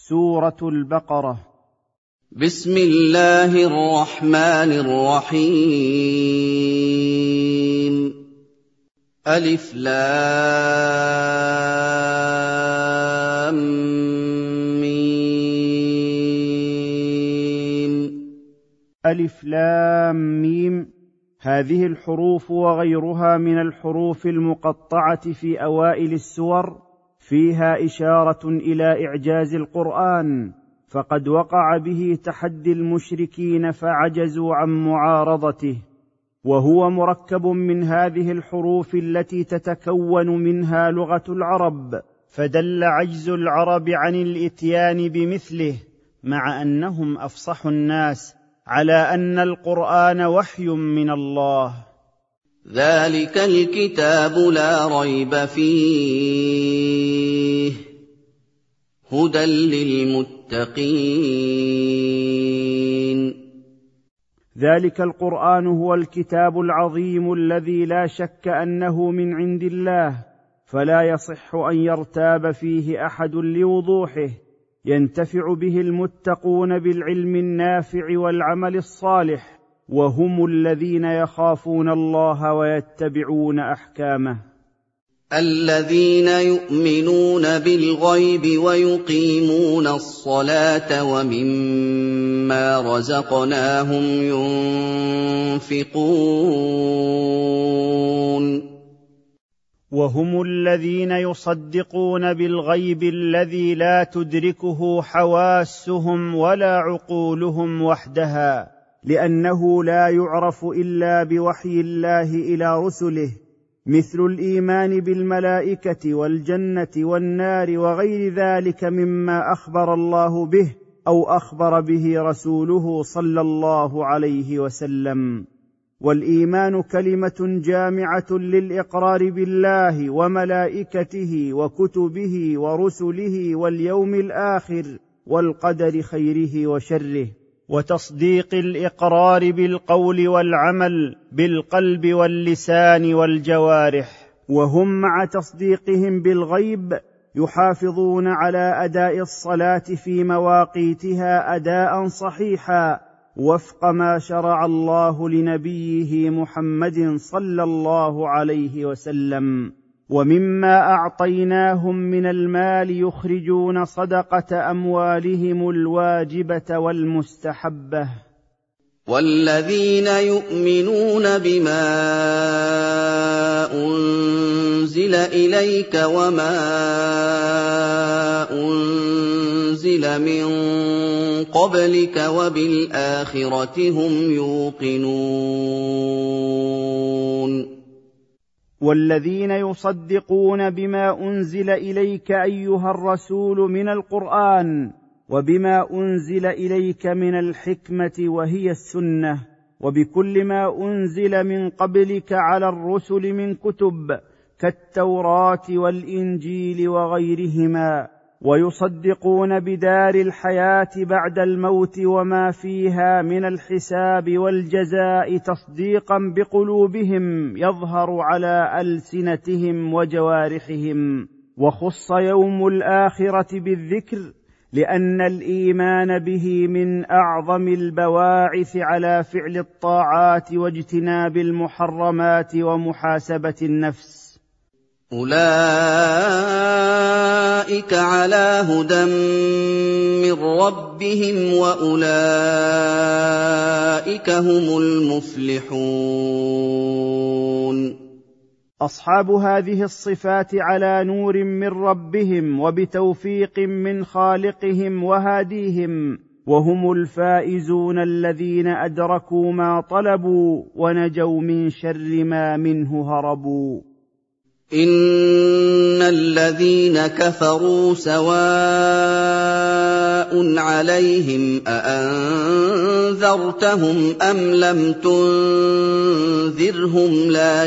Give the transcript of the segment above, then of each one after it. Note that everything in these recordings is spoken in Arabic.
سورة البقرة. بسم الله الرحمن الرحيم. ألف لام ميم. ألف لام ميم. هذه الحروف وغيرها من الحروف المقطعة في أوائل السور فيها إشارة إلى إعجاز القرآن، فقد وقع به تحدي المشركين فعجزوا عن معارضته، وهو مركب من هذه الحروف التي تتكون منها لغة العرب، فدل عجز العرب عن الإتيان بمثله مع أنهم أفصح الناس على أن القرآن وحي من الله. ذلك الكتاب لا ريب فيه هدى للمتقين. ذلك القرآن هو الكتاب العظيم الذي لا شك أنه من عند الله، فلا يصح أن يرتاب فيه أحد لوضوحه، ينتفع به المتقون بالعلم النافع والعمل الصالح، وهم الذين يخافون الله ويتبعون أحكامه. الذين يؤمنون بالغيب ويقيمون الصلاة ومما رزقناهم ينفقون. وهم الذين يصدقون بالغيب الذي لا تدركه حواسهم ولا عقولهم وحدها، لأنه لا يعرف إلا بوحي الله إلى رسله، مثل الإيمان بالملائكة والجنة والنار وغير ذلك مما أخبر الله به أو أخبر به رسوله صلى الله عليه وسلم. والإيمان كلمة جامعة للإقرار بالله وملائكته وكتبه ورسله واليوم الآخر والقدر خيره وشره، وتصديق الإقرار بالقول والعمل بالقلب واللسان والجوارح. وهم مع تصديقهم بالغيب يحافظون على أداء الصلاة في مواقيتها أداء صحيحا وفق ما شرع الله لنبيه محمد صلى الله عليه وسلم. ومما أعطيناهم من المال يخرجون صدقة أموالهم الواجبة والمستحبة. والذين يؤمنون بما أنزل إليك وما أنزل من قبلك وبالآخرة هم يوقنون. والذين يصدقون بما أنزل إليك أيها الرسول من القرآن، وبما أنزل إليك من الحكمة وهي السنة، وبكل ما أنزل من قبلك على الرسل من كتب كالتوراة والإنجيل وغيرهما، ويصدقون بدار الحياة بعد الموت وما فيها من الحساب والجزاء تصديقا بقلوبهم يظهر على ألسنتهم وجوارحهم. وخص يوم الآخرة بالذكر لأن الإيمان به من أعظم البواعث على فعل الطاعات واجتناب المحرمات ومحاسبة النفس. أولئك على هدى من ربهم وأولئك هم المفلحون. أصحاب هذه الصفات على نور من ربهم وبتوفيق من خالقهم وهاديهم، وهم الفائزون الذين أدركوا ما طلبوا ونجوا من شر ما منه هربوا. إن الذين كفروا سواء عليهم أأنذرتهم أم لم تنذرهم لا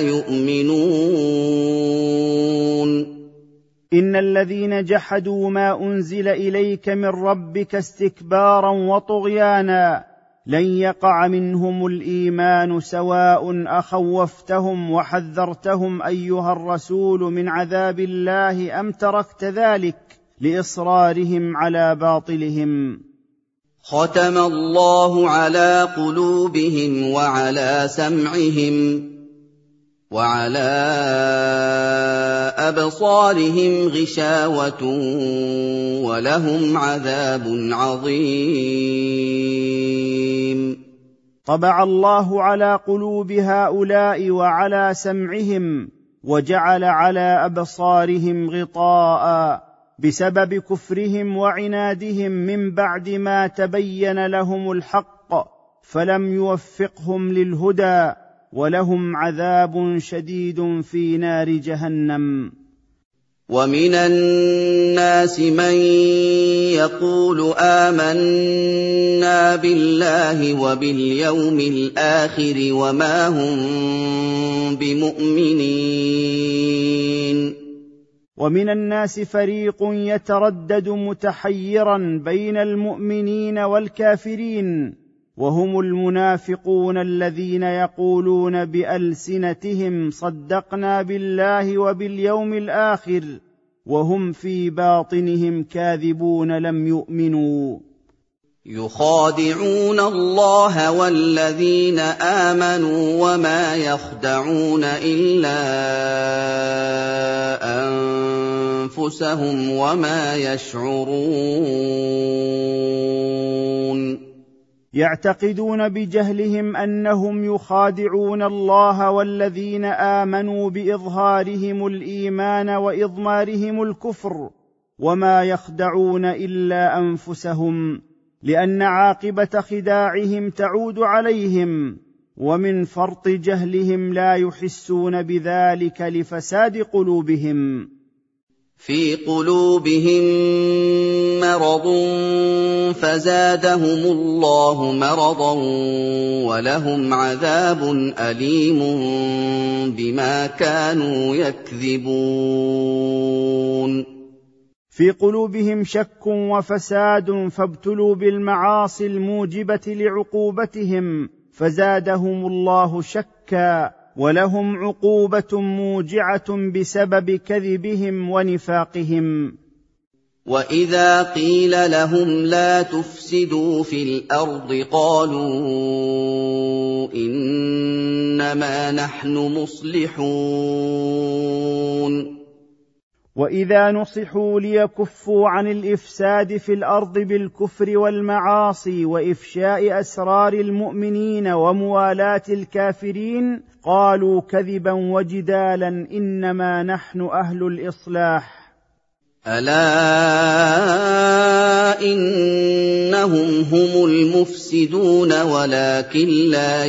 يؤمنون. إن الذين جحدوا ما أنزل إليك من ربك استكبارا وطغيانا لن يقع منهم الإيمان سواء أخوفتهم وحذرتهم أيها الرسول من عذاب الله أم تركت ذلك، لاصرارهم على باطلهم. ختم الله على قلوبهم وعلى سمعهم وعلى أبصارهم غشاوة ولهم عذاب عظيم. طبع الله على قلوب هؤلاء وعلى سمعهم، وجعل على أبصارهم غطاء بسبب كفرهم وعنادهم من بعد ما تبين لهم الحق، فلم يوفقهم للهدى، ولهم عذاب شديد في نار جهنم. ومن الناس من يقول آمنا بالله وباليوم الآخر وما هم بمؤمنين. ومن الناس فريق يتردد متحيرا بين المؤمنين والكافرين، وهم المنافقون الذين يقولون بألسنتهم صدقنا بالله وباليوم الآخر، وهم في باطنهم كاذبون لم يؤمنوا. يخادعون الله والذين آمنوا وما يخدعون إلا أنفسهم وما يشعرون. يعتقدون بجهلهم أنهم يخادعون الله والذين آمنوا بإظهارهم الإيمان وإضمارهم الكفر، وما يخدعون إلا أنفسهم، لأن عاقبة خداعهم تعود عليهم، ومن فرط جهلهم لا يحسون بذلك لفساد قلوبهم. في قلوبهم مرض فزادهم الله مرضا ولهم عذاب أليم بما كانوا يكذبون. في قلوبهم شك وفساد فابتلوا بالمعاصي الموجبة لعقوبتهم، فزادهم الله شكا، ولهم عقوبة موجعة بسبب كذبهم ونفاقهم. وإذا قيل لهم لا تفسدوا في الأرض قالوا إنما نحن مصلحون. وإذا نصحوا ليكفوا عن الإفساد في الأرض بالكفر والمعاصي وإفشاء أسرار المؤمنين وموالاة الكافرين، قالوا كذبا وجدالا إنما نحن أهل الإصلاح. ألا إنهم هم المفسدون ولكن لا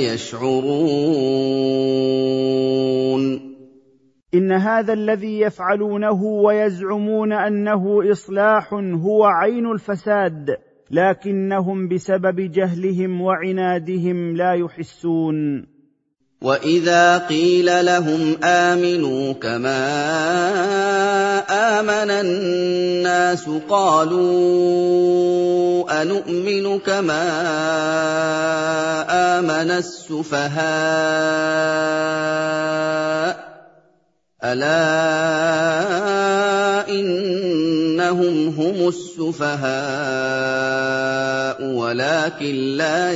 يشعرون. إن هذا الذي يفعلونه ويزعمون أنه إصلاح هو عين الفساد، لكنهم بسبب جهلهم وعنادهم لا يحسون. وإذا قيل لهم آمنوا كما آمن الناس قالوا أنؤمن كما آمن السفهاء ألا إنهم هم السفهاء ولكن لا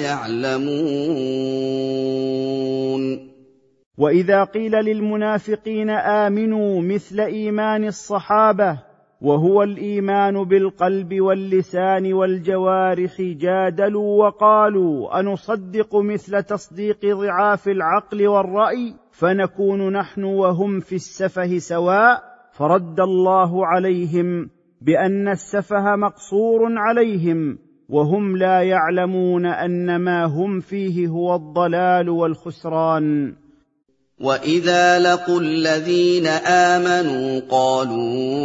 يعلمون. وإذا قيل للمنافقين آمنوا مثل إيمان الصحابة، وهو الإيمان بالقلب واللسان والجوارح، جادلوا وقالوا أنصدق مثل تصديق ضعاف العقل والرأي، فنكون نحن وهم في السفه سواء. فرد الله عليهم بأن السفه مقصور عليهم، وهم لا يعلمون أن ما هم فيه هو الضلال والخسران. وإذا لقوا الذين آمنوا قالوا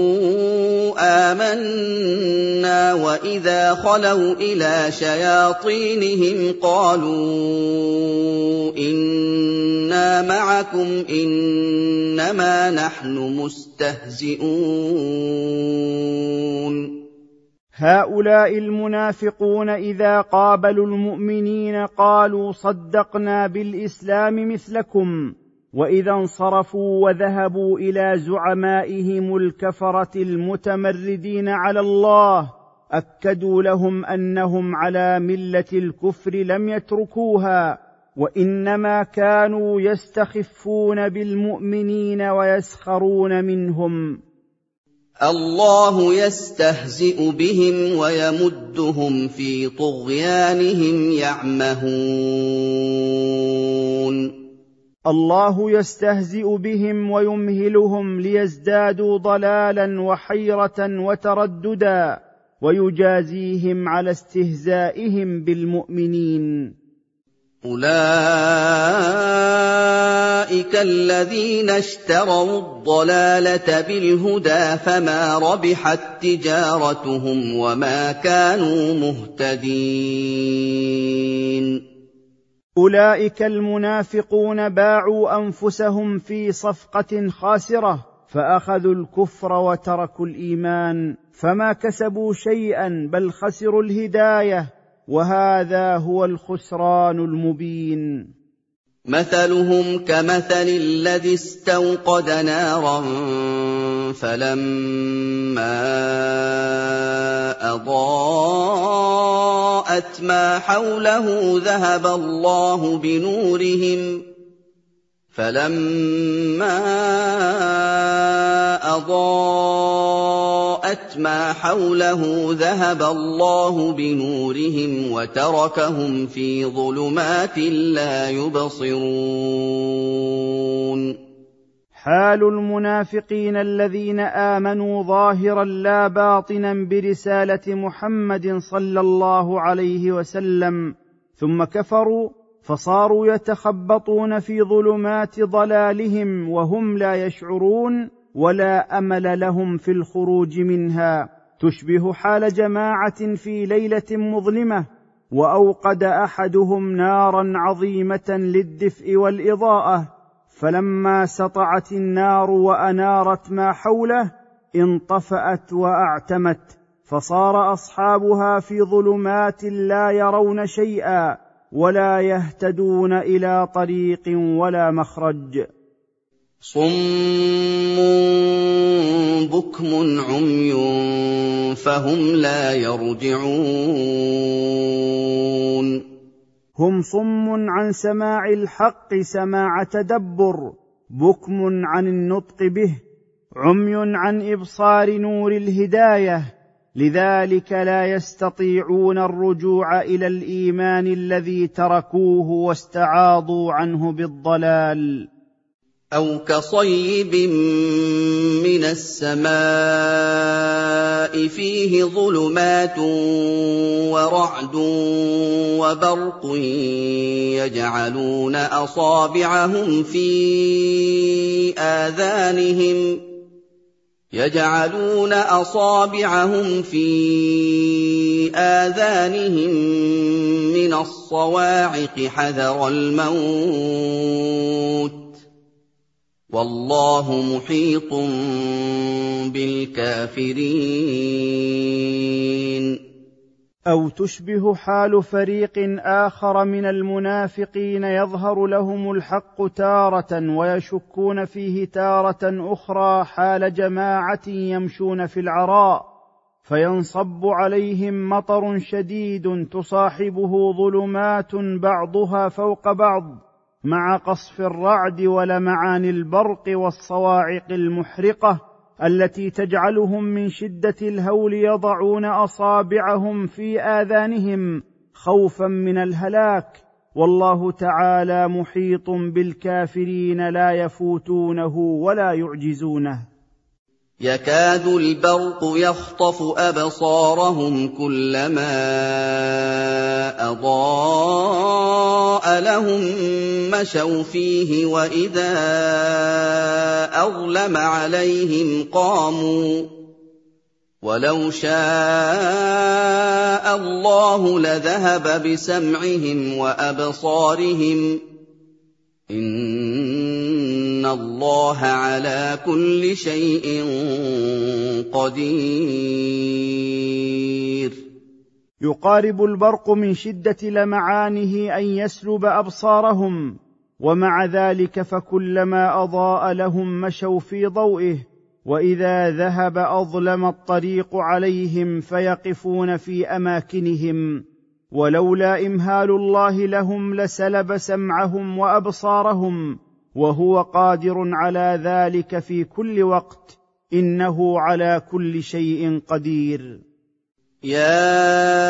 آمنا وإذا خلوا إلى شياطينهم قالوا إنا معكم إنما نحن مستهزئون. هؤلاء المنافقون إذا قابلوا المؤمنين قالوا صدقنا بالإسلام مثلكم، واذا انصرفوا وذهبوا الى زعمائهم الكفره المتمردين على الله اكدوا لهم انهم على مله الكفر لم يتركوها، وانما كانوا يستخفون بالمؤمنين ويسخرون منهم. الله يستهزئ بهم ويمدهم في طغيانهم يعمهون. الله يستهزئ بهم ويمهلهم ليزدادوا ضلالا وحيرة وترددا، ويجازيهم على استهزائهم بالمؤمنين. أولئك الذين اشتروا الضلالة بالهدى فما ربحت تجارتهم وما كانوا مهتدين. أولئك المنافقون باعوا أنفسهم في صفقة خاسرة، فأخذوا الكفر وتركوا الإيمان، فما كسبوا شيئا بل خسروا الهداية، وهذا هو الخسران المبين. مثلهم كمثل الذي استوقد نارا فلما أضاءت ما حوله ذهب الله بنورهم وتركهم في ظلمات لا يبصرون. حال المنافقين الذين آمنوا ظاهرا لا باطنا برسالة محمد صلى الله عليه وسلم، ثم كفروا فصاروا يتخبطون في ظلمات ضلالهم وهم لا يشعرون ولا أمل لهم في الخروج منها، تشبه حال جماعة في ليلة مظلمة وأوقد أحدهم نارا عظيمة للدفء والإضاءة، فلما سطعت النار وأنارت ما حوله انطفأت وأعتمت، فصار أصحابها في ظلمات لا يرون شيئا ولا يهتدون إلى طريق ولا مخرج. صم بكم عمي فهم لا يرجعون. هم صم عن سماع الحق سماع تدبر، بكم عن النطق به، عمي عن إبصار نور الهداية، لذلك لا يستطيعون الرجوع إلى الإيمان الذي تركوه واستعاضوا عنه بالضلال. أو كصيب من السماء فيه ظلمات ورعد وبرق يجعلون أصابعهم في آذانهم من الصواعق حذر الموت، والله محيط بالكافرين. أو تشبه حال فريق آخر من المنافقين يظهر لهم الحق تارة ويشكون فيه تارة أخرى، حال جماعة يمشون في العراء فينصب عليهم مطر شديد تصاحبه ظلمات بعضها فوق بعض مع قصف الرعد ولمعان البرق والصواعق المحرقة التي تجعلهم من شدة الهول يضعون أصابعهم في آذانهم خوفا من الهلاك، والله تعالى محيط بالكافرين لا يفوتونه ولا يعجزونه. يكاد البرق يخطف أبصارهم كلما أضاء لهم مشوا فيه وإذا أظلم عليهم قاموا، ولو شاء الله لذهب بسمعهم وأبصارهم، إن الله على كل شيء قدير. يقارب البرق من شدة لمعانه أن يسلب أبصارهم، ومع ذلك فكلما أضاء لهم مشوا في ضوئه، وإذا ذهب أظلم الطريق عليهم فيقفون في أماكنهم، ولولا إمهال الله لهم لسلب سمعهم وأبصارهم، وهو قادر على ذلك في كل وقت، إنه على كل شيء قدير. يا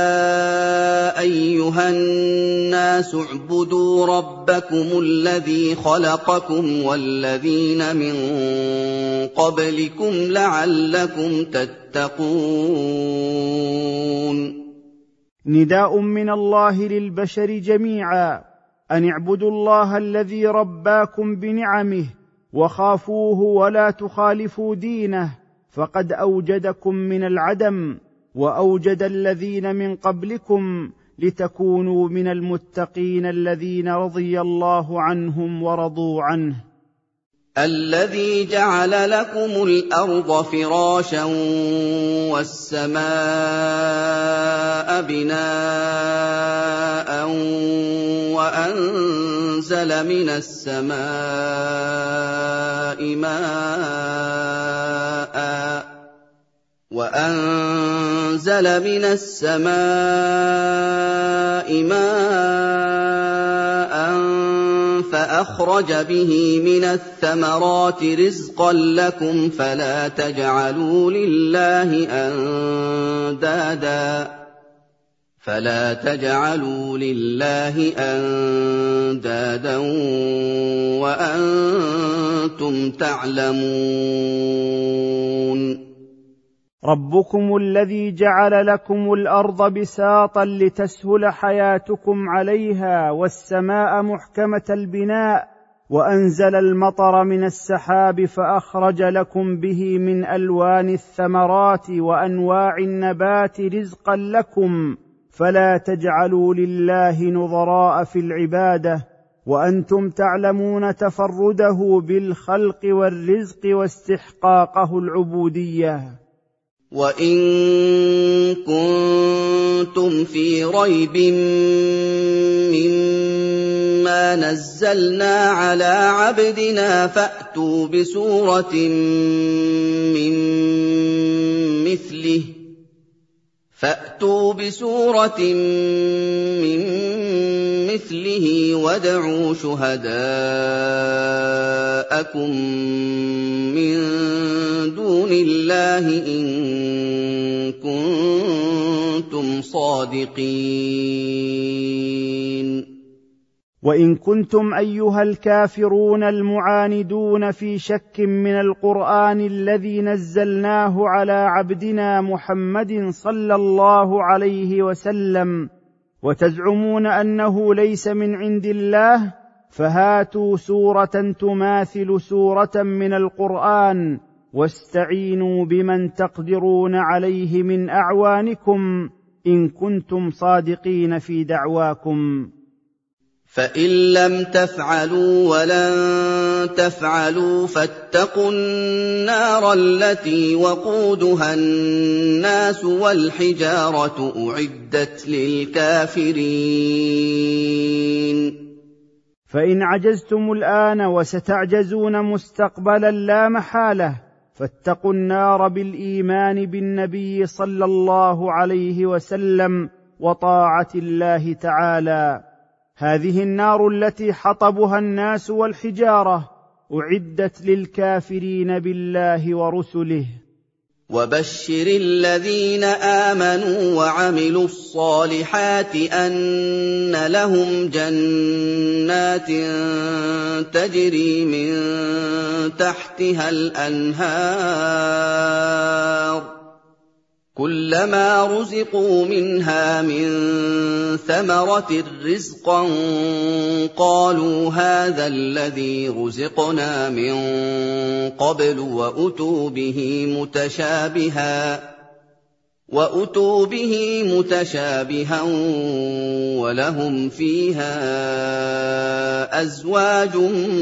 أيها الناس اعبدوا ربكم الذي خلقكم والذين من قبلكم لعلكم تتقون. نداء من الله للبشر جميعا أن اعبدوا الله الذي رباكم بنعمه، وخافوه ولا تخالفوا دينه، فقد أوجدكم من العدم، وأوجد الذين من قبلكم لتكونوا من المتقين الذين رضي الله عنهم ورضوا عنه. الذي جعل لكم الأرض فراشا والسماء بناء وأنزل من السماء ماء فأخرج به من الثمرات رزقا لكم فلا تجعلوا لله أندادا وأنتم تعلمون. ربكم الذي جعل لكم الأرض بساطا لتسهل حياتكم عليها، والسماء محكمة البناء، وأنزل المطر من السحاب فأخرج لكم به من ألوان الثمرات وأنواع النبات رزقا لكم، فلا تجعلوا لله نظراء في العبادة وأنتم تعلمون تفرده بالخلق والرزق واستحقاقه العبودية. وَإِن كُنتُمْ فِي رَيْبٍ مِّمَّا نَزَّلْنَا عَلَىٰ عَبْدِنَا فَأْتُوا بِسُورَةٍ مِّن مِّثْلِهِ وَادْعُوا شُهَدَاءَكُم مِّن دُونِ اللَّهِ إِن كُنتُمْ صَادِقِينَ. وإن كنتم أيها الكافرون المعاندون في شك من القرآن الذي نزلناه على عبدنا محمد صلى الله عليه وسلم، وتزعمون أنه ليس من عند الله، فهاتوا سورة تماثل سورة من القرآن، واستعينوا بمن تقدرون عليه من أعوانكم إن كنتم صادقين في دعواكم. فإن لم تفعلوا ولن تفعلوا فاتقوا النار التي وقودها الناس والحجارة أعدت للكافرين. فإن عجزتم الآن وستعجزون مستقبلا لا محالة، فاتقوا النار بالإيمان بالنبي صلى الله عليه وسلم وطاعة الله تعالى. هذه النار التي حطبها الناس والحجارة أعدت للكافرين بالله ورسله. وبشر الذين آمنوا وعملوا الصالحات أن لهم جنات تجري من تحتها الأنهار كلما رزقوا منها من ثمرة رزقا قالوا هذا الذي رزقنا من قبل وأتوا به متشابها ولهم فيها أزواج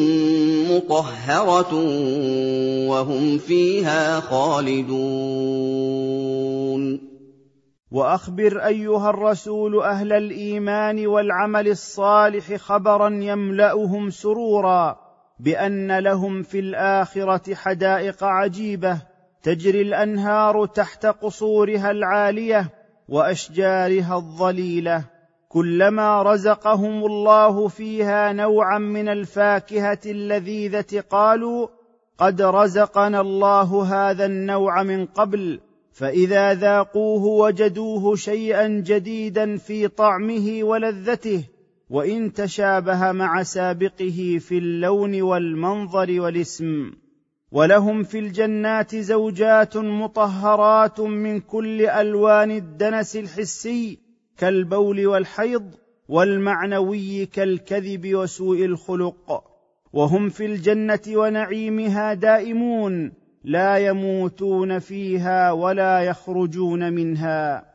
مطهرة وهم فيها خالدون. واخبر ايها الرسول اهل الايمان والعمل الصالح خبرا يملاهم سرورا بان لهم في الاخره حدائق عجيبه تجري الانهار تحت قصورها العاليه واشجارها الظليله، كلما رزقهم الله فيها نوعا من الفاكهه اللذيذه قالوا قد رزقنا الله هذا النوع من قبل، فاذا ذاقوه وجدوه شيئا جديدا في طعمه ولذته، وان تشابه مع سابقه في اللون والمنظر والاسم. ولهم في الجنات زوجات مطهرات من كل الوان الدنس الحسي كالبول والحيض، والمعنوي كالكذب وسوء الخلق، وهم في الجنه ونعيمها دائمون لا يموتون فيها ولا يخرجون منها.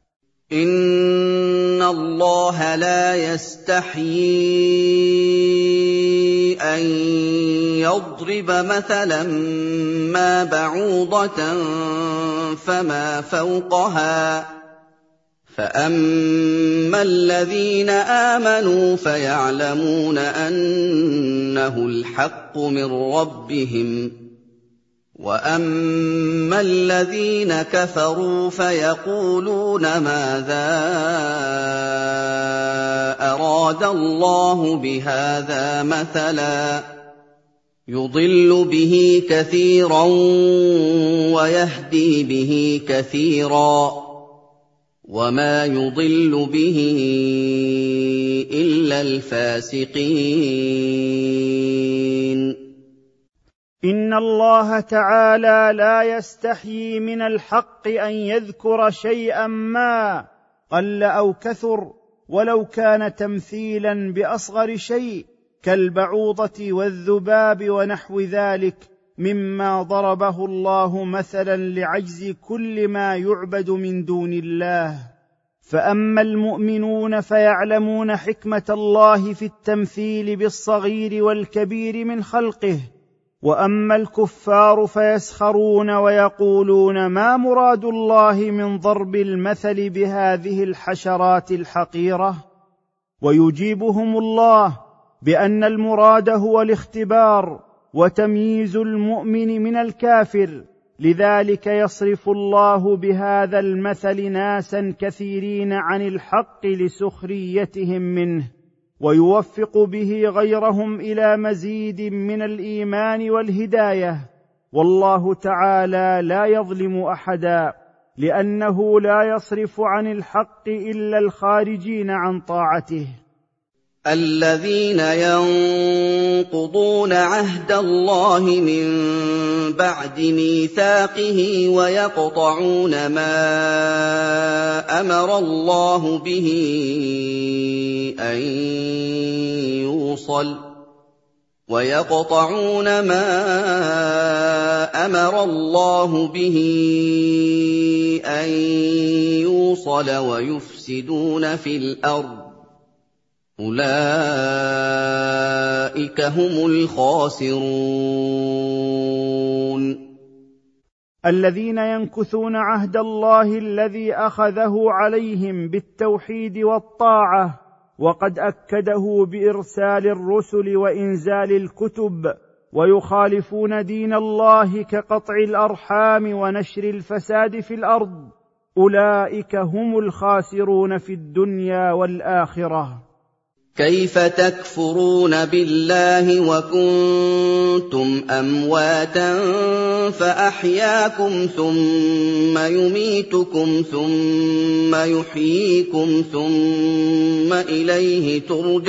إن الله لا يستحيي أن يضرب مثلا ما بعوضة فما فوقها، فأما الذين آمنوا فيعلمون أنه الحق من ربهم، وأما الذين كفروا فيقولون ماذا أراد الله بهذا مثلا يضل به كثيرا ويهدي به كثيرا وما يضل به إلا الفاسقين. إن الله تعالى لا يستحيي من الحق أن يذكر شيئا ما قل أو كثر، ولو كان تمثيلا بأصغر شيء كالبعوضة والذباب ونحو ذلك مما ضربه الله مثلا لعجز كل ما يعبد من دون الله. فأما المؤمنون فيعلمون حكمة الله في التمثيل بالصغير والكبير من خلقه، واما الكفار فيسخرون ويقولون ما مراد الله من ضرب المثل بهذه الحشرات الحقيره، ويجيبهم الله بان المراد هو الاختبار وتمييز المؤمن من الكافر، لذلك يصرف الله بهذا المثل ناسا كثيرين عن الحق لسخريتهم منه، ويوفق به غيرهم الى مزيد من الايمان والهدايه. والله تعالى لا يظلم احدا، لانه لا يصرف عن الحق الا الخارجين عن طاعته. الذين ينقضون عهد الله من بعد ميثاقه ويقطعون ما أمر الله به أن يوصل ويفسدون في الأرض، أولئك هم الخاسرون. الذين ينكثون عهد الله الذي أخذه عليهم بالتوحيد والطاعة، وقد أكده بإرسال الرسل وإنزال الكتب، ويخالفون دين الله كقطع الأرحام ونشر الفساد في الأرض، أولئك هم الخاسرون في الدنيا والآخرة. كيف تكفرون بالله وكنتم أمواتا فأحياكم ثم يميتكم ثم يحييكم ثم إليه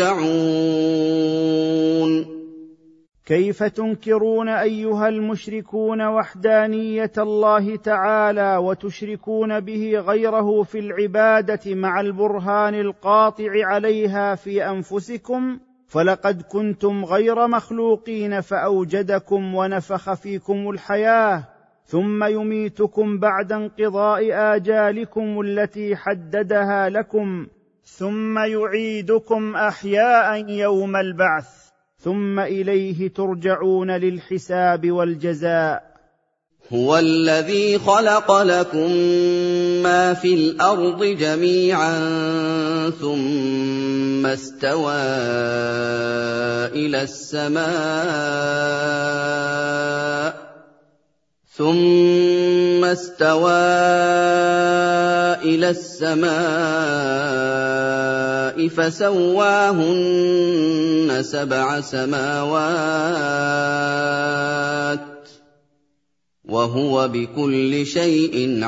ترجعون. كيف تنكرون أيها المشركون وحدانية الله تعالى وتشركون به غيره في العبادة مع البرهان القاطع عليها في أنفسكم؟ فلقد كنتم غير مخلوقين فأوجدكم ونفخ فيكم الحياة، ثم يميتكم بعد انقضاء آجالكم التي حددها لكم، ثم يعيدكم أحياء يوم البعث، ثم إليه ترجعون للحساب والجزاء. هو الذي خلق لكم ما في الأرض جميعا ثم استوى إلى السماء فسواهن 7 سماوات وهو بكل شيء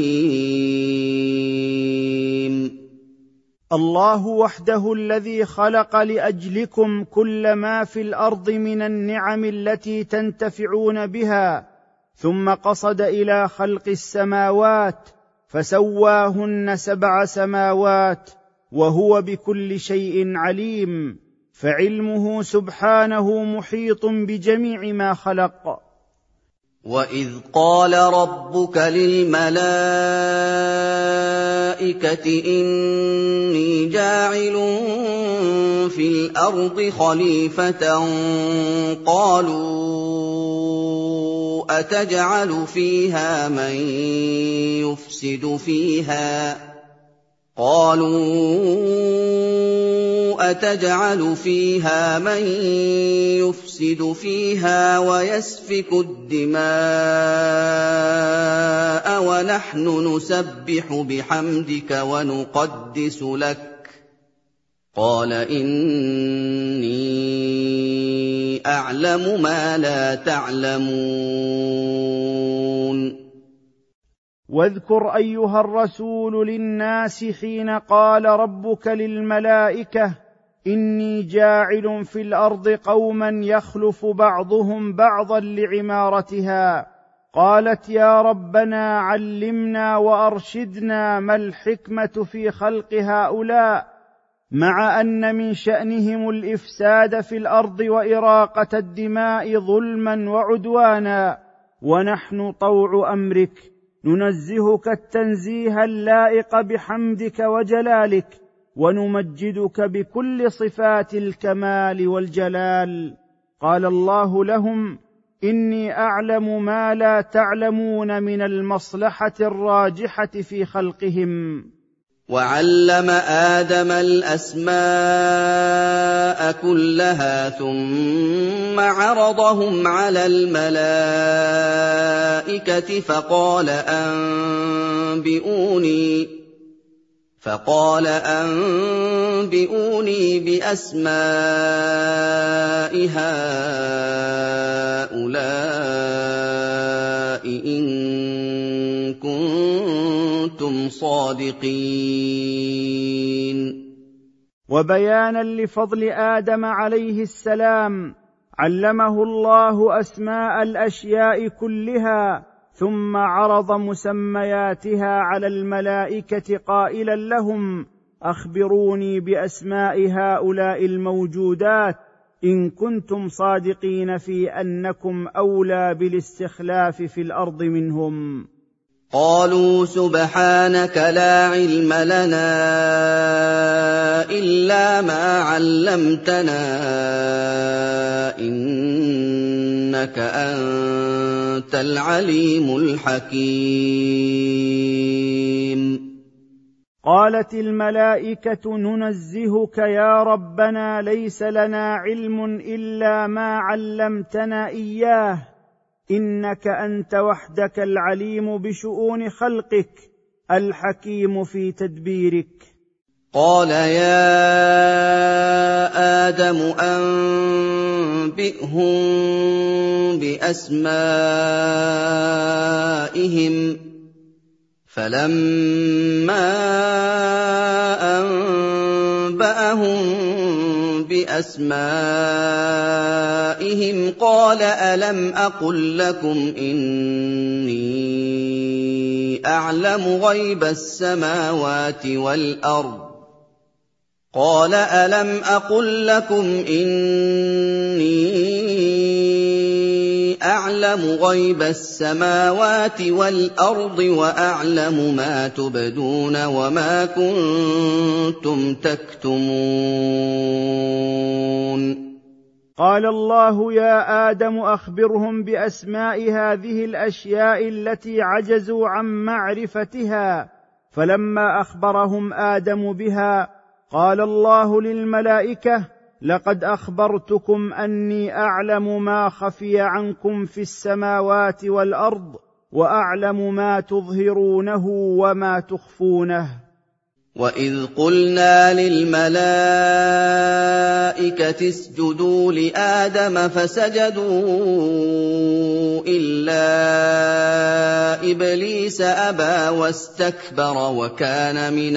عليم. الله وحده الذي خلق لاجلكم كل ما في الارض من النعم التي تنتفعون بها، ثم قصد الى خلق السماوات فسواهن 7 سماوات وهو بكل شيء عليم، فعلمه سبحانه محيط بجميع ما خلق. وَإِذْ قَالَ رَبُّكَ لِلْمَلَائِكَةِ إِنِّي جَاعِلٌ فِي الْأَرْضِ خَلِيفَةً قَالُوا أَتَجْعَلُ فِيهَا مَن يُفْسِدُ فِيهَا وَيَسْفِكُ الدِّمَاءَ وَنَحْنُ نُسَبِّحُ بِحَمْدِكَ وَنُقَدِّسُ لَكَ قَالَ إِنِّي أَعْلَمُ مَا لَا تَعْلَمُونَ. واذكر ايها الرسول للناس حين قال ربك للملائكه اني جاعل في الارض قوما يخلف بعضهم بعضا لعمارتها، قالت يا ربنا علمنا وارشدنا ما الحكمه في خلق هؤلاء، مع ان من شانهم الافساد في الارض واراقه الدماء ظلما وعدوانا، ونحن طوع امرك ننزهك التنزيه اللائق بحمدك وجلالك، ونمجدك بكل صفات الكمال والجلال. قال الله لهم إني أعلم ما لا تعلمون من المصلحة الراجحة في خلقهم. وَعَلَّمَ آدَمَ الْأَسْمَاءَ كُلَّهَا ثُمَّ عَرَضَهُمْ عَلَى الْمَلَائِكَةِ فَقَالَ أَنبِئُونِي بِأَسْمَاءِ هَٰؤُلَاءِ إِن كُنتُمْ صَادِقِينَ. وبيانا لفضل آدم عليه السلام علمه الله أسماء الأشياء كلها، ثم عرض مسمياتها على الملائكة قائلا لهم أخبروني بأسماء هؤلاء الموجودات إن كنتم صادقين في أنكم أولى بالاستخلاف في الأرض منهم. قالوا سبحانك لا علم لنا إلا ما علمتنا إنك أنت العليم الحكيم. قالت الملائكة ننزهك يا ربنا، ليس لنا علم إلا ما علمتنا إياه، إنك أنت وحدك العليم بشؤون خلقك الحكيم في تدبيرك. قال يا آدم أنبئهم بأسمائهم، فلما أنبأهم بأسمائهم قال ألم أقل لكم إني أعلم غيب السماوات والأرض قال ألم أقل لكم إني أعلم غيب السماوات والأرض وأعلم ما تبدون وما كنتم تكتمون. قال الله يا آدم أخبرهم بأسماء هذه الأشياء التي عجزوا عن معرفتها فلما اخبرهم ادم بها قال الله للملائكه: لقد اخبرتكم اني اعلم ما خفي عنكم في السماوات والارض، واعلم ما تظهرونه وما تخفونه. وَإِذْ قُلْنَا لِلْمَلَائِكَةِ اسْجُدُوا لِآدَمَ فَسَجَدُوا إِلَّا إِبْلِيسَ أَبَىٰ وَاسْتَكْبَرَ وَكَانَ مِنَ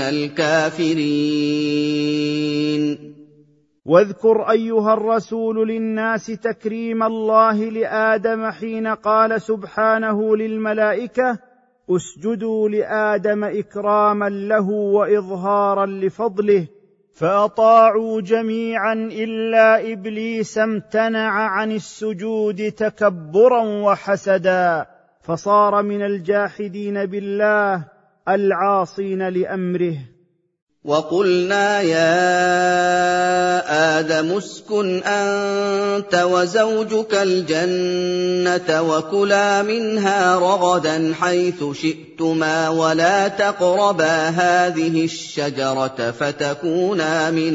الْكَافِرِينَ. واذكر أيها الرسول للناس تكريم الله لآدم حين قال سبحانه للملائكة: اسجدوا لآدم إكراما له وإظهارا لفضله، فأطاعوا جميعا إلا إبليس امتنع عن السجود تكبرا وحسدا، فصار من الجاحدين بالله العاصين لأمره. وَقُلْنَا يَا آدَمُ اسْكُنْ أَنتَ وَزَوْجُكَ الْجَنَّةَ وَكُلَا مِنْهَا رَغَدًا حَيْثُ شِئْتُمَا وَلَا تَقْرَبَا هَٰذِهِ الشَّجَرَةَ فَتَكُونَا مِنَ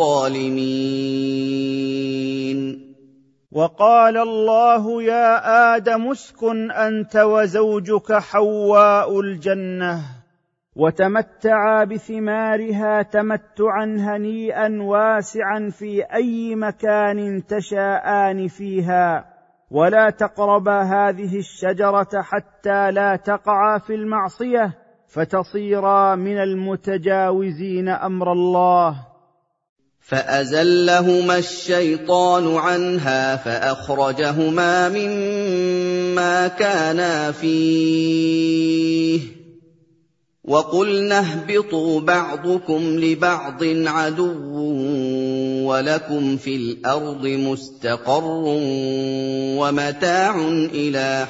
الظَّالِمِينَ. وقال الله: يا آدم اسكن أنت وزوجك حواء الجنة وتمتعا بثمارها تمتعا هنيئا واسعا في أي مكان تشاءان فيها، ولا تقربا هذه الشجرة حتى لا تقعا في المعصية فتصيرا من المتجاوزين أمر الله. فأزلهما الشيطان عنها فأخرجهما مما كانا فيه، وقلنا اهبطوا بعضكم لبعض عدو ولكم في الأرض مستقر ومتاع إلى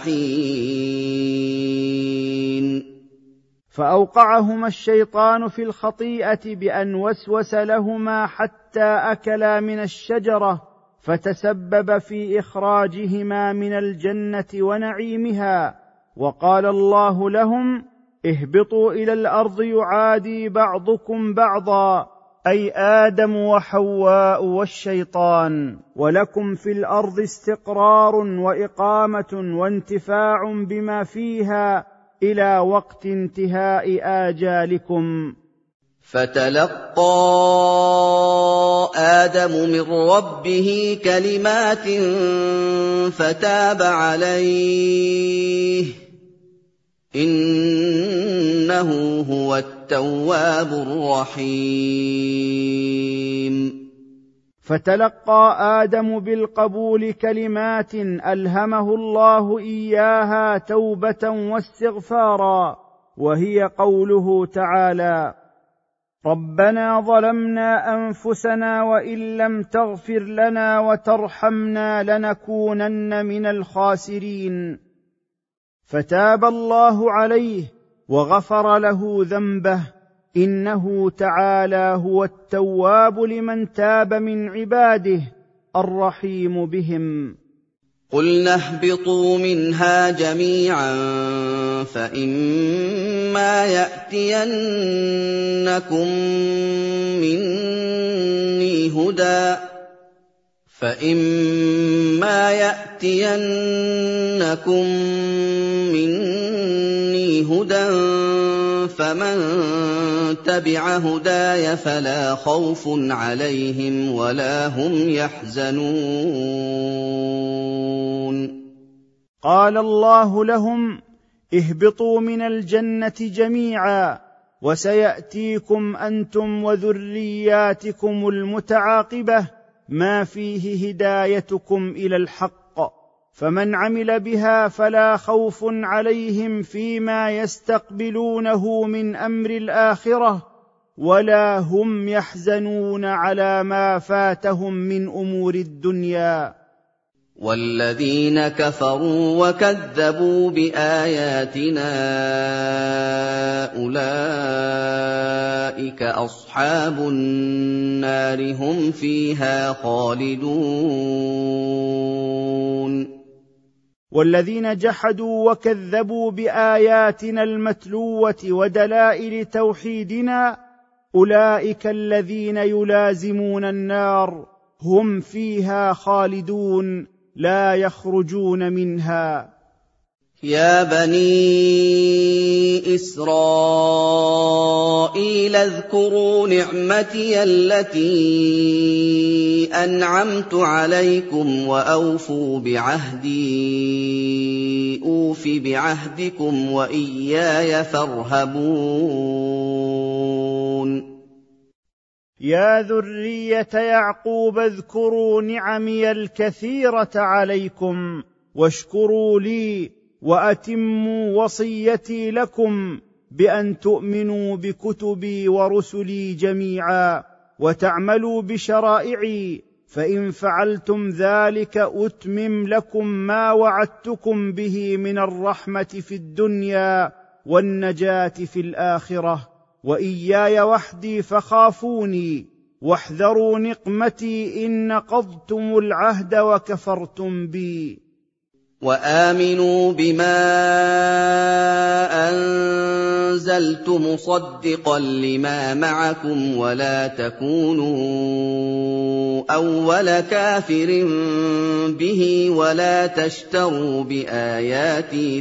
حين. فأوقعهما الشيطان في الخطيئة بأن وسوس لهما حتى أكلا من الشجرة، فتسبب في إخراجهما من الجنة ونعيمها. وقال الله لهم: اهبطوا إلى الأرض يعادي بعضكم بعضا، أي آدم وحواء والشيطان، ولكم في الأرض استقرار وإقامة وانتفاع بما فيها إلى وقت انتهاء آجالكم. فتلقى آدم من ربه كلمات فتاب عليه إنه هو التواب الرحيم. فتلقى آدم بالقبول كلمات ألهمه الله إياها توبة واستغفارا، وهي قوله تعالى: ربنا ظلمنا أنفسنا وإن لم تغفر لنا وترحمنا لنكونن من الخاسرين. فتاب الله عليه وغفر له ذنبه، إنه تعالى هو التواب لمن تاب من عباده الرحيم بهم. قُلْنَا اهْبِطُوا مِنْهَا جَمِيعًا فَإِمَّا يَأْتِيَنَّكُم مِّنِّي هُدًى فَمَن تَبِعَ هُدَايَ فَلَا خَوْفٌ عَلَيْهِمْ وَلَا هُمْ يَحْزَنُونَ. قال الله لهم: اهبطوا من الجنة جميعا، وسيأتيكم أنتم وذرياتكم المتعاقبة ما فيه هدايتكم إلى الحق، فمن عمل بها فلا خوف عليهم فيما يستقبلونه من أمر الآخرة، ولا هم يحزنون على ما فاتهم من أمور الدنيا. وَالَّذِينَ كَفَرُوا وَكَذَّبُوا بِآيَاتِنَا أُولَٰئِكَ أَصْحَابُ النَّارِ هُمْ فِيهَا خَالِدُونَ. والذين جحدوا وكذبوا باياتنا المتلوه ودلائل توحيدنا اولئك الذين يلازمون النار، هم فيها خالدون لا يخرجون منها. يا بني إسرائيل اذكروا نعمتي التي أنعمت عليكم وأوفوا بعهدي أوف بعهدكم وإياي فارهبون. يا ذرية يعقوب اذكروا نعمي الكثيرة عليكم واشكروا لي وأتموا وصيتي لكم بأن تؤمنوا بكتبي ورسلي جميعا وتعملوا بشرائعي، فإن فعلتم ذلك أتمم لكم ما وعدتكم به من الرحمة في الدنيا والنجاة في الآخرة، وإياي وحدي فخافوني واحذروا نقمتي إن نقضتم العهد وكفرتم بي. وآمنوا بما أنزلت مصدقا لما معكم ولا تكونوا أول كافر به ولا تشتروا بآياتي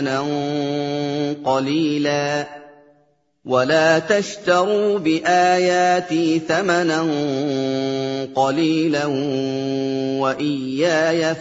ثمنا قليلا وإياي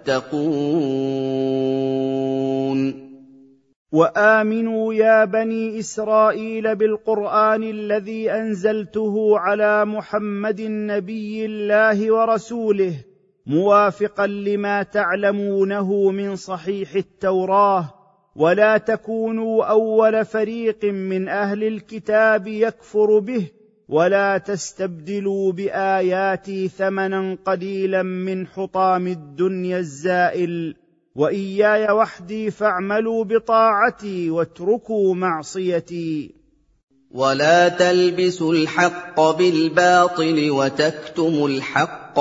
فاتقون. وآمنوا يا بني إسرائيل بالقرآن الذي أنزلته على محمد نبي الله ورسوله موافقا لما تعلمونه من صحيح التوراة، ولا تكونوا أول فريق من أهل الكتاب يكفر به، ولا تستبدلوا بآياتي ثمنا قليلا من حطام الدنيا الزائل، وإياي وحدي فاعملوا بطاعتي واتركوا معصيتي. ولا تلبسوا الحق بالباطل وتكتموا الحق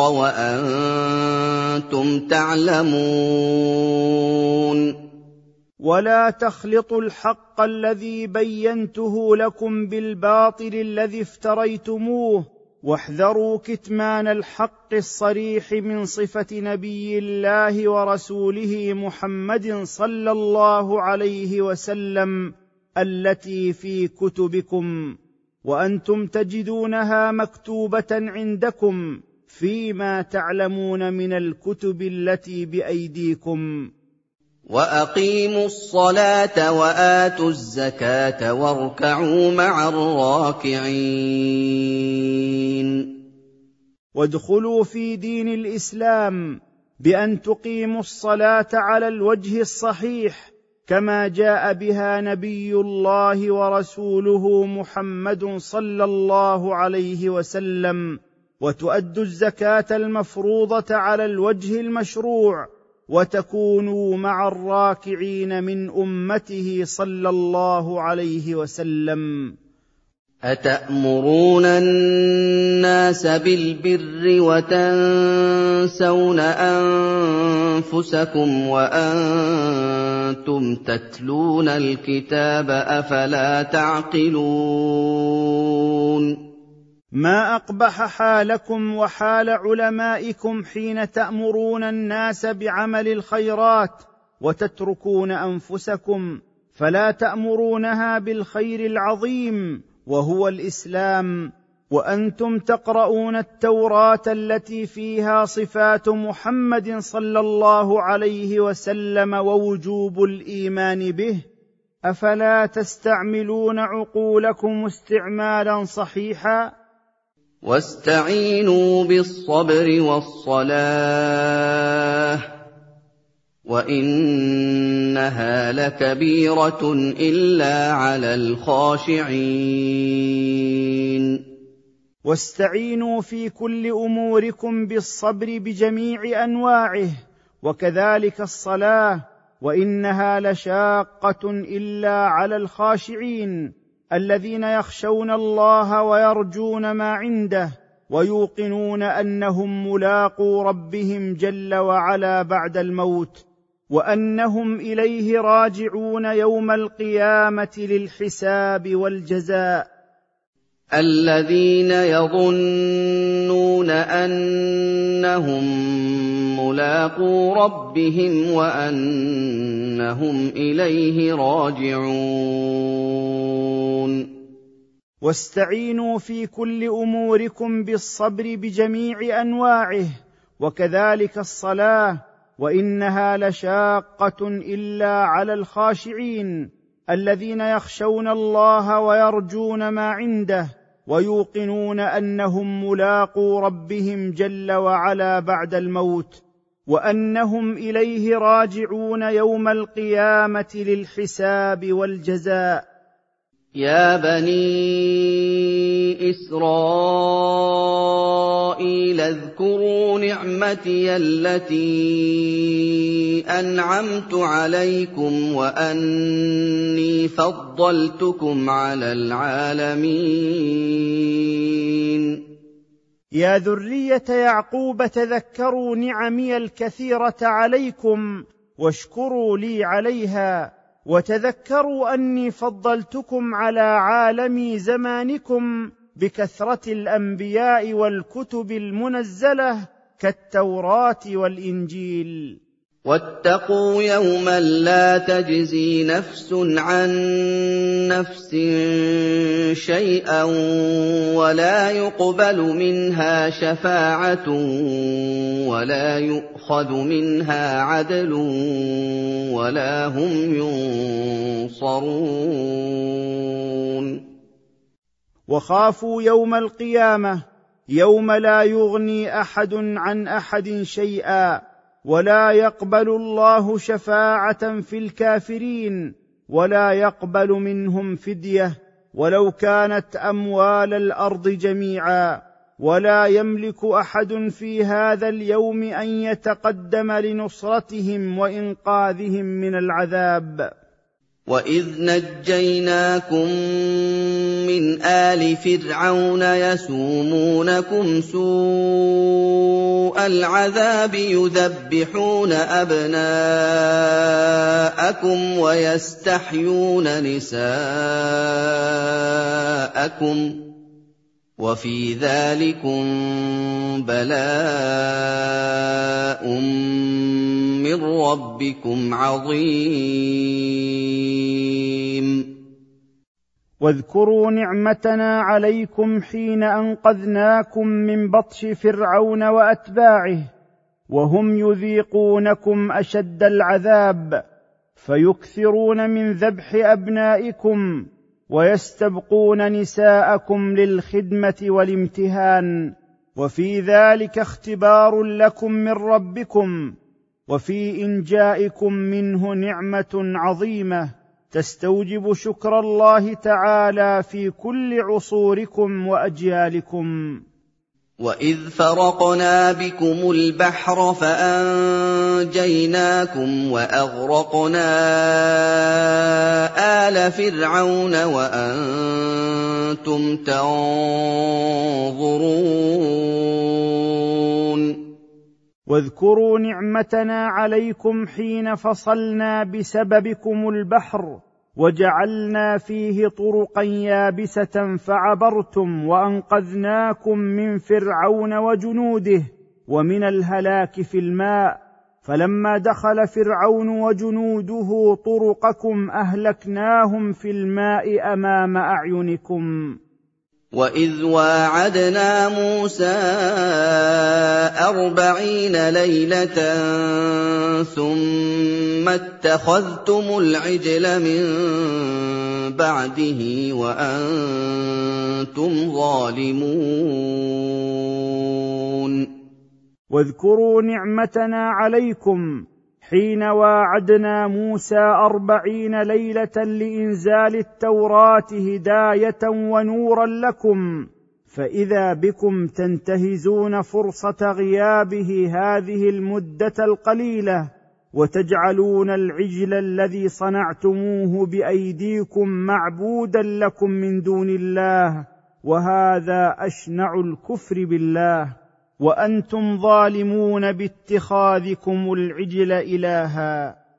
وأنتم تعلمون. ولا تخلطوا الحق الذي بينته لكم بالباطل الذي افتريتموه، واحذروا كتمان الحق الصريح من صفة نبي الله ورسوله محمد صلى الله عليه وسلم التي في كتبكم، وأنتم تجدونها مكتوبة عندكم فيما تعلمون من الكتب التي بأيديكم. وأقيموا الصلاة وآتوا الزكاة واركعوا مع الراكعين. وادخلوا في دين الإسلام بأن تقيموا الصلاة على الوجه الصحيح كما جاء بها نبي الله ورسوله محمد صلى الله عليه وسلم، وتؤدوا الزكاة المفروضة على الوجه المشروع، وتكونوا مع الراكعين من أمته صلى الله عليه وسلم. أتأمرون الناس بالبر وتنسون أنفسكم وأنتم تتلون الكتاب أفلا تعقلون. ما أقبح حالكم وحال علمائكم حين تأمرون الناس بعمل الخيرات وتتركون أنفسكم، فلا تأمرونها بالخير العظيم وهو الإسلام، وأنتم تقرؤون التوراة التي فيها صفات محمد صلى الله عليه وسلم ووجوب الإيمان به، أفلا تستعملون عقولكم استعمالا صحيحا؟ واستعينوا بالصبر والصلاة وإنها لكبيرة إلا على الخاشعين. واستعينوا في كل أموركم بالصبر بجميع أنواعه، وكذلك الصلاة، وإنها لشاقة إلا على الخاشعين الذين يخشون الله ويرجون ما عنده ويوقنون أنهم ملاقو ربهم جل وعلا بعد الموت، وأنهم إليه راجعون يوم القيامة للحساب والجزاء. الذين يظنون أنهم ملاقو ربهم وأنهم إليه راجعون. واستعينوا في كل أموركم بالصبر بجميع أنواعه، وكذلك الصلاة، وإنها لشاقة إلا على الخاشعين الذين يخشون الله ويرجون ما عنده ويوقنون أنهم ملاقو ربهم جل وعلا بعد الموت، وأنهم إليه راجعون يوم القيامة للحساب والجزاء. يا بني إسرائيل اذكروا نعمتي التي أنعمت عليكم وأني فضلتكم على العالمين. يا ذرية يعقوب تذكروا نعمي الكثيرة عليكم واشكروا لي عليها، وتذكروا أني فضلتكم على عالم زمانكم بكثرة الأنبياء والكتب المنزلة كالتوراة والإنجيل. واتقوا يوما لا تجزي نفس عن نفس شيئا ولا يقبل منها شفاعة ولا يؤخذ منها عدل ولا هم ينصرون. وخافوا يوم القيامة، يوم لا يغني أحد عن أحد شيئا، ولا يقبل الله شفاعة في الكافرين، ولا يقبل منهم فدية ولو كانت أموال الأرض جميعا، ولا يملك أحد في هذا اليوم أن يتقدم لنصرتهم وإنقاذهم من العذاب. وَإِذْ نَجَّيْنَاكُم مِّنْ آلِ فِرْعَوْنَ يَسُومُونَكُمْ سُوءَ الْعَذَابِ يُذَبِّحُونَ أَبْنَاءَكُمْ وَيَسْتَحْيُونَ نِسَاءَكُمْ ۚ وَفِي ذَٰلِكُم بَلَاءٌ مِّن رَّبِّكُمْ عَظِيمٌ. واذكروا نعمتنا عليكم حين أنقذناكم من بطش فرعون وأتباعه وهم يذيقونكم أشد العذاب، فيكثرون من ذبح أبنائكم ويستبقون نساءكم للخدمة والامتهان، وفي ذلك اختبار لكم من ربكم، وفي إنجائكم منه نعمة عظيمة تستوجب شكر الله تعالى في كل عصوركم وأجيالكم. وَإِذْ فَرَقْنَا بِكُمُ الْبَحْرَ فَأَنجَيْنَاكُمْ وَأَغْرَقْنَا آلَ فِرْعَوْنَ وَأَنتُمْ تَنظُرُونَ. واذكروا نعمتنا عليكم حين فصلنا بسببكم البحر وجعلنا فيه طرقا يابسة فعبرتم وأنقذناكم من فرعون وجنوده ومن الهلاك في الماء، فلما دخل فرعون وجنوده طرقكم أهلكناهم في الماء أمام أعينكم. وَإِذْ وَاعَدْنَا مُوسَىٰ 40 لَيْلَةً ثُمَّ اتَّخَذْتُمُ الْعِجْلَ مِن بَعْدِهِ وَأَنتُمْ ظَالِمُونَ. واذكروا نعمتنا عليكم حين واعدنا موسى 40 ليلة لإنزال التوراة هداية ونورا لكم، فإذا بكم تنتهزون فرصة غيابه هذه المدة القليلة وتجعلون العجل الذي صنعتموه بأيديكم معبودا لكم من دون الله، وهذا أشنع الكفر بالله، وأنتم ظالمون باتخاذكم العجل إلها.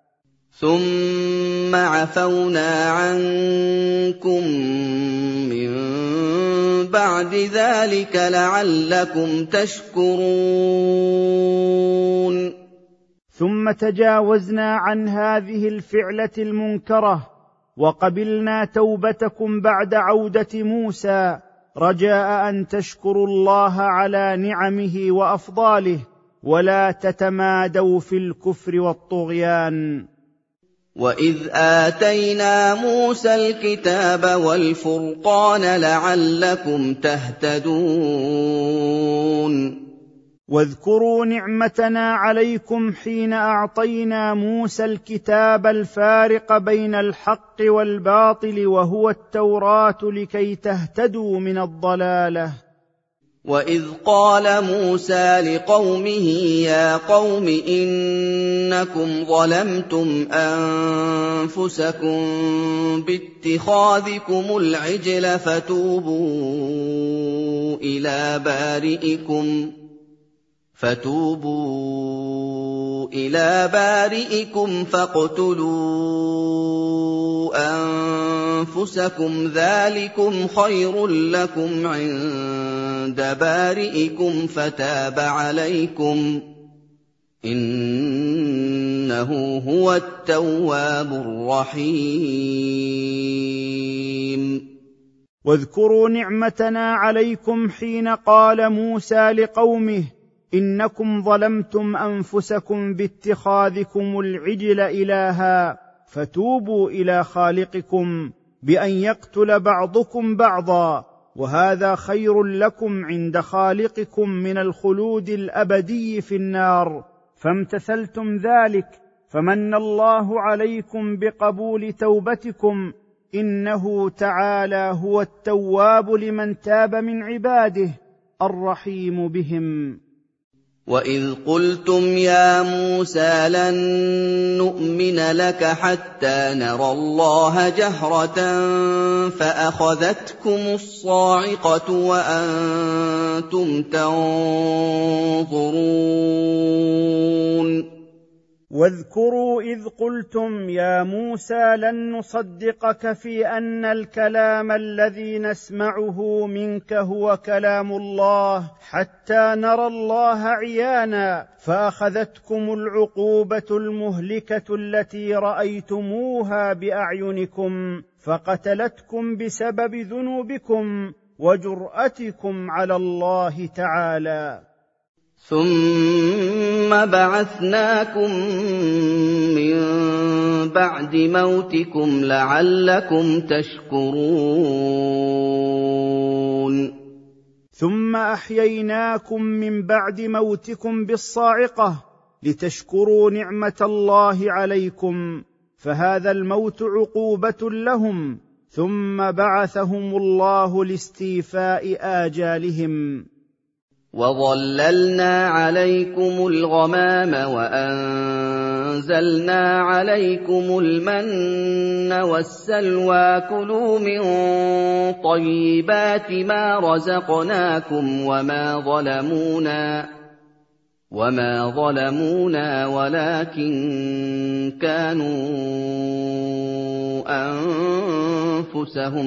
ثُمَّ عَفَوْنَا عَنكُم مِّن بَعْدِ ذَٰلِكَ لَعَلَّكُمْ تَشْكُرُونَ ثم تجاوزنا عن هذه الفعلة المنكرة وقبلنا توبتكم بعد عودة موسى، رجاء أن تشكروا الله على نعمه وأفضاله ولا تتمادوا في الكفر والطغيان. وَإِذْ آتَيْنَا مُوسَى الْكِتَابَ وَالْفُرْقَانَ لَعَلَّكُمْ تَهْتَدُونَ واذكروا نعمتنا عليكم حين أعطينا موسى الكتاب الفارق بين الحق والباطل وهو التوراة لكي تهتدوا من الضلالة. وَإِذْ قَالَ مُوسَىٰ لِقَوْمِهِ يَا قَوْمِ إِنَّكُمْ ظَلَمْتُمْ أَنفُسَكُم بِاتِّخَاذِكُمُ الْعِجْلَ فَتُوبُوا إِلَىٰ بَارِئِكُمْ فَاقْتُلُوا أَنفُسَكُمْ ذَٰلِكُمْ خَيْرٌ لَّكُمْ عِندَ بَارِئِكُمْ فَتَابَ عَلَيْكُمْ ۚ إِنَّهُ هُوَ التَّوَّابُ الرَّحِيمُ. واذكروا نعمتنا عليكم حين قال موسى لقومه إنكم ظلمتم أنفسكم باتخاذكم العجل إلها فتوبوا إلى خالقكم بأن يقتل بعضكم بعضا، وهذا خير لكم عند خالقكم من الخلود الأبدي في النار، فامتثلتم ذلك فمن الله عليكم بقبول توبتكم، إنه تعالى هو التواب لمن تاب من عباده الرحيم بهم. وَإِذْ قُلْتُمْ يَا مُوسَىٰ لَن نُّؤْمِنَ لَكَ حَتَّىٰ نَرَى اللَّهَ جَهْرَةً فَأَخَذَتْكُمُ الصَّاعِقَةُ وَأَنتُمْ تَنظُرُونَ واذكروا إذ قلتم يا موسى لن نصدقك في أن الكلام الذي نسمعه منك هو كلام الله حتى نرى الله عيانا، فأخذتكم العقوبة المهلكة التي رأيتموها بأعينكن فقتلتكم بسبب ذنوبكم وجرأتكم على الله تعالى. ثُمَّ بَعَثْنَاكُم مِّن بَعْدِ مَوْتِكُمْ لَعَلَّكُمْ تَشْكُرُونَ ثُمَّ أَحْيَيْنَاكُم مِّن بَعْدِ موتكم بالصاعقة لتشكروا نعمة الله عليكم، فهذا الموت عقوبة لهم، ثم بعثهم الله لاستيفاء آجالهم. وَظَلَّلْنَا عَلَيْكُمُ الْغَمَامَ وَأَنزَلْنَا عَلَيْكُمُ الْمَنَّ وَالسَّلْوَىٰ ۖ كُلُوا مِن طَيِّبَاتِ مَا رَزَقْنَاكُمْ وَمَا ظَلَمُونَا وَلَٰكِن كَانُوا أَنفُسَهُمْ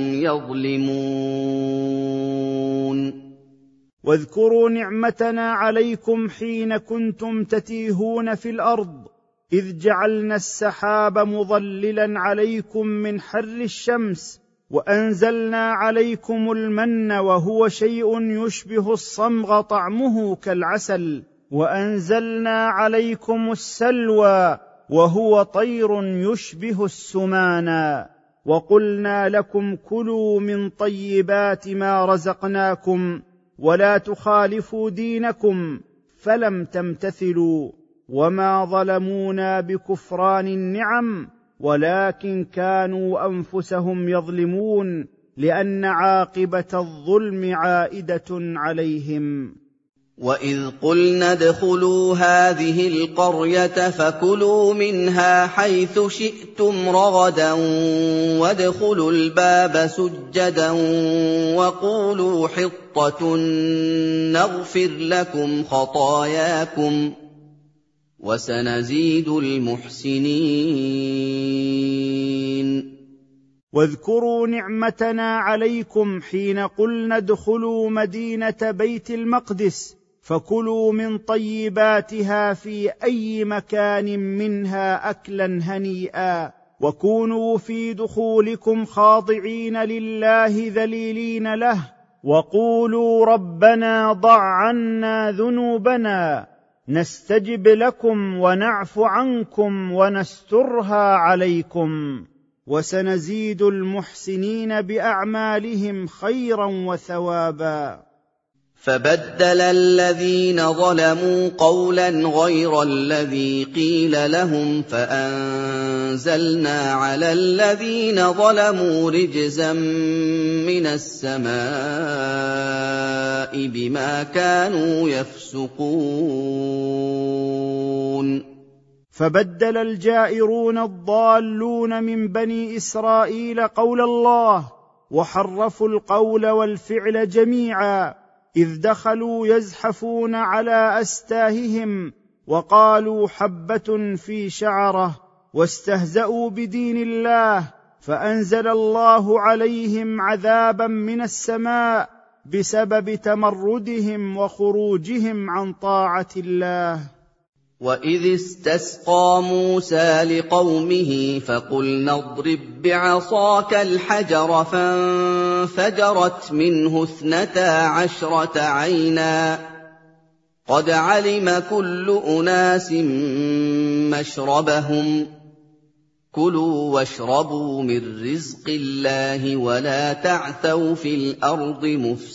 يَظْلِمُونَ واذكروا نعمتنا عليكم حين كنتم تتيهون في الأرض إذ جعلنا السحاب مظللا عليكم من حر الشمس، وأنزلنا عليكم المن وهو شيء يشبه الصمغ طعمه كالعسل، وأنزلنا عليكم السلوى وهو طير يشبه السمانا، وقلنا لكم كلوا من طيبات ما رزقناكم ولا تخالفوا دينكم، فلم تمتثلوا، وما ظلمونا بكفران النعم ولكن كانوا أنفسهم يظلمون، لأن عاقبة الظلم عائدة عليهم. وَإِذْ قُلْنَا ادْخُلُوا هَٰذِهِ الْقَرْيَةَ فَكُلُوا مِنْهَا حَيْثُ شِئْتُمْ رَغَدًا وَادْخُلُوا الْبَابَ سُجَّدًا وَقُولُوا حِطَّةٌ نَّغْفِرْ لَكُمْ خَطَايَاكُمْ ۚ وسنزيد المحسنين. واذكروا نعمتنا عليكم حين قلنا ادخلوا مدينة بيت المقدس فكلوا من طيباتها في أي مكان منها أكلا هنيئا، وكونوا في دخولكم خاضعين لله ذليلين له، وقولوا ربنا ضع عنا ذنوبنا نستجب لكم ونعف عنكم ونسترها عليكم، وسنزيد المحسنين بأعمالهم خيرا وثوابا. فبدل الذين ظلموا قولا غير الذي قيل لهم فأنزلنا على الذين ظلموا رجزا من السماء بما كانوا يفسقون. فبدل الجائرون الضالون من بني إسرائيل قول الله وحرفوا القول والفعل جميعا، إذ دخلوا يزحفون على أستاههم وقالوا حبة في شعرة، واستهزأوا بدين الله فأنزل الله عليهم عذابا من السماء بسبب تمردهم وخروجهم عن طاعة الله. وَإِذِ اسْتَسْقَىٰ مُوسَىٰ لِقَوْمِهِ فَقُلْنَا اضْرِب بِّعَصَاكَ الْحَجَرَ فَانفَجَرَتْ مِنْهُ 12 عَيْنًا ۖ قَدْ عَلِمَ كُلُّ أُنَاسٍ مَّشْرَبَهُمْ ۖ كُلُوا وَاشْرَبُوا مِن رِّزْقِ اللَّهِ وَلَا تَعْثَوْا فِي الْأَرْضِ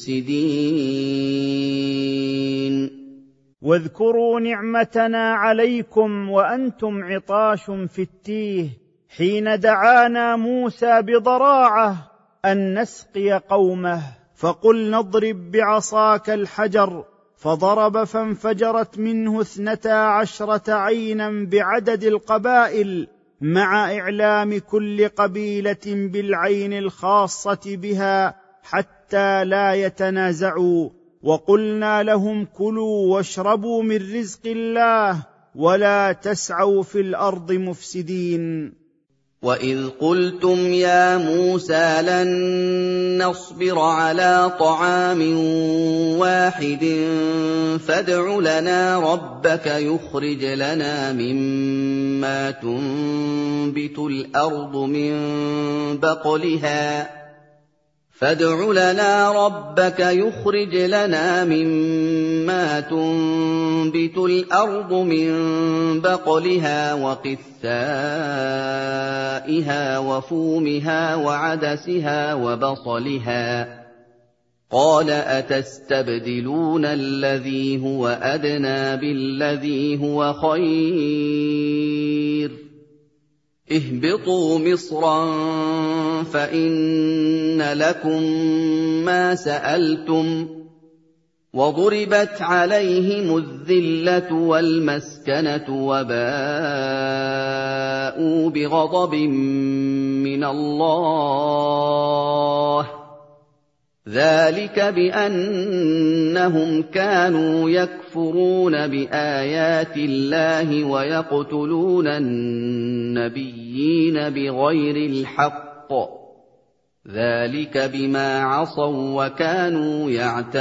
مُفْسِدِينَ. واذكروا نعمتنا عليكم وأنتم عطاش في التيه حين دعانا موسى بضراعة أن نسقي قومه، فقلنا اضرب بعصاك الحجر فضرب فانفجرت منه 12 عينا بعدد القبائل، مع إعلام كل قبيلة بالعين الخاصة بها حتى لا يتنازعوا، وقلنا لهم كلوا واشربوا من رزق الله ولا تسعوا في الأرض مفسدين. وَإِذْ قُلْتُمْ يَا مُوسَىٰ لَن نَّصْبِرَ عَلَىٰ طَعَامٍ وَاحِدٍ فَادْعُ لَنَا رَبَّكَ يُخْرِجْ لَنَا مِمَّا تُنبِتُ الْأَرْضُ مِن بَقْلِهَا وَقِثَّائِهَا وَفُومِهَا وَعَدَسِهَا وَبَصَلِهَا ۖ قَالَ أَتَسْتَبْدِلُونَ الَّذِي هُوَ أَدْنَىٰ بِالَّذِي هُوَ خَيْرٌ ۚ اهْبِطُوا مِصْرًا فَإِنَّ لَكُم مَّا سَأَلْتُمْ ۗ وَضُرِبَتْ عَلَيْهِمُ الذِّلَّةُ وَالْمَسْكَنَةُ وَبَاءُوا بِغَضَبٍ مِّنَ اللَّهِ ۗ ذَٰلِكَ بِأَنَّهُمْ كَانُوا يَكْفُرُونَ بِآيَاتِ اللَّهِ وَيَقْتُلُونَ النَّبِيِّينَ بِغَيْرِ الْحَقِّ ۗ ذَٰلِكَ بِمَا عَصَوا وَّكَانُوا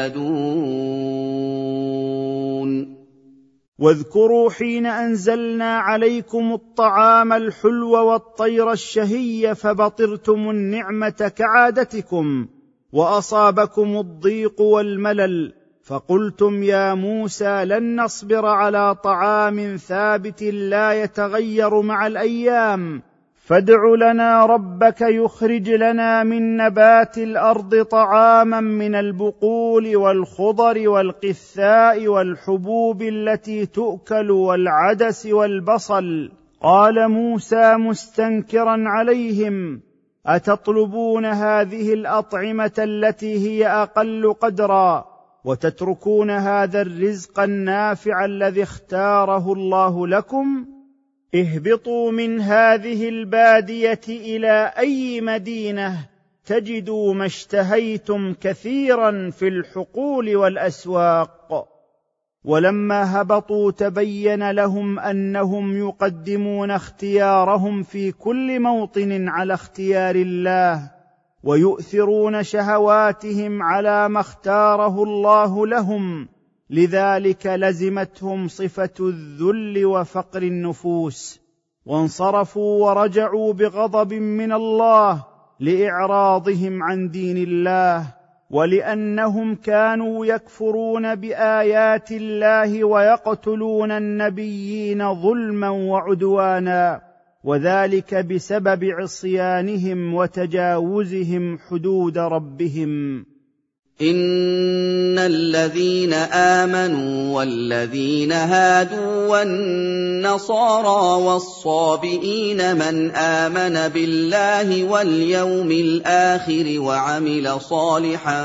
يَعْتَدُونَ. واذكروا حين أنزلنا عليكم الطعام الحلو والطير الشهي فبطرتم النعمة كعادتكم، وأصابكم الضيق والملل، فقلتم يا موسى لن نصبر على طعام ثابت لا يتغير مع الأيام، فادع لنا ربك يخرج لنا من نبات الأرض طعاما من البقول والخضر والقثاء والحبوب التي تؤكل والعدس والبصل. قال موسى مستنكرا عليهم أتطلبون هذه الأطعمة التي هي أقل قدرا وتتركون هذا الرزق النافع الذي اختاره الله لكم؟ اهبطوا من هذه البادية إلى أي مدينة تجدوا ما اشتهيتم كثيرا في الحقول والأسواق. ولما هبطوا تبين لهم انهم يقدمون اختيارهم في كل موطن على اختيار الله، ويؤثرون شهواتهم على ما اختاره الله لهم، لذلك لزمتهم صفه الذل وفقر النفوس، وانصرفوا ورجعوا بغضب من الله لاعراضهم عن دين الله، ولانهم كانوا يكفرون بايات الله ويقتلون النبيين ظلما وعدوانا، وذلك بسبب عصيانهم وتجاوزهم حدود ربهم. إن الذين آمنوا والذين هادوا والنصارى والصابئين من آمن بالله واليوم الآخر وعمل صالحا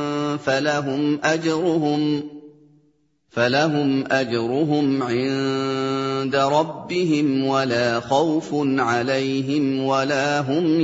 فلهم أجرهم عند ربهم ولا خوف عليهم ولا هم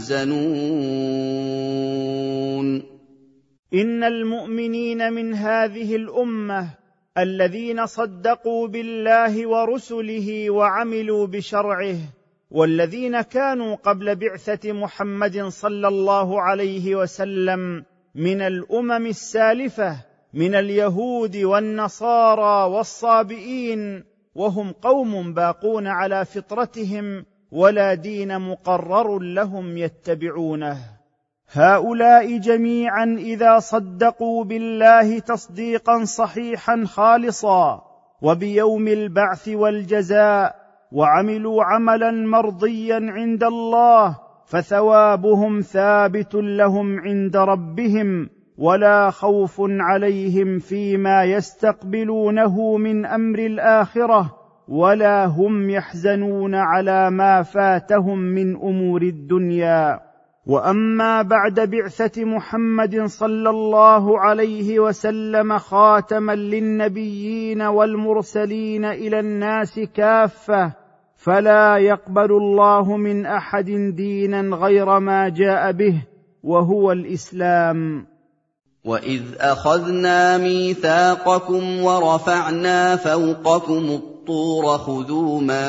يحزنون. إن المؤمنين من هذه الأمة الذين صدقوا بالله ورسله وعملوا بشرعه، والذين كانوا قبل بعثة محمد صلى الله عليه وسلم من الأمم السالفة من اليهود والنصارى والصابئين، وهم قوم باقون على فطرتهم ولا دين مقرر لهم يتبعونه. هؤلاء جميعا إذا صدقوا بالله تصديقا صحيحا خالصا وبيوم البعث والجزاء، وعملوا عملا مرضيا عند الله، فثوابهم ثابت لهم عند ربهم، ولا خوف عليهم فيما يستقبلونه من أمر الآخرة، ولا هم يحزنون على ما فاتهم من أمور الدنيا. وأما بعد بعثة محمد صلى الله عليه وسلم خاتما للنبيين والمرسلين إلى الناس كافة، فلا يقبل الله من أحد دينا غير ما جاء به، وهو الإسلام. وَإِذْ أَخَذْنَا مِيثَاقَكُمْ وَرَفَعْنَا فَوْقَكُمُ الطُّورَ خُذُوا مَا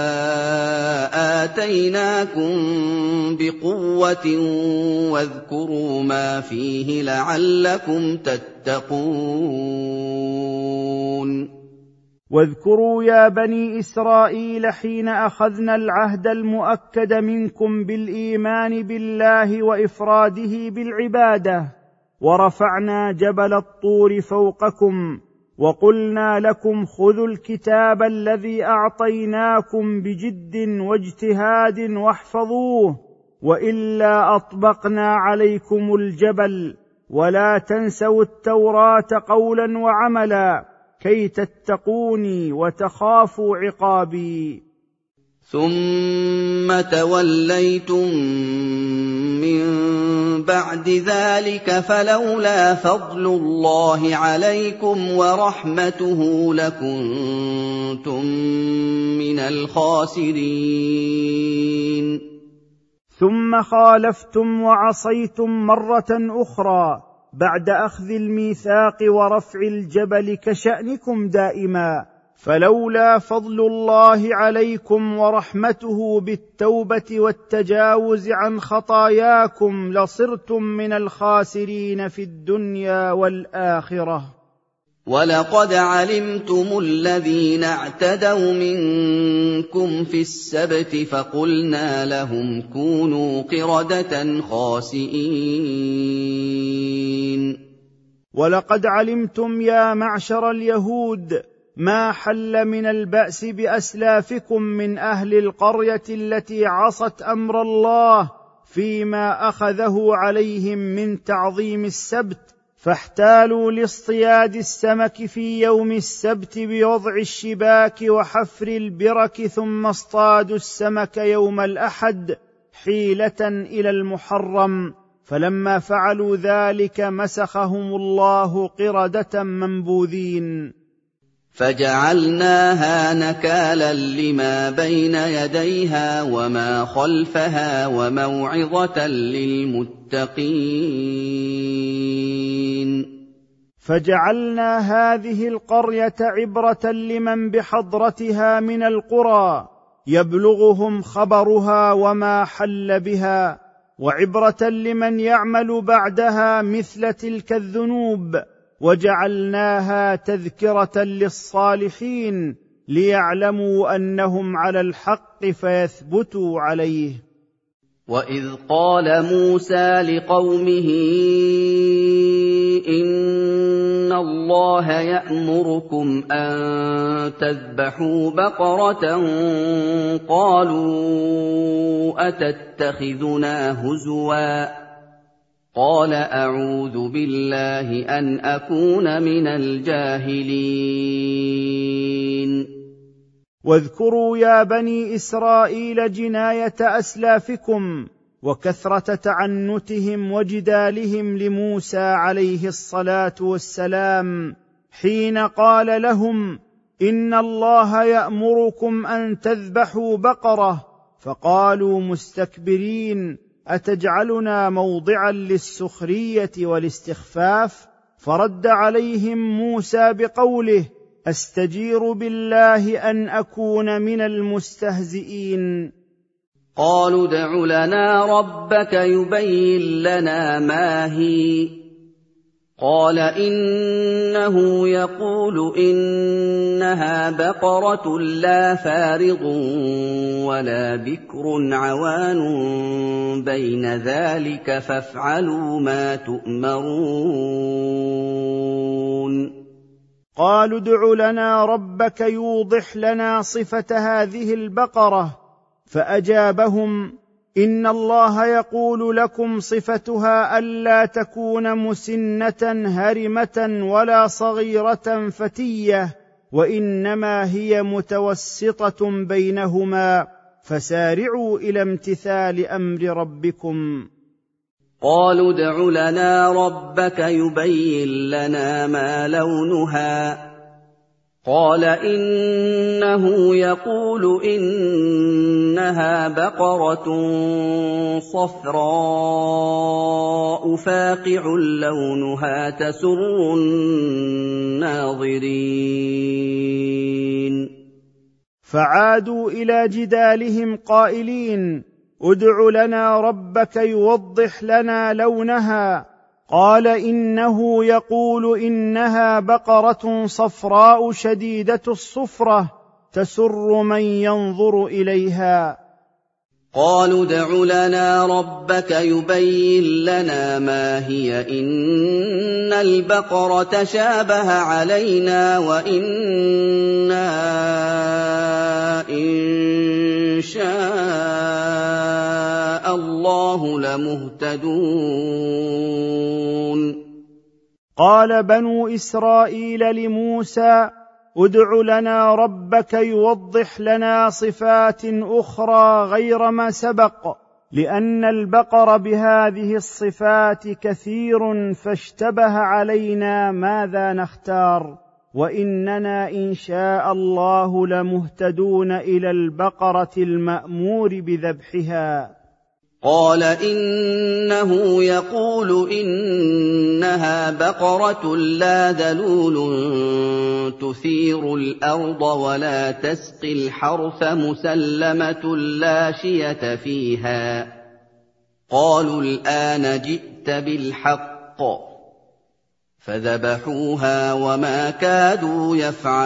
آتَيْنَاكُم بِقُوَّةٍ وَاذْكُرُوا مَا فِيهِ لَعَلَّكُمْ تَتَّقُونَ. واذكروا يا بني إسرائيل حين أخذنا العهد المؤكد منكم بالإيمان بالله وإفراده بالعبادة، ورفعنا جبل الطور فوقكم، وقلنا لكم خذوا الكتاب الذي أعطيناكم بجد واجتهاد واحفظوه، وإلا أطبقنا عليكم الجبل، ولا تنسوا التوراة قولا وعملا كي تتقوني وتخافوا عقابي. ثم توليتم من بعد ذلك فلولا فضل الله عليكم ورحمته لكنتم من الخاسرين. ثم خالفتم وعصيتم مرة أخرى بعد أخذ الميثاق ورفع الجبل كشأنكم دائما، فلولا فضل الله عليكم ورحمته بالتوبة والتجاوز عن خطاياكم لصرتم من الخاسرين في الدنيا والآخرة. وَلَقَدْ عَلِمْتُمُ الَّذِينَ اعْتَدَوْا مِنكُمْ فِي السَّبْتِ فَقُلْنَا لَهُمْ كُونُوا قِرَدَةً خَاسِئِينَ. ولقد علمتم يا معشر اليهود ما حل من البأس بأسلافكم من أهل القرية التي عصت أمر الله فيما أخذه عليهم من تعظيم السبت، فاحتالوا لاصطياد السمك في يوم السبت بوضع الشباك وحفر البرك، ثم اصطادوا السمك يوم الأحد حيلة إلى المحرم، فلما فعلوا ذلك مسخهم الله قردة منبوذين. فَجَعَلْنَاهَا نَكَالًا لِّمَا بَيْنَ يَدَيْهَا وَمَا خَلْفَهَا وَمَوْعِظَةً لِّلْمُتَّقِينَ. فجعلنا هذه القرية عبرة لمن بحضرتها من القرى يبلغهم خبرها وما حل بها، وعبرة لمن يعمل بعدها مثل تلك الذنوب، وجعلناها تذكرة للصالحين ليعلموا أنهم على الحق فيثبتوا عليه. وإذ قال موسى لقومه إن الله يأمركم أن تذبحوا بقرة قالوا أتتخذنا هزوا قال أعوذ بالله أن أكون من الجاهلين. واذكروا يا بني إسرائيل جناية أسلافكم وكثرة تعنتهم وجدالهم لموسى عليه الصلاة والسلام حين قال لهم إن الله يأمركم أن تذبحوا بقرة، فقالوا مستكبرين أتجعلنا موضعا للسخرية والاستخفاف؟ فرد عليهم موسى بقوله أستجير بالله أن أكون من المستهزئين. قالوا ادع لنا ربك يبين لنا ما هي قال إنه يقول إنها بقرة لا فارض ولا بكر عوان بين ذلك فافعلوا ما تؤمرون. قالوا ادع لنا ربك يوضح لنا صفة هذه البقرة، فأجابهم إن الله يقول لكم صفتها ألا تكون مسنة هرمة ولا صغيرة فتية، وإنما هي متوسطة بينهما، فسارعوا إلى امتثال أمر ربكم. قالوا ادع لنا ربك يبين لنا ما لونها قال إنه يقول إنها بقرة صفراء فاقع لونها تسر الناظرين. فعادوا إلى جدالهم قائلين ادع لنا ربك يوضح لنا لونها. قال إنه يقول إنها بقرة صفراء شديدة الصفرة تسر من ينظر إليها. قالوا ادع لنا ربك يبين لنا ما هي إن البقرة شابه علينا وإنا إن شاء الله لمهتدون. قال بنو إسرائيل لموسى ادع لنا ربك يوضح لنا صفات أخرى غير ما سبق، لأن البقر بهذه الصفات كثير فاشتبه علينا ماذا نختار، وإننا إن شاء الله لمهتدون إلى البقرة المأمور بذبحها. قال إنه يقول إنها بقرة لا ذلول تثير الأرض ولا تسقي الحرث مسلمة لا شية فيها. قالوا الآن جئت بالحق فذبحوها وما كادوا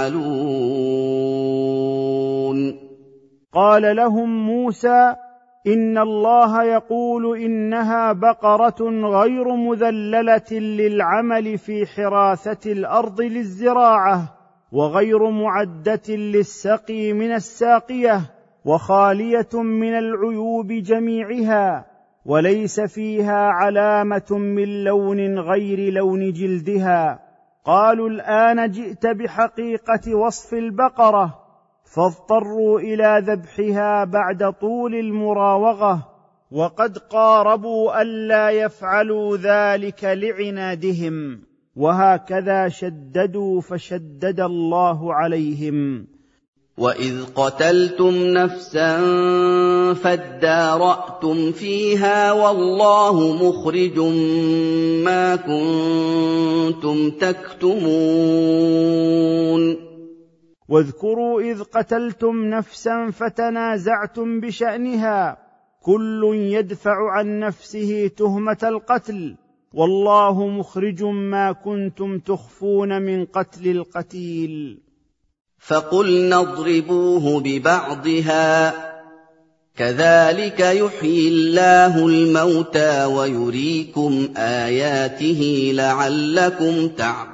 يفعلون. قال لهم موسى إن الله يقول إنها بقرة غير مذللة للعمل في حراثة الأرض للزراعة، وغير معدة للسقي من الساقية، وخالية من العيوب جميعها، وليس فيها علامة من لون غير لون جلدها. قالوا الآن جئت بحقيقة وصف البقرة، فاضطروا إلى ذبحها بعد طول المراوغة، وقد قاربوا ألا يفعلوا ذلك لعنادهم، وهكذا شددوا فشدد الله عليهم. وَإِذْ قَتَلْتُمْ نَفْسًا فَادَّارَأْتُمْ فِيهَا وَاللَّهُ مُخْرِجٌ مَّا كُنتُمْ تَكْتُمُونَ واذكروا إذ قتلتم نفسا فتنازعتم بشأنها كل يدفع عن نفسه تهمة القتل والله مخرج ما كنتم تخفون من قتل القتيل. فقلنا اضربوه ببعضها كذلك يحيي الله الموتى ويريكم آياته لعلكم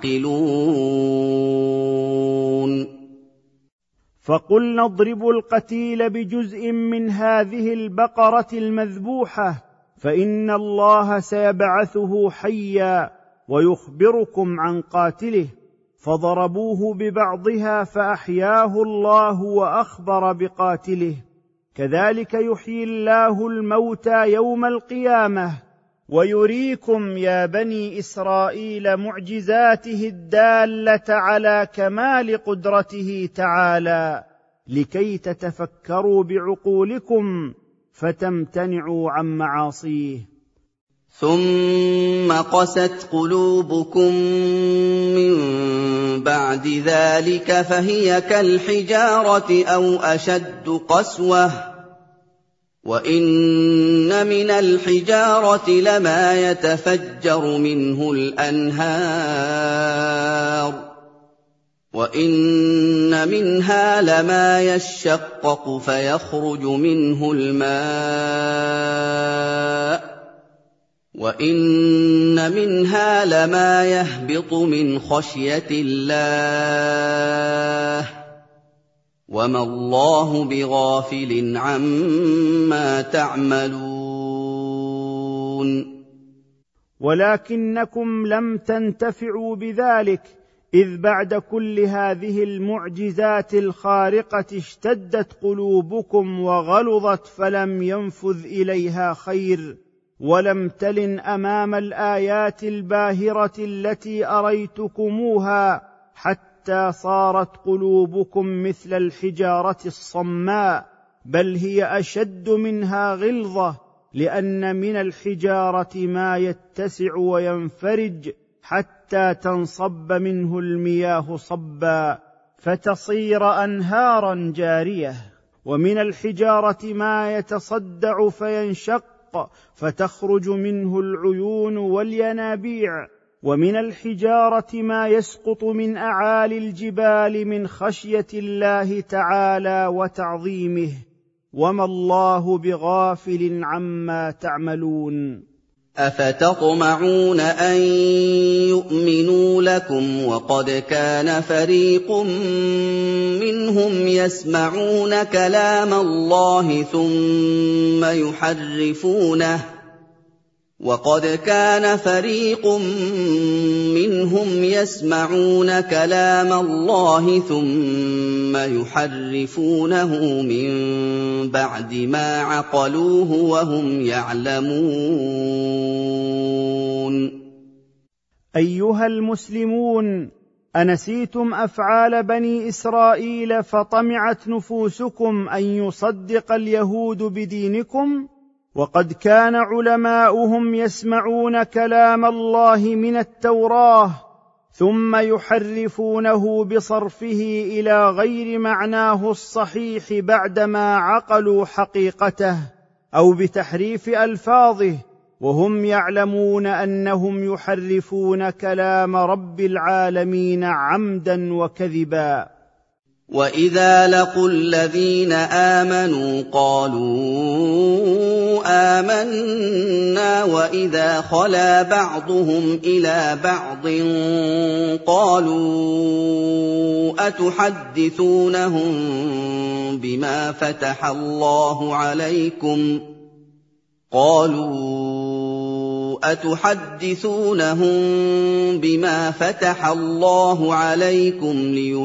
تعقلون. فقلنا اضربوا القتيل بجزء من هذه البقرة المذبوحة فإن الله سيبعثه حيا ويخبركم عن قاتله. فضربوه ببعضها فأحياه الله وأخبر بقاتله. كذلك يحيي الله الموتى يوم القيامة ويريكم يا بني إسرائيل معجزاته الدالة على كمال قدرته تعالى لكي تتفكروا بعقولكم فتمتنعوا عن معاصيه. ثم قست قلوبكم من بعد ذلك فهي كالحجارة أو أشد قسوة وإن من الحجارة لما يتفجر منه الأنهار وإن منها لما يشقق فيخرج منه الماء وَإِنَّ مِنْهَا لَمَا يَهْبِطُ مِنْ خَشْيَةِ اللَّهِ وَمَا اللَّهُ بِغَافِلٍ عَمَّا تَعْمَلُونَ. ولكنكم لم تنتفعوا بذلك إذ بعد كل هذه المعجزات الخارقة اشتدت قلوبكم وغلظت فلم ينفذ إليها خير ولم تلن أمام الآيات الباهرة التي أريتكموها حتى صارت قلوبكم مثل الحجارة الصماء بل هي أشد منها غلظة لأن من الحجارة ما يتسع وينفرج حتى تنصب منه المياه صبا فتصير أنهارا جارية ومن الحجارة ما يتصدع فينشق فتخرج منه العيون والينابيع ومن الحجارة ما يسقط من أعالي الجبال من خشية الله تعالى وتعظيمه وما الله بغافل عما تعملون. أفتطمعون أن يؤمنوا لكم وقد كان فريق منهم يسمعون كلام الله ثم يحرفونه من بعد ما عقلوه وهم يعلمون. أيها المسلمون، أنسيتم أفعال بني إسرائيل فطمعت نفوسكم أن يصدق اليهود بدينكم؟ وقد كان علماؤهم يسمعون كلام الله من التوراة ثم يحرفونه بصرفه إلى غير معناه الصحيح بعدما عقلوا حقيقته أو بتحريف ألفاظه وهم يعلمون أنهم يحرفون كلام رب العالمين عمدا وكذبا. وَإِذَا لَقُوا الَّذِينَ آمَنُوا قَالُوا آمَنَّا وَإِذَا خَلَا بَعْضُهُمْ إِلَىٰ بَعْضٍ قَالُوا أَتُحَدِّثُونَهُم بِمَا فَتَحَ اللَّهُ عَلَيْكُمْ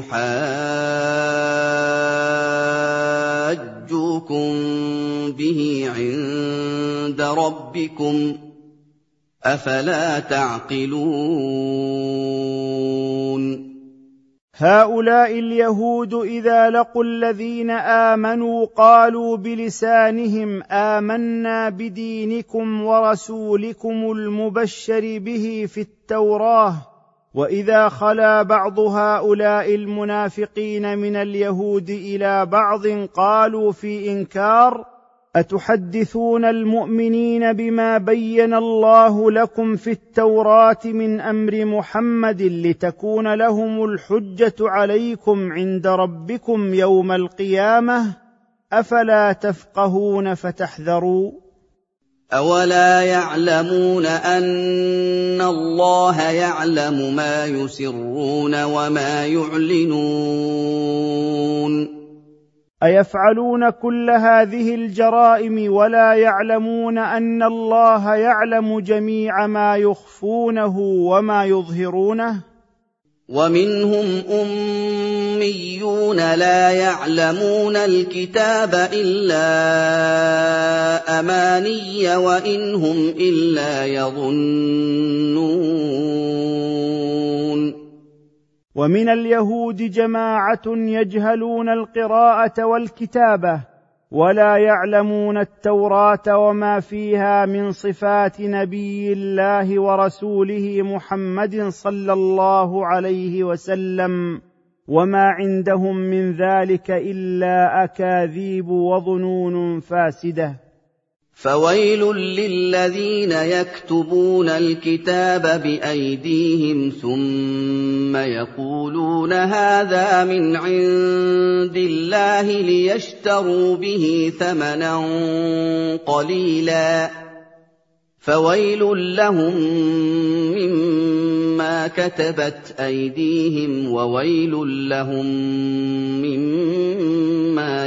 لِيُحَاجُّوكُم بِهِ عِندَ رَبِّكُمْ ۚ أَفَلَا تَعْقِلُونَ. هؤلاء اليهود إذا لقوا الذين آمنوا قالوا بلسانهم آمنا بدينكم ورسولكم المبشر به في التوراة، وإذا خلا بعض هؤلاء المنافقين من اليهود إلى بعض قالوا في إنكار: أتحدثون المؤمنين بما بين الله لكم في التوراة من أمر محمد لتكون لهم الحجة عليكم عند ربكم يوم القيامة، أفلا تفقهون فتحذروا؟ أولا يعلمون أن الله يعلم ما يسرون وما يعلنون؟ أيفعلون كل هذه الجرائم ولا يعلمون أن الله يعلم جميع ما يخفونه وما يظهرونه؟ ومنهم أميون لا يعلمون الكتاب إلا أماني وإن هم إلا يظنون. ومن اليهود جماعة يجهلون القراءة والكتابة ولا يعلمون التوراة وما فيها من صفات نبي الله ورسوله محمد صلى الله عليه وسلم، وما عندهم من ذلك إلا أكاذيب وظنون فاسدة. فويل للذين يكتبون الكتاب بأيديهم ثم يقولون هذا من عند الله ليشتروا به ثمنا قليلا، فويل لهم مما كتبت أيديهم وويل لهم مما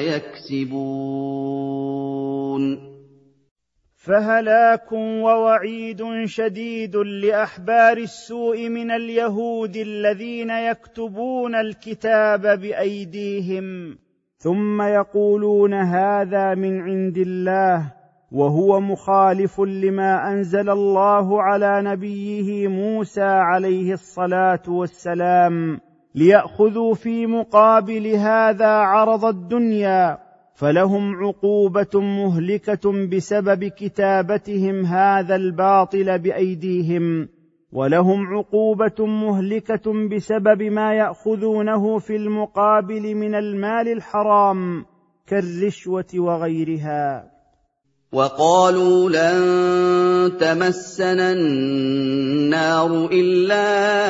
يكسبون. فهلاك ووعيد شديد لأحبار السوء من اليهود الذين يكتبون الكتاب بأيديهم ثم يقولون هذا من عند الله، وهو مخالف لما أنزل الله على نبيه موسى عليه الصلاة والسلام، ليأخذوا في مقابل هذا عرض الدنيا، فلهم عقوبة مهلكة بسبب كتابتهم هذا الباطل بأيديهم، ولهم عقوبة مهلكة بسبب ما يأخذونه في المقابل من المال الحرام كالرشوة وغيرها. وقالوا لن تمسنا النار إلا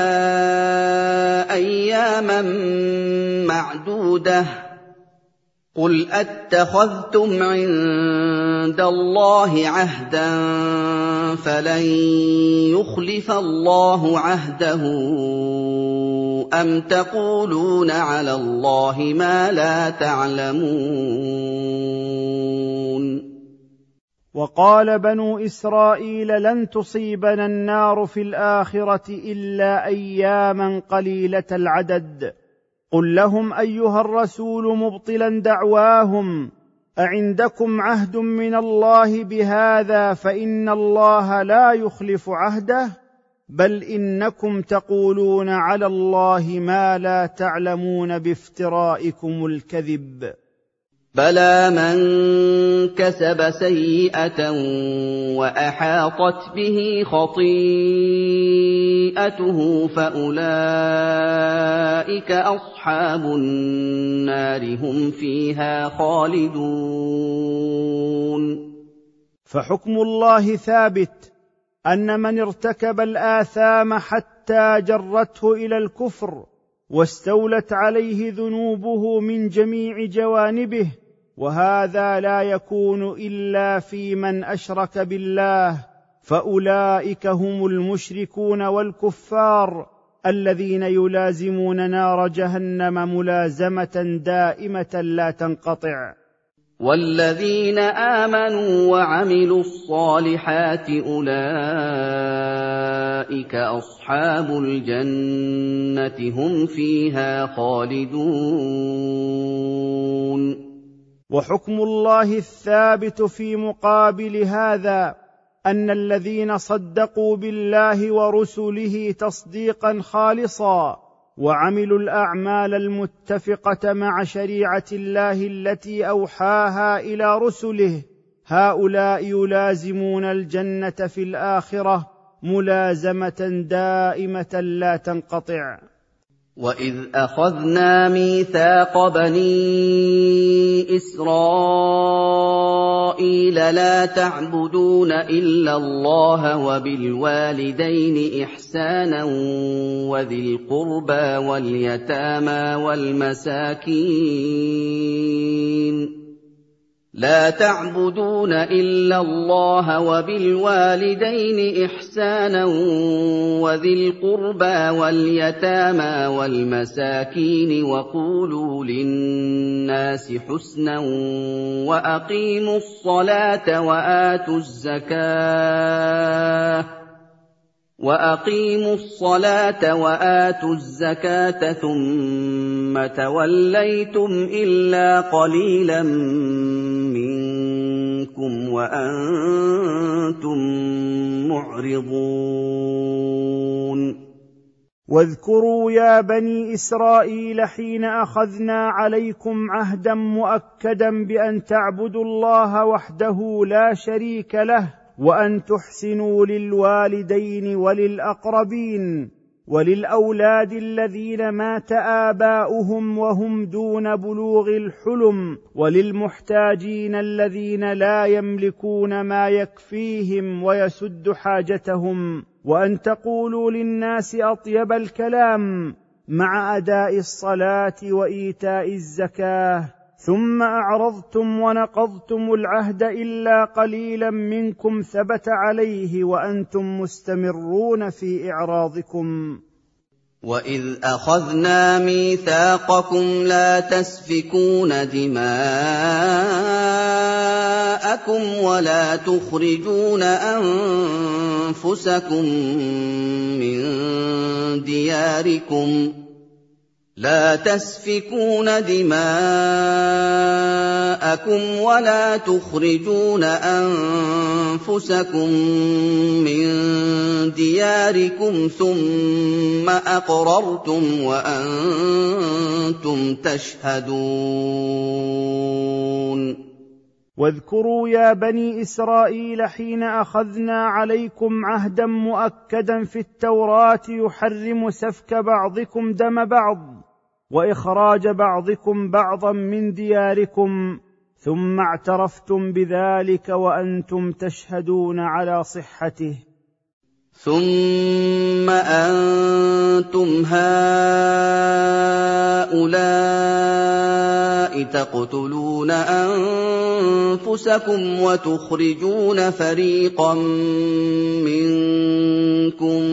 أياما معدودة، قل أتخذتم عند الله عهدا فلن يخلف الله عهده أم تقولون على الله ما لا تعلمون. وقال بنو إسرائيل لن تصيبنا النار في الآخرة إلا أياما قليلة العدد، قل لهم أيها الرسول مبطلا دعواهم: أعندكم عهد من الله بهذا؟ فإن الله لا يخلف عهده، بل إنكم تقولون على الله ما لا تعلمون بافترائكم الكذب. بلى من كسب سيئة وأحاطت به خطيئته فأولئك أصحاب النار هم فيها خالدون. فحكم الله ثابت، أن من ارتكب الآثام حتى جرته إلى الكفر واستولت عليه ذنوبه من جميع جوانبه، وهذا لا يكون إلا في من أشرك بالله، فأولئك هم المشركون والكفار الذين يلازمون نار جهنم ملازمة دائمة لا تنقطع. والذين آمنوا وعملوا الصالحات أولئك أصحاب الجنة هم فيها خالدون. وحكم الله الثابت في مقابل هذا أن الذين صدقوا بالله ورسله تصديقا خالصا وعملوا الأعمال المتفقة مع شريعة الله التي أوحاها إلى رسله، هؤلاء يلازمون الجنة في الآخرة ملازمة دائمة لا تنقطع. وَإِذْ أَخَذْنَا مِيثَاقَ بَنِي إِسْرَائِيلَ لَا تَعْبُدُونَ إِلَّا اللَّهَ وَبِالْوَالِدَيْنِ إِحْسَانًا وَذِي الْقُرْبَىٰ وَالْيَتَامَىٰ وَالْمَسَاكِينِ لا تعبدون إلا الله وبالوالدين إحسانا وذي القربى واليتامى والمساكين وقولوا للناس حسنا وأقيموا الصلاة وآتوا الزكاة ثم توليتم إلا قليلا منكم وأنتم معرضون. واذكروا يا بني إسرائيل حين أخذنا عليكم عهدا مؤكدا بأن تعبدوا الله وحده لا شريك له، وأن تحسنوا للوالدين وللأقربين وللأولاد الذين مات آباؤهم وهم دون بلوغ الحلم، وللمحتاجين الذين لا يملكون ما يكفيهم ويسد حاجتهم، وأن تقولوا للناس أطيب الكلام مع أداء الصلاة وإيتاء الزكاة، ثم أعرضتم ونقضتم العهد إلا قليلا منكم ثبت عليه وأنتم مستمرون في إعراضكم. وَإِذْ أَخَذْنَا مِيثَاقَكُمْ لَا تَسْفِكُونَ دِمَاءَكُمْ وَلَا تُخْرِجُونَ أَنفُسَكُم من دياركم ثم أقررتم وأنتم تشهدون. واذكروا يا بني إسرائيل حين أخذنا عليكم عهدا مؤكدا في التوراة يحرم سفك بعضكم دم بعض وإخراج بعضكم بعضا من دياركم، ثم اعترفتم بذلك وأنتم تشهدون على صحته. ثم أنتم هؤلاء تقتلون أنفسكم وتخرجون فريقا منكم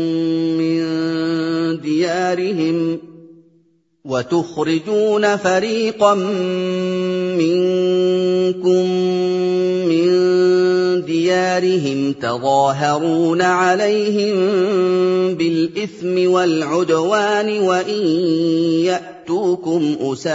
من ديارهم تظاهرون عليهم بالإثم والعدوان وإن يأتوكم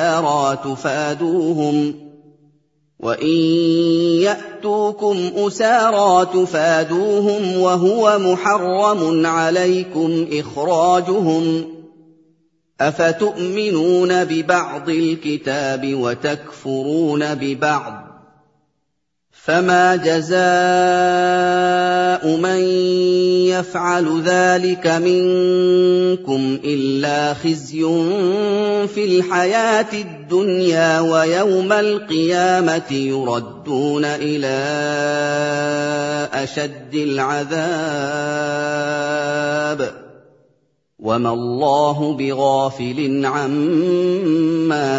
أسارى تفادوهم وهو محرم عليكم إخراجهم، أفتؤمنون ببعض الكتاب وتكفرون ببعض؟ فما جزاء من يفعل ذلك منكم إلا خزي في الحياة الدنيا ويوم القيامة يردون إلى أشد العذاب وما الله بغافل عما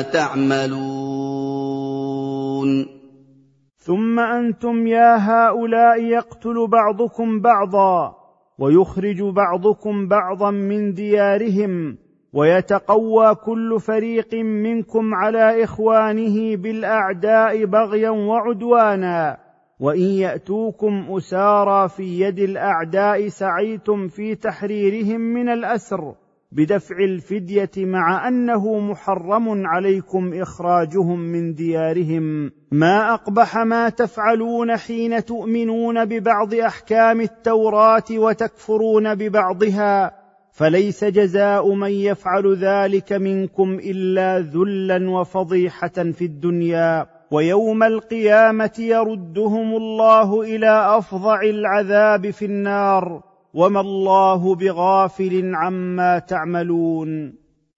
تعملون. ثم أنتم يا هؤلاء يقتل بعضكم بعضا ويخرج بعضكم بعضا من ديارهم، ويتقوى كل فريق منكم على إخوانه بالأعداء بغيا وعدوانا، وإن يأتوكم أسارى في يد الأعداء سعيتم في تحريرهم من الأسر بدفع الفدية، مع أنه محرم عليكم إخراجهم من ديارهم. ما أقبح ما تفعلون حين تؤمنون ببعض أحكام التوراة وتكفرون ببعضها، فليس جزاء من يفعل ذلك منكم إلا ذلا وفضيحة في الدنيا، ويوم القيامة يردهم الله إلى أفظع العذاب في النار، وما الله بغافل عما تعملون.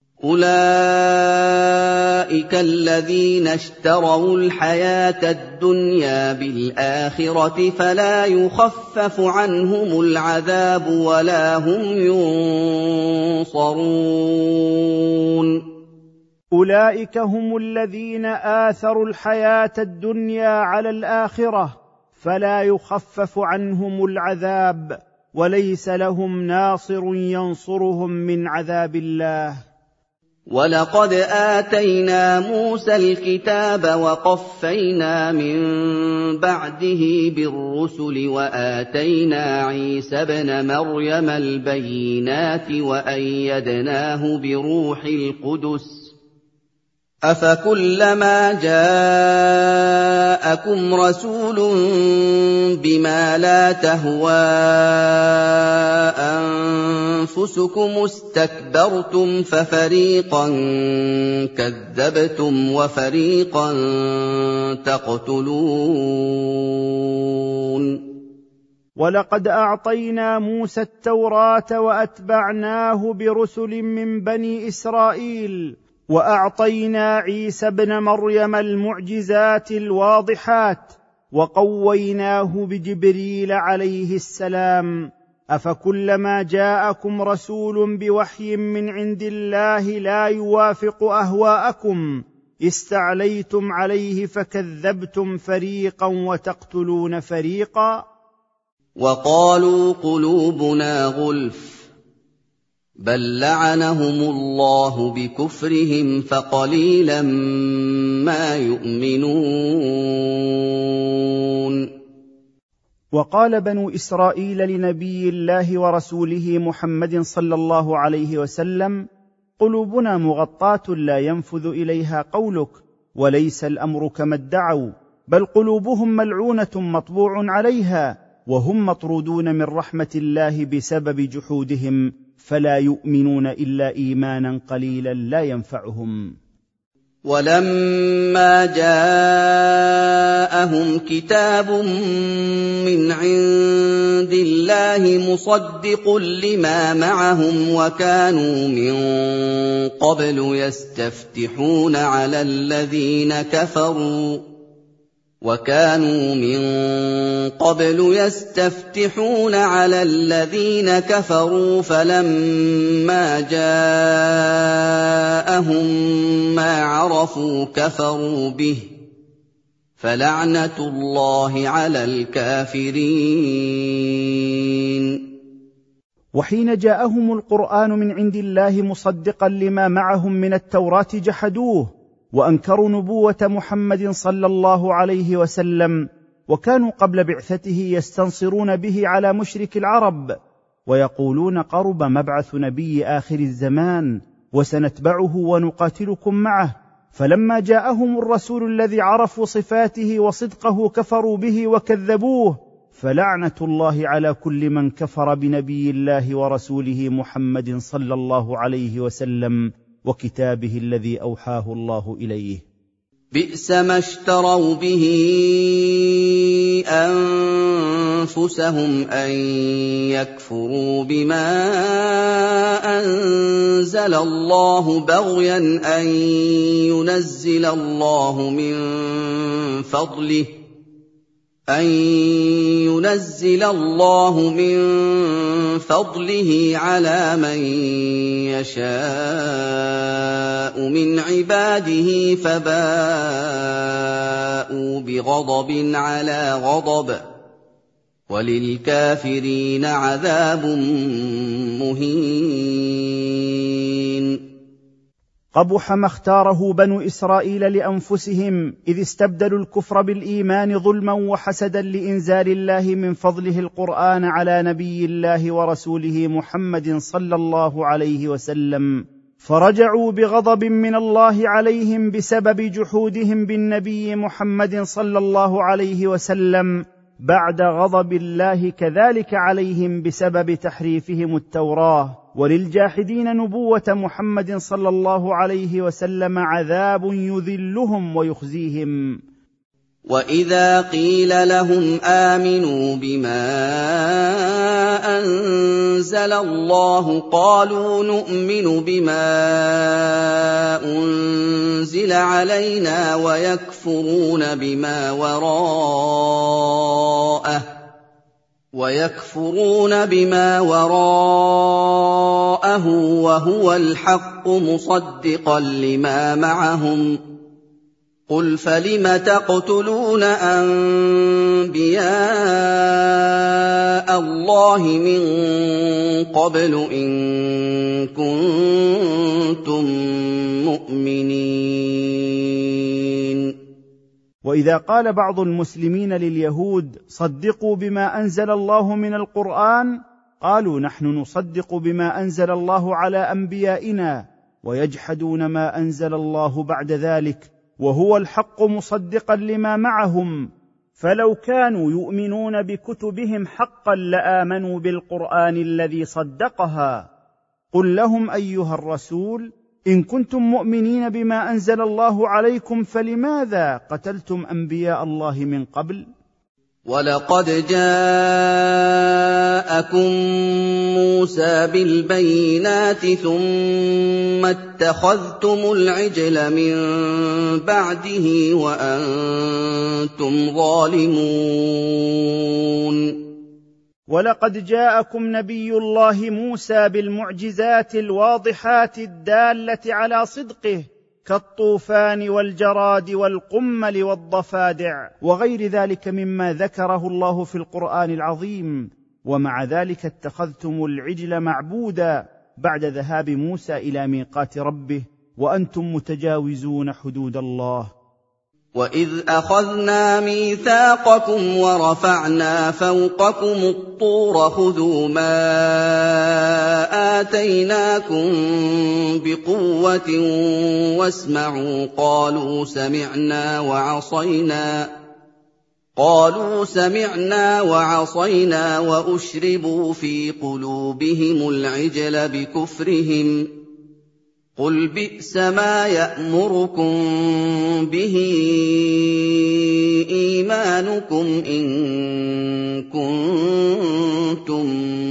أولئك الذين اشتروا الحياة الدنيا بالآخرة فلا يخفف عنهم العذاب ولا هم ينصرون. أولئك هم الذين آثروا الحياة الدنيا على الآخرة فلا يخفف عنهم العذاب وليس لهم ناصر ينصرهم من عذاب الله. ولقد آتينا موسى الكتاب وقفينا من بعده بالرسل وآتينا عيسى ابن مريم البينات وأيدناه بروح القدس أفكلما جاءكم رسول بما لا تهوى أنفسكم استكبرتم ففريقا كذبتم وفريقا تقتلون. ولقد أعطينا موسى التوراة وأتبعناه برسل من بني إسرائيل، وأعطينا عيسى ابن مريم المعجزات الواضحات، وقويناه بجبريل عليه السلام. أفكلما جاءكم رسول بوحي من عند الله لا يوافق أهواءكم استعليتم عليه فكذبتم فريقا وتقتلون فريقا. وقالوا قلوبنا غلف بل لعنهم الله بكفرهم فقليلا ما يؤمنون. وقال بنو إسرائيل لنبي الله ورسوله محمد صلى الله عليه وسلم: قلوبنا مغطاة لا ينفذ إليها قولك، وليس الأمر كما ادعوا، بل قلوبهم ملعونة مطبوع عليها، وهم مطرودون من رحمة الله بسبب جحودهم، فلا يؤمنون إلا إيمانا قليلا لا ينفعهم. ولما جاءهم كتاب من عند الله مصدق لما معهم وكانوا من قبل يستفتحون على الذين كفروا فلما جاءهم ما عرفوا كفروا به فلعنة الله على الكافرين. وحين جاءهم القرآن من عند الله مصدقا لما معهم من التوراة جحدوه وأنكروا نبوة محمد صلى الله عليه وسلم، وكانوا قبل بعثته يستنصرون به على مشرك العرب، ويقولون: قرب مبعث نبي آخر الزمان وسنتبعه ونقاتلكم معه. فلما جاءهم الرسول الذي عرفوا صفاته وصدقه كفروا به وكذبوه، فلعنة الله على كل من كفر بنبي الله ورسوله محمد صلى الله عليه وسلم وكتابه الذي أوحاه الله إليه. بئس ما اشتروا به أنفسهم أن يكفروا بما أنزل الله بغيا أن ينزل الله من فضله على من يشاء من عباده فباءوا بغضب على غضب وللكافرين عذاب مهين. قبح ما اختاره بنو إسرائيل لأنفسهم إذ استبدلوا الكفر بالإيمان ظلما وحسدا لإنزال الله من فضله القرآن على نبي الله ورسوله محمد صلى الله عليه وسلم، فرجعوا بغضب من الله عليهم بسبب جحودهم بالنبي محمد صلى الله عليه وسلم، بعد غضب الله كذلك عليهم بسبب تحريفهم التوراة وللجاحدين نبوة محمد صلى الله عليه وسلم عذاب يذلهم ويخزيهم. وإذا قيل لهم آمنوا بما أنزل الله قالوا نؤمن بما أنزل علينا ويكفرون بما وراءه وهو الحق مصدقا لما معهم. قل فلم تقتلون أنبياء الله من قبل إن كنتم مؤمنين. وإذا قال بعض المسلمين لليهود صدقوا بما أنزل الله من القرآن، قالوا نحن نصدق بما أنزل الله على أنبيائنا، ويجحدون ما أنزل الله بعد ذلك وهو الحق مصدقا لما معهم. فلو كانوا يؤمنون بكتبهم حقا لآمنوا بالقرآن الذي صدقها. قل لهم أيها الرسول إن كنتم مؤمنين بما أنزل الله عليكم فلماذا قتلتم أنبياء الله من قبل؟ ولقد جاءكم موسى بالبينات ثم اتخذتم العجل من بعده وأنتم ظالمون. ولقد جاءكم نبي الله موسى بالمعجزات الواضحات الدالة على صدقه كالطوفان والجراد والقمل والضفادع وغير ذلك مما ذكره الله في القرآن العظيم، ومع ذلك اتخذتم العجل معبودا بعد ذهاب موسى إلى ميقات ربه وأنتم متجاوزون حدود الله. وَإِذْ أَخَذْنَا مِيثَاقَكُمْ وَرَفَعْنَا فَوْقَكُمُ الطُّورَ خُذُوا مَا آتَيْنَاكُمْ بِقُوَّةٍ وَاسْمَعُوا قَالُوا سَمِعْنَا وَعَصَيْنَا وَأُشْرِبُوا فِي قُلُوبِهِمُ الْعِجْلَ بِكُفْرِهِمْ. قُلْ بِئْسَ مَا يَأْمُرُكُم بِهِ إِيمَانُكُمْ إِن كُنتُم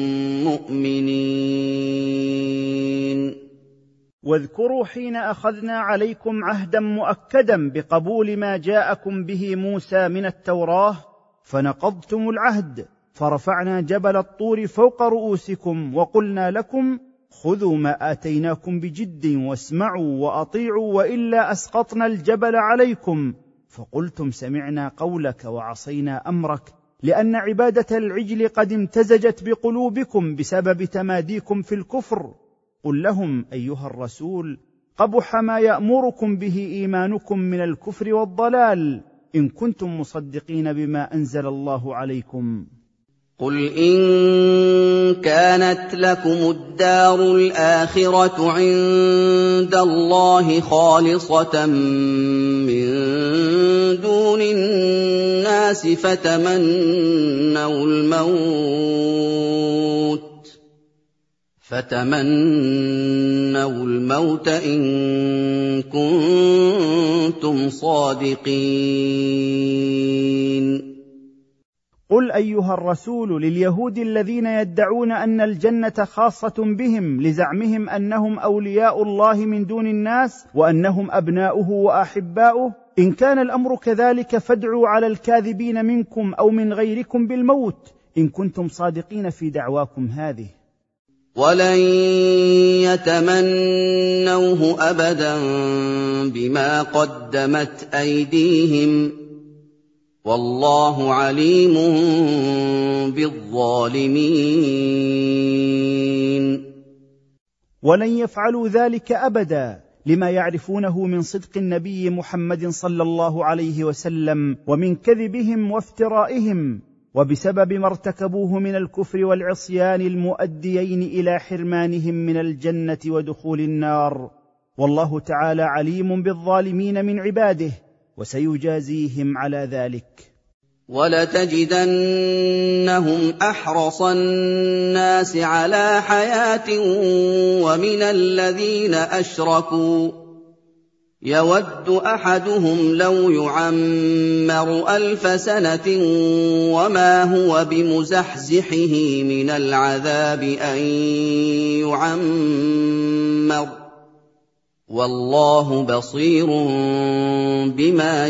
مُّؤْمِنِينَ. واذكروا حين أخذنا عليكم عهدا مؤكدا بقبول ما جاءكم به موسى من التوراة فنقضتم العهد، فرفعنا جبل الطور فوق رؤوسكم وقلنا لكم خذوا ما آتيناكم بجد واسمعوا وأطيعوا وإلا أسقطنا الجبل عليكم. فقلتم سمعنا قولك وعصينا أمرك، لأن عبادة العجل قد امتزجت بقلوبكم بسبب تماديكم في الكفر. قل لهم أيها الرسول قبح ما يأمركم به إيمانكم من الكفر والضلال إن كنتم مصدقين بما أنزل الله عليكم. قُلْ إِن كَانَتْ لَكُمُ الدَّارُ الْآخِرَةُ عِندَ اللَّهِ خَالِصَةً مِّن دُونِ النَّاسِ فَتَمَنَّوُا الْمَوْتَ إِن كُنتُمْ صَادِقِينَ. قل أيها الرسول لليهود الذين يدعون أن الجنة خاصة بهم لزعمهم أنهم أولياء الله من دون الناس وأنهم أبناؤه وأحباؤه، إن كان الأمر كذلك فادعوا على الكاذبين منكم أو من غيركم بالموت إن كنتم صادقين في دعواكم هذه. ولن يتمنوه أبدا بما قدمت أيديهم والله عليم بالظالمين. ولن يفعلوا ذلك أبدا لما يعرفونه من صدق النبي محمد صلى الله عليه وسلم ومن كذبهم وافترائهم، وبسبب ما ارتكبوه من الكفر والعصيان المؤديين إلى حرمانهم من الجنة ودخول النار. والله تعالى عليم بالظالمين من عباده وسيجازيهم على ذلك. وَلَتَجِدَنَّهُمْ أَحْرَصَ النَّاسِ عَلَىٰ حَيَاةٍ وَمِنَ الَّذِينَ أَشْرَكُوا يَوَدُّ أَحَدُهُمْ لَوْ يُعَمَّرُ 1000 سَنَةٍ وَمَا هُوَ بِمُزَحْزِحِهِ مِنَ الْعَذَابِ أَن يُعَمَّرَ ۗ وَاللَّهُ بَصِيرٌ بِمَا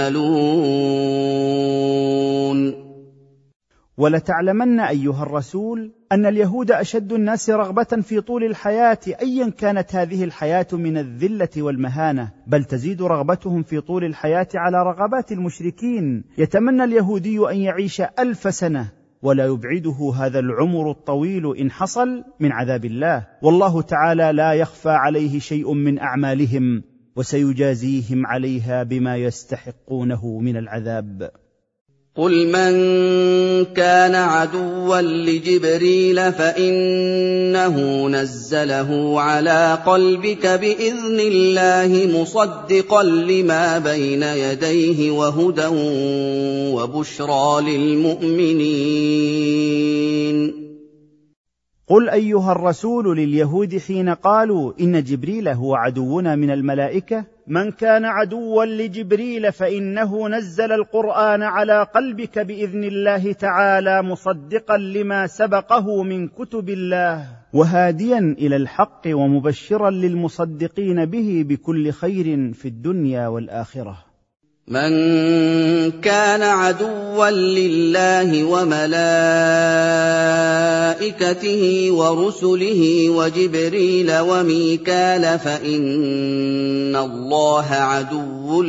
يَعْمَلُونَ. ولتعلمن أيها الرسول أن اليهود أشد الناس رغبة في طول الحياة أيا كانت هذه الحياة من الذلة والمهانة، بل تزيد رغبتهم في طول الحياة على رغبات المشركين. يتمنى اليهودي أن يعيش 1000 سنة ولا يبعده هذا العمر الطويل إن حصل من عذاب الله، والله تعالى لا يخفى عليه شيء من أعمالهم، وسيجازيهم عليها بما يستحقونه من العذاب. قُلْ مَن كَانَ عَدُوًّا لِّجِبْرِيلَ فَإِنَّهُ نَزَّلَهُ عَلَىٰ قَلْبِكَ بِإِذْنِ اللَّهِ مُصَدِّقًا لِّمَا بَيْنَ يَدَيْهِ وَهُدًى وَبُشْرَىٰ لِلْمُؤْمِنِينَ. قل أيها الرسول لليهود حين قالوا إن جبريل هو عدونا من الملائكة: من كان عدوا لجبريل فإنه نزل القرآن على قلبك بإذن الله تعالى مصدقا لما سبقه من كتب الله وهاديا إلى الحق ومبشرا للمصدقين به بكل خير في الدنيا والآخرة. من كان عدوا لله وملائكته ورسله وجبريل وميكال فإن الله عدو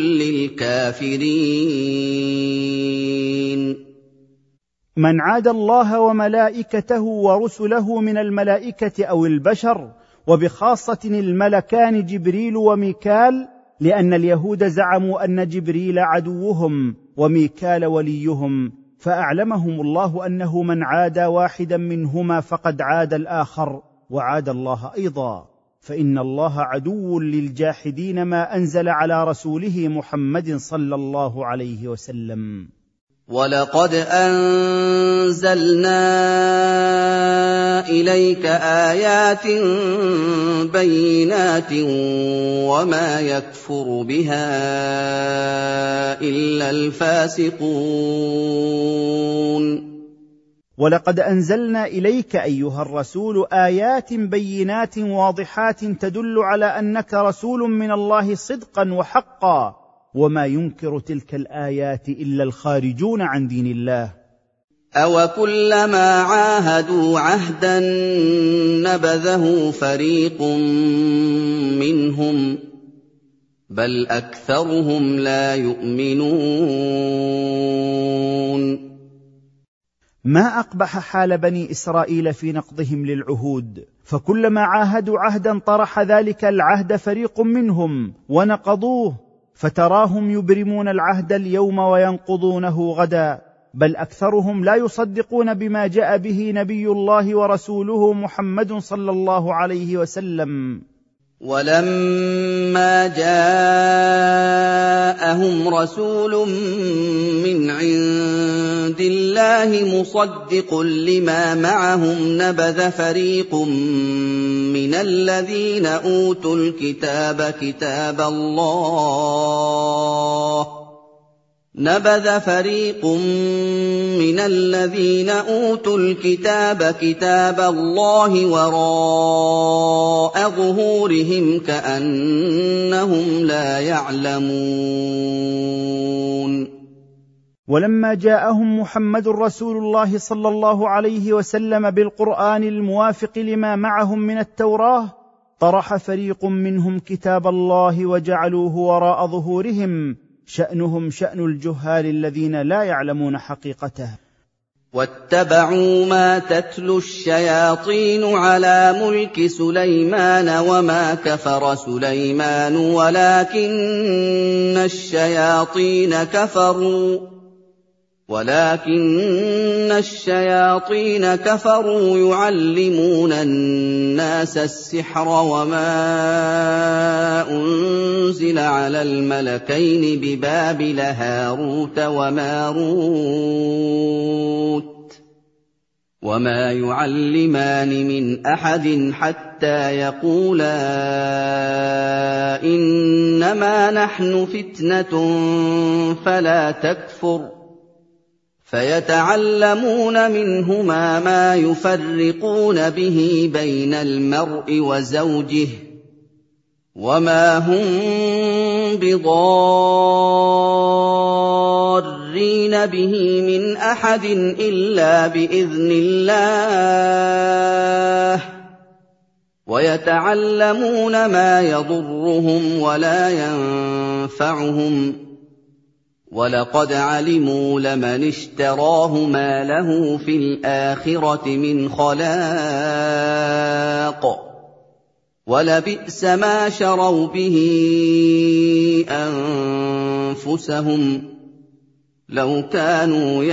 للكافرين. من عاد الله وملائكته ورسله من الملائكة أو البشر، وبخاصة الملكان جبريل وميكال، لأن اليهود زعموا أن جبريل عدوهم وميكال وليهم، فأعلمهم الله أنه من عادى واحدا منهما فقد عاد الآخر وعاد الله أيضا، فإن الله عدو للجاحدين ما أنزل على رسوله محمد صلى الله عليه وسلم. وَلَقَدْ أَنزَلْنَا إِلَيْكَ آيَاتٍ بَيِّنَاتٍ وَمَا يَكْفُرُ بِهَا إِلَّا الْفَاسِقُونَ. ولقد أنزلنا إليك أيها الرسول آيات بينات واضحات تدل على أنك رسول من الله صدقا وحقا، وما ينكر تلك الآيات إلا الخارجون عن دين الله. أَوَكُلَّمَا عَاهَدُوا عَهْدًا نَّبَذَهُ فَرِيقٌ مِّنْهُم بَلْ أَكْثَرُهُمْ لَا يُؤْمِنُونَ. ما أقبح حال بني إسرائيل في نقضهم للعهود، فكلما عاهدوا عهدا طرح ذلك العهد فريق منهم ونقضوه، فتراهم يبرمون العهد اليوم وينقضونه غدا، بل أكثرهم لا يصدقون بما جاء به نبي الله ورسوله محمد صلى الله عليه وسلم. وَلَمَّا جَاءَهُمْ رَسُولٌ مِّنْ عِندِ اللَّهِ مُصَدِّقٌ لِّمَا مَعَهُمْ نَبَذَ فَرِيقٌ مِّنَ الَّذِينَ أُوتُوا الْكِتَابَ كِتَابَ اللَّهِ وَرَاءَ ظُهُورِهِمْ كَأَنَّهُمْ لَا يَعْلَمُونَ. ولما جاءهم محمد رسول الله صلى الله عليه وسلم بالقرآن الموافق لما معهم من التوراة، طرح فريق منهم كتاب الله وجعلوه وراء ظهورهم، شأنهم شأن الجهال الذين لا يعلمون حقيقته. وَاتَّبَعُوا مَا تَتْلُو الشَّيَاطِينُ عَلَىٰ مُلْكِ سُلَيْمَانَ وَمَا كَفَرَ سُلَيْمَانُ وَلَٰكِنَّ الشَّيَاطِينَ كَفَرُوا يُعَلِّمُونَ النَّاسَ السِّحْرَ وَمَا أُنزِلَ أُنزِلَ عَلَى الْمَلَكَيْنِ بِبَابِلَ هَارُوتَ وَمَارُوتَ وَمَا يُعَلِّمَانِ مِنْ أَحَدٍ حَتَّىٰ يَقُولَا إِنَّمَا نَحْنُ فِتْنَةٌ فَلَا تَكْفُرْ فَيَتَعَلَّمُونَ مِنْهُمَا مَا يُفَرِّقُونَ بِهِ بَيْنَ الْمَرْءِ وَزَوْجِهِ وَمَا هُم بِضَارِّينَ بِهِ مِنْ أَحَدٍ إِلَّا بِإِذْنِ اللَّهِ وَيَتَعَلَّمُونَ مَا يَضُرُّهُمْ وَلَا يَنفَعُهُمْ وَلَقَدْ عَلِمُوا لَمَنِ اشْتَرَاهُ مَا لَهُ فِي الْآخِرَةِ مِنْ خَلَاقٍ وَلَبِئْسَ مَا شَرَوْا بِهِ أَنفُسَهُمْ لَوْ كَانُوا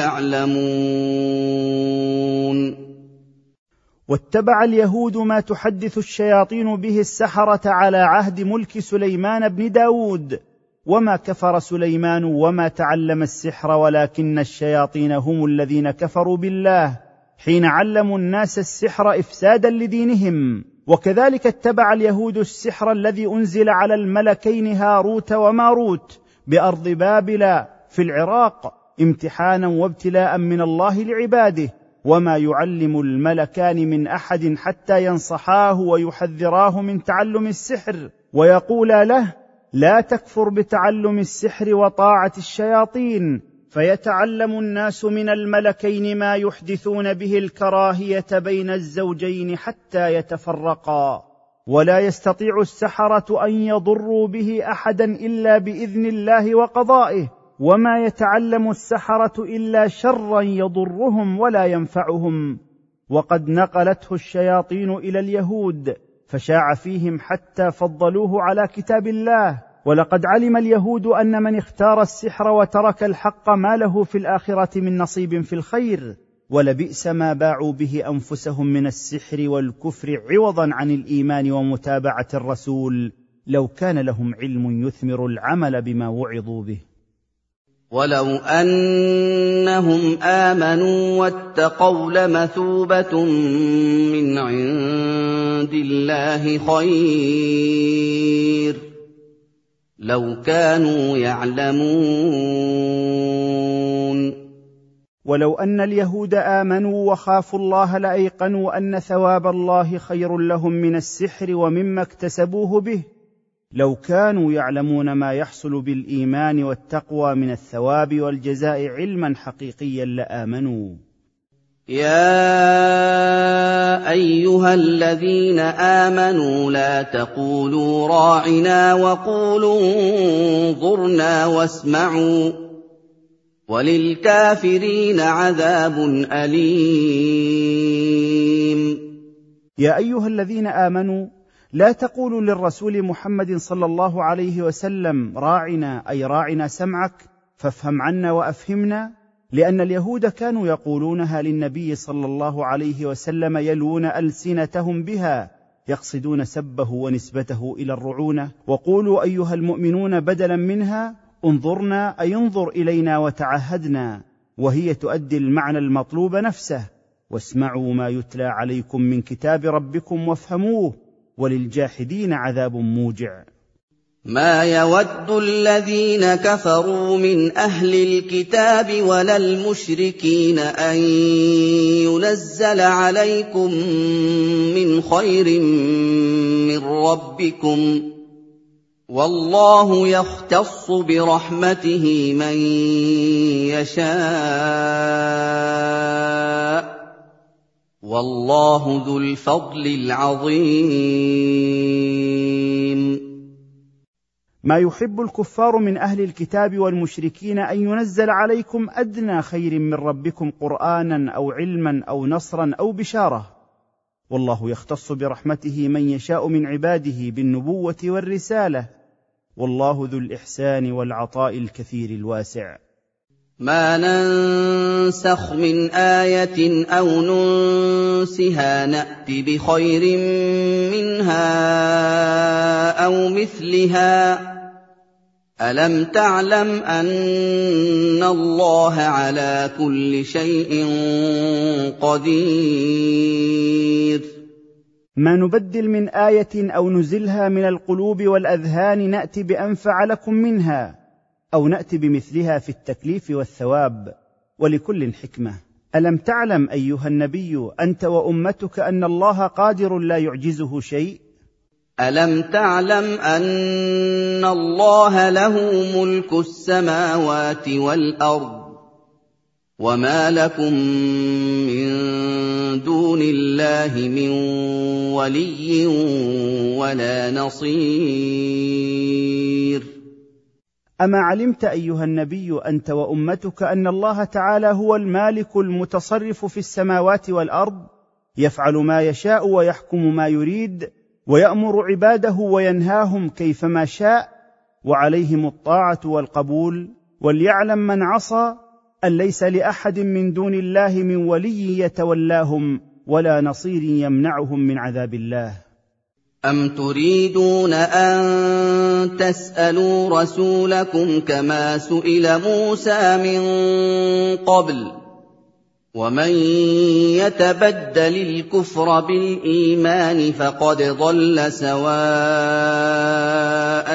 يَعْلَمُونَ. واتبع اليهود ما تحدث الشياطين به السحرة على عهد ملك سليمان بن داود، وما كفر سليمان وما تعلم السحر ولكن الشياطين هم الذين كفروا بالله حين علموا الناس السحر إفسادا لدينهم. وكذلك اتبع اليهود السحر الذي أنزل على الملكين هاروت وماروت بأرض بابل في العراق امتحانا وابتلاء من الله لعباده، وما يعلم الملكان من أحد حتى ينصحاه ويحذراه من تعلم السحر ويقولا له لا تكفر بتعلم السحر وطاعة الشياطين، فيتعلم الناس من الملكين ما يحدثون به الكراهية بين الزوجين حتى يتفرقا، ولا يستطيع السحرة أن يضروا به أحدا إلا بإذن الله وقضائه، وما يتعلم السحرة إلا شرا يضرهم ولا ينفعهم. وقد نقلته الشياطين إلى اليهود فشاع فيهم حتى فضلوه على كتاب الله. ولقد علم اليهود أن من اختار السحر وترك الحق ما له في الآخرة من نصيب في الخير، ولبئس ما باعوا به أنفسهم من السحر والكفر عوضا عن الإيمان ومتابعة الرسول، لو كان لهم علم يثمر العمل بما وعظوا به. وَلَوْ أَنَّهُمْ آمَنُوا وَاتَّقَوْا لَمَثُوبَةٌ مِّنْ عِندِ اللَّهِ خَيْرٌ لَّوْ كَانُوا يَعْلَمُونَ. ولو أن اليهود آمنوا وخافوا الله لأيقنوا أن ثواب الله خير لهم من السحر ومما اكتسبوه به، لو كانوا يعلمون ما يحصل بالإيمان والتقوى من الثواب والجزاء علما حقيقيا لآمنوا. يا أيها الذين آمنوا لا تقولوا راعنا وقولوا انظرنا واسمعوا وللكافرين عذاب أليم. يا أيها الذين آمنوا لا تقولوا للرسول محمد صلى الله عليه وسلم راعنا، أي راعنا سمعك فافهم عنا وأفهمنا، لأن اليهود كانوا يقولونها للنبي صلى الله عليه وسلم يلوون ألسنتهم بها، يقصدون سبه ونسبته إلى الرعونة. وقولوا أيها المؤمنون بدلا منها انظرنا، أي انظر إلينا وتعهدنا، وهي تؤدي المعنى المطلوب نفسه. واسمعوا ما يتلى عليكم من كتاب ربكم وافهموه، وللجاحدين عذاب موجع. ما يود الذين كفروا من أهل الكتاب ولا المشركين أن ينزل عليكم من خير من ربكم، والله يختص برحمته من يشاء، والله ذو الفضل العظيم. ما يحب الكفار من أهل الكتاب والمشركين أن ينزل عليكم أدنى خير من ربكم قرآنا أو علما أو نصرا أو بشارة، والله يختص برحمته من يشاء من عباده بالنبوة والرسالة، والله ذو الإحسان والعطاء الكثير الواسع. ما ننسخ من آية أو ننسها نأت بخير منها أو مثلها أَلَمْ تَعْلَمْ أَنَّ اللَّهَ عَلَىٰ كُلِّ شَيْءٍ قَدِيرٌ ما نبدل من آية أو نزلها من القلوب والأذهان نأتي بأنفع لكم منها، أو نأتي بمثلها في التكليف والثواب، ولكل حكمة. ألم تعلم أيها النبي أنت وأمتك أن الله قادر لا يعجزه شيء؟ أَلَمْ تَعْلَمْ أَنَّ اللَّهَ لَهُ مُلْكُ السَّمَاوَاتِ وَالْأَرْضِ وَمَا لَكُم مِّن دُونِ اللَّهِ مِن وَلِيٍّ وَلَا نَصِيرٍ أما علمت أيها النبي أنت وأمتك أن الله تعالى هو المالك المتصرف في السماوات والأرض، يفعل ما يشاء ويحكم ما يريد، ويأمر عباده وينهاهم كيفما شاء، وعليهم الطاعة والقبول. وليعلم من عصى أن ليس لأحد من دون الله من ولي يتولاهم ولا نصير يمنعهم من عذاب الله. أَمْ تُرِيدُونَ أَن تَسْأَلُوا رَسُولَكُمْ كَمَا سُئِلَ مُوسَىٰ مِن قَبْلُ ۗ وَمَن يَتَبَدَّلِ الْكُفْرَ بِالْإِيمَانِ فَقَدْ ضَلَّ سَوَاءَ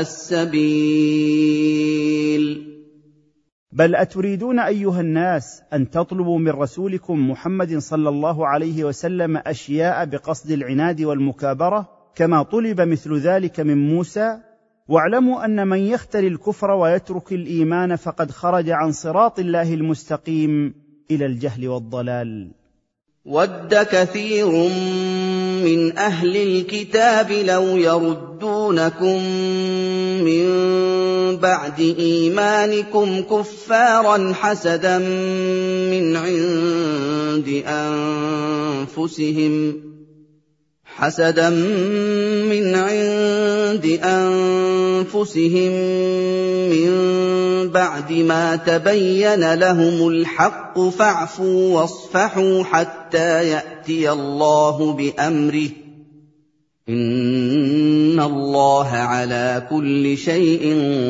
السَّبِيلِ بل أتريدون أيها الناس أن تطلبوا من رسولكم محمد صلى الله عليه وسلم أشياء بقصد العناد والمكابرة كما طلب مثل ذلك من موسى؟ واعلموا أن من يختل الكفر ويترك الإيمان فقد خرج عن صراط الله المستقيم إلى الجهل والضلال. وَدَّ كَثِيرٌ مِّنْ أَهْلِ الْكِتَابِ لَوْ يَرُدُّونَكُم مِّن بَعْدِ إِيمَانِكُمْ كُفَّارًا حَسَدًا مِّنْ عِندِ أَنفُسِهِم مِّن بَعْدِ مَا تَبَيَّنَ لَهُمُ الْحَقُّ فَاعْفُوا وَاصْفَحُوا حَتَّىٰ يَأْتِيَ اللَّهُ بِأَمْرِهِ ۗ إِنَّ اللَّهَ عَلَىٰ كُلِّ شَيْءٍ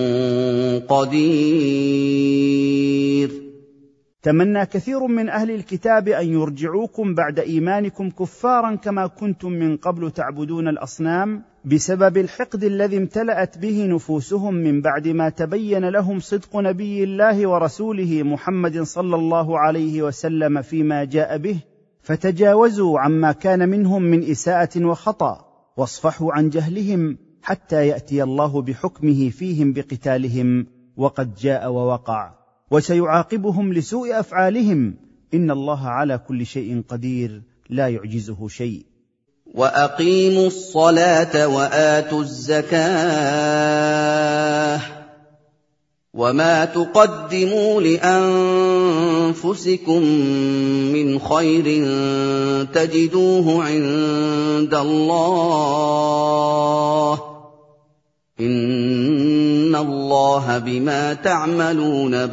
قَدِيرٌ تمنى كثير من أهل الكتاب أن يرجعوكم بعد إيمانكم كفارا كما كنتم من قبل تعبدون الأصنام، بسبب الحقد الذي امتلأت به نفوسهم من بعد ما تبين لهم صدق نبي الله ورسوله محمد صلى الله عليه وسلم فيما جاء به، فتجاوزوا عما كان منهم من إساءة وخطأ، واصفحوا عن جهلهم حتى يأتي الله بحكمه فيهم بقتالهم، وقد جاء ووقع، وسيعاقبهم لسوء أفعالهم. إن الله على كل شيء قدير لا يعجزه شيء. وَأَقِيمُوا الصَّلَاةَ وَآتُوا الزَّكَاةَ وَمَا تُقَدِّمُوا لِأَنفُسِكُم مِّنْ خَيْرٍ تَجِدُوهُ عِندَ اللَّهِ ۗ إِنَّ اللَّهَ بِمَا تَعْمَلُونَ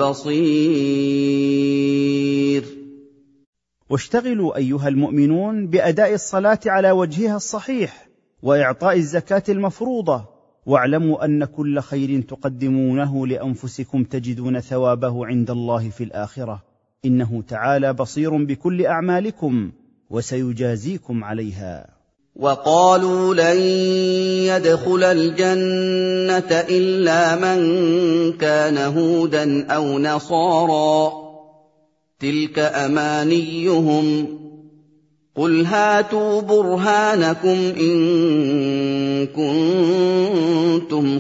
بَصِيرٌ واشتغلوا أيها المؤمنون بأداء الصلاة على وجهها الصحيح وإعطاء الزكاة المفروضة، واعلموا أن كل خير تقدمونه لأنفسكم تجدون ثوابه عند الله في الآخرة، إنه تعالى بصير بكل أعمالكم وسيجازيكم عليها. وَقَالُوا لَن يَدْخُلَ الْجَنَّةَ إِلَّا مَن كَانَ هُودًا أَوْ نَصَارَىٰ ۗ تِلْكَ أَمَانِيُّهُمْ ۗ قُلْ هَاتُوا بُرْهَانَكُمْ إِن كُنتُمْ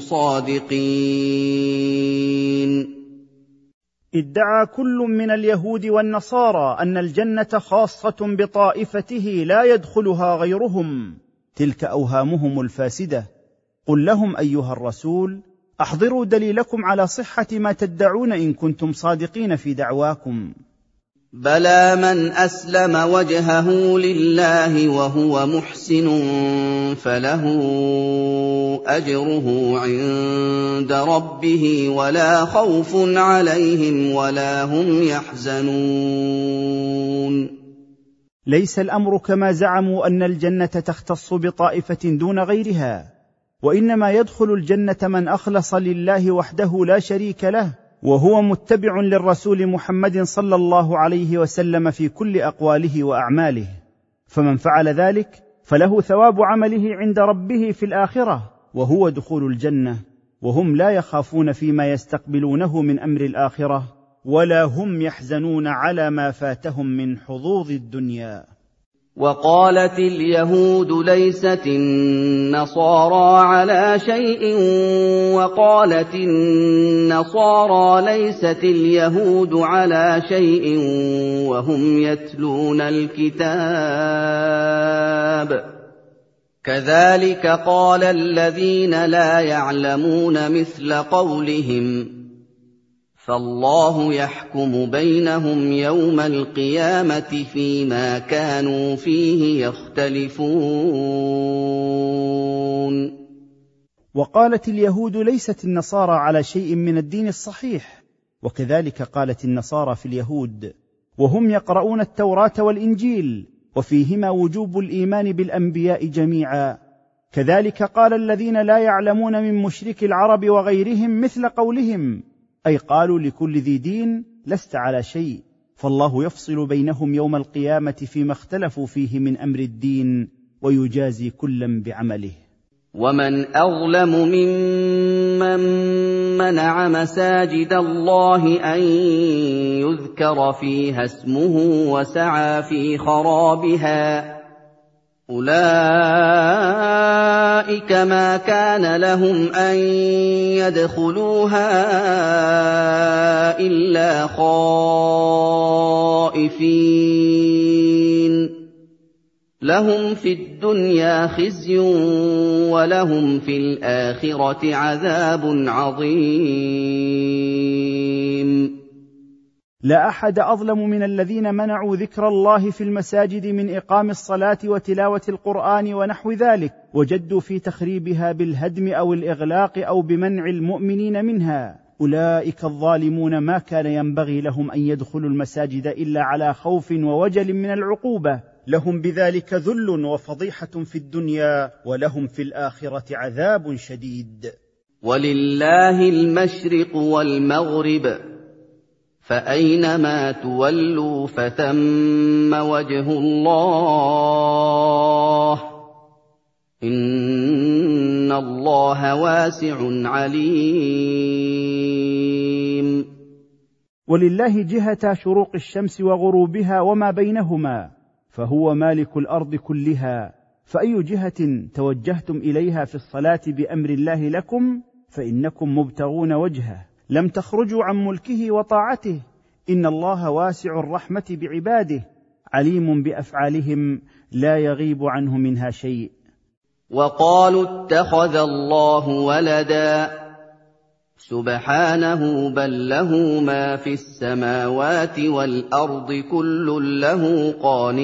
صَادِقِينَ. ادعى كل من اليهود والنصارى أن الجنة خاصة بطائفته لا يدخلها غيرهم، تلك أوهامهم الفاسدة. قل لهم أيها الرسول: أحضروا دليلكم على صحة ما تدعون إن كنتم صادقين في دعواكم. بلى من أسلم وجهه لله وهو محسن فله أجره عند ربه ولا خوف عليهم ولا هم يحزنون. ليس الأمر كما زعموا أن الجنة تختص بطائفة دون غيرها، وإنما يدخل الجنة من أخلص لله وحده لا شريك له، وهو متبع للرسول محمد صلى الله عليه وسلم في كل أقواله وأعماله. فمن فعل ذلك فله ثواب عمله عند ربه في الآخرة، وهو دخول الجنة، وهم لا يخافون فيما يستقبلونه من أمر الآخرة، ولا هم يحزنون على ما فاتهم من حظوظ الدنيا. وقالت اليهود ليست النصارى على شيء وقالت النصارى ليست اليهود على شيء وهم يتلون الكتاب كذلك قال الذين لا يعلمون مثل قولهم فالله يحكم بينهم يوم القيامة فيما كانوا فيه يختلفون. وقالت اليهود ليست النصارى على شيء من الدين الصحيح، وكذلك قالت النصارى في اليهود، وهم يقرؤون التوراة والإنجيل وفيهما وجوب الإيمان بالأنبياء جميعا. كذلك قال الذين لا يعلمون من مشرك العرب وغيرهم مثل قولهم، أي قالوا لكل ذي دين لست على شيء، فالله يفصل بينهم يوم القيامة فيما اختلفوا فيه من أمر الدين ويجازي كلا بعمله. ومن أظلم ممن منع مساجد الله أن يذكر فيها اسمه وسعى في خرابها أولئك ما كان لهم أن يدخلوها إلا خائفين لهم في الدنيا خزي ولهم في الآخرة عذاب عظيم. لا أحد أظلم من الذين منعوا ذكر الله في المساجد من إقام الصلاة وتلاوة القرآن ونحو ذلك، وجدوا في تخريبها بالهدم أو الإغلاق أو بمنع المؤمنين منها. أولئك الظالمون ما كان ينبغي لهم أن يدخلوا المساجد إلا على خوف ووجل من العقوبة، لهم بذلك ذل وفضيحة في الدنيا، ولهم في الآخرة عذاب شديد. ولله المشرق والمغرب فأينما تولوا فثم وجه الله إن الله واسع عليم. ولله جهة شروق الشمس وغروبها وما بينهما، فهو مالك الأرض كلها، فأي جهة توجهتم إليها في الصلاة بأمر الله لكم فإنكم مبتغون وجهه، لم تخرجوا عن ملكه وطاعته. إن الله واسع الرحمة بعباده عليم بأفعالهم لا يغيب عنه منها شيء. وقالوا اتخذ الله ولدا سبحانه بل له ما في السماوات والأرض كل له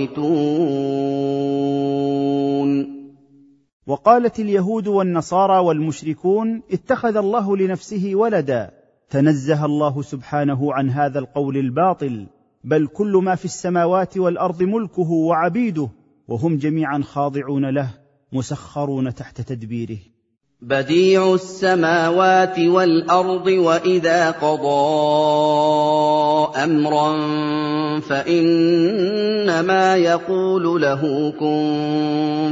قانتون. وقالت اليهود والنصارى والمشركون اتخذ الله لنفسه ولدا، تنزه الله سبحانه عن هذا القول الباطل، بل كل ما في السماوات والأرض ملكه وعبيده، وهم جميعا خاضعون له مسخرون تحت تدبيره. بديع السماوات والأرض وإذا قضى أمرا فإنما يقول له كن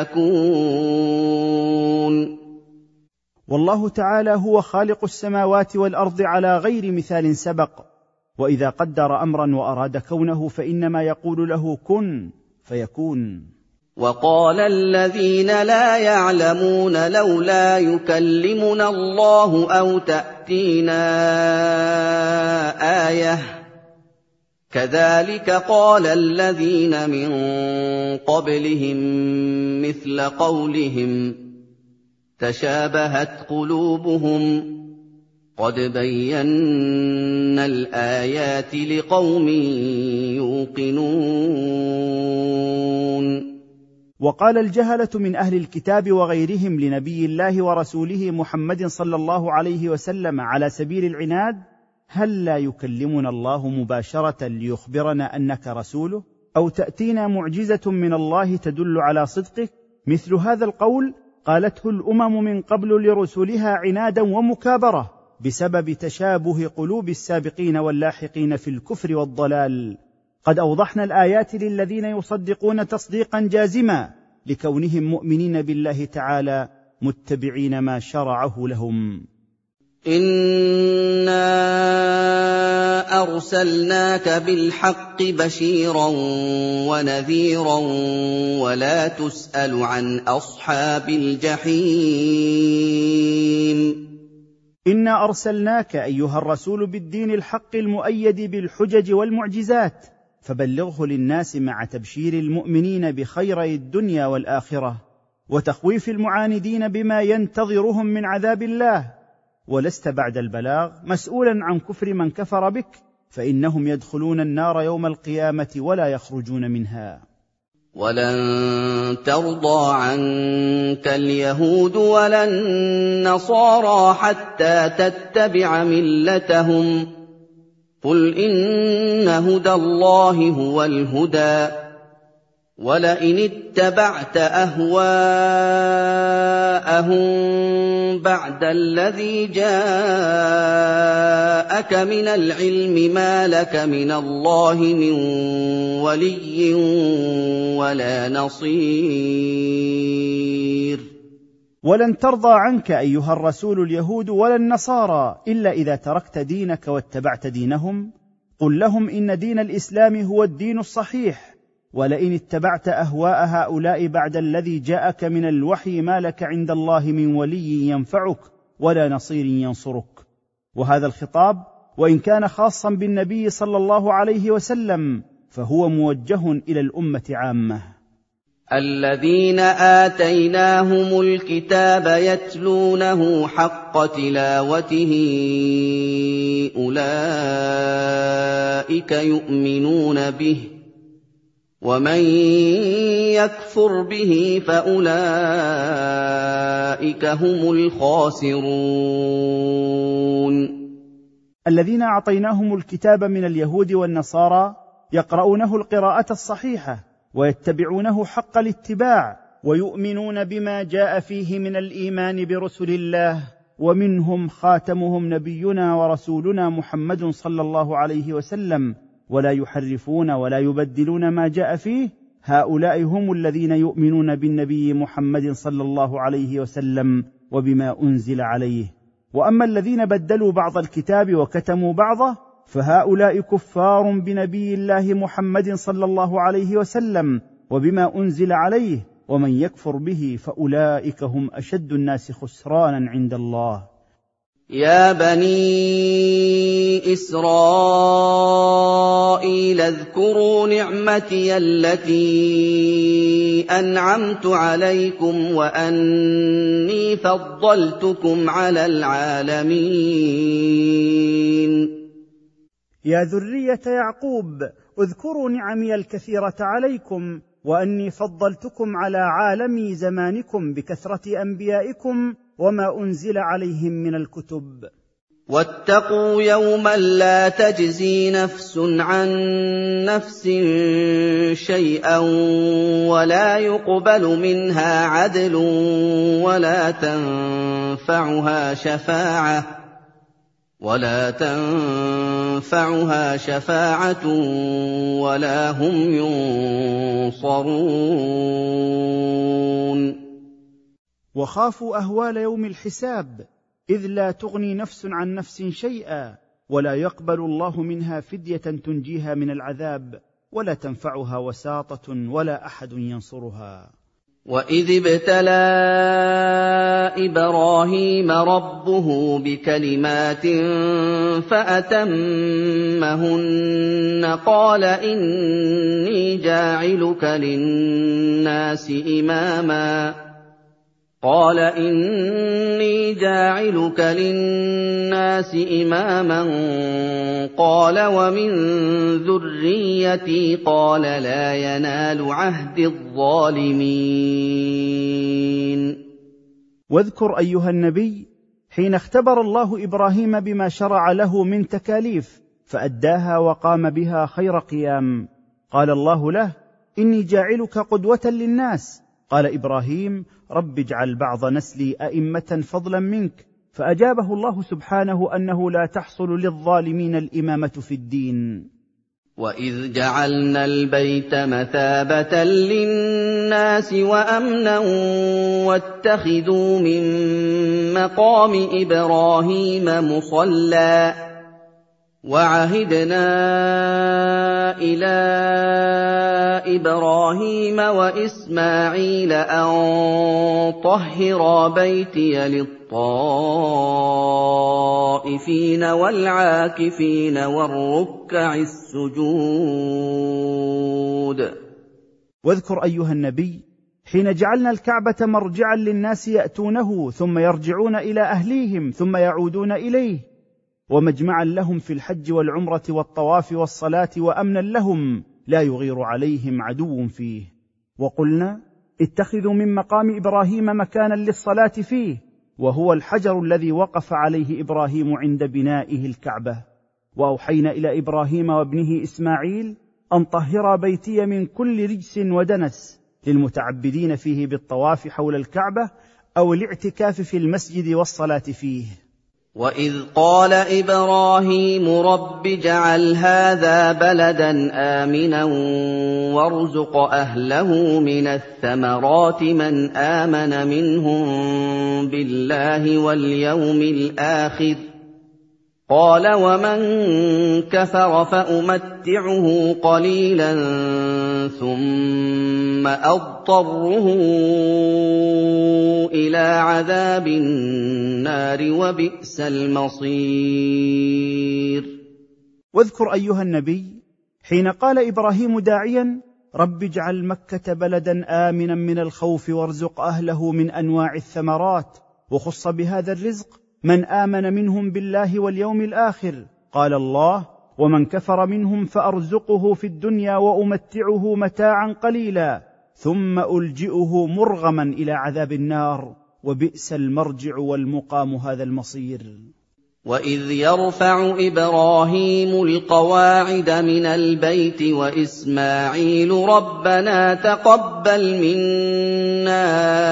فيكون. والله تعالى هو خالق السماوات والأرض على غير مثال سبق، وإذا قدر أمرا وأراد كونه فإنما يقول له كن فيكون. وقال الذين لا يعلمون لولا يكلمنا الله أو تأتينا آية كذلك قال الذين من قبلهم مثل قولهم تشابهت قلوبهم قد بينا الآيات لقوم يوقنون. وقال الجهلة من أهل الكتاب وغيرهم لنبي الله ورسوله محمد صلى الله عليه وسلم على سبيل العناد: هل لا يكلمنا الله مباشرة ليخبرنا أنك رسوله؟ أو تأتينا معجزة من الله تدل على صدقك؟ مثل هذا القول قالته الامم من قبل لرسلها عنادا ومكابره بسبب تشابه قلوب السابقين واللاحقين في الكفر والضلال. قد اوضحنا الايات للذين يصدقون تصديقا جازما لكونهم مؤمنين بالله تعالى متبعين ما شرعه لهم. إنا أرسلناك بالحق بشيرا ونذيرا ولا تسأل عن أصحاب الجحيم. إنا أرسلناك أيها الرسول بالدين الحق المؤيد بالحجج والمعجزات، فبلغه للناس مع تبشير المؤمنين بخيري الدنيا والآخرة وتخويف المعاندين بما ينتظرهم من عذاب الله. ولست بعد البلاغ مسؤولا عن كفر من كفر بك، فإنهم يدخلون النار يوم القيامة ولا يخرجون منها. ولن ترضى عنك اليهود ولا النصارى حتى تتبع ملتهم، قل إن هدى الله هو الهدى، ولئن اتبعت أهواءهم بعد الذي جاءك من العلم ما لك من الله من ولي ولا نصير. ولن ترضى عنك أيها الرسول اليهود ولا النصارى إلا إذا تركت دينك واتبعت دينهم، قل لهم إن دين الإسلام هو الدين الصحيح، ولئن اتبعت أهواء هؤلاء بعد الذي جاءك من الوحي ما لك عند الله من ولي ينفعك ولا نصير ينصرك. وهذا الخطاب وإن كان خاصا بالنبي صلى الله عليه وسلم فهو موجه إلى الأمة عامة. الذين آتيناهم الكتاب يتلونه حق تلاوته أولئك يؤمنون به، ومن يكفر به فأولئك هم الخاسرون. الذين أعطيناهم الكتاب من اليهود والنصارى يقرؤونه القراءة الصحيحة ويتبعونه حق الاتباع ويؤمنون بما جاء فيه من الإيمان برسل الله، ومنهم خاتمهم نبينا ورسولنا محمد صلى الله عليه وسلم، ولا يحرفون ولا يبدلون ما جاء فيه. هؤلاء هم الذين يؤمنون بالنبي محمد صلى الله عليه وسلم وبما أنزل عليه. وأما الذين بدلوا بعض الكتاب وكتموا بعضه فهؤلاء كفار بنبي الله محمد صلى الله عليه وسلم وبما أنزل عليه، ومن يكفر به فأولئك هم أشد الناس خسرانا عند الله. يا بني إسرائيل اذكروا نعمتي التي أنعمت عليكم وأني فضلتكم على العالمين. يا ذرية يعقوب اذكروا نعمي الكثيرة عليكم وأني فضلتكم على عالم زمانكم بكثرة أنبيائكم وما أنزل عليهم من الكتب. واتقوا يوما لا تجزي نفس عن نفس شيئا ولا يقبل منها عدل ولا تنفعها شفاعة ولا هم ينصرون. وخافوا أهوال يوم الحساب، إذ لا تغني نفس عن نفس شيئا ولا يقبل الله منها فدية تنجيها من العذاب ولا تنفعها وساطة ولا أحد ينصرها. وإذ ابتلى إبراهيم ربه بكلمات فأتمهن قال إني جاعلك للناس إماما قال ومن ذريتي قال لا ينال عهد الظالمين. واذكر أيها النبي حين اختبر الله إبراهيم بما شرع له من تكاليف فأداها وقام بها خير قيام. قال الله له إني جاعلك قدوة للناس، قال إبراهيم: رب اجعل بعض نسلي أئمة فضلا منك، فأجابه الله سبحانه أنه لا تحصل للظالمين الإمامة في الدين. وَإِذْ جَعَلْنَا الْبَيْتَ مَثَابَةً لِّلنَّاسِ وَأَمْنًا وَاتَّخِذُوا مِن مَّقَامِ إِبْرَاهِيمَ مُصَلًّى وَعَهِدْنَا إِلَىٰ إِبْرَاهِيمَ وَإِسْمَاعِيلَ أَن طَهِّرَا بَيْتِيَ لِلطَّائِفِينَ وَالْعَاكِفِينَ وَالرُّكَّعِ السُّجُودِ. واذكر أيها النبي حين جعلنا الكعبة مرجعا للناس يأتونه ثم يرجعون إلى أهليهم ثم يعودون إليه، ومجمعا لهم في الحج والعمرة والطواف والصلاة، وأمنا لهم لا يغير عليهم عدو فيه. وقلنا: اتخذوا من مقام إبراهيم مكانا للصلاة فيه، وهو الحجر الذي وقف عليه إبراهيم عند بنائه الكعبة. وأوحينا إلى إبراهيم وابنه إسماعيل أن طهرا بيتي من كل رجس ودنس، للمتعبدين فيه بالطواف حول الكعبة أو الاعتكاف في المسجد والصلاة فيه. وَإِذْ قَالَ إِبْرَاهِيمُ رَبِّ اجْعَلْ هَٰذَا بَلَدًا آمِنًا وَارْزُقْ أَهْلَهُ مِنَ الثَّمَرَاتِ مَنْ آمَنَ مِنْهُم بِاللَّهِ وَالْيَوْمِ الْآخِرِ ۖ قَالَ وَمَن كَفَرَ فَأُمَتِّعُهُ قَلِيلًا ثُمَّ أَضْطَرُّهُ إِلَىٰ عَذَابِ النَّارِ وَبِئْسَ الْمَصِيرُ. واذكر أيها النبي حين قال إبراهيم داعيا: رب اجعل مكة بلدا آمنا من الخوف وارزق أهله من أنواع الثمرات، وخص بهذا الرزق من آمن منهم بالله واليوم الآخر. قال الله: ومن كفر منهم فأرزقه في الدنيا وأمتعه متاعا قليلا ثم ألجئه مرغما إلى عذاب النار وبئس المرجع والمقام هذا المصير. وَإِذْ يَرْفَعُ إِبْرَاهِيمُ الْقَوَاعِدَ مِنَ الْبَيْتِ وَإِسْمَاعِيلُ رَبَّنَا تَقَبَّلْ مِنَّا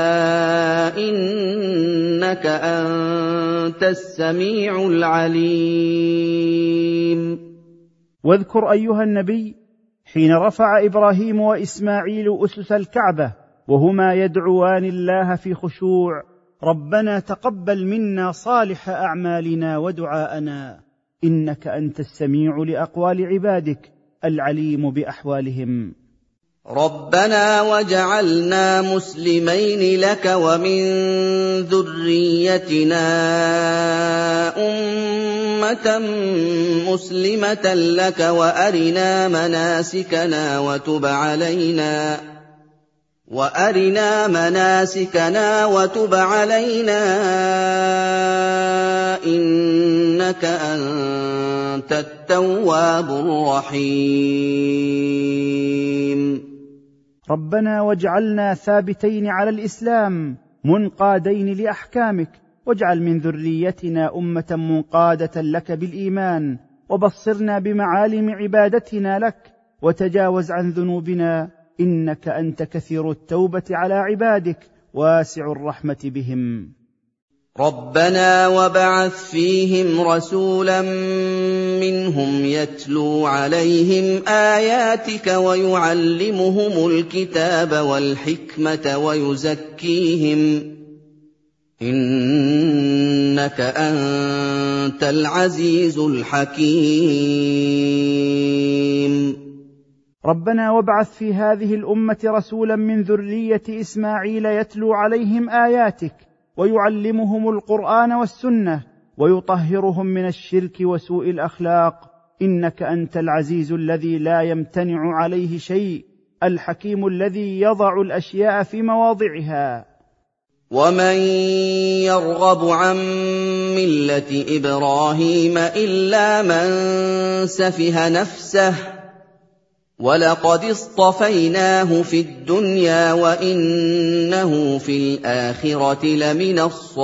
إِنَّكَ أَنتَ السَّمِيعُ الْعَلِيمُ. واذكر أيها النبي حين رفع إبراهيم وإسماعيل أسس الكعبة وهما يدعوان الله في خشوع: ربنا تقبل منا صالح أعمالنا ودعاءنا إنك أنت السميع لأقوال عبادك العليم بأحوالهم. ربنا وجعلنا مسلمين لك ومن ذريتنا أمة مسلمة لك وأرنا مناسكنا وتب علينا إنك أنت التواب الرحيم. ربنا واجعلنا ثابتين على الإسلام منقادين لأحكامك، واجعل من ذريتنا أمة منقادة لك بالإيمان، وبصرنا بمعالم عبادتنا لك، وتجاوز عن ذنوبنا إنك أنت كثير التوبة على عبادك واسع الرحمة بهم. ربنا وابعث فيهم رسولا منهم يتلو عليهم آياتك ويعلمهم الكتاب والحكمة ويزكيهم إنك أنت العزيز الحكيم. ربنا وابعث في هذه الأمة رسولا من ذرية إسماعيل يتلو عليهم آياتك ويعلمهم القرآن والسنة ويطهرهم من الشرك وسوء الأخلاق إنك أنت العزيز الذي لا يمتنع عليه شيء الحكيم الذي يضع الأشياء في مواضعها. ومن يرغب عن ملة إبراهيم إلا من سفه نفسه ولقد اصطفيناه في الدنيا وإنه في الآخرة لمن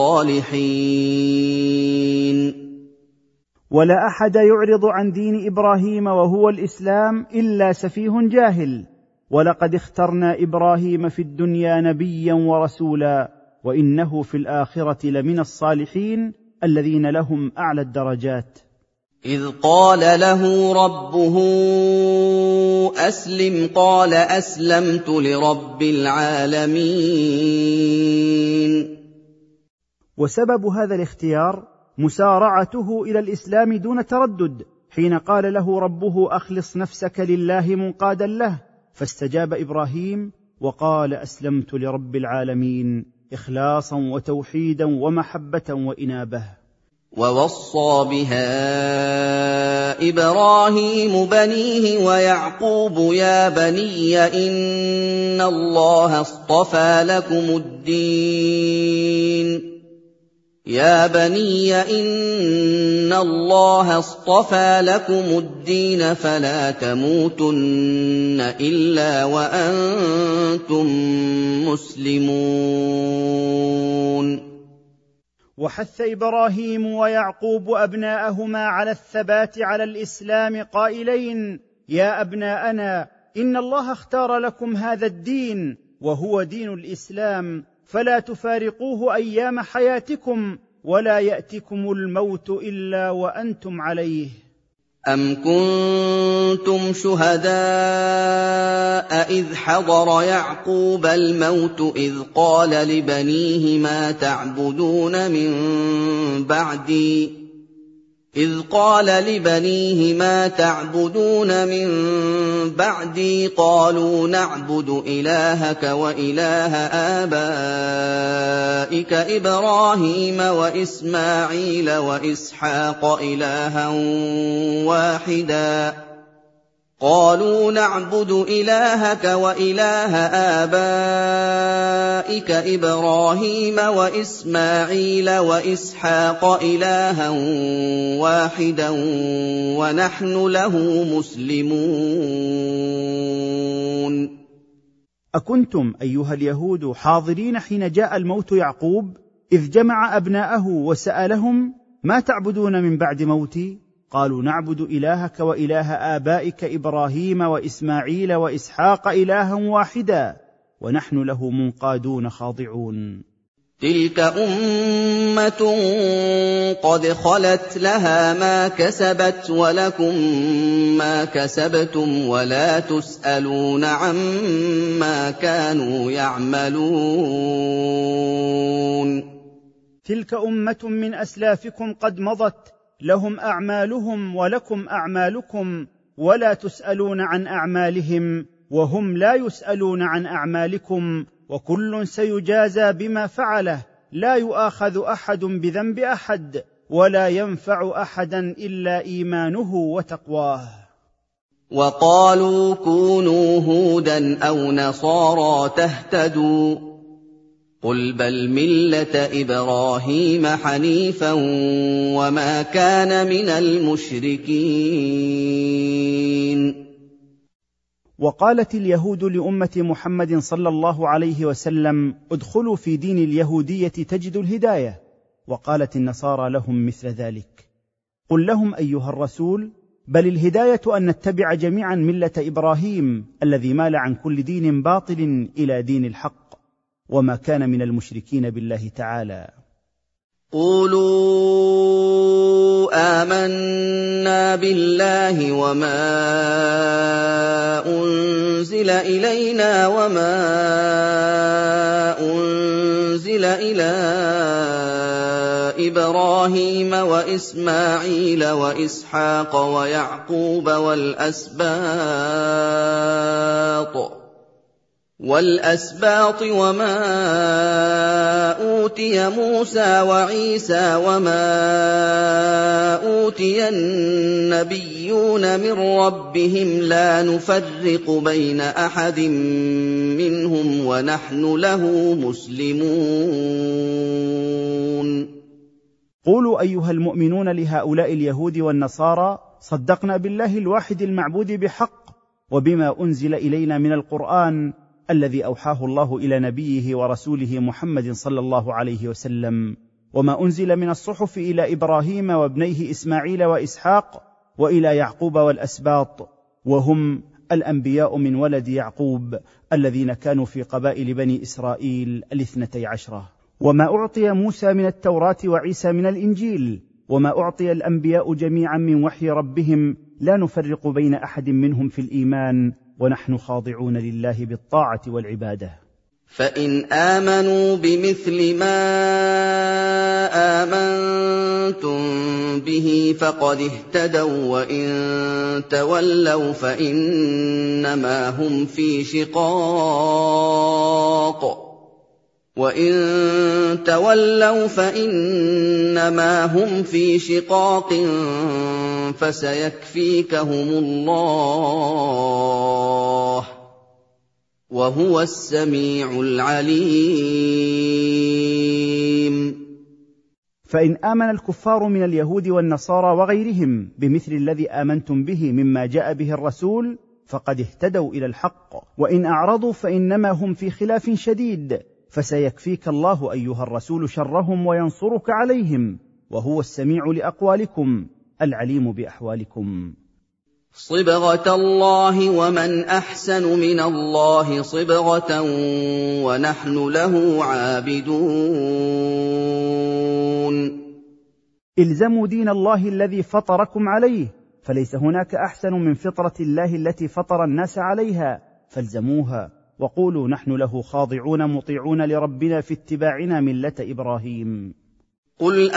الصالحين. ولا أحد يعرض عن دين إبراهيم وهو الإسلام إلا سفيه جاهل، ولقد اخترنا إبراهيم في الدنيا نبيا ورسولا وإنه في الآخرة لمن الصالحين الذين لهم أعلى الدرجات. إذ قال له ربه أسلم قال أسلمت لرب العالمين. وسبب هذا الاختيار مسارعته إلى الإسلام دون تردد، حين قال له ربه أخلص نفسك لله منقادا له، فاستجاب إبراهيم وقال أسلمت لرب العالمين، إخلاصا وتوحيدا ومحبة وإنابة. ووصى بها إبراهيم بنيه ويعقوب يا بني إن الله اصطفى لكم الدين فلا تموتن إلا وأنتم مسلمون. وحث إبراهيم ويعقوب أبناءهما على الثبات على الإسلام قائلين: يا أبناءنا إن الله اختار لكم هذا الدين وهو دين الإسلام، فلا تفارقوه أيام حياتكم ولا يأتكم الموت إلا وأنتم عليه. أَمْ كُنتُمْ شُهَدَاءَ إِذْ حَضَرَ يَعْقُوبَ الْمَوْتُ إِذْ قَالَ لِبَنِيهِ مَا تَعْبُدُونَ مِن بَعْدِي قَالُوا نَعْبُدُ إِلَٰهَكَ وَإِلَٰهَ آبَائِكَ إِبْرَاهِيمَ وَإِسْمَاعِيلَ وَإِسْحَاقَ إِلَٰهًا وَاحِدًا وَنَحْنُ لَهُ مُسْلِمُونَ. أكنتم أيها اليهود حاضرين حين جاء الموت يعقوب إذ جمع أبناءه وسألهم: ما تعبدون من بعد موتي؟ قالوا نعبد إلهك وإله آبائك إبراهيم وإسماعيل وإسحاق إلها واحدا ونحن له منقادون خاضعون. تلك أمة قد خلت لها ما كسبت ولكم ما كسبتم ولا تسألون عما كانوا يعملون. تلك أمة من أسلافكم قد مضت، لهم أعمالهم ولكم أعمالكم ولا تسألون عن أعمالهم وهم لا يسألون عن أعمالكم، وكل سيجازى بما فعله، لا يؤاخذ أحد بذنب أحد ولا ينفع أحدا إلا إيمانه وتقواه. وقالوا كونوا هودا أو نصارى تهتدوا قل بل ملة إبراهيم حنيفا وما كان من المشركين. وقالت اليهود لأمة محمد صلى الله عليه وسلم: ادخلوا في دين اليهودية تجدوا الهداية. وقالت النصارى لهم مثل ذلك. قل لهم أيها الرسول: بل الهداية أن نتبع جميعا ملة إبراهيم الذي مال عن كل دين باطل إلى دين الحق وما كان من المشركين بالله تعالى. قولوا آمنا بالله وما أنزل إلينا وما أنزل إلى إبراهيم وإسماعيل وإسحاق ويعقوب والأسباط وما أوتي موسى وعيسى وما أوتي النبيون من ربهم لا نفرق بين أحد منهم ونحن له مسلمون. قولوا أيها المؤمنون لهؤلاء اليهود والنصارى: صدقنا بالله الواحد المعبود بحق وبما أنزل إلينا من القرآن الذي أوحاه الله إلى نبيه ورسوله محمد صلى الله عليه وسلم، وما أنزل من الصحف إلى إبراهيم وابنيه إسماعيل وإسحاق وإلى يعقوب والأسباط، وهم الأنبياء من ولد يعقوب الذين كانوا في قبائل بني إسرائيل 12. وما أعطي موسى من التوراة وعيسى من الإنجيل، وما أعطي الأنبياء جميعا من وحي ربهم، لا نفرق بين أحد منهم في الإيمان، ونحن خاضعون لله بالطاعة والعبادة. فإن آمنوا بمثل ما آمنتم به فقد اهتدوا، وإن تولوا فإنما هم في شقاق فسيكفيكهم الله، وهو السميع العليم. فإن آمن الكفار من اليهود والنصارى وغيرهم بمثل الذي آمنتم به مما جاء به الرسول فقد اهتدوا إلى الحق، وإن أعرضوا فإنما هم في خلاف شديد، فسيكفيك الله أيها الرسول شرهم وينصرك عليهم، وهو السميع لأقوالكم العليم بأحوالكم. صبغة الله، ومن أحسن من الله صبغة، ونحن له عابدون. الزموا دين الله الذي فطركم عليه، فليس هناك أحسن من فطرة الله التي فطر الناس عليها، فالزموها، وقولوا نحن له خاضعون مطيعون لربنا في اتباعنا ملة إبراهيم. قل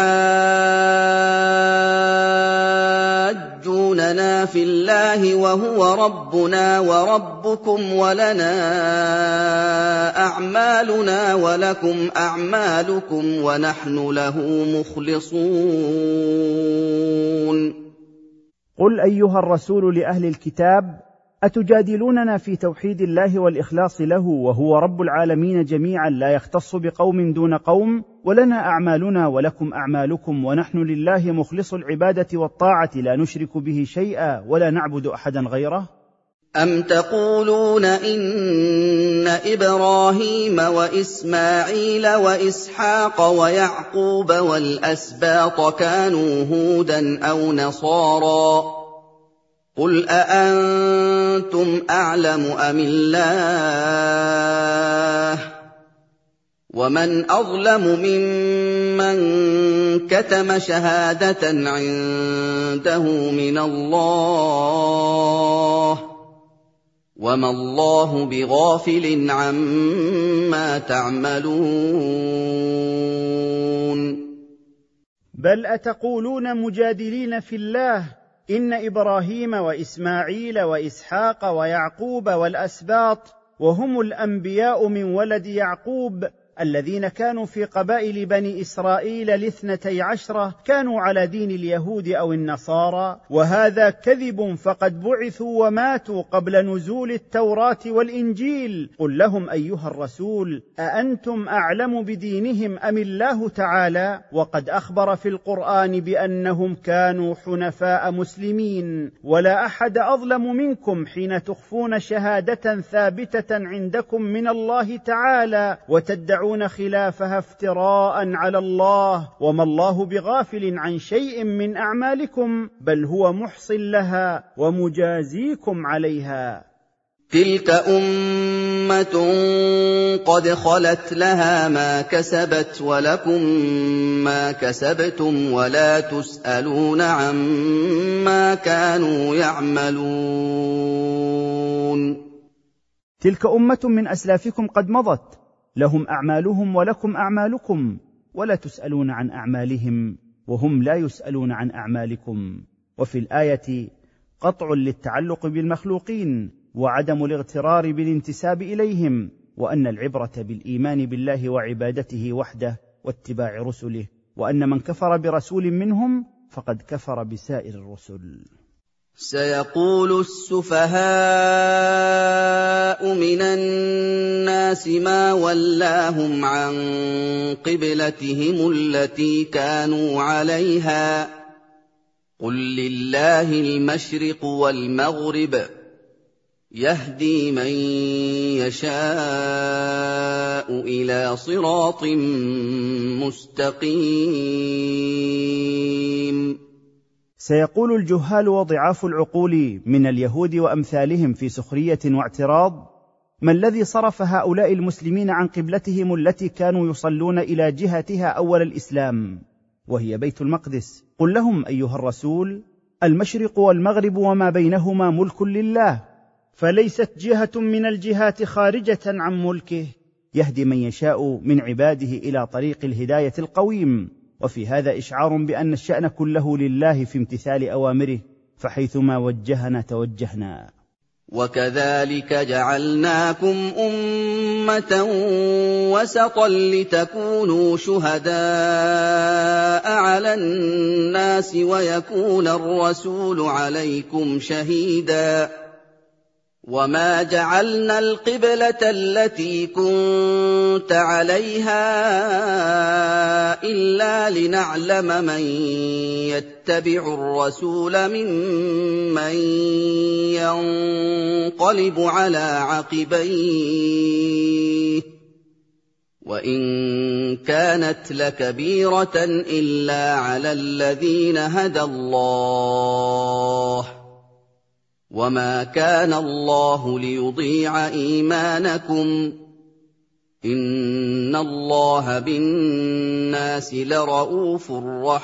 أتحاجوننا في الله وهو ربنا وربكم، ولنا أعمالنا ولكم أعمالكم، ونحن له مخلصون. قل أيها الرسول لأهل الكتاب: أتجادلوننا في توحيد الله والإخلاص له وهو رب العالمين جميعا، لا يختص بقوم دون قوم، ولنا أعمالنا ولكم أعمالكم، ونحن لله مخلص العبادة والطاعة، لا نشرك به شيئا ولا نعبد أحدا غيره؟ أم تقولون إن إبراهيم وإسماعيل وإسحاق ويعقوب والأسباط كانوا هودا أو نصارى؟ قل أأنتم أعلم أم الله؟ ومن أظلم ممن كتم شهادة عنده من الله، وما الله بغافل عما تعملون. بل أتقولون مجادلين في الله: إن إبراهيم وإسماعيل وإسحاق ويعقوب والأسباط، وهم الأنبياء من ولد يعقوب الذين كانوا في قبائل بني إسرائيل 12، كانوا على دين اليهود أو النصارى، وهذا كذب، فقد بعثوا وماتوا قبل نزول التوراة والإنجيل. قل لهم أيها الرسول: أأنتم أعلم بدينهم أم الله تعالى؟ وقد أخبر في القرآن بأنهم كانوا حنفاء مسلمين، ولا أحد أظلم منكم حين تخفون شهادة ثابتة عندكم من الله تعالى وتدعون خلافها افتراء على الله، وما الله بغافل عن شيء من أعمالكم، بل هو محص لها ومجازيكم عليها. تلك أمة قد خلت، لها ما كسبت ولكم ما كسبتم، ولا تسألون عما كانوا يعملون. تلك أمة من أسلافكم قد مضت، لهم أعمالهم ولكم أعمالكم، ولا تسألون عن أعمالهم وهم لا يسألون عن أعمالكم. وفي الآية قطع للتعلق بالمخلوقين، وعدم الاغترار بالانتساب إليهم، وأن العبرة بالإيمان بالله وعبادته وحده واتباع رسله، وأن من كفر برسول منهم فقد كفر بسائر الرسل. سيقول السفهاء من الناس ما ولاهم عن قبلتهم التي كانوا عليها، قل لله المشرق والمغرب، يهدي من يشاء إلى صراط مستقيم. سيقول الجهال وضعاف العقول من اليهود وأمثالهم في سخرية واعتراض: ما الذي صرف هؤلاء المسلمين عن قبلتهم التي كانوا يصلون إلى جهتها أول الإسلام، وهي بيت المقدس؟ قل لهم أيها الرسول: المشرق والمغرب وما بينهما ملك لله، فليست جهة من الجهات خارجة عن ملكه، يهدي من يشاء من عباده إلى طريق الهداية القويم. وفي هذا إشعار بأن الشأن كله لله في امتثال أوامره، فحيثما وجهنا توجهنا. وكذلك جعلناكم أمة وسطا لتكونوا شهداء على الناس ويكون الرسول عليكم شهيدا. وما جعلنا القبلة التي كنت عليها إلا لنعلم من يتبع الرسول ممن ينقلب على عقبيه، وإن كانت لكبيرة إلا على الذين هدى الله، وما كان الله ليضيع إيمانكم، إن الله بالناس لرءوف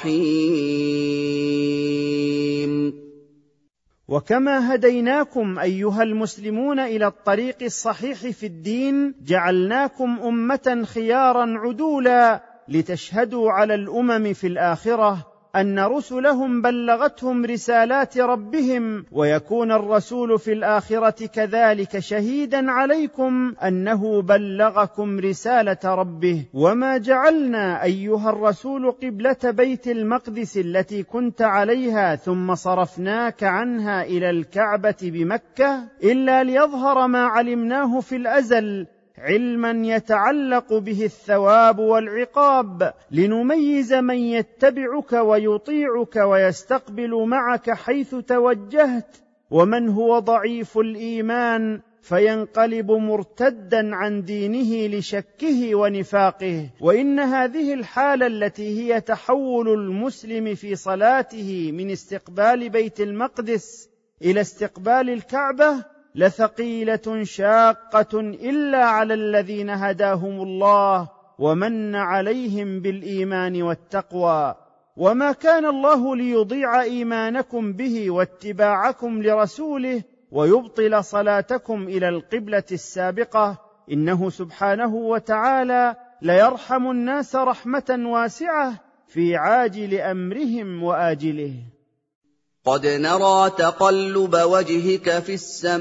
رحيم. وكما هديناكم أيها المسلمون إلى الطريق الصحيح في الدين، جعلناكم أمة خيارا عدولا لتشهدوا على الأمم في الآخرة أن رسلهم بلغتهم رسالات ربهم، ويكون الرسول في الآخرة كذلك شهيدا عليكم أنه بلغكم رسالة ربه. وما جعلنا أيها الرسول قبلة بيت المقدس التي كنت عليها ثم صرفناك عنها إلى الكعبة بمكة إلا ليظهر ما علمناه في الأزل، علما يتعلق به الثواب والعقاب، لنميز من يتبعك ويطيعك ويستقبل معك حيث توجهت، ومن هو ضعيف الإيمان فينقلب مرتدا عن دينه لشكه ونفاقه. وإن هذه الحالة التي هي تحول المسلم في صلاته من استقبال بيت المقدس إلى استقبال الكعبة لثقيلة شاقة إلا على الذين هداهم الله ومن عليهم بالإيمان والتقوى. وما كان الله ليضيع إيمانكم به واتباعكم لرسوله ويبطل صلاتكم إلى القبلة السابقة، إنه سبحانه وتعالى ليرحم الناس رحمة واسعة في عاجل أمرهم وآجله. قد نرى تقلب وجهك في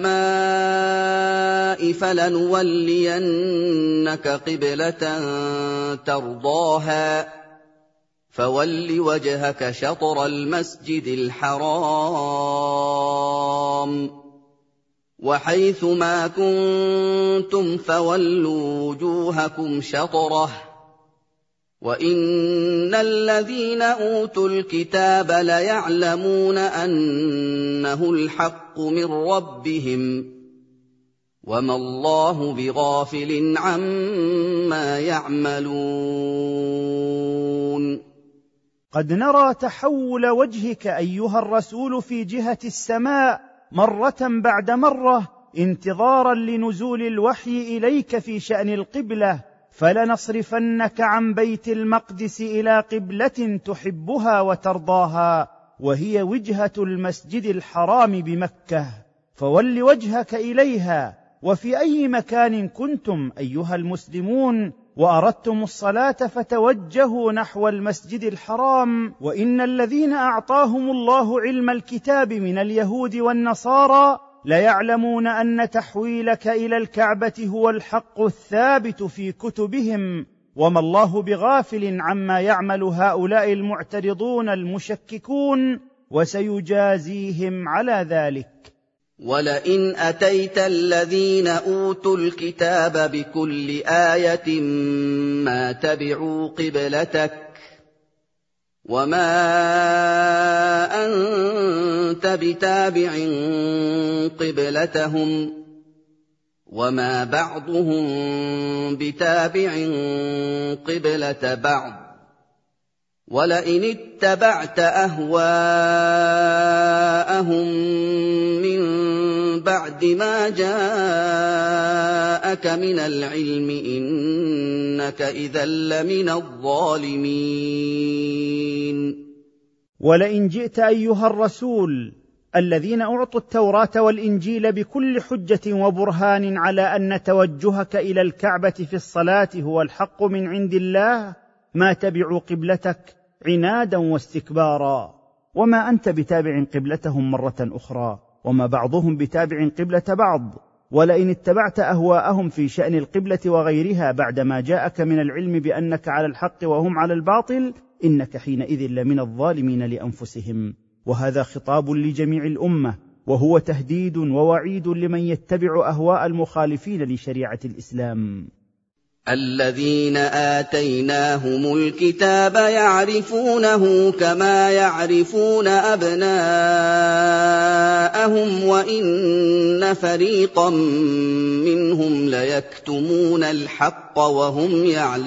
السماء فلنولينك قبلة ترضاها، فول وجهك شطر المسجد الحرام، وحيث ما كنتم فولوا وجوهكم شطره، وإن الذين أوتوا الكتاب ليعلمون أنه الحق من ربهم، وما الله بغافل عما يعملون. قد نرى تحول وجهك أيها الرسول في جهة السماء مرة بعد مرة انتظارا لنزول الوحي إليك في شأن القبلة، فلنصرفنك عن بيت المقدس إلى قبلة تحبها وترضاها، وهي وجهة المسجد الحرام بمكة، فول وجهك إليها. وفي أي مكان كنتم أيها المسلمون وأردتم الصلاة فتوجهوا نحو المسجد الحرام. وإن الذين أعطاهم الله علم الكتاب من اليهود والنصارى ليعلمون أن تحويلك إلى الكعبة هو الحق الثابت في كتبهم، وما الله بغافل عما يعمل هؤلاء المعترضون المشككون، وسيجازيهم على ذلك. ولئن أتيت الذين أوتوا الكتاب بكل آية ما تبعوا قبلتك، وما أنت بتابع قبلتهم، وما بعضهم بتابع قبلة بعض، وَلَئِنِ اتَّبَعْتَ أَهْوَاءَهُم مِّن بَعْدِ مَا جَاءَكَ مِنَ الْعِلْمِ إِنَّكَ إِذًا لَّمِنَ الظَّالِمِينَ ولئن جئت أيها الرسول الذين أعطوا التوراة والإنجيل بكل حجة وبرهان على أن توجهك إلى الكعبة في الصلاة هو الحق من عند الله، ما تبعوا قبلتك عنادا واستكبارا، وما أنت بتابع قبلتهم مرة أخرى، وما بعضهم بتابع قبلة بعض. ولئن اتبعت أهواءهم في شأن القبلة وغيرها بعدما جاءك من العلم بأنك على الحق وهم على الباطل إنك حينئذ لمن الظالمين لأنفسهم. وهذا خطاب لجميع الأمة، وهو تهديد ووعيد لمن يتبع أهواء المخالفين لشريعة الإسلام. الذين آتيناهم الكتاب يعرفونه كما يعرفون أبناءهم وإن فريقا منهم ليكتمون الحق وهم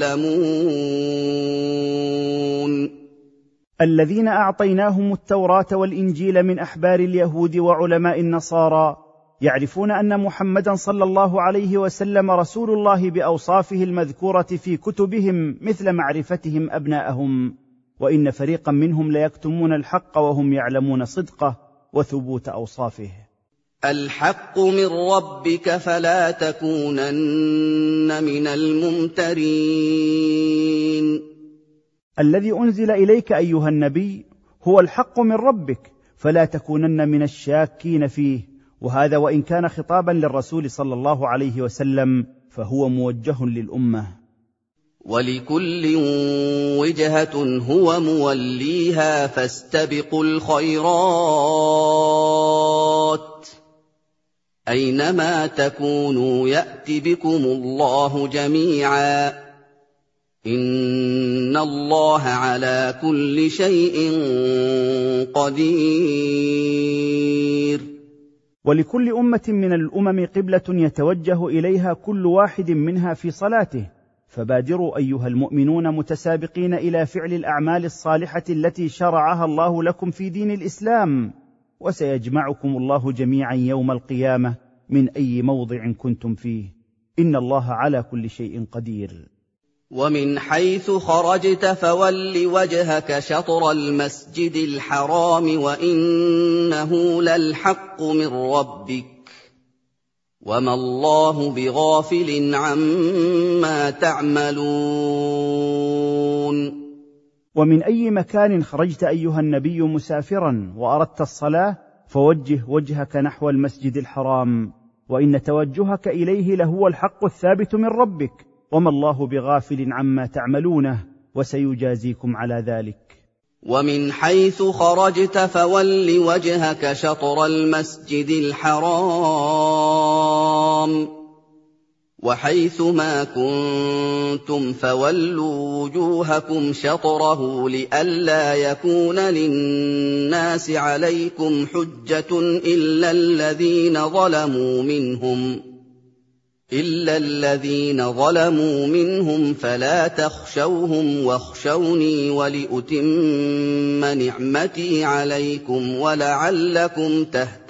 يعلمون. الذين أعطيناهم التوراة والإنجيل من أحبار اليهود وعلماء النصارى يعرفون أن محمدًا صلى الله عليه وسلم رسول الله بأوصافه المذكورة في كتبهم مثل معرفتهم أبناءهم، وإن فريقا منهم ليكتمون الحق وهم يعلمون صدقه وثبوت أوصافه. الحق من ربك فلا تكونن من الممترين. الذي أنزل إليك أيها النبي هو الحق من ربك فلا تكونن من الشاكين فيه، وهذا وإن كان خطابا للرسول صلى الله عليه وسلم فهو موجه للأمة. ولكل وجهة هو موليها فاستبقوا الخيرات أينما تكونوا يأت بكم الله جميعا إن الله على كل شيء قدير. ولكل أمة من الأمم قبلة يتوجه إليها كل واحد منها في صلاته، فبادروا أيها المؤمنون متسابقين إلى فعل الأعمال الصالحة التي شرعها الله لكم في دين الإسلام، وسيجمعكم الله جميعا يوم القيامة من أي موضع كنتم فيه، إن الله على كل شيء قدير. ومن حيث خرجت فول وجهك شطر المسجد الحرام وإنه للحق من ربك وما الله بغافل عما تعملون. ومن أي مكان خرجت أيها النبي مسافرا وأردت الصلاة فوجه وجهك نحو المسجد الحرام، وإن توجهك إليه لهو الحق الثابت من ربك وما الله بغافل عما تعملونه وسيجازيكم على ذلك. ومن حيث خرجت فول وجهك شطر المسجد الحرام وحيث ما كنتم فولوا وجوهكم شطره لئلا يكون للناس عليكم حجة إلا الذين ظلموا منهم فلا تخشوهم واخشوني ولأتم نعمتي عليكم ولعلكم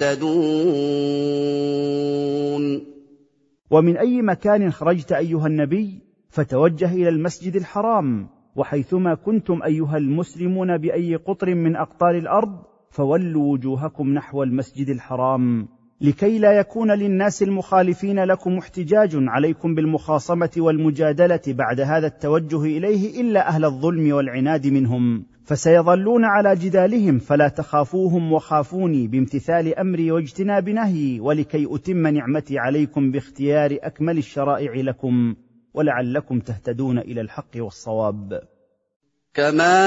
تهتدون. ومن أي مكان خرجت أيها النبي فتوجه إلى المسجد الحرام، وحيثما كنتم أيها المسلمون بأي قطر من أقطار الأرض فولوا وجوهكم نحو المسجد الحرام، لكي لا يكون للناس المخالفين لكم احتجاج عليكم بالمخاصمة والمجادلة بعد هذا التوجه إليه إلا أهل الظلم والعناد منهم، فسيظلون على جدالهم، فلا تخافوهم وخافوني بامتثال أمري واجتناب نهيي، ولكي أتم نعمتي عليكم باختيار أكمل الشرائع لكم ولعلكم تهتدون إلى الحق والصواب. كما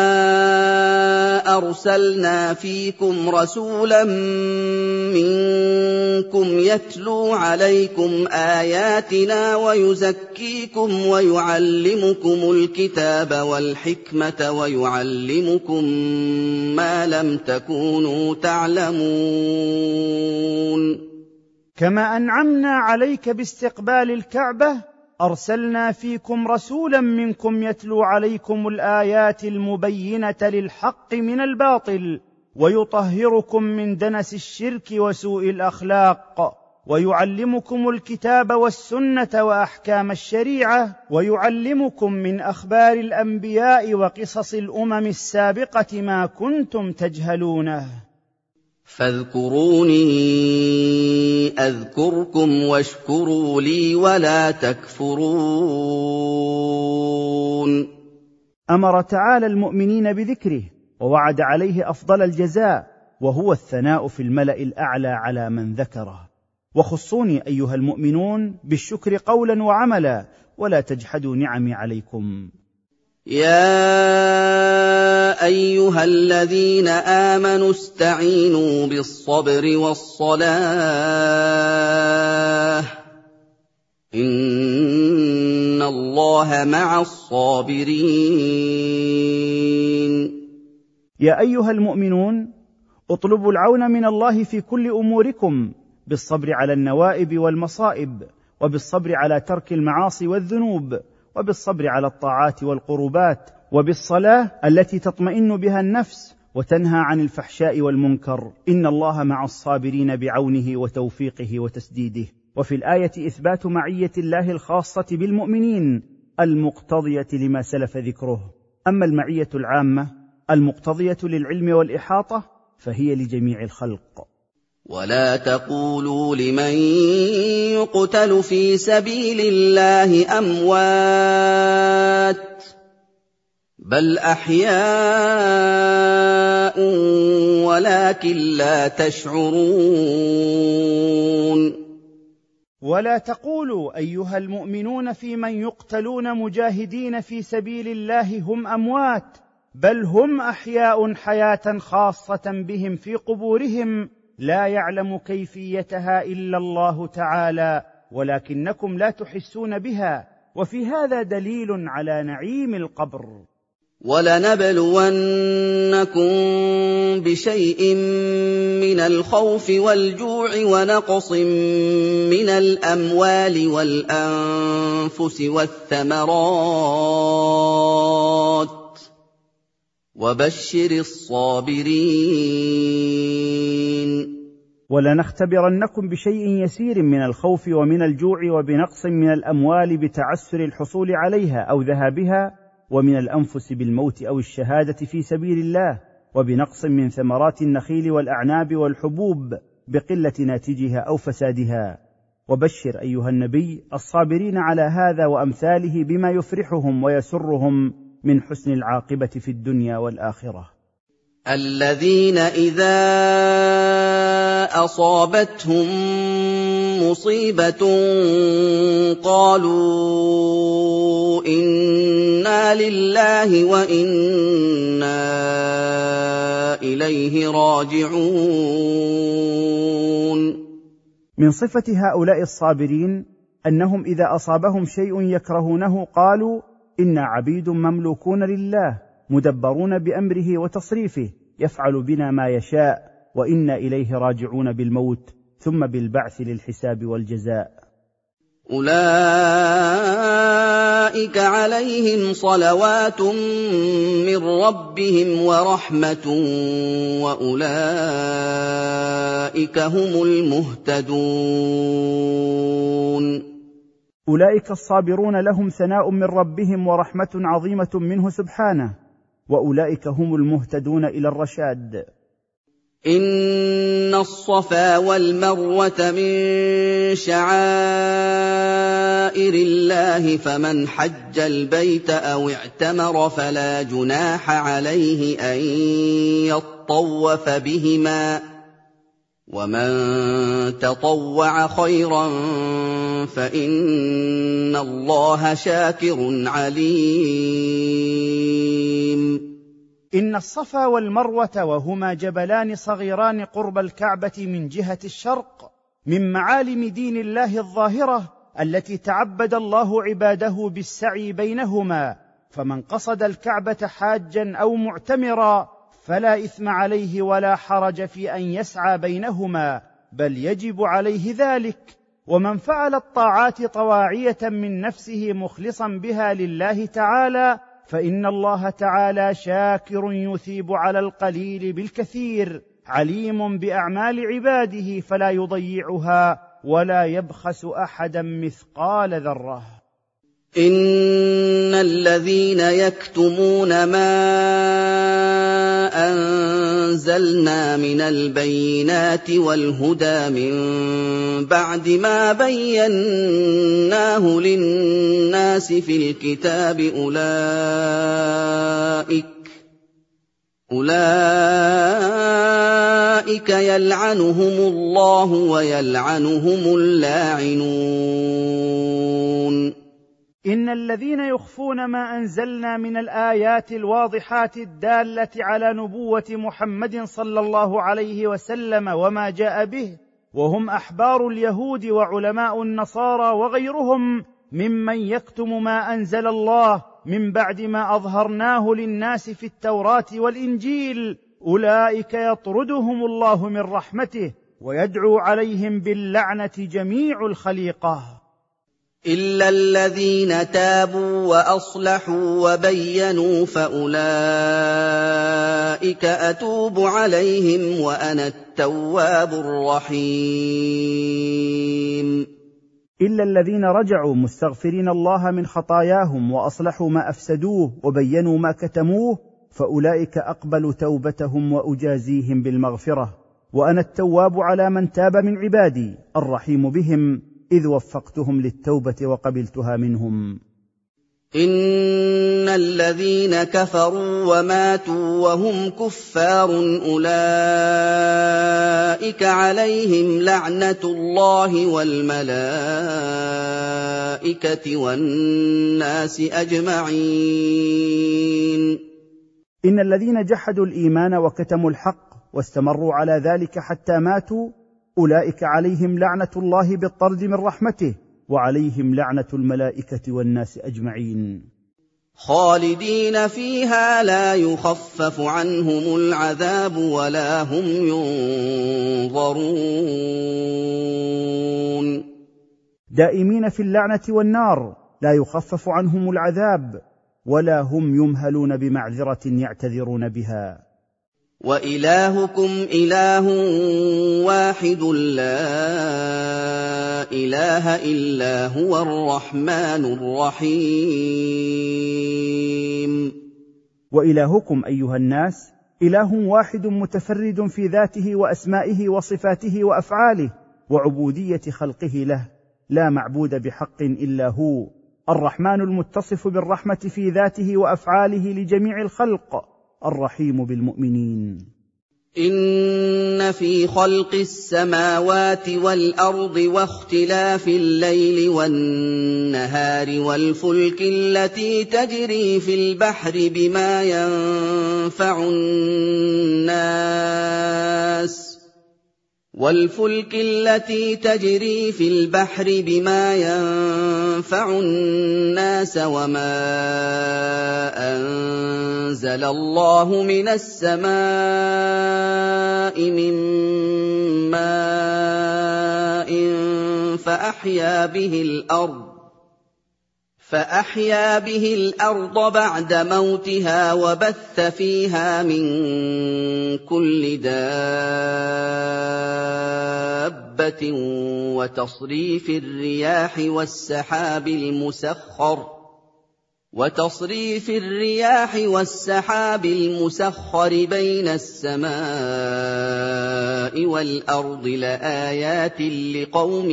أرسلنا فيكم رسولا منكم يتلو عليكم آياتنا ويزكيكم ويعلمكم الكتاب والحكمة ويعلمكم ما لم تكونوا تعلمون. كما أنعمنا عليك باستقبال الكعبة أرسلنا فيكم رسولا منكم يتلو عليكم الآيات المبينة للحق من الباطل ويطهركم من دنس الشرك وسوء الأخلاق ويعلمكم الكتاب والسنة وأحكام الشريعة ويعلمكم من أخبار الأنبياء وقصص الأمم السابقة ما كنتم تجهلونه. فاذكروني أذكركم واشكروا لي ولا تكفرون. أمر تعالى المؤمنين بذكره ووعد عليه أفضل الجزاء، وهو الثناء في الملأ الأعلى على من ذكره. وخصوني أيها المؤمنون بالشكر قولا وعملا، ولا تجحدوا نعمي عليكم. يا أيها الذين آمنوا استعينوا بالصبر والصلاة إن الله مع الصابرين. يا أيها المؤمنون اطلبوا العون من الله في كل أموركم بالصبر على النوائب والمصائب، وبالصبر على ترك المعاصي والذنوب، وبالصبر على الطاعات والقربات، وبالصلاة التي تطمئن بها النفس وتنهى عن الفحشاء والمنكر. إن الله مع الصابرين بعونه وتوفيقه وتسديده. وفي الآية إثبات معية الله الخاصة بالمؤمنين المقتضية لما سلف ذكره. أما المعية العامة المقتضية للعلم والإحاطة فهي لجميع الخلق. ولا تقولوا لمن يقتل في سبيل الله أموات بل أحياء ولكن لا تشعرون. ولا تقولوا أيها المؤمنون في من يقتلون مجاهدين في سبيل الله هم أموات، بل هم أحياء حياة خاصة بهم في قبورهم لا يعلم كيفيتها إلا الله تعالى، ولكنكم لا تحسون بها. وفي هذا دليل على نعيم القبر. وَلَنَبْلُوَنَّكُم بِشَيْءٍ مِّنَ الْخَوْفِ وَالْجُوعِ وَنَقْصٍ مِّنَ الْأَمْوَالِ وَالْأَنفُسِ وَالثَّمَرَاتِ وَبَشِّرِ الصَّابِرِينَ. ولنختبرنكم بشيء يسير من الخوف ومن الجوع وبنقص من الأموال بتعسر الحصول عليها أو ذهابها، ومن الأنفس بالموت أو الشهادة في سبيل الله، وبنقص من ثمرات النخيل والأعناب والحبوب بقلة ناتجها أو فسادها. وبشر أيها النبي الصابرين على هذا وأمثاله بما يفرحهم ويسرهم من حسن العاقبة في الدنيا والآخرة. الذين إذا أصابتهم مصيبة قالوا إنا لله وإنا إليه راجعون. من صفة هؤلاء الصابرين أنهم إذا أصابهم شيء يكرهونه قالوا إنا عبيد مملوكون لله مدبرون بأمره وتصريفه، يفعل بنا ما يشاء، وإنا إليه راجعون بالموت ثم بالبعث للحساب والجزاء. أولئك عليهم صلوات من ربهم ورحمة وأولئك هم المهتدون. أولئك الصابرون لهم ثناء من ربهم ورحمة عظيمة منه سبحانه، وأولئك هم المهتدون إلى الرشاد. إن الصفا والمروة من شعائر الله فمن حج البيت أو اعتمر فلا جناح عليه أن يطوف بهما، ومن تطوع خيرا فإن الله شاكر عليم. إن الصفا والمروة وهما جبلان صغيران قرب الكعبة من جهة الشرق من معالم دين الله الظاهرة التي تعبد الله عباده بالسعي بينهما، فمن قصد الكعبة حاجا أو معتمرا فلا إثم عليه ولا حرج في أن يسعى بينهما، بل يجب عليه ذلك، ومن فعل الطاعات طواعية من نفسه مخلصا بها لله تعالى فإن الله تعالى شاكر يثيب على القليل بالكثير، عليم بأعمال عباده فلا يضيعها ولا يبخس أحدا مثقال ذرة. إن الذين يكتمون ما أنزلنا من البينات والهدى من بعد ما بيناه للناس في الكتاب أولئك يلعنهم الله ويلعنهم اللاعنون. إن الذين يخفون ما أنزلنا من الآيات الواضحات الدالة على نبوة محمد صلى الله عليه وسلم وما جاء به، وهم أحبار اليهود وعلماء النصارى وغيرهم ممن يكتم ما أنزل الله من بعد ما أظهرناه للناس في التوراة والإنجيل، أولئك يطردهم الله من رحمته ويدعو عليهم باللعنة جميع الخليقة. إلا الذين تابوا وأصلحوا وبينوا فأولئك أتوب عليهم وأنا التواب الرحيم. إلا الذين رجعوا مستغفرين الله من خطاياهم وأصلحوا ما أفسدوه وبينوا ما كتموه فأولئك أقبل توبتهم وأجازيهم بالمغفرة، وأنا التواب على من تاب من عبادي الرحيم بهم إذ وفقتهم للتوبة وقبلتها منهم. إن الذين كفروا وماتوا وهم كفار أولئك عليهم لعنة الله والملائكة والناس أجمعين. إن الذين جحدوا الإيمان وكتموا الحق واستمروا على ذلك حتى ماتوا أولئك عليهم لعنة الله بالطرد من رحمته وعليهم لعنة الملائكة والناس أجمعين. خالدين فيها لا يخفف عنهم العذاب ولا هم ينظرون. دائمين في اللعنة والنار لا يخفف عنهم العذاب ولا هم يمهلون بمعذرة يعتذرون بها. وإلهكم إله واحد لا إله إلا هو الرحمن الرحيم. وإلهكم أيها الناس إله واحد متفرد في ذاته وأسمائه وصفاته وأفعاله وعبودية خلقه له، لا معبود بحق إلا هو، الرحمن المتصف بالرحمة في ذاته وأفعاله لجميع الخلق، الرحيم بالمؤمنين. إن في خلق السماوات والأرض واختلاف الليل والنهار والفلك التي تجري في البحر بما ينفع الناس وما أنزل الله من السماء من ماء فأحيا به الأرض بعد موتها وبث فيها من كل دابة وتصريف الرياح والسحاب المسخر بين السماء والأرض لآيات لقوم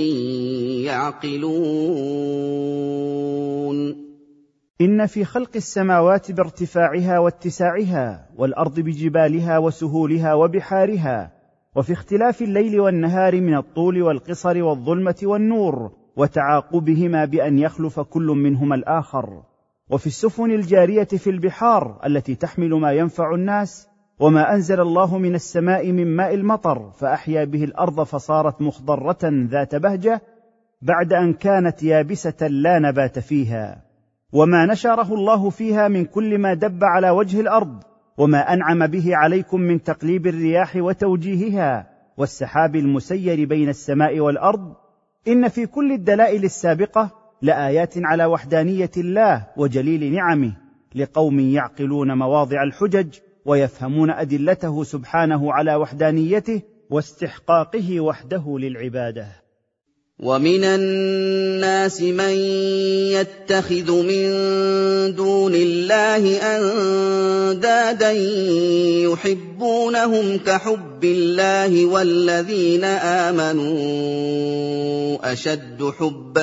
يعقلون. إن في خلق السماوات بارتفاعها واتساعها والأرض بجبالها وسهولها وبحارها، وفي اختلاف الليل والنهار من الطول والقصر والظلمة والنور وتعاقبهما بأن يخلف كل منهما الآخر، وفي السفن الجارية في البحار التي تحمل ما ينفع الناس، وما أنزل الله من السماء من ماء المطر فأحيا به الأرض فصارت مخضرة ذات بهجة بعد أن كانت يابسة لا نبات فيها، وما نشره الله فيها من كل ما دب على وجه الأرض، وما أنعم به عليكم من تقليب الرياح وتوجيهها والسحاب المسير بين السماء والأرض، إن في كل الدلائل السابقة لآيات على وحدانية الله وجليل نعمه لقوم يعقلون مواضع الحجج ويفهمون أدلته سبحانه على وحدانيته واستحقاقه وحده للعبادة. ومن الناس من يتخذ من دون الله أندادا يحبونهم كحب الله والذين آمنوا أشد حبا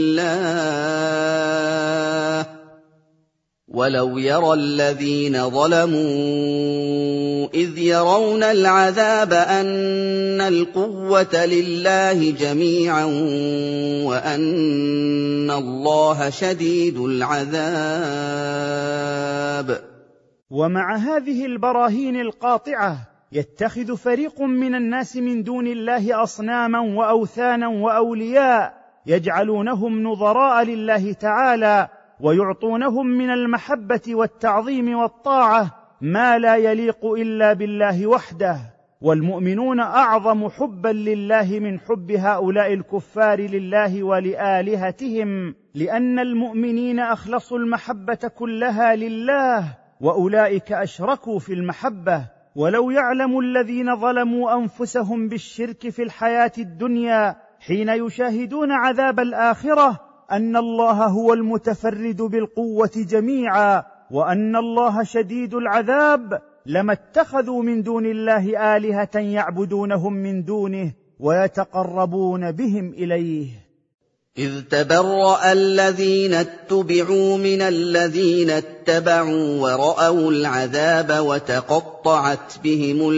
لله ولو يرى الذين ظلموا إذ يرون العذاب أن القوة لله جميعا وأن الله شديد العذاب. ومع هذه البراهين القاطعة يتخذ فريق من الناس من دون الله أصناما وأوثانا وأولياء يجعلونهم نظراء لله تعالى ويعطونهم من المحبة والتعظيم والطاعة ما لا يليق إلا بالله وحده، والمؤمنون أعظم حبا لله من حب هؤلاء الكفار لله ولآلهتهم، لأن المؤمنين أخلصوا المحبة كلها لله، وأولئك أشركوا في المحبة. ولو يعلم الذين ظلموا أنفسهم بالشرك في الحياة الدنيا حين يشاهدون عذاب الآخرة أن الله هو المتفرد بالقوة جميعا وأن الله شديد العذاب لما اتخذوا من دون الله آلهة يعبدونهم من دونه ويتقربون بهم إليه. إذ تبرأ الذين اتبعوا من الذين اتبعوا ورأوا العذاب وتقطعت بهم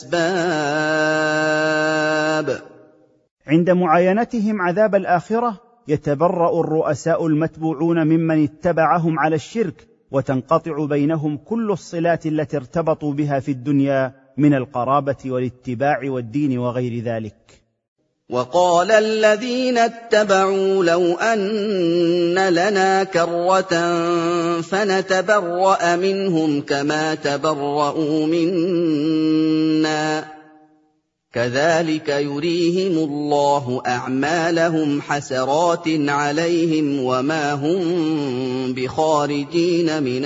الأسباب. عند معاينتهم عذاب الآخرة يتبرأ الرؤساء المتبوعون ممن اتبعهم على الشرك وتنقطع بينهم كل الصلات التي ارتبطوا بها في الدنيا من القرابة والاتباع والدين وغير ذلك. وقال الذين اتبعوا لو أن لنا كرة فنتبرأ منهم كما تبرأوا منا كذلك يريهم الله أعمالهم حسرات عليهم وما هم بخارجين من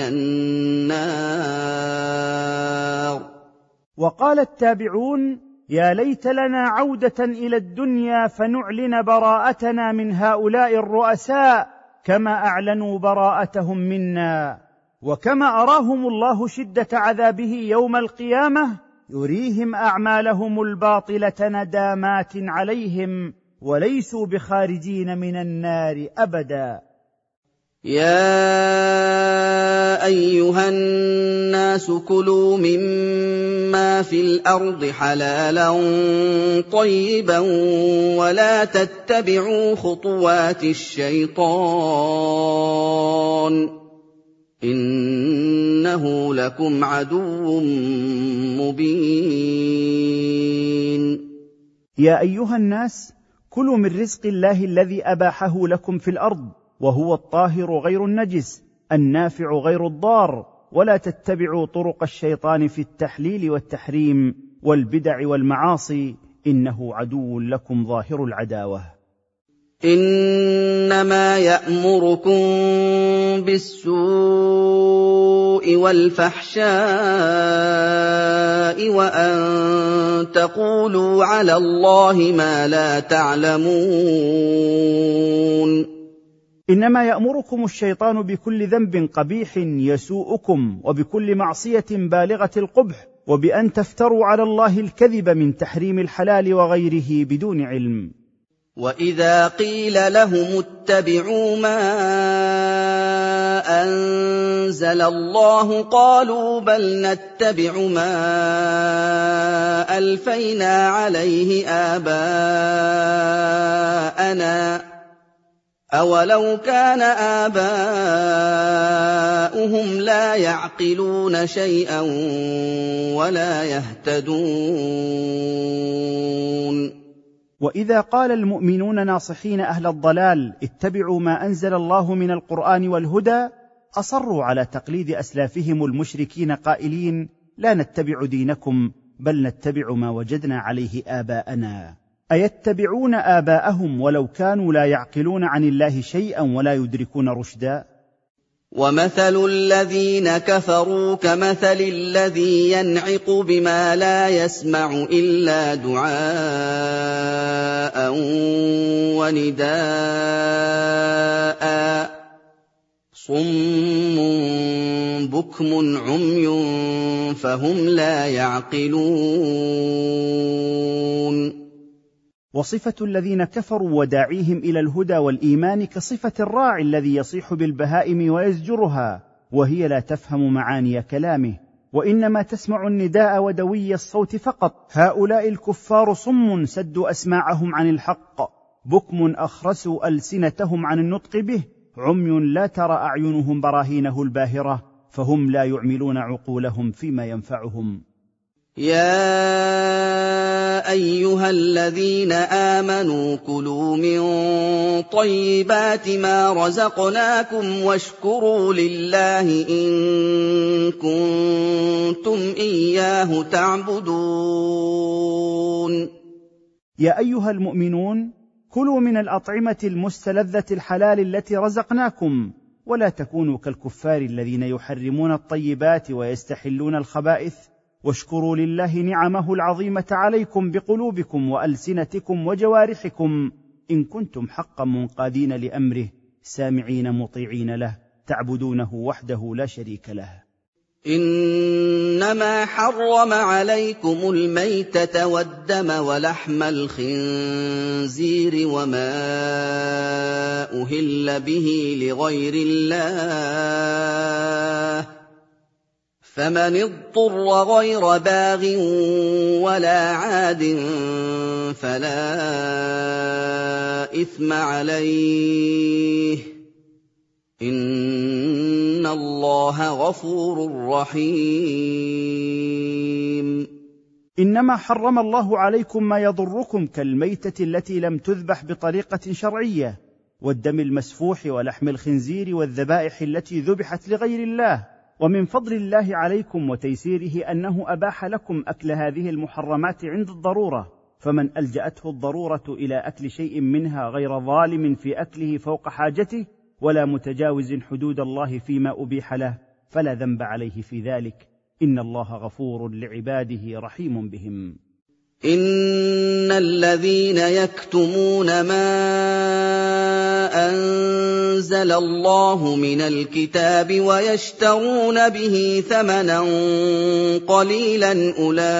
النار. وقال التابعون يا ليت لنا عودة إلى الدنيا فنعلن براءتنا من هؤلاء الرؤساء كما أعلنوا براءتهم منا. وكما أراهم الله شدة عذابه يوم القيامة يريهم أعمالهم الباطلة ندامات عليهم وليسوا بخارجين من النار أبدا. يا أيها الناس كلوا مما في الأرض حلالا طيبا ولا تتبعوا خطوات الشيطان إنه لكم عدو مبين. يا أيها الناس كلوا من رزق الله الذي أباحه لكم في الأرض وهو الطاهر غير النجس النافع غير الضار ولا تتبعوا طرق الشيطان في التحليل والتحريم والبدع والمعاصي إنه عدو لكم ظاهر العداوة. إنما يأمركم بالسوء والفحشاء وأن تقولوا على الله ما لا تعلمون. إنما يأمركم الشيطان بكل ذنب قبيح يسوءكم وبكل معصية بالغة القبح وبأن تفتروا على الله الكذب من تحريم الحلال وغيره بدون علم. وإذا قيل لهم اتبعوا ما أنزل الله قالوا بل نتبع ما ألفينا عليه آباءنا أولو كان آباؤهم لا يعقلون شيئا ولا يهتدون. وإذا قال المؤمنون ناصحين أهل الضلال اتبعوا ما أنزل الله من القرآن والهدى أصروا على تقليد أسلافهم المشركين قائلين لا نتبع دينكم بل نتبع ما وجدنا عليه آباءنا، أيتبعون آباءهم ولو كانوا لا يعقلون عن الله شيئا ولا يدركون رشدا؟ ومثل الذين كفروا كمثل الذي ينعق بما لا يسمع إلا دعاء ونداء صم بكم عمي فهم لا يعقلون. وصفة الذين كفروا وداعيهم إلى الهدى والإيمان كصفة الراعي الذي يصيح بالبهائم ويزجرها وهي لا تفهم معاني كلامه، وإنما تسمع النداء ودوي الصوت فقط. هؤلاء الكفار صم سدوا أسماعهم عن الحق، بكم أخرسوا ألسنتهم عن النطق به، عمي لا ترى أعينهم براهينه الباهرة، فهم لا يعملون عقولهم فيما ينفعهم. يا أيها الذين آمنوا كلوا من طيبات ما رزقناكم واشكروا لله إن كنتم إياه تعبدون. يا أيها المؤمنون كلوا من الأطعمة المستلذة الحلال التي رزقناكم، ولا تكونوا كالكفار الذين يحرمون الطيبات ويستحلون الخبائث، واشكروا لله نعمه العظيمة عليكم بقلوبكم وألسنتكم وجوارحكم إن كنتم حقا منقادين لأمره سامعين مطيعين له تعبدونه وحده لا شريك له. إنما حرم عليكم الميتة والدم ولحم الخنزير وما أهل به لغير الله، فمن اضطر غير باغ ولا عاد فلا إثم عليه إن الله غفور رحيم. إنما حرم الله عليكم ما يضركم كالميتة التي لم تذبح بطريقة شرعية، والدم المسفوح ولحم الخنزير والذبائح التي ذبحت لغير الله. ومن فضل الله عليكم وتيسيره أنه أباح لكم أكل هذه المحرمات عند الضرورة، فمن ألجأته الضرورة إلى أكل شيء منها غير ظالم في أكله فوق حاجته ولا متجاوز حدود الله فيما أبيح له فلا ذنب عليه في ذلك، إن الله غفور لعباده رحيم بهم. إن الذين يكتمون ما أنزل الله من الكتاب ويشترون به ثمنا قليلا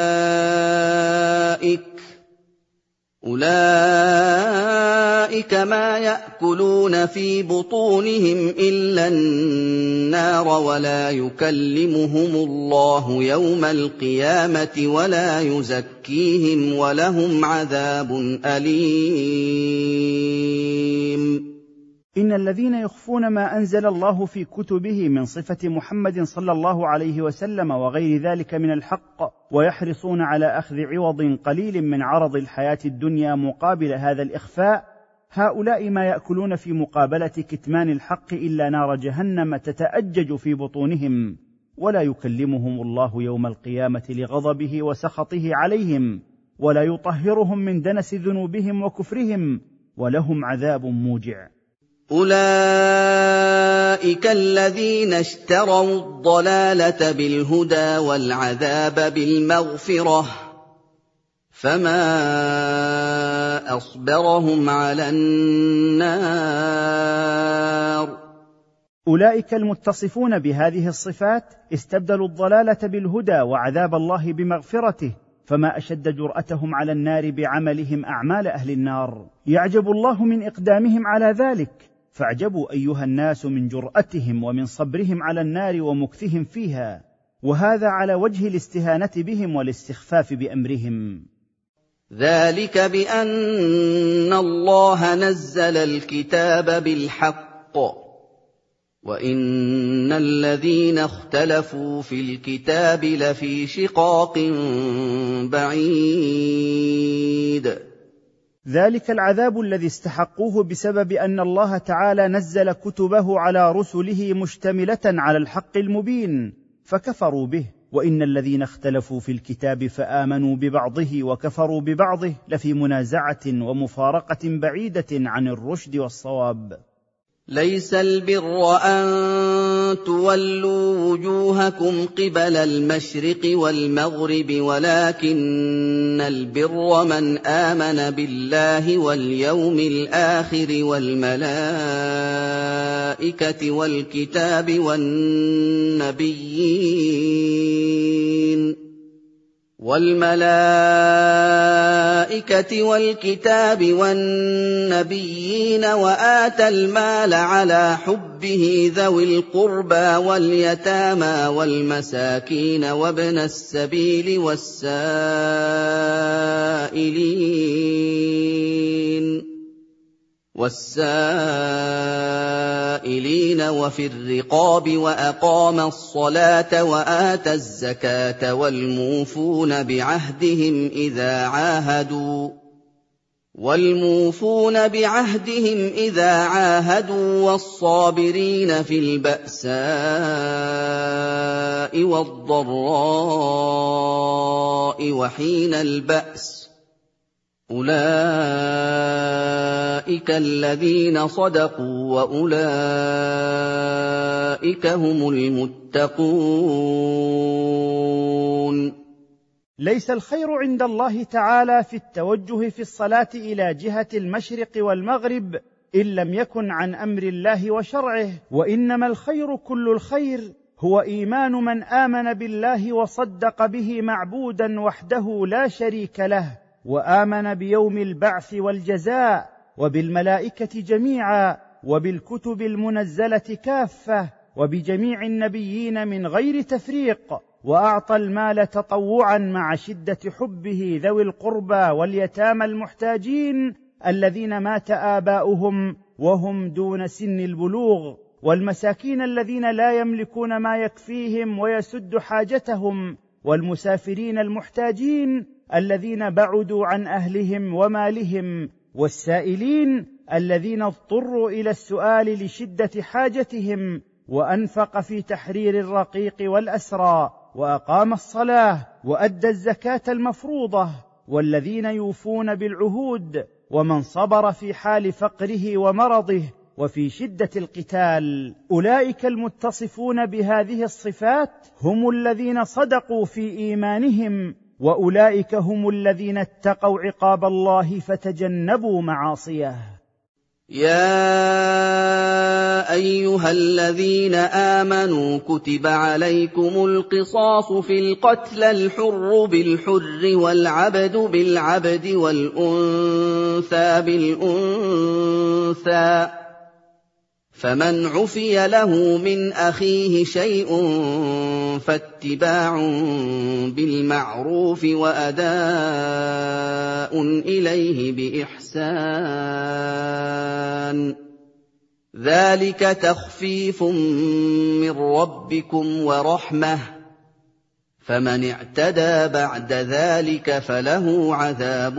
أولئك ما يأكلون في بطونهم إلا النار ولا يكلمهم الله يوم القيامة ولا يزكيهم ولهم عذاب أليم. إن الذين يخفون ما أنزل الله في كتبه من صفة محمد صلى الله عليه وسلم وغير ذلك من الحق ويحرصون على أخذ عوض قليل من عرض الحياة الدنيا مقابل هذا الإخفاء، هؤلاء ما يأكلون في مقابلة كتمان الحق إلا نار جهنم تتأجج في بطونهم، ولا يكلمهم الله يوم القيامة لغضبه وسخطه عليهم، ولا يطهرهم من دنس ذنوبهم وكفرهم، ولهم عذاب موجع. أولئك الذين اشتروا الضلالة بالهدى والعذاب بالمغفرة، فما أصبرهم على النار. أولئك المتصفون بهذه الصفات استبدلوا الضلالة بالهدى وعذاب الله بمغفرته، فما أشد جرأتهم على النار بعملهم أعمال أهل النار. يعجب الله من إقدامهم على ذلك، فاعجبوا أيها الناس من جرأتهم ومن صبرهم على النار ومكثهم فيها، وهذا على وجه الاستهانة بهم والاستخفاف بأمرهم. ذلك بأن الله نزل الكتاب بالحق وإن الذين اختلفوا في الكتاب لفي شقاق بعيد. ذلك العذاب الذي استحقوه بسبب أن الله تعالى نزل كتبه على رسله مشتملة على الحق المبين، فكفروا به وإن الذين اختلفوا في الكتاب فآمنوا ببعضه وكفروا ببعضه لفي منازعة ومفارقة بعيدة عن الرشد والصواب. ليس البر أن تولوا وجوهكم قبل المشرق والمغرب ولكن البر من آمن بالله واليوم الآخر والملائكة والكتاب والنبيين وآتى المال على حبه ذوي القربى واليتامى والمساكين وابن السبيل والسائلين وفي الرقاب وأقام الصلاة وآتى الزكاة والموفون بعهدهم إذا عاهدوا والصابرين في البأساء والضراء وحين البأس أولئك الذين صدقوا وأولئك هم المتقون. ليس الخير عند الله تعالى في التوجه في الصلاة إلى جهة المشرق والمغرب إن لم يكن عن أمر الله وشرعه، وإنما الخير كل الخير هو إيمان من آمن بالله وصدق به معبودا وحده لا شريك له، وآمن بيوم البعث والجزاء وبالملائكة جميعا وبالكتب المنزلة كافة وبجميع النبيين من غير تفريق، وأعطى المال تطوعا مع شدة حبه ذوي القربى واليتامى المحتاجين الذين مات آباؤهم وهم دون سن البلوغ، والمساكين الذين لا يملكون ما يكفيهم ويسد حاجتهم، والمسافرين المحتاجين الذين بعدوا عن أهلهم ومالهم، والسائلين الذين اضطروا إلى السؤال لشدة حاجتهم، وأنفق في تحرير الرقيق والأسرى، وأقام الصلاة وأدى الزكاة المفروضة، والذين يوفون بالعهود، ومن صبر في حال فقره ومرضه وفي شدة القتال. أولئك المتصفون بهذه الصفات هم الذين صدقوا في إيمانهم، وأولئك هم الذين اتقوا عقاب الله فتجنبوا معاصيه. يا أيها الذين آمنوا كتب عليكم القصاص في القتلى الحر بالحر والعبد بالعبد والأنثى بالأنثى، فمن عفي له من أخيه شيء فاتباع بالمعروف وأداء إليه بإحسان، ذلك تخفيف من ربكم ورحمة، فمن اعتدى بعد ذلك فله عذاب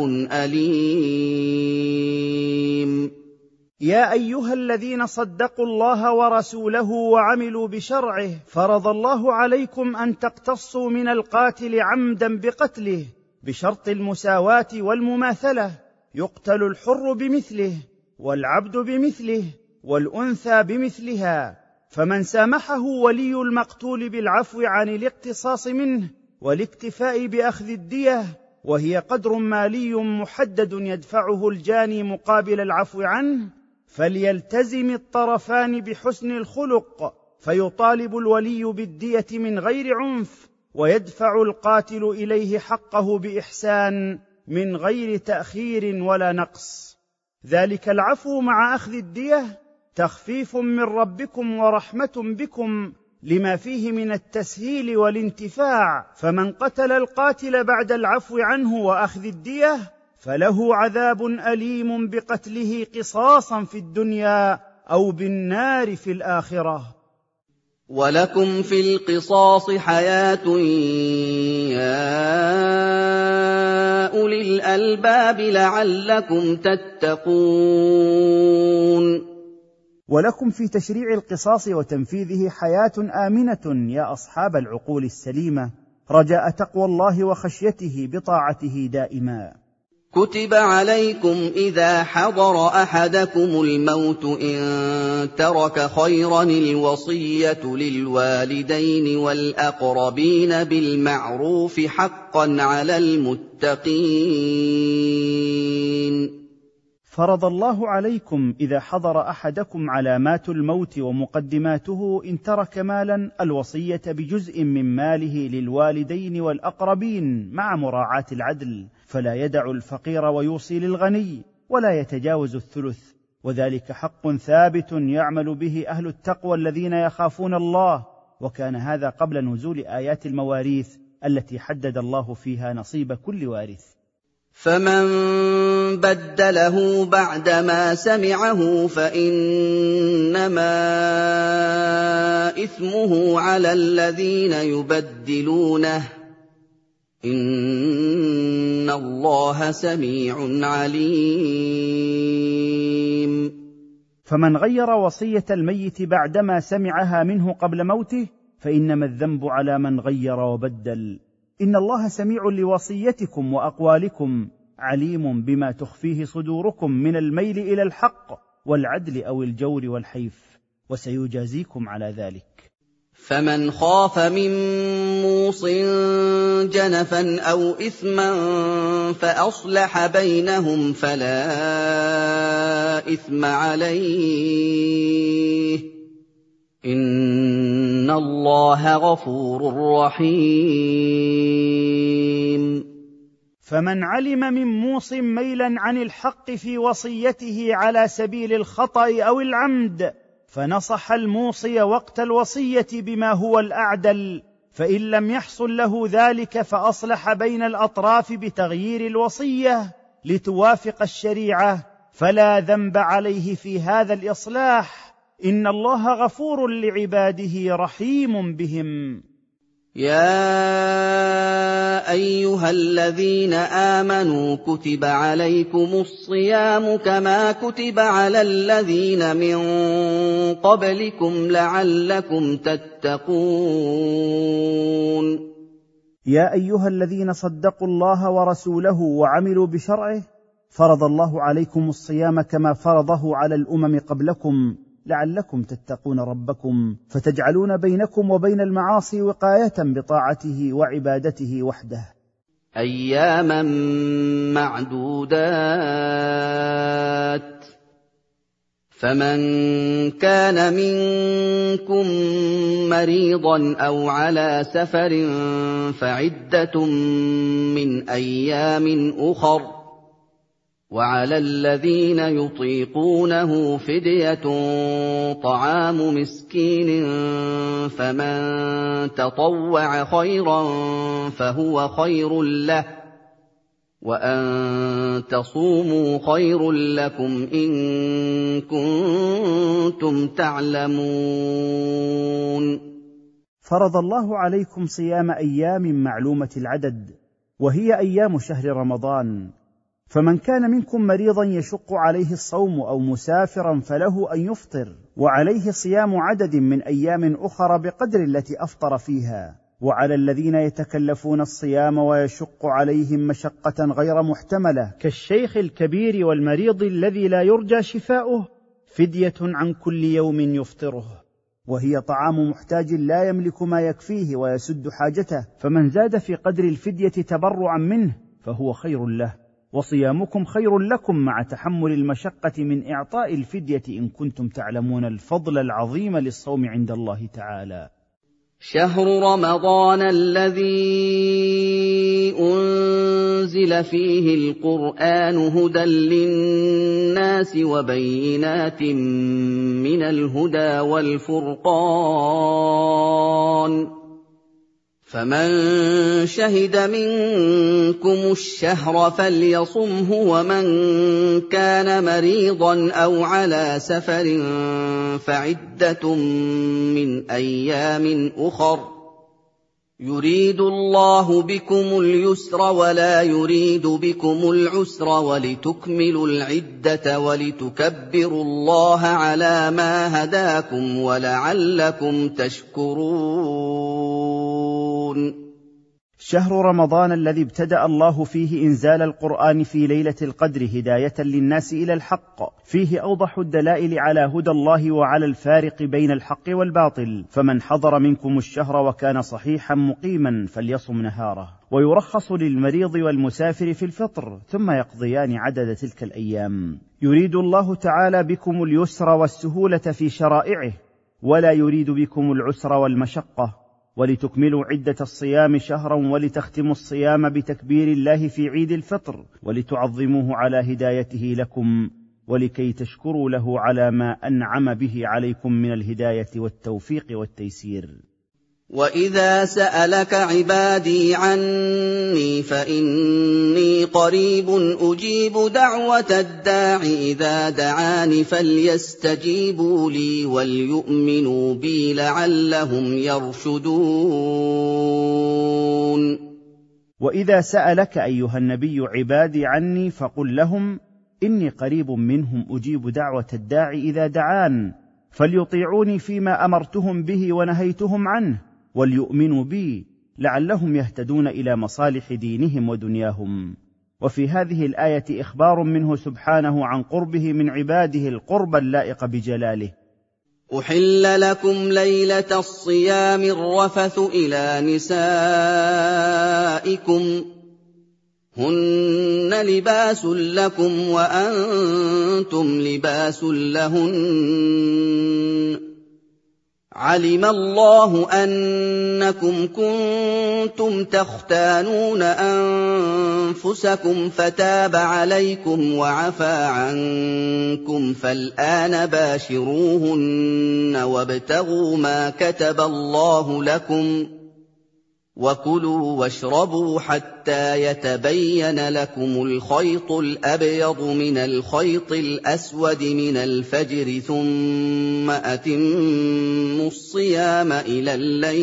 أليم. يا أيها الذين صدقوا الله ورسوله وعملوا بشرعه، فرض الله عليكم أن تقتصوا من القاتل عمدا بقتله بشرط المساواة والمماثلة، يقتل الحر بمثله والعبد بمثله والأنثى بمثلها، فمن سامحه ولي المقتول بالعفو عن الاقتصاص منه والاكتفاء بأخذ الدية، وهي قدر مالي محدد يدفعه الجاني مقابل العفو عنه، فليلتزم الطرفان بحسن الخلق، فيطالب الولي بالدية من غير عنف، ويدفع القاتل إليه حقه بإحسان من غير تأخير ولا نقص. ذلك العفو مع أخذ الدية تخفيف من ربكم ورحمة بكم، لما فيه من التسهيل والانتفاع، فمن قتل القاتل بعد العفو عنه وأخذ الدية فله عذاب أليم بقتله قصاصا في الدنيا أو بالنار في الآخرة. ولكم في القصاص حياة يا أولي الألباب لعلكم تتقون. ولكم في تشريع القصاص وتنفيذه حياة آمنة يا أصحاب العقول السليمة، رجاء تقوى الله وخشيته بطاعته دائما. كتب عليكم إذا حضر أحدكم الموت إن ترك خيرا الوصية للوالدين والأقربين بالمعروف حقا على المتقين. فرض الله عليكم إذا حضر أحدكم علامات الموت ومقدماته إن ترك مالا الوصية بجزء من ماله للوالدين والأقربين مع مراعاة العدل، فلا يدع الفقير ويوصي للغني ولا يتجاوز الثلث، وذلك حق ثابت يعمل به أهل التقوى الذين يخافون الله، وكان هذا قبل نزول آيات المواريث التي حدد الله فيها نصيب كل وارث. فمن بدله بعدما سمعه فإنما إثمه على الذين يبدلونه إن الله سميع عليم. فمن غير وصية الميت بعدما سمعها منه قبل موته فإنما الذنب على من غير وبدل. إن الله سميع لوصيتكم وأقوالكم، عليم بما تخفيه صدوركم من الميل إلى الحق والعدل أو الجور والحيف، وسيجازيكم على ذلك. فمن خاف من موص جنفا أو إثما فأصلح بينهم فلا إثم عليه إن الله غفور رحيم. فمن علم من موص ميلا عن الحق في وصيته على سبيل الخطأ أو العمد فنصح الموصي وقت الوصية بما هو الأعدل، فإن لم يحصل له ذلك فأصلح بين الأطراف بتغيير الوصية لتوافق الشريعة فلا ذنب عليه في هذا الإصلاح، إن الله غفور لعباده رحيم بهم. يا أيها الذين آمنوا كتب عليكم الصيام كما كتب على الذين من قبلكم لعلكم تتقون. يا أيها الذين صدقوا الله ورسوله وعملوا بشرعه فرض الله عليكم الصيام كما فرضه على الأمم قبلكم لعلكم تتقون ربكم فتجعلون بينكم وبين المعاصي وقاية بطاعته وعبادته وحده. أياما معدودات، فمن كان منكم مريضا أو على سفر فعدة من أيام أخر، وعلى الذين يطيقونه فدية طعام مسكين، فمن تطوع خيرا فهو خير له، وأن تصوموا خير لكم إن كنتم تعلمون. فرض الله عليكم صيام أيام معلومة العدد وهي أيام شهر رمضان، فمن كان منكم مريضا يشق عليه الصوم أو مسافرا فله أن يفطر، وعليه صيام عدد من أيام أخر بقدر التي أفطر فيها، وعلى الذين يتكلفون الصيام ويشق عليهم مشقة غير محتملة كالشيخ الكبير والمريض الذي لا يرجى شفاؤه فدية عن كل يوم يفطره، وهي طعام محتاج لا يملك ما يكفيه ويسد حاجته، فمن زاد في قدر الفدية تبرعا منه فهو خير له، وصيامكم خير لكم مع تحمل المشقة من إعطاء الفدية إن كنتم تعلمون الفضل العظيم للصوم عند الله تعالى. شهر رمضان الذي أنزل فيه القرآن هدى للناس وبينات من الهدى والفرقان، فمن شهد منكم الشهر فليصمه، ومن كان مريضا أو على سفر فعدة من أيام أخر، يريد الله بكم اليسر ولا يريد بكم العسر ولتكملوا العدة ولتكبروا الله على ما هداكم ولعلكم تشكرون. شهر رمضان الذي ابتدأ الله فيه إنزال القرآن في ليلة القدر هداية للناس إلى الحق، فيه أوضح الدلائل على هدى الله وعلى الفارق بين الحق والباطل. فمن حضر منكم الشهر وكان صحيحا مقيما فليصم نهاره، ويرخص للمريض والمسافر في الفطر، ثم يقضيان عدد تلك الأيام. يريد الله تعالى بكم اليسر والسهولة في شرائعه، ولا يريد بكم العسر والمشقة، ولتكملوا عدة الصيام شهرا، ولتختموا الصيام بتكبير الله في عيد الفطر، ولتعظموه على هدايته لكم، ولكي تشكروا له على ما أنعم به عليكم من الهداية والتوفيق والتيسير. وَإِذَا سَأَلَكَ عِبَادِي عَنِّي فَإِنِّي قَرِيبٌ أُجِيبُ دَعْوَةَ الدَّاعِ إِذَا دَعَانِ فَلْيَسْتَجِيبُوا لِي وَلْيُؤْمِنُوا بِي لَعَلَّهُمْ يَرْشُدُونَ. وإذا سألك أيها النبي عبادي عني فقل لهم إني قريب منهم أجيب دعوة الداعي إذا دعان، فليطيعوني فيما أمرتهم به ونهيتهم عنه، وليؤمنوا بي لعلهم يهتدون إلى مصالح دينهم ودنياهم. وفي هذه الآية إخبار منه سبحانه عن قربه من عباده القرب اللائق بجلاله. أحل لكم ليلة الصيام الرفث إلى نسائكم هن لباس لكم وأنتم لباس لهن علم الله أنكم كنتم تختانون أنفسكم فتاب عليكم وعفى عنكم فالآن باشروهن وابتغوا ما كتب الله لكم وكلوا واشربوا حتى يتبين لكم الخيط الأبيض من الخيط الأسود من الفجر ثم أتموا الصيام إلى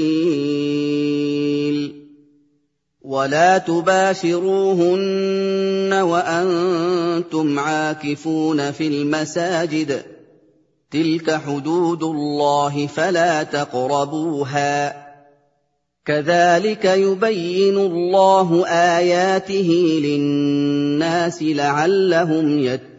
الليل ولا تباشروهن وأنتم عاكفون في المساجد تلك حدود الله فلا تقربوها كذلك يبين الله آياته للناس لعلهم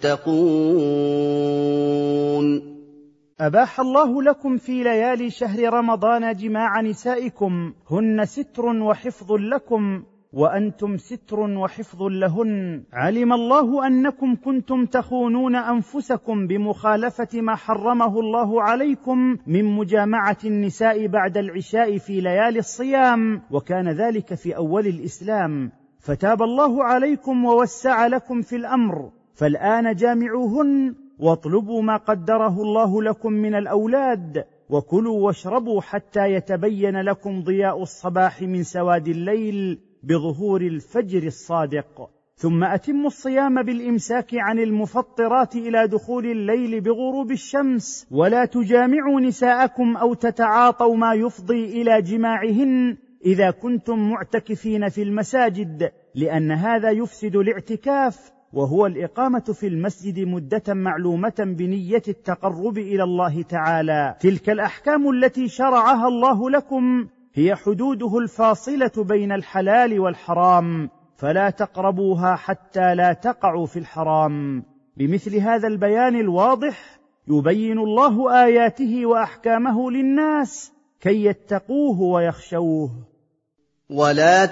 يتقون. أباح الله لكم في ليالي شهر رمضان جماع نسائكم هن ستر وحفظ لكم وأنتم ستر وحفظ لهن. علم الله أنكم كنتم تخونون أنفسكم بمخالفة ما حرمه الله عليكم من مجامعة النساء بعد العشاء في ليالي الصيام، وكان ذلك في أول الإسلام، فتاب الله عليكم ووسع لكم في الأمر، فالآن جامعوهن واطلبوا ما قدره الله لكم من الأولاد، وكلوا واشربوا حتى يتبين لكم ضياء الصباح من سواد الليل بظهور الفجر الصادق، ثم أتموا الصيام بالإمساك عن المفطرات إلى دخول الليل بغروب الشمس، ولا تجامعوا نساءكم أو تتعاطوا ما يفضي إلى جماعهن إذا كنتم معتكفين في المساجد، لأن هذا يفسد الاعتكاف، وهو الإقامة في المسجد مدة معلومة بنية التقرب إلى الله تعالى. تلك الأحكام التي شرعها الله لكم هي حدوده الفاصلة بين الحلال والحرام، فلا تقربوها حتى لا تقعوا في الحرام. بمثل هذا البيان الواضح يبين الله آياته وأحكامه للناس كي يتقوه ويخشوه. ولا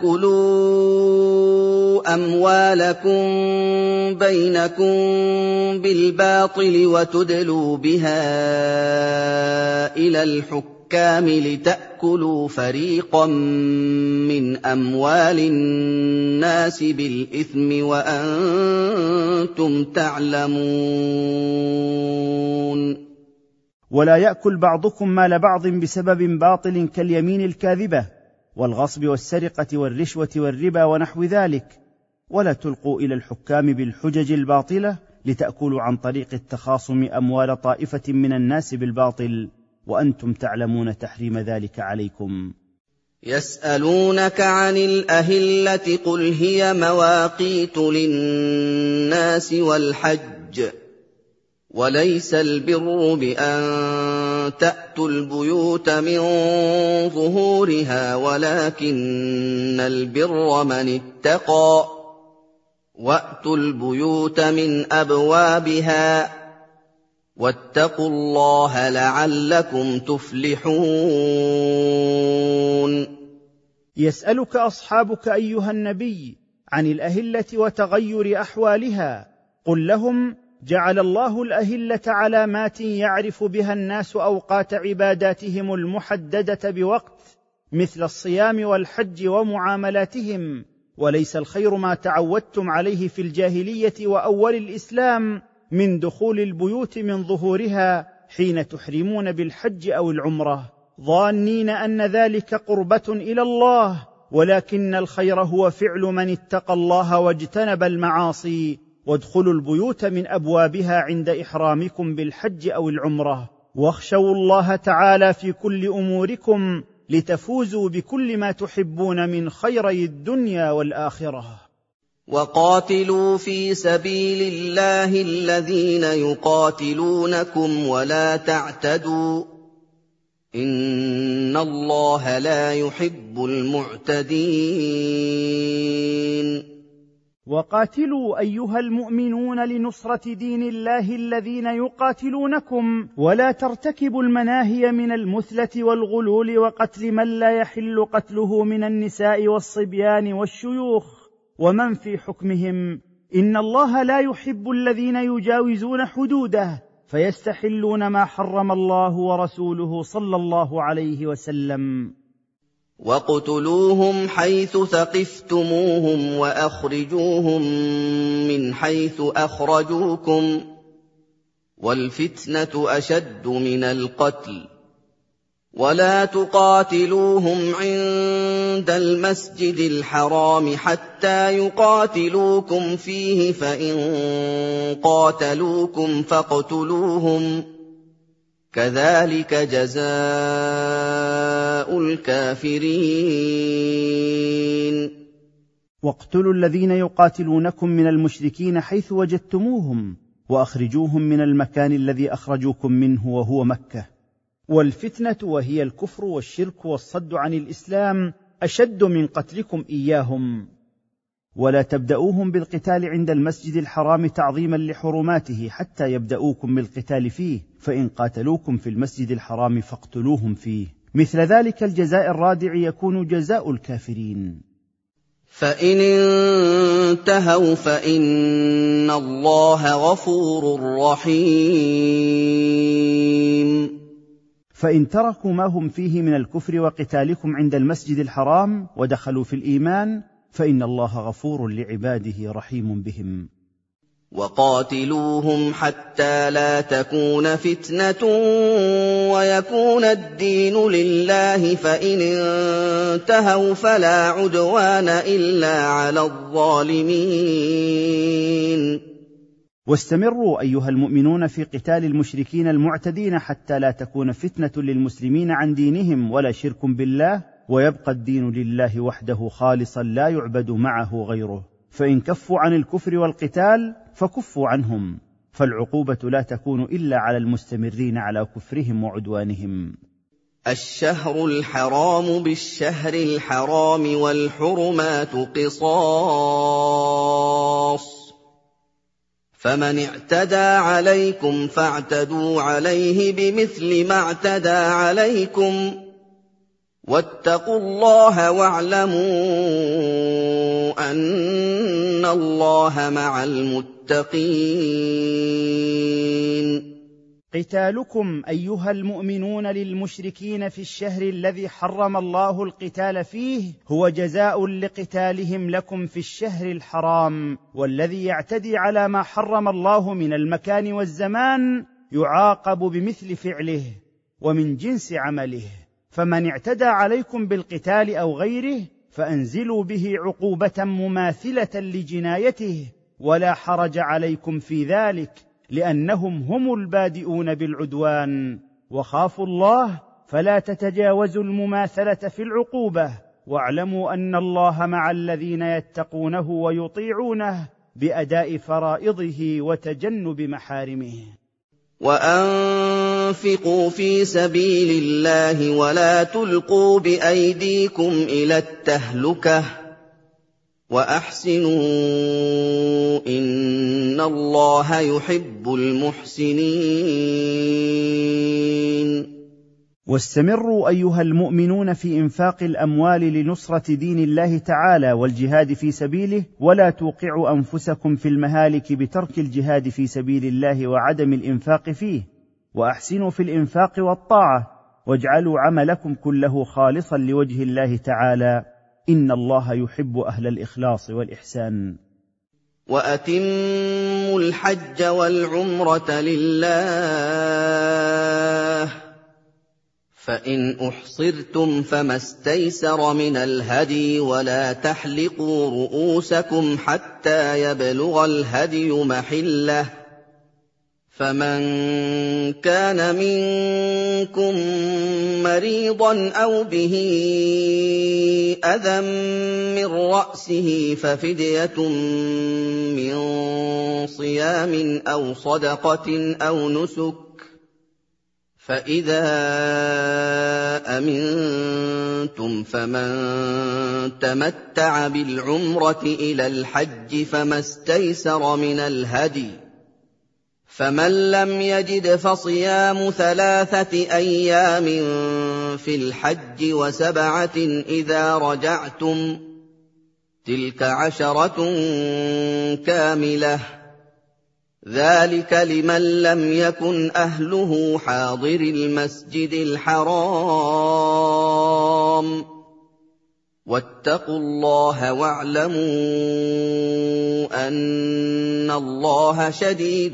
تأكلوا أموالكم بينكم بالباطل وتدلوا بها إلى الحكام لتأكلوا فريقا من أموال الناس بالإثم وأنتم تعلمون. ولا يأكل بعضكم مال بعض بسبب باطل كاليمين الكاذبة والغصب والسرقة والرشوة والربا ونحو ذلك، ولا تلقوا إلى الحكام بالحجج الباطلة لتأكلوا عن طريق التخاصم أموال طائفة من الناس بالباطل وأنتم تعلمون تحريم ذلك عليكم. يسألونك عن الأهلة قل هي مواقيت للناس والحج وَلَيْسَ الْبِرُّ بِأَن تَأْتُوا الْبُيُوتَ مِن ظُهُورِهَا وَلَٰكِنَّ الْبِرَّ مَنِ اتَّقَىٰ ۗ وَأْتُوا الْبُيُوتَ مِنْ أَبْوَابِهَا ۚ وَاتَّقُوا اللَّهَ لَعَلَّكُمْ تُفْلِحُونَ. يسألك أصحابك أيها النبي عن الأهلة وتغير أحوالها، قل لهم: جعل الله الأهلة علامات يعرف بها الناس أوقات عباداتهم المحددة بوقت، مثل الصيام والحج ومعاملاتهم، وليس الخير ما تعودتم عليه في الجاهلية وأول الإسلام من دخول البيوت من ظهورها حين تحرمون بالحج أو العمرة، ظانين أن ذلك قربة إلى الله، ولكن الخير هو فعل من اتقى الله واجتنب المعاصي. وادخلوا البيوت من أبوابها عند إحرامكم بالحج أو العمرة، واخشوا الله تعالى في كل أموركم لتفوزوا بكل ما تحبون من خيري الدنيا والآخرة. وَقَاتِلُوا فِي سَبِيلِ اللَّهِ الَّذِينَ يُقَاتِلُونَكُمْ وَلَا تَعْتَدُوا ۚ إِنَّ اللَّهَ لَا يُحِبُّ الْمُعْتَدِينَ. وقاتلوا أيها المؤمنون لنصرة دين الله الذين يقاتلونكم، ولا ترتكبوا المناهي من المثلة والغلول وقتل من لا يحل قتله من النساء والصبيان والشيوخ ومن في حكمهم، إن الله لا يحب الذين يجاوزون حدوده فيستحلون ما حرم الله ورسوله صلى الله عليه وسلم. وَاقْتُلُوهُمْ حَيْثُ ثَقِفْتُمُوهُمْ وَأَخْرِجُوهُم مِّنْ حَيْثُ أَخْرَجُوكُمْ ۚ وَالْفِتْنَةُ أَشَدُّ مِنَ الْقَتْلِ ۚ وَلَا تُقَاتِلُوهُمْ عِندَ الْمَسْجِدِ الْحَرَامِ حَتَّىٰ يُقَاتِلُوكُمْ فِيهِ ۖ فَإِن قَاتَلُوكُمْ فَاقْتُلُوهُمْ ۗ كَذَٰلِكَ جَزَاءُ الْكَافِرِينَ. واقتلوا الذين يقاتلونكم من المشركين حيث وجدتموهم، وأخرجوهم من المكان الذي أخرجوكم منه وهو مكة. والفتنة وهي الكفر والشرك والصد عن الإسلام أشد من قتلكم إياهم. ولا تبدأوهم بالقتال عند المسجد الحرام تعظيما لحرماته حتى يبدأوكم بالقتال فيه، فإن قاتلوكم في المسجد الحرام فاقتلوهم فيه، مثل ذلك الجزاء الرادع يكون جزاء الكافرين. فإن انتهوا فإن الله غفور رحيم. فإن تركوا ما هم فيه من الكفر وقتالكم عند المسجد الحرام ودخلوا في الإيمان فإن الله غفور لعباده رحيم بهم. وقاتلوهم حتى لا تكون فتنة ويكون الدين لله، فإن انتهوا فلا عدوان إلا على الظالمين. واستمروا أيها المؤمنون في قتال المشركين المعتدين حتى لا تكون فتنة للمسلمين عن دينهم ولا شرك بالله، ويبقى الدين لله وحده خالصا لا يعبد معه غيره. فإن كفوا عن الكفر والقتال فكفوا عنهم، فالعقوبة لا تكون إلا على المستمرين على كفرهم وعدوانهم. الشهر الحرام بالشهر الحرام والحرمات قصاص، فمن اعتدى عليكم فاعتدوا عليه بمثل ما اعتدى عليكم، واتقوا الله واعلموا أن الله مع المتقين. قتالكم أيها المؤمنون للمشركين في الشهر الذي حرم الله القتال فيه هو جزاء لقتالهم لكم في الشهر الحرام، والذي يعتدي على ما حرم الله من المكان والزمان يعاقب بمثل فعله ومن جنس عمله. فمن اعتدى عليكم بالقتال أو غيره فأنزلوا به عقوبة مماثلة لجنايته، ولا حرج عليكم في ذلك، لأنهم هم البادئون بالعدوان. وخافوا الله فلا تتجاوزوا المماثلة في العقوبة، واعلموا أن الله مع الذين يتقونه ويطيعونه بأداء فرائضه وتجنب محارمه. وأنفقوا في سبيل الله ولا تلقوا بأيديكم إلى التهلكة وأحسنوا إن الله يحب المحسنين. واستمروا أيها المؤمنون في إنفاق الأموال لنصرة دين الله تعالى والجهاد في سبيله، ولا توقعوا أنفسكم في المهالك بترك الجهاد في سبيل الله وعدم الإنفاق فيه، وأحسنوا في الإنفاق والطاعة، واجعلوا عملكم كله خالصا لوجه الله تعالى، إن الله يحب أهل الإخلاص والإحسان. وأتموا الحج والعمرة لله، فإن أحصرتم فما استيسر من الهدي، ولا تحلقوا رؤوسكم حتى يبلغ الهدي محله، فمن كان منكم مريضا أو به أذى من رأسه ففدية من صيام أو صدقة أو نسك، فإذا أمنتم فمن تمتع بالعمرة إلى الحج فما استيسر من الهدي، فمن لم يجد فصيام 3 أيام في الحج و7 إذا رجعتم، تلك 10 كاملة، ذلك لمن لم يكن أهله حاضر المسجد الحرام، واتقوا الله واعلموا أن الله شديد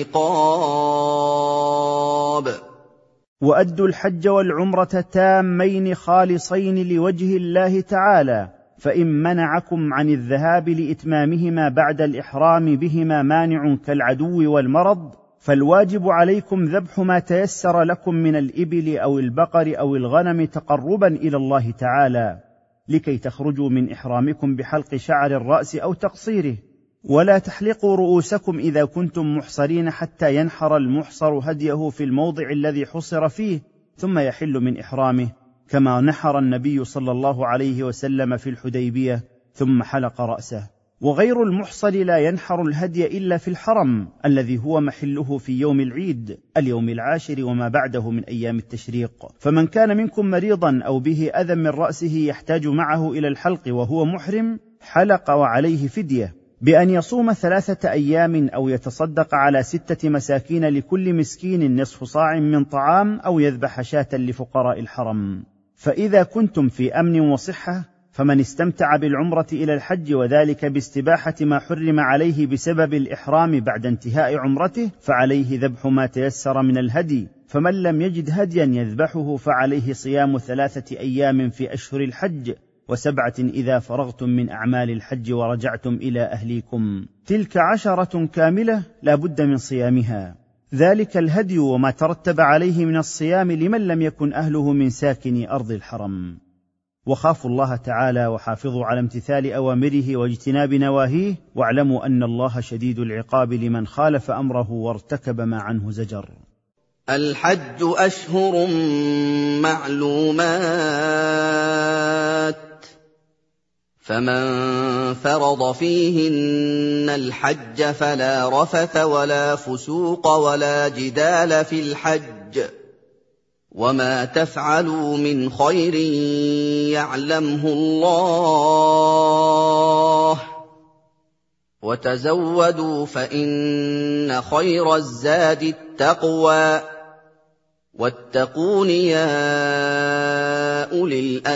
العقاب. وأدوا الحج والعمرة تامين خالصين لوجه الله تعالى، فإن منعكم عن الذهاب لإتمامهما بعد الإحرام بهما مانع كالعدو والمرض، فالواجب عليكم ذبح ما تيسر لكم من الإبل أو البقر أو الغنم تقربا إلى الله تعالى، لكي تخرجوا من إحرامكم بحلق شعر الرأس أو تقصيره. ولا تحلقوا رؤوسكم إذا كنتم محصرين حتى ينحر المحصر هديه في الموضع الذي حصر فيه ثم يحل من إحرامه، كما نحر النبي صلى الله عليه وسلم في الحديبية ثم حلق رأسه. وغير المحصر لا ينحر الهدي إلا في الحرم الذي هو محله في يوم العيد، اليوم 10 وما بعده من أيام التشريق. فمن كان منكم مريضا أو به أذى من رأسه يحتاج معه إلى الحلق وهو محرم حلق، وعليه فدية بأن يصوم 3 أيام أو يتصدق على 6 مساكين لكل مسكين نصف صاع من طعام، أو يذبح شاة لفقراء الحرم. فإذا كنتم في أمن وصحة، فمن استمتع بالعمرة إلى الحج وذلك باستباحة ما حرم عليه بسبب الإحرام بعد انتهاء عمرته، فعليه ذبح ما تيسر من الهدي، فمن لم يجد هديا يذبحه فعليه صيام 3 أيام في أشهر الحج و7 إذا فرغتم من أعمال الحج ورجعتم إلى أهليكم، تلك 10 كاملة لا بد من صيامها، ذلك الهدي وما ترتب عليه من الصيام لمن لم يكن أهله من ساكن أرض الحرم. وخافوا الله تعالى وحافظوا على امتثال أوامره واجتناب نواهيه، واعلموا أن الله شديد العقاب لمن خالف أمره وارتكب ما عنه زجر. الحج أشهر معلومات، فمن فرض فيهن الحج فلا رفث ولا فسوق ولا جدال في الحج، وما تفعلوا من خير يعلمه الله، وتزودوا فإن خير الزاد التقوى، واتقون يا أولي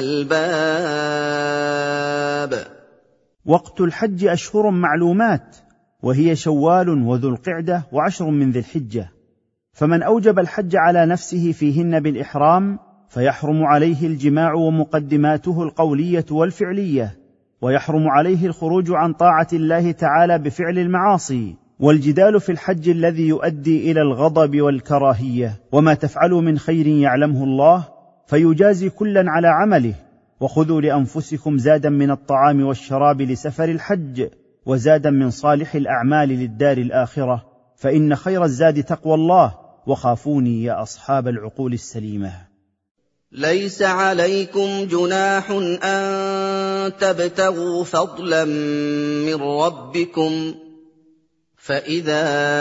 الألباب. وقت الحج أشهر معلومات، وهي شوال وذو القعدة و10 من ذي الحجة، فمن أوجب الحج على نفسه فيهن بالإحرام فيحرم عليه الجماع ومقدماته القولية والفعلية، ويحرم عليه الخروج عن طاعة الله تعالى بفعل المعاصي، والجدال في الحج الذي يؤدي إلى الغضب والكراهية. وما تفعلوا من خير يعلمه الله فيجازي كلا على عمله. وخذوا لأنفسكم زادا من الطعام والشراب لسفر الحج، وزادا من صالح الأعمال للدار الآخرة، فإن خير الزاد تقوى الله، وخافوني يا أصحاب العقول السليمة. ليس عليكم جناح أن تبتغوا فضلا من ربكم فإذا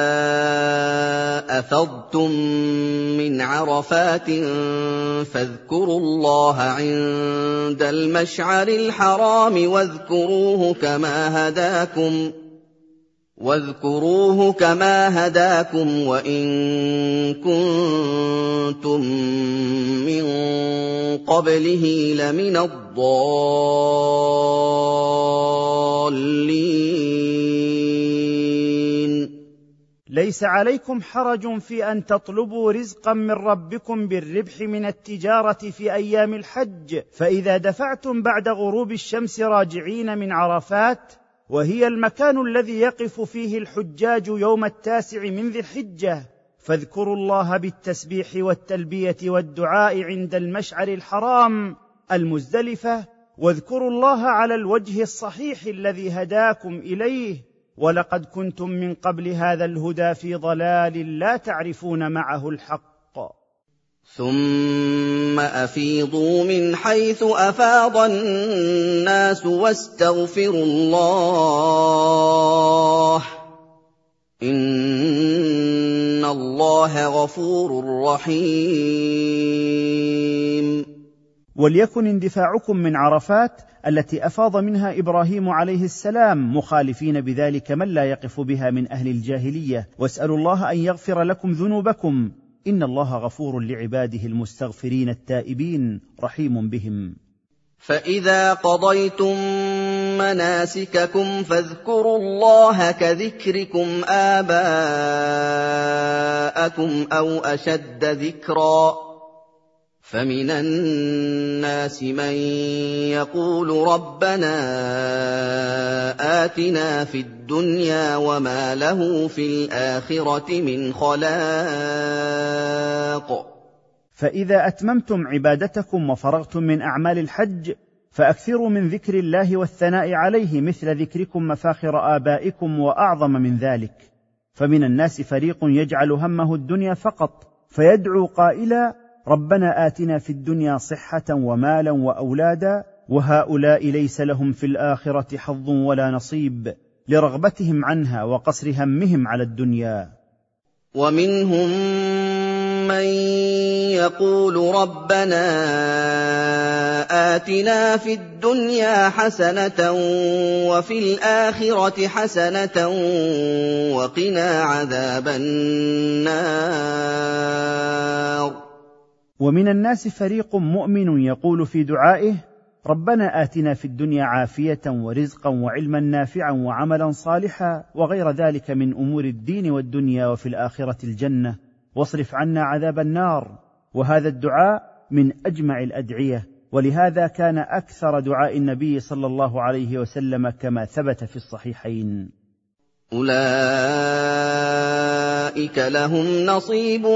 أفضتم من عرفات فاذكروا الله عند المشعر الحرام واذكروه كما هداكم وإن كنتم من قبله لمن الضالين. ليس عليكم حرج في أن تطلبوا رزقا من ربكم بالربح من التجارة في أيام الحج، فإذا دفعتم بعد غروب الشمس راجعين من عرفات، وهي المكان الذي يقف فيه الحجاج يوم 9 من ذي الحجة، فاذكروا الله بالتسبيح والتلبية والدعاء عند المشعر الحرام المزدلفة، واذكروا الله على الوجه الصحيح الذي هداكم إليه، ولقد كنتم من قبل هذا الهدى في ضلال لا تعرفون معه الحق. ثم أفيضوا من حيث أفاض الناس واستغفروا الله إن الله غفور رحيم. وليكن اندفاعكم من عرفات التي أفاض منها إبراهيم عليه السلام مخالفين بذلك من لا يقف بها من أهل الجاهلية، واسألوا الله أن يغفر لكم ذنوبكم إن الله غفور لعباده المستغفرين التائبين رحيم بهم. فإذا قضيتم مناسككم فاذكروا الله كذكركم آباءكم أو أشد ذكرا، فمن الناس من يقول ربنا آتنا في الدنيا وما له في الآخرة من خلاق. فإذا أتممتم عبادتكم وفرغتم من أعمال الحج فأكثروا من ذكر الله والثناء عليه مثل ذكركم مفاخر آبائكم وأعظم من ذلك. فمن الناس فريق يجعل همه الدنيا فقط، فيدعو قائلا ربنا آتنا في الدنيا صحة ومالا وأولادا، وهؤلاء ليس لهم في الآخرة حظ ولا نصيب لرغبتهم عنها وقصر همهم على الدنيا. ومنهم من يقول ربنا آتنا في الدنيا حسنة وفي الآخرة حسنة وقنا عذاب النار. ومن الناس فريق مؤمن يقول في دعائه ربنا آتنا في الدنيا عافية ورزقا وعلما نافعا وعملا صالحا وغير ذلك من أمور الدين والدنيا، وفي الآخرة الجنة، واصرف عنا عذاب النار. وهذا الدعاء من أجمع الأدعية، ولهذا كان أكثر دعاء النبي صلى الله عليه وسلم كما ثبت في الصحيحين. أولئك لهم نصيب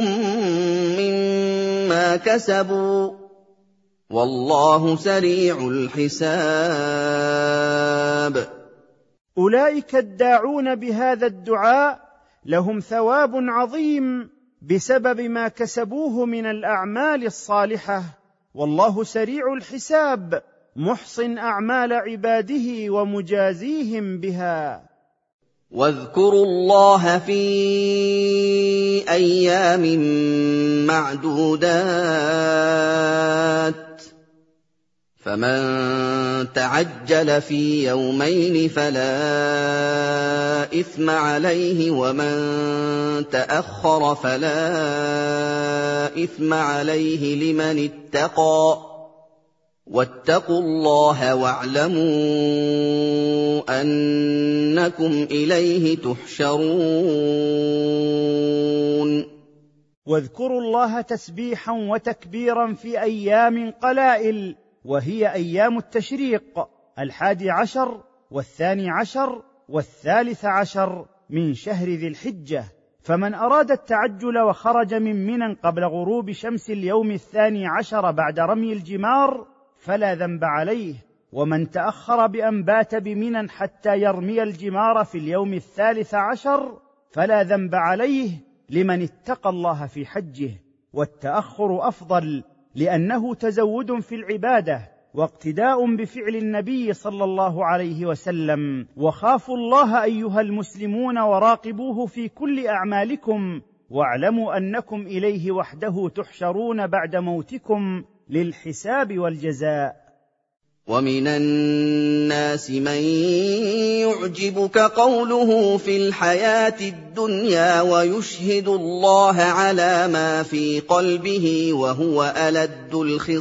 مما كسبوا والله سريع الحساب. أولئك الداعون بهذا الدعاء لهم ثواب عظيم بسبب ما كسبوه من الأعمال الصالحة، والله سريع الحساب محصٍ أعمال عباده ومجازيهم بها. واذكروا الله في أيام معدودات، فمن تعجل في يومين فلا إثم عليه ومن تأخر فلا إثم عليه لمن اتقى، واتقوا الله واعلموا أنكم إليه تحشرون. واذكروا الله تسبيحا وتكبيرا في أيام قلائل، وهي أيام التشريق 11 و12 و13 من شهر ذي الحجة. فمن أراد التعجل وخرج من منى قبل غروب شمس اليوم 12 بعد رمي الجمار فلا ذنب عليه، ومن تأخر بأن بات بمنى حتى يرمي الجمار في اليوم 13 فلا ذنب عليه، لمن اتقى الله في حجه، والتأخر أفضل لأنه تزود في العبادة واقتداء بفعل النبي صلى الله عليه وسلم. وخافوا الله أيها المسلمون وراقبوه في كل أعمالكم، واعلموا أنكم إليه وحده تحشرون بعد موتكم للحساب والجزاء. ومن الناس من يعجبك قوله في الحياة الدنيا ويشهد الله على ما في قلبه وهو ألد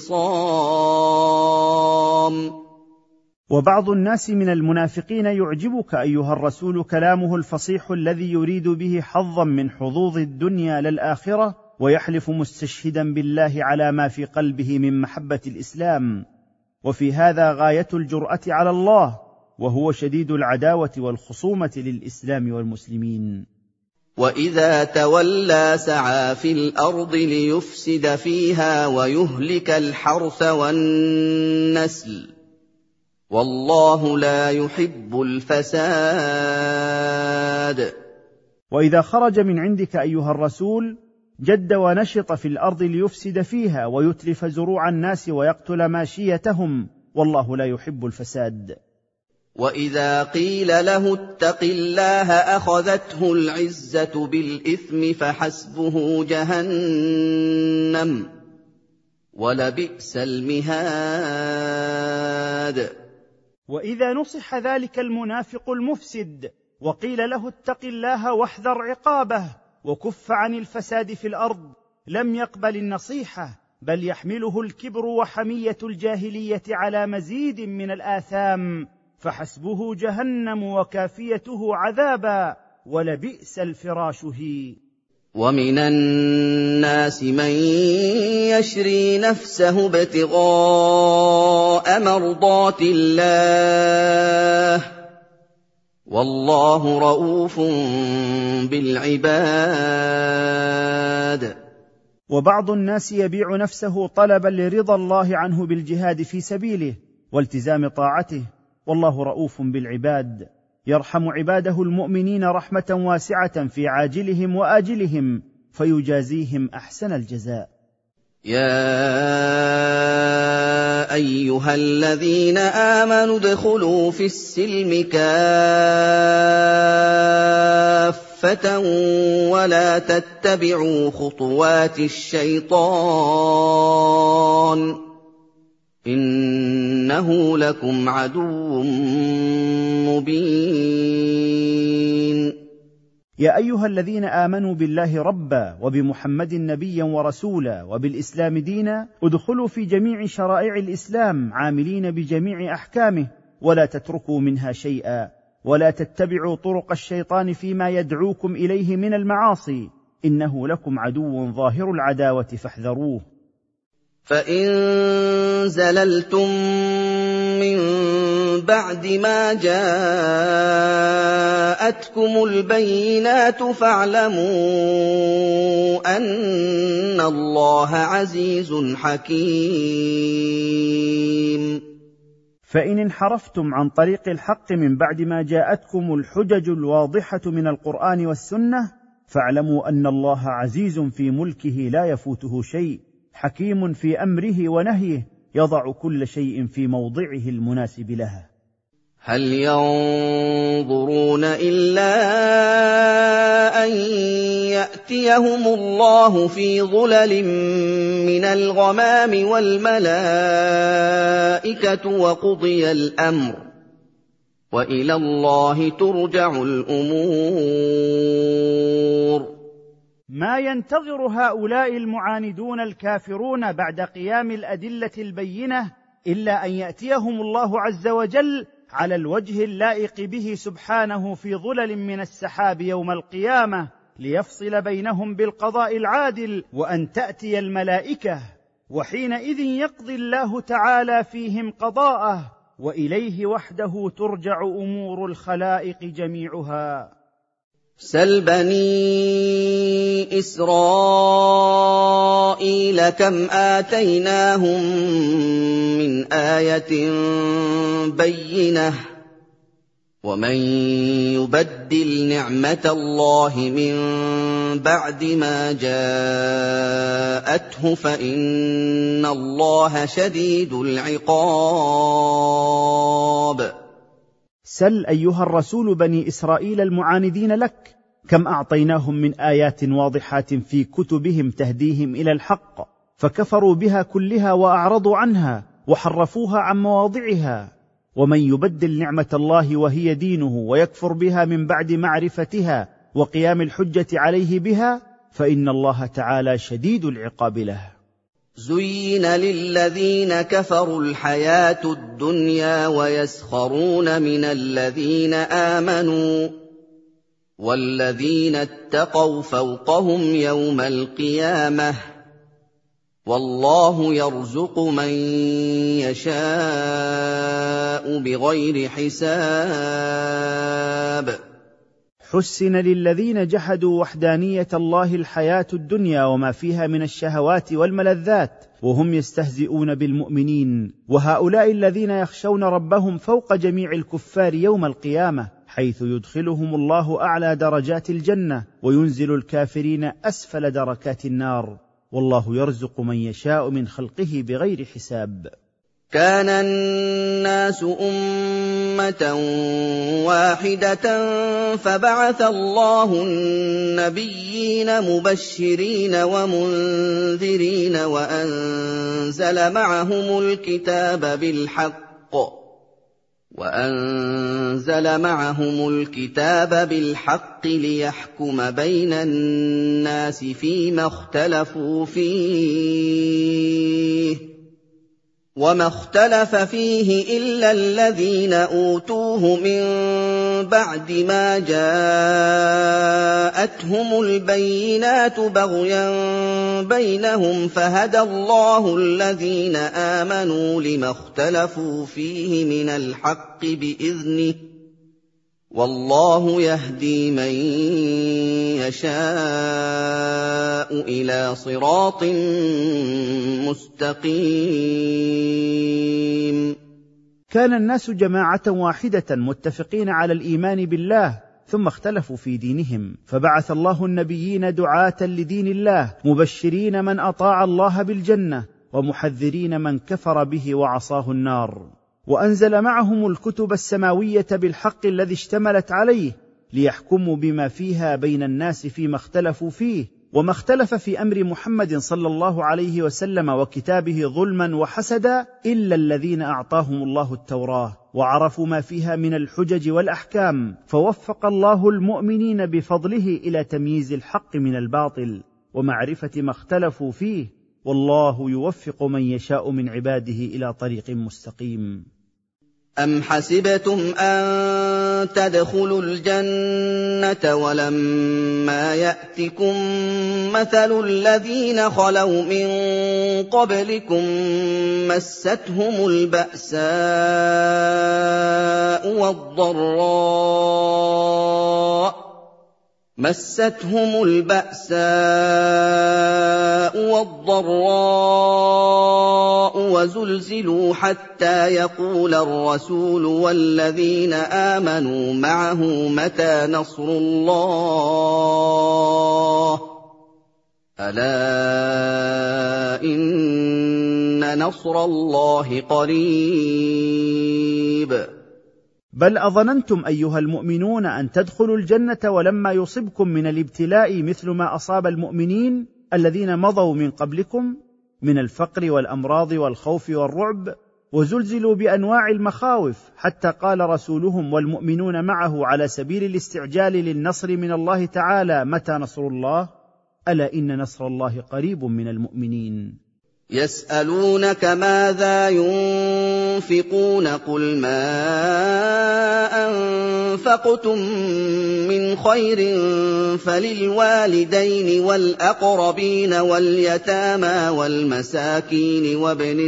الخصام. وبعض الناس من المنافقين يعجبك أيها الرسول كلامه الفصيح الذي يريد به حظا من حظوظ الدنيا للآخرة، ويحلف مستشهدا بالله على ما في قلبه من محبة الإسلام، وفي هذا غاية الجرأة على الله، وهو شديد العداوة والخصومة للإسلام والمسلمين. وإذا تولى سعى في الأرض ليفسد فيها ويهلك الحرث والنسل، والله لا يحب الفساد. وإذا خرج من عندك أيها الرسول جد ونشط في الأرض ليفسد فيها ويتلف زروع الناس ويقتل ماشيتهم، والله لا يحب الفساد. وإذا قيل له اتق الله أخذته العزة بالإثم فحسبه جهنم ولبئس المهاد. وإذا نصح ذلك المنافق المفسد وقيل له اتق الله واحذر عقابه وكف عن الفساد في الأرض، لم يقبل النصيحة، بل يحمله الكبر وحمية الجاهلية على مزيد من الآثام، فحسبه جهنم وكافيته عذابا ولبئس الفراش هي. ومن الناس من يشري نفسه ابتغاء مرضات الله والله رءوف بالعباد. وبعض الناس يبيع نفسه طلبا لرضا الله عنه بالجهاد في سبيله والتزام طاعته، والله رءوف بالعباد، يرحم عباده المؤمنين رحمة واسعة في عاجلهم وآجلهم، فيجازيهم أحسن الجزاء. يا أيها الذين آمنوا ادخلوا في السلم كافة ولا تتبعوا خطوات الشيطان إنه لكم عدو مبين. يا أيها الذين آمنوا بالله ربا وبمحمد نبيا ورسولا وبالإسلام دينا، ادخلوا في جميع شرائع الإسلام عاملين بجميع أحكامه، ولا تتركوا منها شيئا، ولا تتبعوا طرق الشيطان فيما يدعوكم إليه من المعاصي، إنه لكم عدو ظاهر العداوة فاحذروه. فإن زللتم من بعد ما جاءتكم البينات فاعلموا أن الله عزيز حكيم. فإن انحرفتم عن طريق الحق من بعد ما جاءتكم الحجج الواضحة من القرآن والسنة، فاعلموا أن الله عزيز في ملكه لا يفوته شيء، حكيم في أمره ونهيه، يضع كل شيء في موضعه المناسب له. هل ينظرون إلا أن يأتيهم الله في ظلل من الغمام والملائكة وقضي الأمر وإلى الله ترجع الأمور. ما ينتظر هؤلاء المعاندون الكافرون بعد قيام الأدلة البينة إلا أن يأتيهم الله عز وجل على الوجه اللائق به سبحانه في ظلل من السحاب يوم القيامة ليفصل بينهم بالقضاء العادل، وأن تأتي الملائكة، وحينئذ يقضي الله تعالى فيهم قضاءه، وإليه وحده ترجع أمور الخلائق جميعها. سل بني إسرائيل كم آتيناهم من آية بينة ومن يبدل نعمة الله من بعد ما جاءته فإن الله شديد العقاب. سل أيها الرسول بني إسرائيل المعاندين لك كم أعطيناهم من آيات واضحات في كتبهم تهديهم إلى الحق، فكفروا بها كلها وأعرضوا عنها وحرفوها عن مواضعها. ومن يبدل نعمة الله وهي دينه ويكفر بها من بعد معرفتها وقيام الحجة عليه بها فإن الله تعالى شديد العقاب له. زين للذين كفروا الحياة الدنيا ويسخرون من الذين آمنوا والذين اتقوا فوقهم يوم القيامة والله يرزق من يشاء بغير حساب. حسن للذين جحدوا وحدانية الله الحياة الدنيا وما فيها من الشهوات والملذات وهم يستهزئون بالمؤمنين، وهؤلاء الذين يخشون ربهم فوق جميع الكفار يوم القيامة، حيث يدخلهم الله أعلى درجات الجنة وينزل الكافرين أسفل دركات النار، والله يرزق من يشاء من خلقه بغير حساب. كان الناس أمة واحدة فبعث الله النبيين مبشرين ومنذرين وأنزل معهم الكتاب بالحق ليحكم بين الناس فيما اختلفوا فيه وما اختلف فيه إلا الذين أوتوه من بعد ما جاءتهم البينات بغيا بينهم فهدى الله الذين آمنوا لما اختلفوا فيه من الحق بإذنه والله يهدي من يشاء إلى صراط مستقيم. كان الناس جماعة واحدة متفقين على الإيمان بالله ثم اختلفوا في دينهم، فبعث الله النبيين دعاة لدين الله مبشرين من أطاع الله بالجنة ومحذرين من كفر به وعصاه النار، وأنزل معهم الكتب السماوية بالحق الذي اشتملت عليه ليحكموا بما فيها بين الناس فيما اختلفوا فيه، وما اختلف في أمر محمد صلى الله عليه وسلم وكتابه ظلما وحسدا إلا الذين أعطاهم الله التوراة وعرفوا ما فيها من الحجج والأحكام، فوفق الله المؤمنين بفضله إلى تمييز الحق من الباطل ومعرفة ما اختلفوا فيه، والله يوفق من يشاء من عباده إلى طريق مستقيم. أم حسبتم أن تدخلوا الجنة ولما يأتكم مثل الذين خلوا من قبلكم مستهم البأساء والضراء وزلزلوا حتى يقول الرسول والذين آمنوا معه متى نصر الله ألا إن نصر الله قريب. بل أظننتم أيها المؤمنون أن تدخلوا الجنة ولما يصبكم من الابتلاء مثل ما أصاب المؤمنين الذين مضوا من قبلكم من الفقر والأمراض والخوف والرعب، وزلزلوا بأنواع المخاوف حتى قال رسولهم والمؤمنون معه على سبيل الاستعجال للنصر من الله تعالى متى نصر الله ألا إن نصر الله قريب من المؤمنين. يسألونك ماذا ينفقون قل ما أنفقتم من خير فللوالدين والأقربين واليتامى والمساكين وابن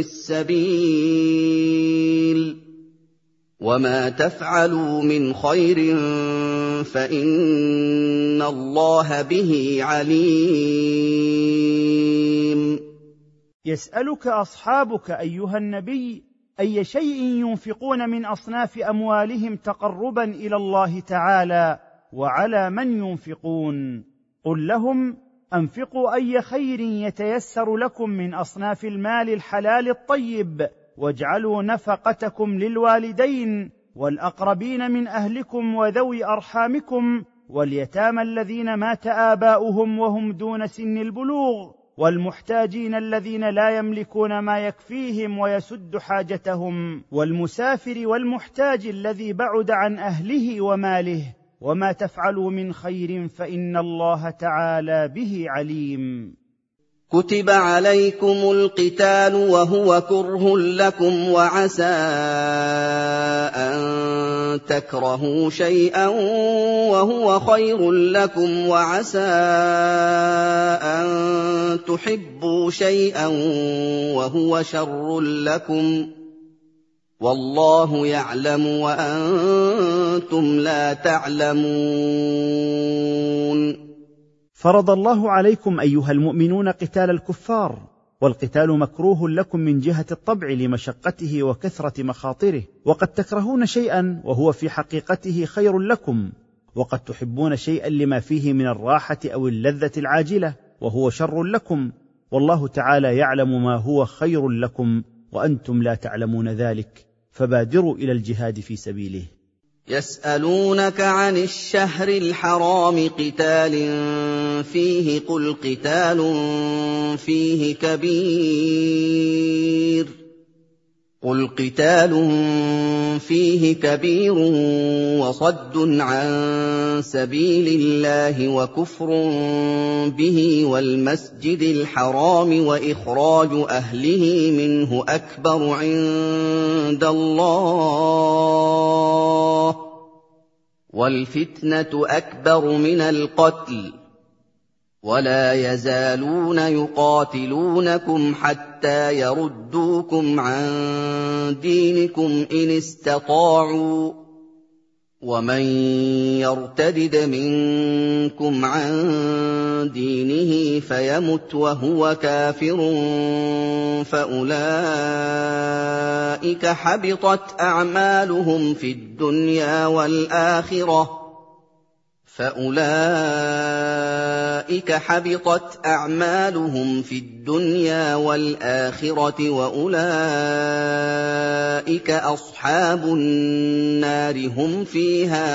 السبيل وما تفعلوا من خير فإن الله به عليم. يسألك أصحابك أيها النبي أي شيء ينفقون من أصناف أموالهم تقربا إلى الله تعالى، وعلى من ينفقون. قل لهم: أنفقوا أي خير يتيسر لكم من أصناف المال الحلال الطيب، واجعلوا نفقتكم للوالدين والأقربين من أهلكم وذوي أرحامكم واليتامى الذين مات آباؤهم وهم دون سن البلوغ، والمحتاجين الذين لا يملكون ما يكفيهم ويسد حاجتهم، والمسافر والمحتاج الذي بعد عن أهله وماله. وما تفعلوا من خير فإن الله تعالى به عليم. كتب عليكم القتال وهو كره لكم، وعسى أن تكرهوا شيئا وهو خير لكم، وعسى أن تحبوا شيئا وهو شر لكم، والله يعلم وأنتم لا تعلمون. فرض الله عليكم أيها المؤمنون قتال الكفار، والقتال مكروه لكم من جهة الطبع لمشقته وكثرة مخاطره، وقد تكرهون شيئا وهو في حقيقته خير لكم، وقد تحبون شيئا لما فيه من الراحة أو اللذة العاجلة وهو شر لكم، والله تعالى يعلم ما هو خير لكم وأنتم لا تعلمون ذلك، فبادروا إلى الجهاد في سبيله. يسألونك عن الشهر الحرام قتال فيه، قل قتال فيه كبير وصد عن سبيل الله وكفر به والمسجد الحرام وإخراج أهله منه أكبر عند الله، والفتنة أكبر من القتل، ولا يزالون يقاتلونكم حتى يردوكم عن دينكم إن استطاعوا، ومن يرتدد منكم عن دينه فيمت وهو كافر فأولئك حبطت أعمالهم في الدنيا والآخرة وأولئك أصحاب النار هم فيها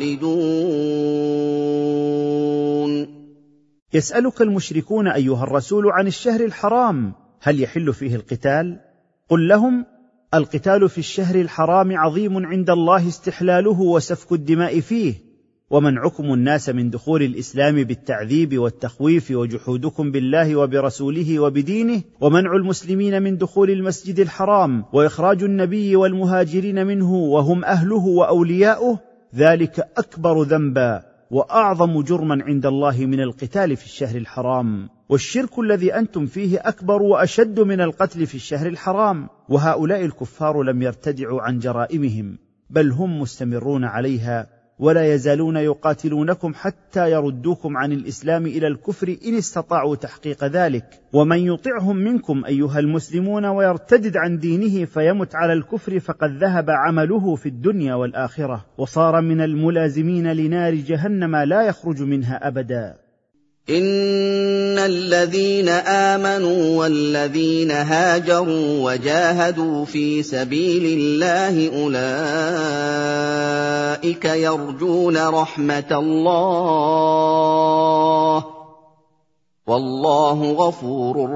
خالدون. يسألك المشركون أيها الرسول عن الشهر الحرام، هل يحل فيه القتال؟ قل لهم: القتال في الشهر الحرام عظيم عند الله استحلاله وسفك الدماء فيه، ومنعكم الناس من دخول الإسلام بالتعذيب والتخويف وجحودكم بالله وبرسوله وبدينه، ومنع المسلمين من دخول المسجد الحرام وإخراج النبي والمهاجرين منه وهم أهله وأولياؤه، ذلك أكبر ذنبا وأعظم جرما عند الله من القتال في الشهر الحرام، والشرك الذي أنتم فيه أكبر وأشد من القتل في الشهر الحرام. وهؤلاء الكفار لم يرتدعوا عن جرائمهم، بل هم مستمرون عليها، ولا يزالون يقاتلونكم حتى يردوكم عن الإسلام إلى الكفر إن استطاعوا تحقيق ذلك، ومن يطعهم منكم أيها المسلمون ويرتدد عن دينه فيمت على الكفر فقد ذهب عمله في الدنيا والآخرة، وصار من الملازمين لنار جهنم لا يخرج منها أبدا. إن الذين آمنوا والذين هاجروا وجاهدوا في سبيل الله أولئك يرجون رحمة الله، والله غفور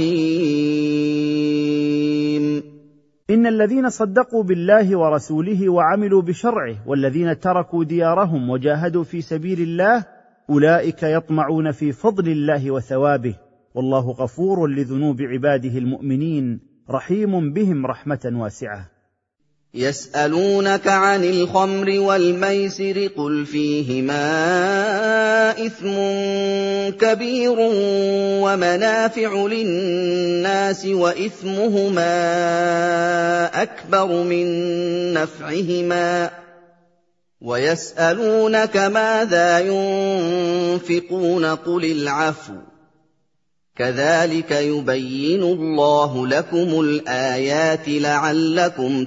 رحيم. إن الذين صدقوا بالله ورسوله وعملوا بشرعه والذين تركوا ديارهم وجاهدوا في سبيل الله أولئك يطمعون في فضل الله وثوابه، والله غفور لذنوب عباده المؤمنين رحيم بهم رحمة واسعة. يسألونك عن الخمر والميسر قل فيهما إثم كبير ومنافع للناس وإثمهما أكبر من نفعهما، ويسألونك ماذا ينفقون قل العفو، كَذَٰلِكَ يُبَيِّنُ اللَّهُ لَكُمُ الْآيَاتِ لَعَلَّكُمْ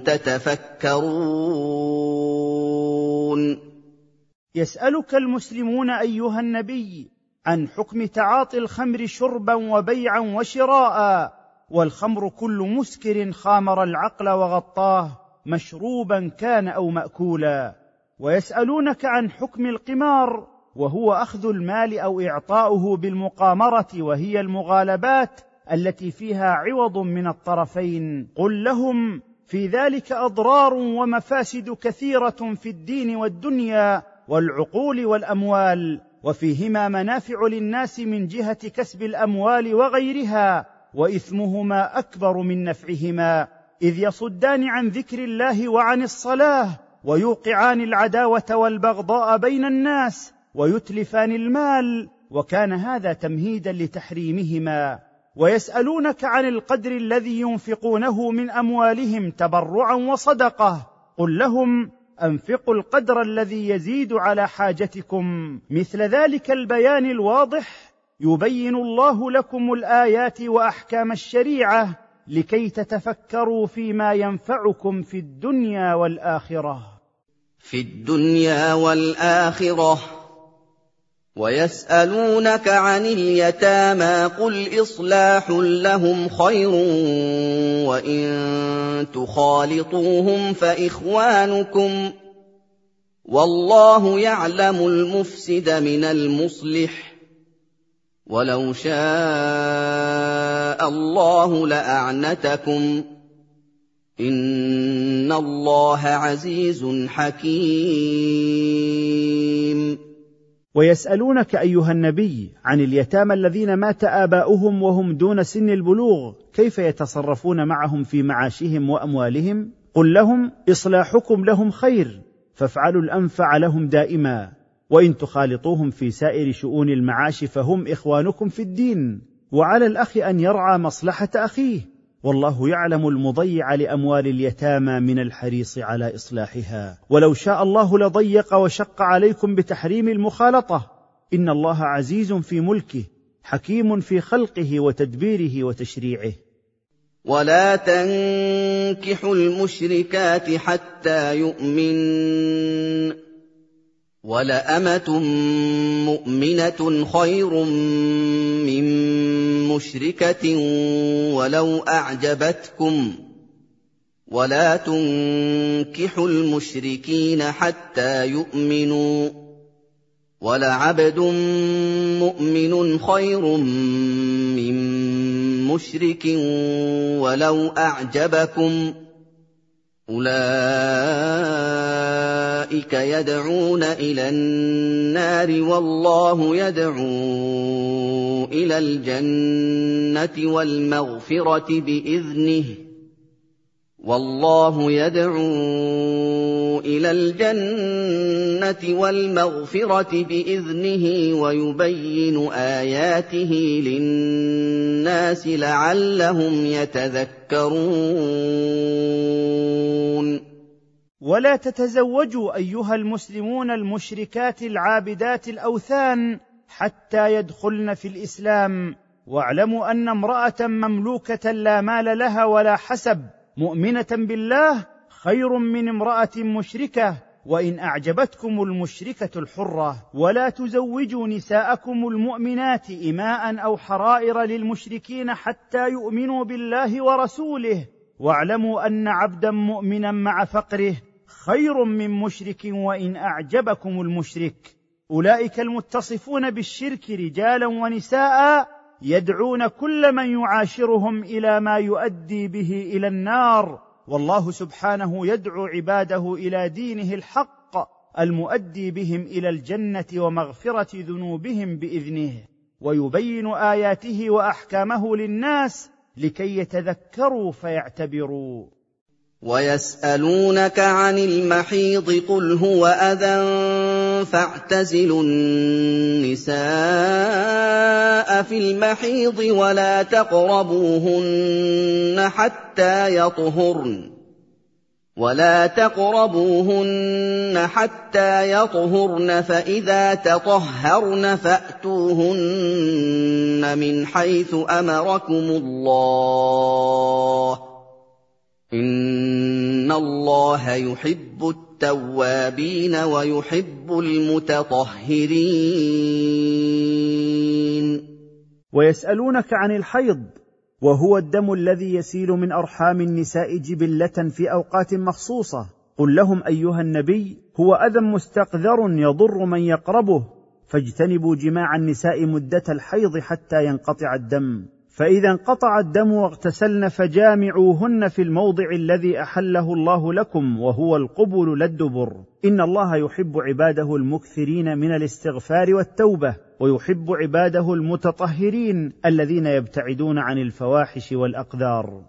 تَتَفَكَّرُونَ. يسألك المسلمون أيها النبي عن حكم تعاطي الخمر شربا وبيعا وشراء، والخمر كل مسكر خامر العقل وغطاه، مشروبا كان أو مأكولا. ويسألونك عن حكم القمار، وهو أخذ المال أو إعطاؤه بالمقامرة، وهي المغالبات التي فيها عوض من الطرفين. قل لهم في ذلك أضرار ومفاسد كثيرة في الدين والدنيا والعقول والأموال، وفيهما منافع للناس من جهة كسب الأموال وغيرها، وإثمهما أكبر من نفعهما، إذ يصدان عن ذكر الله وعن الصلاة، ويوقعان العداوة والبغضاء بين الناس، ويتلفان المال، وكان هذا تمهيدا لتحريمهما. ويسألونك عن القدر الذي ينفقونه من أموالهم تبرعا وصدقة، قل لهم أنفقوا القدر الذي يزيد على حاجتكم، مثل ذلك البيان الواضح يبين الله لكم الآيات وأحكام الشريعة لكي تتفكروا فيما ينفعكم في الدنيا والآخرة. في الدنيا والآخرة. ويسألونك عن اليتامى قل إصلاح لهم خير وإن تخالطوهم فإخوانكم والله يعلم المفسد من المصلح ولو شاء الله لأعنتكم إن الله عزيز حكيم. ويسألونك أيها النبي عن اليتامى الذين مات آباؤهم وهم دون سن البلوغ، كيف يتصرفون معهم في معاشهم وأموالهم؟ قل لهم إصلاحكم لهم خير، فافعلوا الأنفع لهم دائما، وإن تخالطوهم في سائر شؤون المعاش فهم إخوانكم في الدين، وعلى الأخ أن يرعى مصلحة أخيه، والله يعلم المضيع لأموال اليتامى من الحريص على إصلاحها، ولو شاء الله لضيق وشق عليكم بتحريم المخالطة، إن الله عزيز في ملكه حكيم في خلقه وتدبيره وتشريعه. ولا تنكحوا المشركات حتى يؤمن ولأمة مؤمنة خير من مشركة ولو أعجبتكم ولا تنكحوا المشركين حتى يؤمنوا ولعبد مؤمن خير من مشرك ولو أعجبكم أولئك يدعون إلى النار والله يدعو إلى الجنة والمغفرة بإذنه والله يدعو إلى الجنة والمغفرة بإذنه ويبين آياته للناس لعلهم يتذكرون. ولا تتزوجوا أيها المسلمون المشركات العابدات الأوثان حتى يدخلن في الإسلام، واعلموا أن امرأة مملوكة لا مال لها ولا حسب مؤمنة بالله خير من امرأة مشركة وإن أعجبتكم المشركة الحرة. ولا تزوجوا نساءكم المؤمنات إماء أو حرائر للمشركين حتى يؤمنوا بالله ورسوله، واعلموا أن عبدا مؤمنا مع فقره خير من مشرك وإن أعجبكم المشرك. أولئك المتصفون بالشرك رجالا ونساء يدعون كل من يعاشرهم إلى ما يؤدي به إلى النار، والله سبحانه يدعو عباده إلى دينه الحق المؤدي بهم إلى الجنة ومغفرة ذنوبهم بإذنه، ويبين آياته وأحكامه للناس لكي يتذكروا فيعتبروا. ويسألونك عن المحيض قل هو أذى فاعتزلوا النساء في المحيض ولا تقربوهن حتى يطهرن ولا تقربوهن حتى يطهرن فإذا تطهرن فأتوهن من حيث أمركم الله إن الله يحب التوابين ويحب المتطهرين. ويسألونك عن الحيض، وهو الدم الذي يسيل من أرحام النساء جبلة في أوقات مخصوصة. قل لهم أيها النبي: هو أذى مستقذر يضر من يقربه، فاجتنبوا جماع النساء مدة الحيض حتى ينقطع الدم، فإذا انقطع الدم واغتسلن فجامعوهن في الموضع الذي أحله الله لكم، وهو القبل لا الدبر. إن الله يحب عباده المكثرين من الاستغفار والتوبة، ويحب عباده المتطهرين الذين يبتعدون عن الفواحش والأقذار.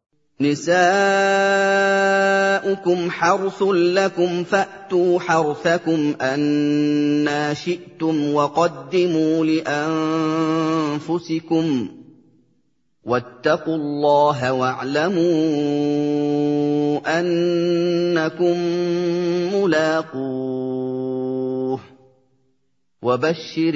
نساؤكم حرث لكم فأتوا حرثكم أنى شئتم وقدموا لأنفسكم واتقوا الله واعلموا أنكم ملاقوه وبشر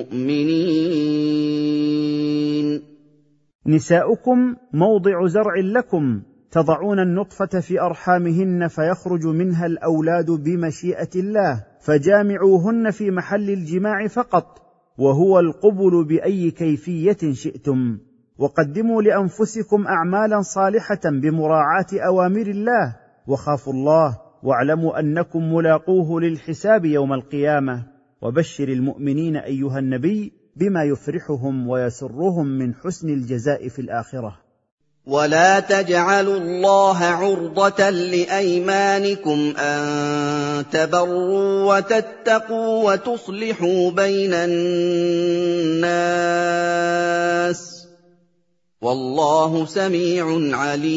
المؤمنين. نساؤكم موضع زرع لكم، تضعون النطفة في أرحامهن فيخرج منها الأولاد بمشيئة الله، فجامعوهن في محل الجماع فقط، وهو القبل بأي كيفية شئتم. وقدموا لأنفسكم أعمالا صالحة بمراعاة أوامر الله، وخافوا الله واعلموا أنكم ملاقوه للحساب يوم القيامة. وبشر المؤمنين أيها النبي بما يفرحهم ويسرهم من حسن الجزاء في الآخرة. ولا تجعلوا الله عرضة لأيمانكم أن تبروا وتتقوا وتصلحوا بين الناس والله سميع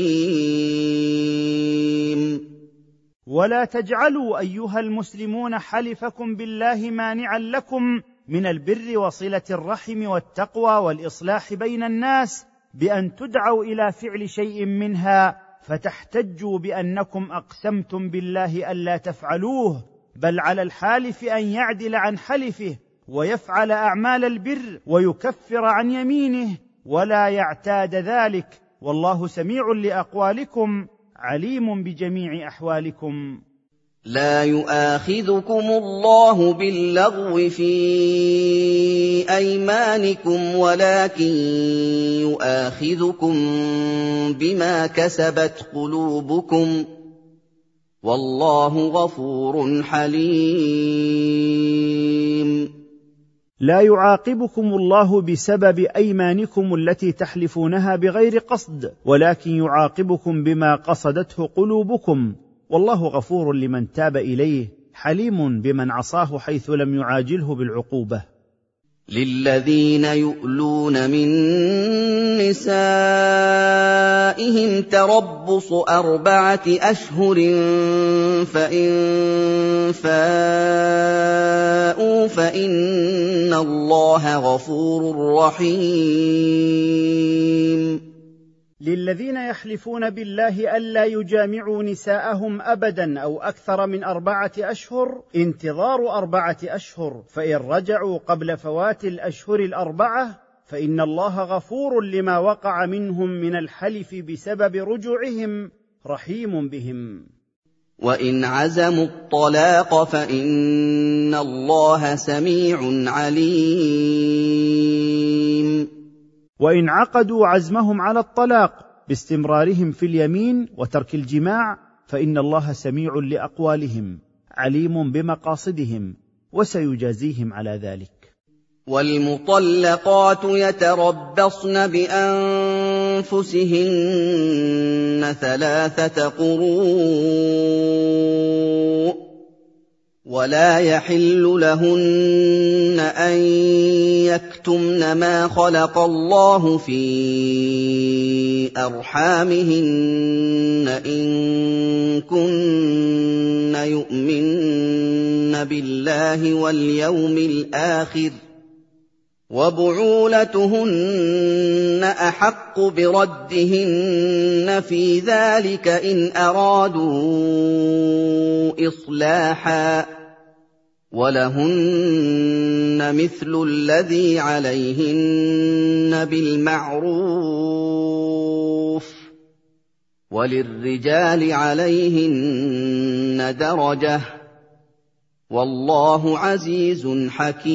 عليم. ولا تجعلوا أيها المسلمون حلفكم بالله مانعا لكم من البر وصلة الرحم والتقوى والإصلاح بين الناس، بأن تدعوا إلى فعل شيء منها فتحتجوا بأنكم أقسمتم بالله ألا تفعلوه، بل على الحالف أن يعدل عن حلفه ويفعل أعمال البر ويكفر عن يمينه ولا يعتاد ذلك، والله سميع لأقوالكم عليم بجميع أحوالكم. لا يؤاخذكم الله باللغو في أيمانكم ولكن يؤاخذكم بما كسبت قلوبكم والله غفور حليم. لا يعاقبكم الله بسبب أيمانكم التي تحلفونها بغير قصد، ولكن يعاقبكم بما قصدته قلوبكم، والله غفور لمن تاب إليه حليم بمن عصاه حيث لم يعاجله بالعقوبة. للذين يؤلون من نسائهم تربص 4 أشهر فإن فاءوا فإن الله غفور رحيم. للذين يحلفون بالله ألا يجامعوا نساءهم أبدا أو أكثر من 4 أشهر انتظار 4 أشهر، فإن رجعوا قبل فوات الأشهر 4 فإن الله غفور لما وقع منهم من الحلف بسبب رجوعهم رحيم بهم. وإن عزموا الطلاق فإن الله سميع عليم. وإن عقدوا عزمهم على الطلاق باستمرارهم في اليمين وترك الجماع فإن الله سميع لأقوالهم عليم بمقاصدهم وسيجازيهم على ذلك. والمطلقات يتربصن بأنفسهن 3 قروء ولا يحل لهن أن يكتمن ما خلق الله في أرحامهن إن كن يؤمن بالله واليوم الآخر وَبُعُولَتُهُنَّ أَحَقُّ بِرَدِّهِنَّ فِي ذَلِكَ إِنْ أَرَادُوا إِصْلَاحًا ۚ وَلَهُنَّ مِثْلُ الَّذِي عَلَيْهِنَّ بِالْمَعْرُوفِ ۚ وَلِلرِّجَالِ عَلَيْهِنَّ دَرَجَةٌ ۗ وَاللَّهُ عَزِيزٌ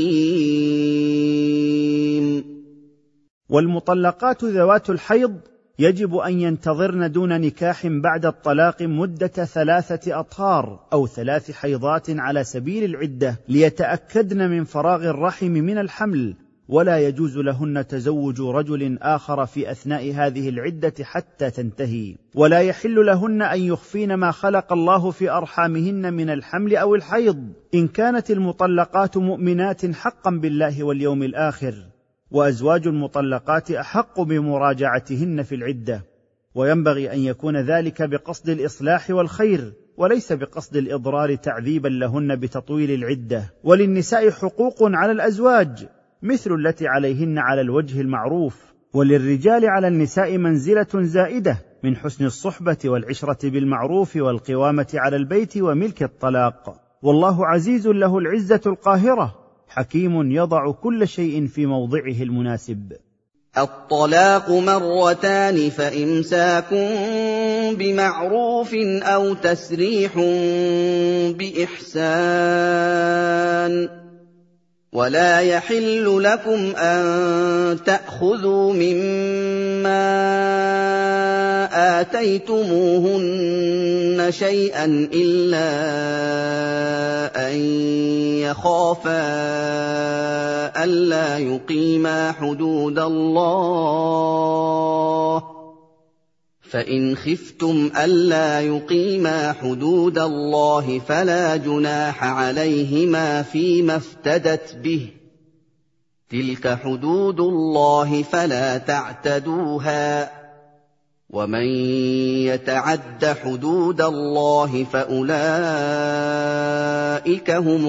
حَكِيمٌ. والمطلقات ذوات الحيض يجب أن ينتظرن دون نكاح بعد الطلاق مدة 3 أطهار أو 3 حيضات على سبيل العدة، ليتأكدن من فراغ الرحم من الحمل، ولا يجوز لهن تزوج رجل آخر في أثناء هذه العدة حتى تنتهي، ولا يحل لهن أن يخفين ما خلق الله في أرحامهن من الحمل أو الحيض إن كانت المطلقات مؤمنات حقا بالله واليوم الآخر. وأزواج المطلقات أحق بمراجعتهن في العدة، وينبغي أن يكون ذلك بقصد الإصلاح والخير وليس بقصد الإضرار تعذيبا لهن بتطويل العدة. وللنساء حقوق على الأزواج مثل التي عليهن على الوجه المعروف، وللرجال على النساء منزلة زائدة من حسن الصحبة والعشرة بالمعروف والقوامة على البيت وملك الطلاق. والله عزيز له العزة القاهرة، حكيم يضع كل شيء في موضعه المناسب. الطلاق مرتان، فإمساك بمعروف أو تسريح بإحسان. ولا يحل لكم أن تأخذوا مما آتيتموهن شيئا إلا أن يخافا ألا يقيما حدود الله، فإن خفتم ألا يقيما حدود الله فلا جناح عليهما فيما افتدت به، تلك حدود الله فلا تعتدوها، ومن يتعد حدود الله فأولئك هم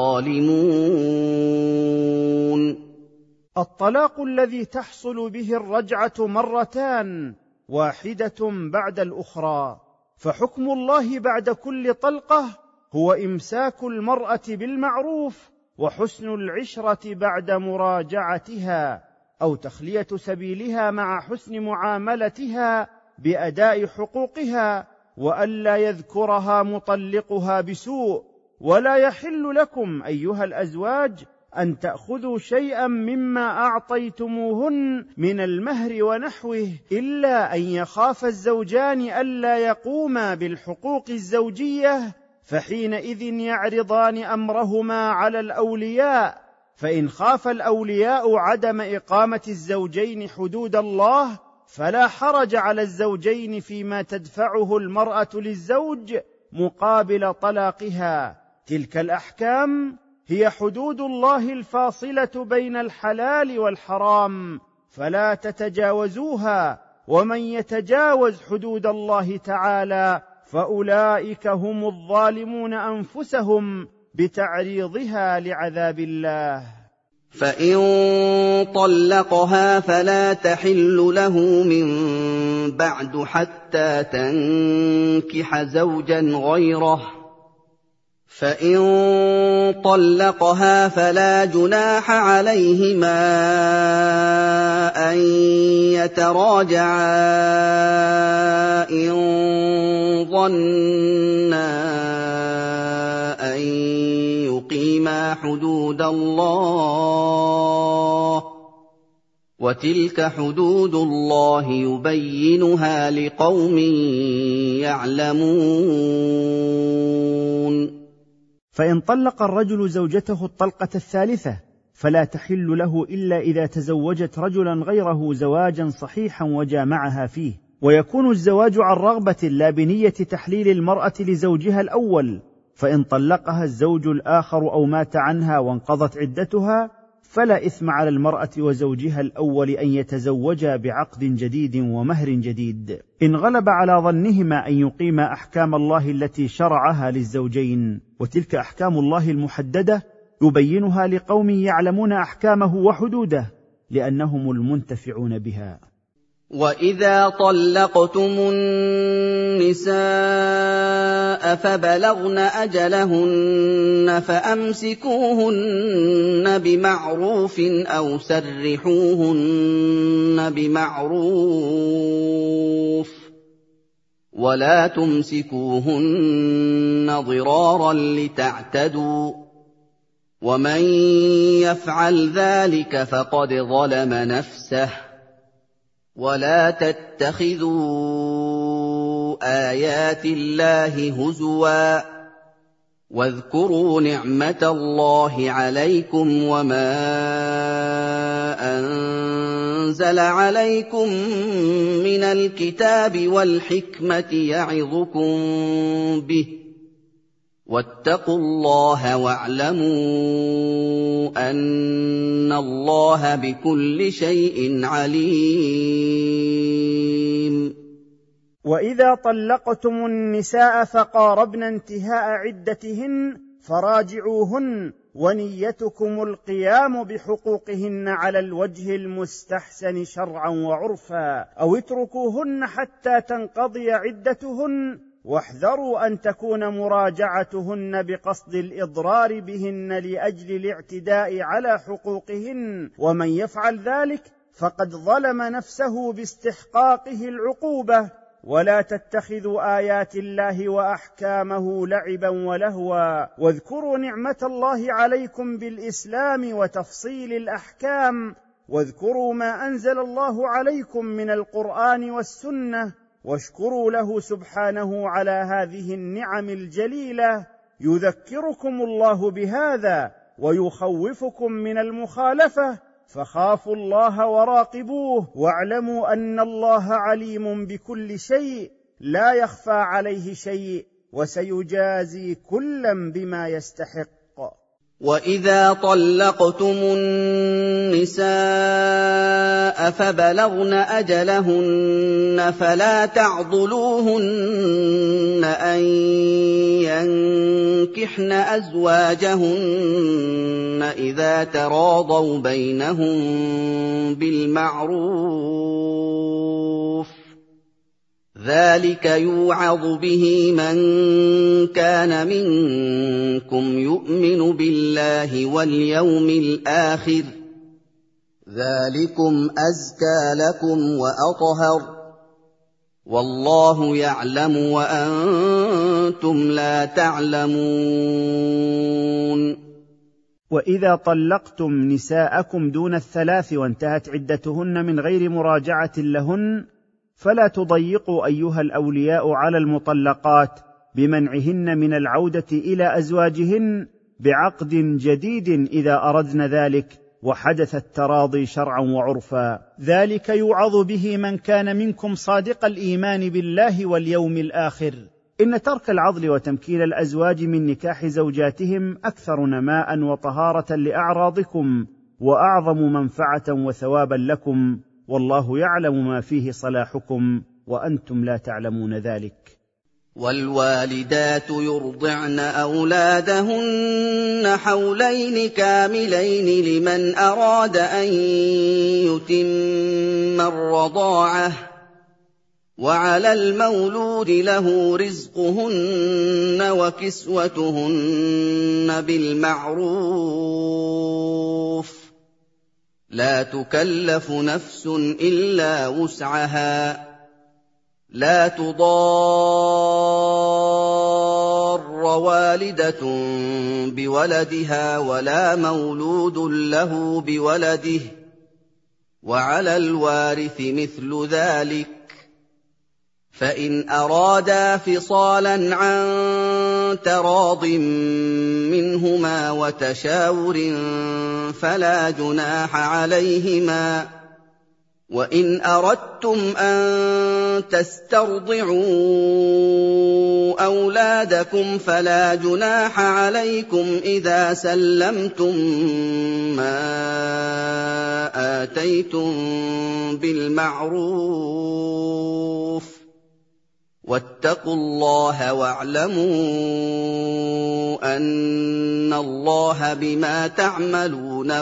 الظالمون. الطلاق الذي تحصل به الرجعة مرتان، واحدة بعد الأخرى، فحكم الله بعد كل طلقة هو إمساك المرأة بالمعروف وحسن العشرة بعد مراجعتها، أو تخلية سبيلها مع حسن معاملتها بأداء حقوقها، وألا يذكرها مطلقها بسوء. ولا يحل لكم أيها الأزواج أن تأخذوا شيئا مما أعطيتموهن من المهر ونحوه إلا أن يخاف الزوجان ألا يقوما بالحقوق الزوجية، فحينئذ يعرضان أمرهما على الأولياء، فإن خاف الأولياء عدم إقامة الزوجين حدود الله فلا حرج على الزوجين فيما تدفعه المرأة للزوج مقابل طلاقها. تلك الأحكام هي حدود الله الفاصلة بين الحلال والحرام، فلا تتجاوزوها، ومن يتجاوز حدود الله تعالى فأولئك هم الظالمون أنفسهم بتعريضها لعذاب الله. فإن طلقها فلا تحل له من بعد حتى تنكح زوجا غيره، فإن طلقها فلا جناح عليهما أن يتراجعا إن ظنا أن يقيما حدود الله، وتلك حدود الله يبينها لقوم يعلمون. فإن طلق الرجل زوجته الطلقة الثالثة فلا تحل له إلا إذا تزوجت رجلا غيره زواجا صحيحا وجامعها فيه، ويكون الزواج عن رغبة لا بنية تحليل المرأة لزوجها الأول. فإن طلقها الزوج الآخر أو مات عنها وانقضت عدتها فلا إثم على المرأة وزوجها الأول أن يتزوجا بعقد جديد ومهر جديد، إن غلب على ظنهما أن يقيما أحكام الله التي شرعها للزوجين، وتلك أحكام الله المحددة يبينها لقوم يعلمون أحكامه وحدوده لأنهم المنتفعون بها. وَإِذَا طَلَّقْتُمُ النِّسَاءَ فَبَلَغْنَ أَجَلَهُنَّ فَأَمْسِكُوهُنَّ بِمَعْرُوفٍ أَوْ سَرِّحُوهُنَّ بِمَعْرُوفٍ ۚ وَلَا تُمْسِكُوهُنَّ ضِرَارًا لِّتَعْتَدُوا ۚ وَمَن يَفْعَلْ ذَٰلِكَ فَقَدْ ظَلَمَ نَفْسَهُ ۚ وَلَا تَتَّخِذُوا آيَاتِ اللَّهِ هُزُوًا ۚ وَاذْكُرُوا نِعْمَةَ اللَّهِ عَلَيْكُمْ وَمَا أَنزَلَ عَلَيْكُم مِّنَ الْكِتَابِ وَالْحِكْمَةِ يَعِظُكُم بِهِ ۚ وَاتَّقُوا اللَّهَ وَاعْلَمُوا أَنَّ اللَّهَ بِكُلِّ شَيْءٍ عَلِيمٌ. وإذا طلقتم النساء فقاربن انتهاء عدتهن فراجعوهن، ونيتكم القيام بحقوقهن على الوجه المستحسن شرعا وعرفا، أو اتركوهن حتى تنقضي عدتهن، واحذروا أن تكون مراجعتهن بقصد الإضرار بهن لأجل الاعتداء على حقوقهن، ومن يفعل ذلك فقد ظلم نفسه باستحقاقه العقوبة. ولا تتخذوا آيات الله وأحكامه لعبا ولهوا، واذكروا نعمة الله عليكم بالإسلام وتفصيل الأحكام، واذكروا ما أنزل الله عليكم من القرآن والسنة، واشكروا له سبحانه على هذه النعم الجليلة. يذكركم الله بهذا ويخوفكم من المخالفة، فخافوا الله وراقبوه، واعلموا أن الله عليم بكل شيء لا يخفى عليه شيء، وسيجازي كلا بما يستحق. وَإِذَا طَلَّقْتُمُ النِّسَاءَ فَبَلَغْنَ أَجَلَهُنَّ فَلَا تَعْضُلُوهُنَّ أَن يَنكِحْنَ أَزْوَاجَهُنَّ إِذَا تَرَاضَوْا بَيْنَهُم بِالْمَعْرُوفِ ۗ ذَٰلِكَ يُوعَظُ بِهِ مَن كَانَ مِنكُمْ يُؤْمِنُ بِاللَّهِ وَالْيَوْمِ الْآخِرِ ۗ ذَٰلِكُمْ أَزْكَىٰ لَكُمْ وَأَطْهَرُ ۗ وَاللَّهُ يَعْلَمُ وَأَنتُمْ لَا تَعْلَمُونَ. وإذا طلقتم نساءكم دون الثلاث وانتهت عدتهن من غير مراجعة لهن، فلا تضيقوا أيها الأولياء على المطلقات بمنعهن من العودة إلى أزواجهن بعقد جديد إذا أردن ذلك وحدث التراضي شرعا وعرفا. ذلك يوعظ به من كان منكم صادق الإيمان بالله واليوم الآخر. إن ترك العضل وتمكين الأزواج من نكاح زوجاتهم أكثر نماء وطهارة لأعراضكم، وأعظم منفعة وثوابا لكم، والله يعلم ما فيه صلاحكم وأنتم لا تعلمون ذلك. وَالْوَالِدَاتُ يُرْضِعْنَ أَوْلَادَهُنَّ حَوْلَيْنِ كَامِلَيْنِ لِمَنْ أَرَادَ أَن يُتِمَّ الرَّضَاعَةَ ۚ وَعَلَى الْمَوْلُودِ لَهُ رِزْقُهُنَّ وَكِسْوَتُهُنَّ بِالْمَعْرُوفِ ۚ لَا تُكَلَّفُ نَفْسٌ إِلَّا وُسْعَهَا ۚ لَا تُضَارَّ وَالِدَةٌ بِوَلَدِهَا وَلَا مَوْلُودٌ لَّهُ بِوَلَدِهِ ۚ وَعَلَى الْوَارِثِ مِثْلُ ذَٰلِكَ ۗ فَإِنْ أَرَادَا فِصَالًا عَن تَرَاضٍ مِّنْهُمَا وَتَشَاوُرٍ فَلَا جُنَاحَ عَلَيْهِمَا ۗ وَإِنْ أَرَدتُّمْ أَن تَسْتَرْضِعُوا أَوْلَادَكُمْ فَلَا جُنَاحَ عَلَيْكُمْ إِذَا سَلَّمْتُم مَّا آتَيْتُم بِالْمَعْرُوفِ ۗ واتقوا الله واعلموا أن الله بما تعملون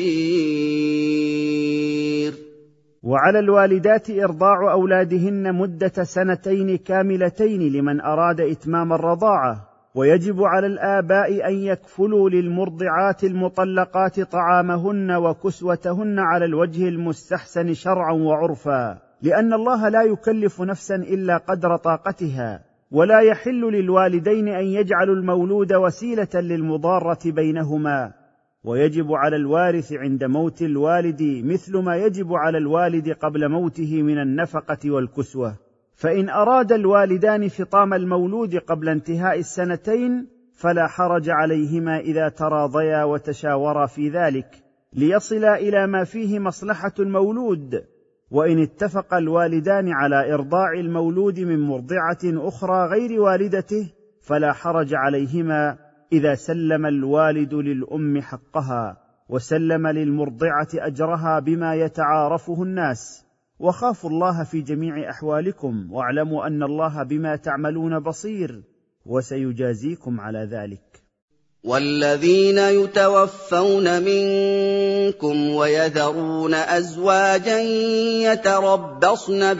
بصير. وعلى الوالدات إرضاع أولادهن مدة 2 كاملتين لمن أراد إتمام الرضاعة، ويجب على الآباء أن يكفلوا للمرضعات المطلقات طعامهن وكسوتهن على الوجه المستحسن شرعا وعرفا، لأن الله لا يكلف نفسا إلا قدر طاقتها، ولا يحل للوالدين أن يجعلوا المولود وسيلة للمضارة بينهما. ويجب على الوارث عند موت الوالد مثل ما يجب على الوالد قبل موته من النفقة والكسوة. فإن أراد الوالدان فطام المولود قبل انتهاء 2 فلا حرج عليهما إذا تراضيا وتشاورا في ذلك، ليصلا إلى ما فيه مصلحة المولود. وإن اتفق الوالدان على إرضاع المولود من مرضعة أخرى غير والدته فلا حرج عليهما إذا سلم الوالد للأم حقها وسلم للمرضعة أجرها بما يتعارفه الناس. وخافوا الله في جميع أحوالكم، واعلموا أن الله بما تعملون بصير، وسيجازيكم على ذلك. والذين يتوفون منكم ويذرون أزواجا يتربصن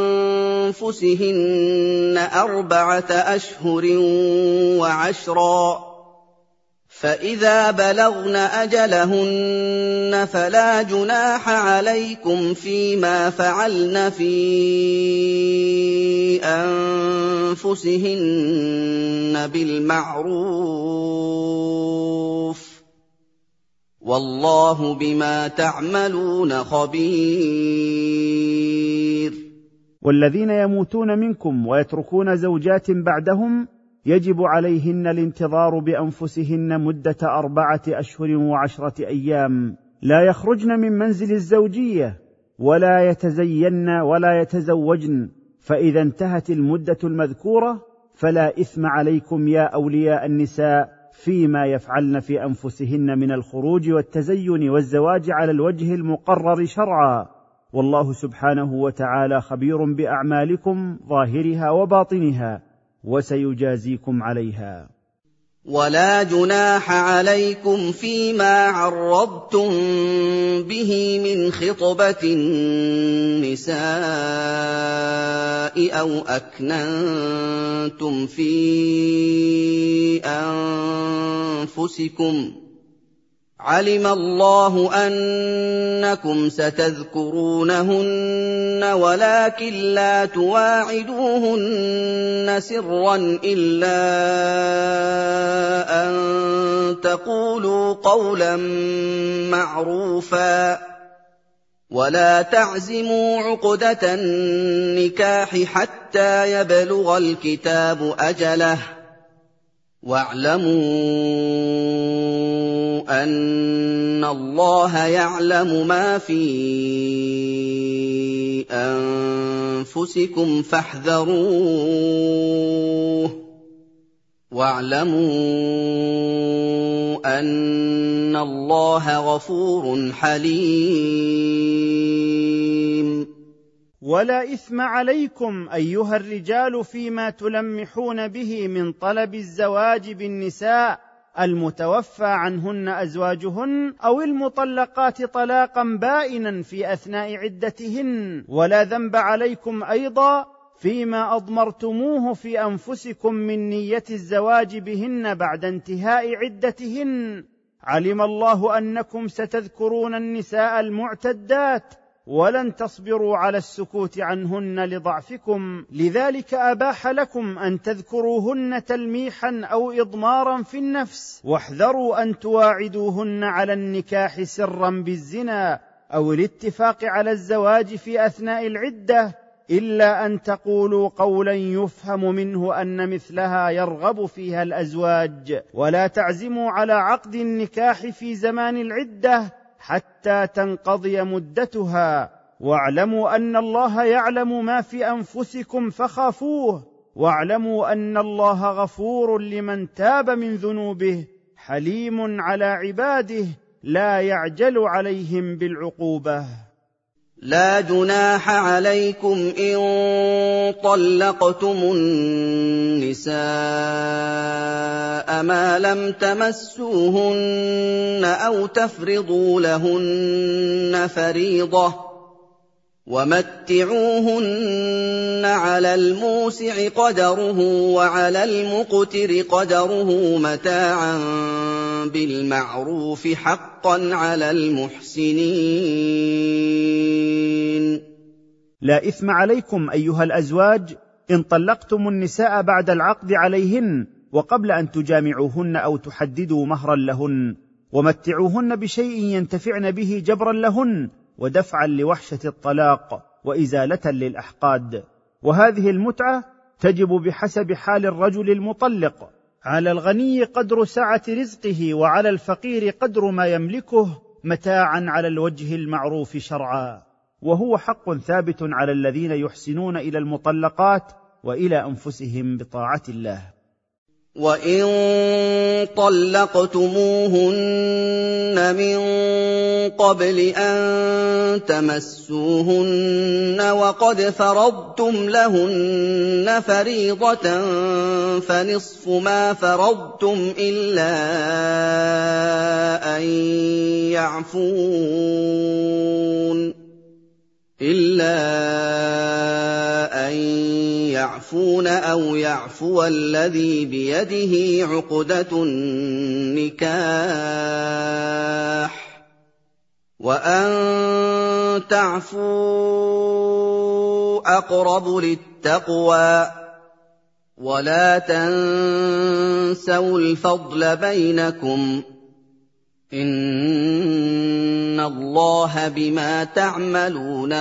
بأنفسهن 4 أشهر و10، فإذا بلغن أجلهن فلا جناح عليكم فيما فعلن في أنفسهن بالمعروف، والله بما تعملون خبير. والذين يموتون منكم ويتركون زوجات بعدهم يجب عليهن الانتظار بأنفسهن مدة 4 أشهر و10 أيام، لا يخرجن من منزل الزوجية ولا يتزين ولا يتزوجن. فإذا انتهت المدة المذكورة فلا إثم عليكم يا أولياء النساء فيما يفعلن في أنفسهن من الخروج والتزين والزواج على الوجه المقرر شرعا، والله سبحانه وتعالى خبير بأعمالكم ظاهرها وباطنها، وسيجازيكم عليها. ولا جناح عليكم فيما عرضتم به من خطبة النساء أو أكننتم في أنفسكم، علم الله أنكم ستذكرونهن ولكن لا تواعدوهن سرا إلا أن تقولوا قولا معروفا، ولا تعزموا عقدة النكاح حتى يبلغ الكتاب أجله، واعلموا أن الله يعلم ما في أنفسكم فاحذروه، واعلموا أن الله غفور حليم. ولا إثم عليكم أيها الرجال فيما تلمحون به من طلب الزواج بالنساء المتوفى عنهن أزواجهن أو المطلقات طلاقا بائنا في أثناء عدتهن، ولا ذنب عليكم أيضا فيما أضمرتموه في أنفسكم من نية الزواج بهن بعد انتهاء عدتهن. علم الله أنكم ستذكرون النساء المعتدات ولن تصبروا على السكوت عنهن لضعفكم، لذلك أباح لكم أن تذكروهن تلميحا أو إضمارا في النفس، واحذروا أن تواعدوهن على النكاح سرا بالزنا أو الاتفاق على الزواج في أثناء العدة، إلا أن تقولوا قولا يفهم منه أن مثلها يرغب فيها الأزواج، ولا تعزموا على عقد النكاح في زمان العدة حتى تنقضي مدتها، واعلموا أن الله يعلم ما في أنفسكم فخافوه، واعلموا أن الله غفور لمن تاب من ذنوبه حليم على عباده لا يعجل عليهم بالعقوبة. لَا جُنَاحَ عَلَيْكُمْ إِن طَلَّقْتُمُ النِّسَاءَ مَا لَمْ تَمَسُّوهُنَّ أَوْ تَفْرِضُوا لَهُنَّ فَرِيضَةً ۚ وَمَتِّعُوهُنَّ عَلَى الْمُوسِعِ قَدَرُهُ وَعَلَى الْمُقْتِرِ قَدَرُهُ مَتَاعًا بِالْمَعْرُوفِ ۖ حَقًّا عَلَى الْمُحْسِنِينَ. لا إثم عليكم أيها الأزواج إن طلقتم النساء بعد العقد عليهن وقبل أن تجامعوهن أو تحددوا مهرا لهن، ومتعوهن بشيء ينتفعن به جبرا لهن ودفعا لوحشة الطلاق وإزالة للأحقاد. وهذه المتعة تجب بحسب حال الرجل المطلق، على الغني قدر سعة رزقه، وعلى الفقير قدر ما يملكه، متاعا على الوجه المعروف شرعا، وهو حق ثابت على الذين يحسنون إلى المطلقات وإلى أنفسهم بطاعة الله. وَإِن طَلَّقْتُمُوهُنَّ مِن قَبْلِ أَن تَمَسُّوهُنَّ وَقَدْ فَرَضْتُمْ لَهُنَّ فَرِيضَةً فَنِصْفُ مَا فَرَضْتُمْ إِلَّا أَن يَعْفُونَ أَوْ يَعْفُوَ الَّذِي بِيَدِهِ عُقْدَةُ النِّكَاحِ ۚ وَأَن تَعْفُوا أَقْرَبُ لِلتَّقْوَىٰ ۚ وَلَا تَنسَوُا الْفَضْلَ بَيْنَكُمْ ۚ إِنَّ اللَّهَ بِمَا تَعْمَلُونَ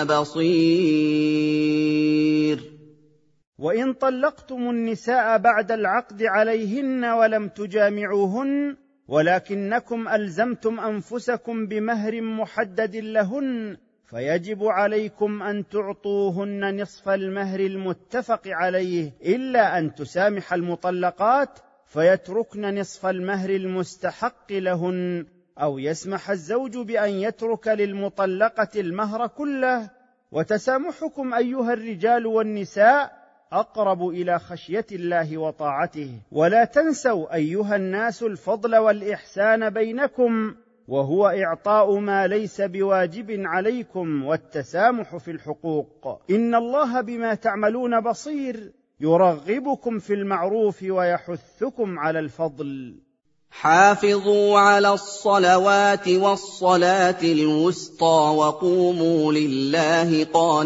بَصِيرٌ. وإن طلقتم النساء بعد العقد عليهن ولم تجامعوهن ولكنكم ألزمتم أنفسكم بمهر محدد لهن، فيجب عليكم أن تعطوهن نصف المهر المتفق عليه، إلا أن تسامح المطلقات فيتركن نصف المهر المستحق لهن، أو يسمح الزوج بأن يترك للمطلقة المهر كله. وتسامحكم أيها الرجال والنساء أقرب إلى خشية الله وطاعته. ولا تنسوا أيها الناس الفضل والإحسان بينكم، وهو إعطاء ما ليس بواجب عليكم، والتسامح في الحقوق. إن الله بما تعملون بصير، يرغبكم في المعروف ويحثكم على الفضل. حافظوا على الصلوات والصلاة الوسطى وقوموا لله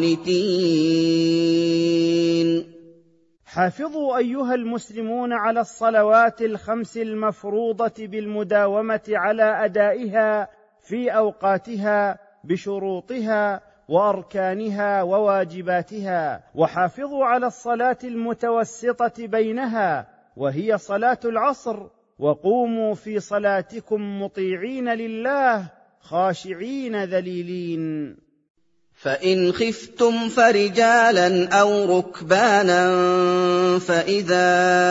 قانتين. حافظوا أيها المسلمون على الصلوات الخمس المفروضة بالمداومة على أدائها في أوقاتها بشروطها وأركانها وواجباتها، وحافظوا على الصلاة المتوسطة بينها وهي صلاة العصر، وقوموا في صلاتكم مطيعين لله خاشعين ذليلين. فإن خفتم فرجالا أو ركبانا فإذا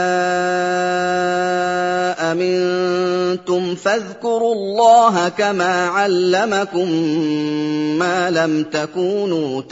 أمنتم فاذكروا الله كما علمكم ما لم تكونوا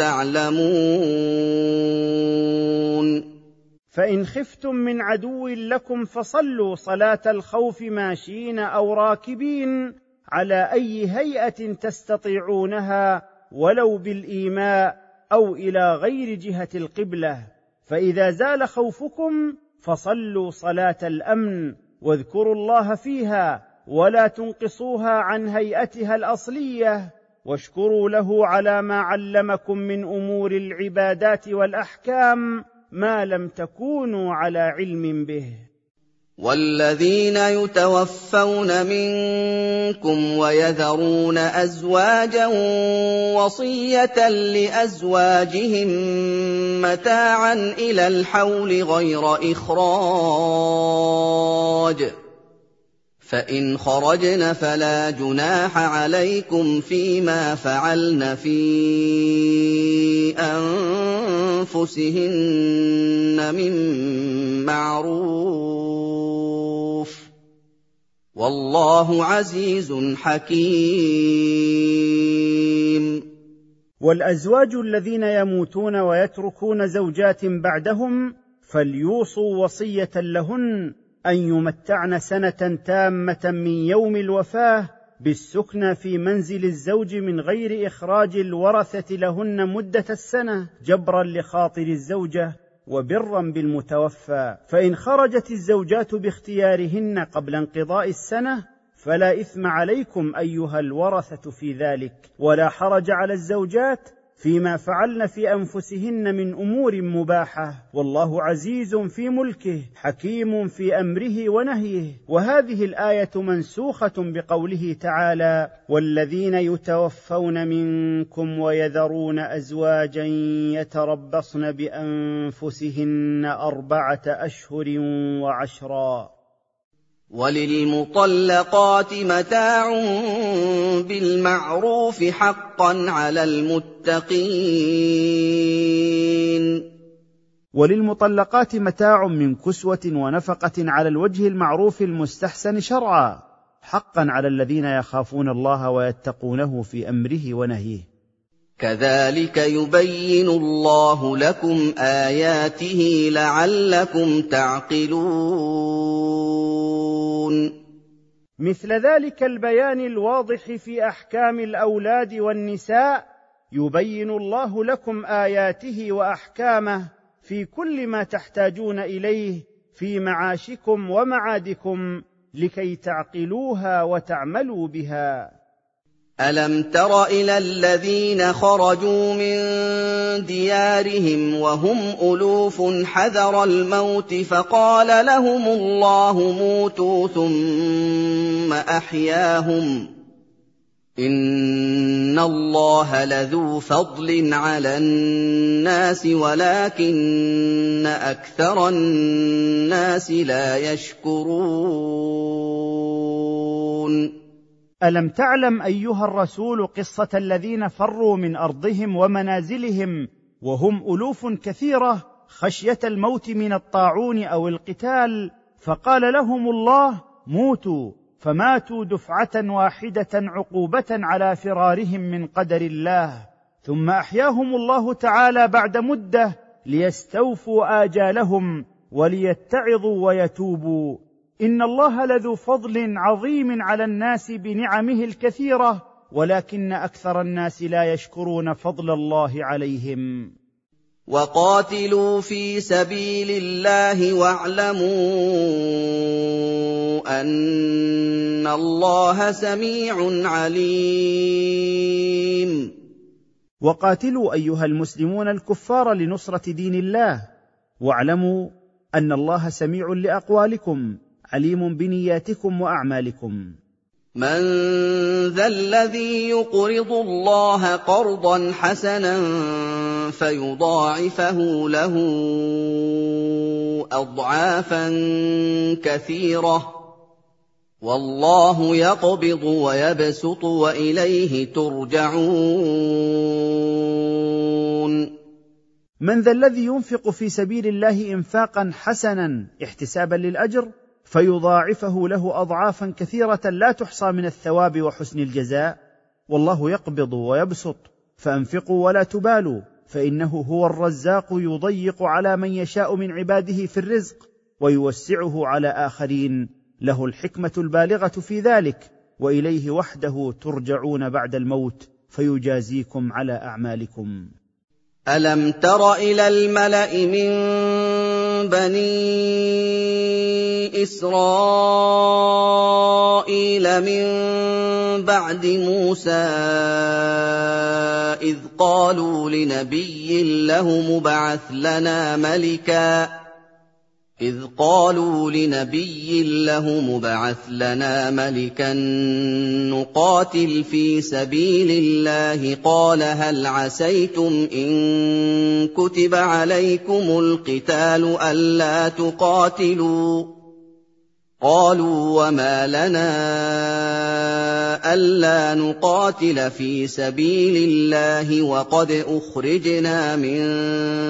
تعلمون. فإن خفتم من عدو لكم فصلوا صلاة الخوف ماشين أو راكبين على أي هيئة تستطيعونها، ولو بالإيماء أو إلى غير جهة القبلة. فإذا زال خوفكم فصلوا صلاة الأمن، واذكروا الله فيها ولا تنقصوها عن هيئتها الأصلية، واشكروا له على ما علمكم من أمور العبادات والأحكام ما لم تكونوا على علم به. والذين يتوفون منكم ويذرون أزواجا وصية لأزواجهم متاعا إلى الحول غير إخراج، فإن خرجن فلا جناح عليكم فيما فعلن في أنفسهن من معروف، والله عزيز حكيم. والأزواج الذين يموتون ويتركون زوجات بعدهم فليوصوا وصية لهن أن يمتعن سنة تامة من يوم الوفاة بالسكنى في منزل الزوج من غير إخراج الورثة لهن مدة السنة، جبرا لخاطر الزوجة وبرا بالمتوفى. فإن خرجت الزوجات باختيارهن قبل انقضاء السنة فلا إثم عليكم أيها الورثة في ذلك، ولا حرج على الزوجات فيما فعلن في أنفسهن من أمور مباحة، والله عزيز في ملكه حكيم في أمره ونهيه. وهذه الآية منسوخة بقوله تعالى: والذين يتوفون منكم ويذرون أزواجا يتربصن بأنفسهن 4 أشهر و10. وللمطلقات متاع بالمعروف حقا على المتقين. وللمطلقات متاع من كسوة ونفقة على الوجه المعروف المستحسن شرعا، حقا على الذين يخافون الله ويتقونه في أمره ونهيه. كذلك يبين الله لكم آياته لعلكم تعقلون. مثل ذلك البيان الواضح في أحكام الأولاد والنساء يبين الله لكم آياته وأحكامه في كل ما تحتاجون إليه في معاشكم ومعادكم لكي تعقلوها وتعملوا بها. ألم تر إلى الذين خرجوا من ديارهم وهم ألوف حذر الموت فقال لهم الله موتوا ثم أحياهم إن الله لذو فضل على الناس ولكن أكثر الناس لا يشكرون. ألم تعلم أيها الرسول قصة الذين فروا من أرضهم ومنازلهم وهم ألوف كثيرة خشية الموت من الطاعون أو القتال، فقال لهم الله موتوا، فماتوا دفعة واحدة عقوبة على فرارهم من قدر الله، ثم أحياهم الله تعالى بعد مدة ليستوفوا آجالهم وليتعظوا ويتوبوا. إن الله لذو فضل عظيم على الناس بنعمه الكثيرة، ولكن أكثر الناس لا يشكرون فضل الله عليهم. وقاتلوا في سبيل الله واعلموا أن الله سميع عليم. وقاتلوا أيها المسلمون الكفار لنصرة دين الله، واعلموا أن الله سميع لأقوالكم عليم بنياتكم وأعمالكم. من ذا الذي يقرض الله قرضا حسنا فيضاعفه له أضعافا كثيرة والله يقبض ويبسط وإليه ترجعون. من ذا الذي ينفق في سبيل الله إنفاقا حسنا احتسابا للأجر فيضاعفه له أضعافا كثيرة لا تحصى من الثواب وحسن الجزاء؟ والله يقبض ويبسط، فأنفقوا ولا تبالوا، فإنه هو الرزاق يضيق على من يشاء من عباده في الرزق ويوسعه على آخرين، له الحكمة البالغة في ذلك، وإليه وحده ترجعون بعد الموت فيجازيكم على أعمالكم. ألم تر إلى الملأ من بني إسرائيل من بعد موسى إذ قالوا لنبي له مبعث لنا ملكا نقاتل في سبيل الله قال هل عسيتم إن كتب عليكم القتال ألا تقاتلوا قالوا وما لنا ألا نقاتل في سبيل الله وقد أخرجنا من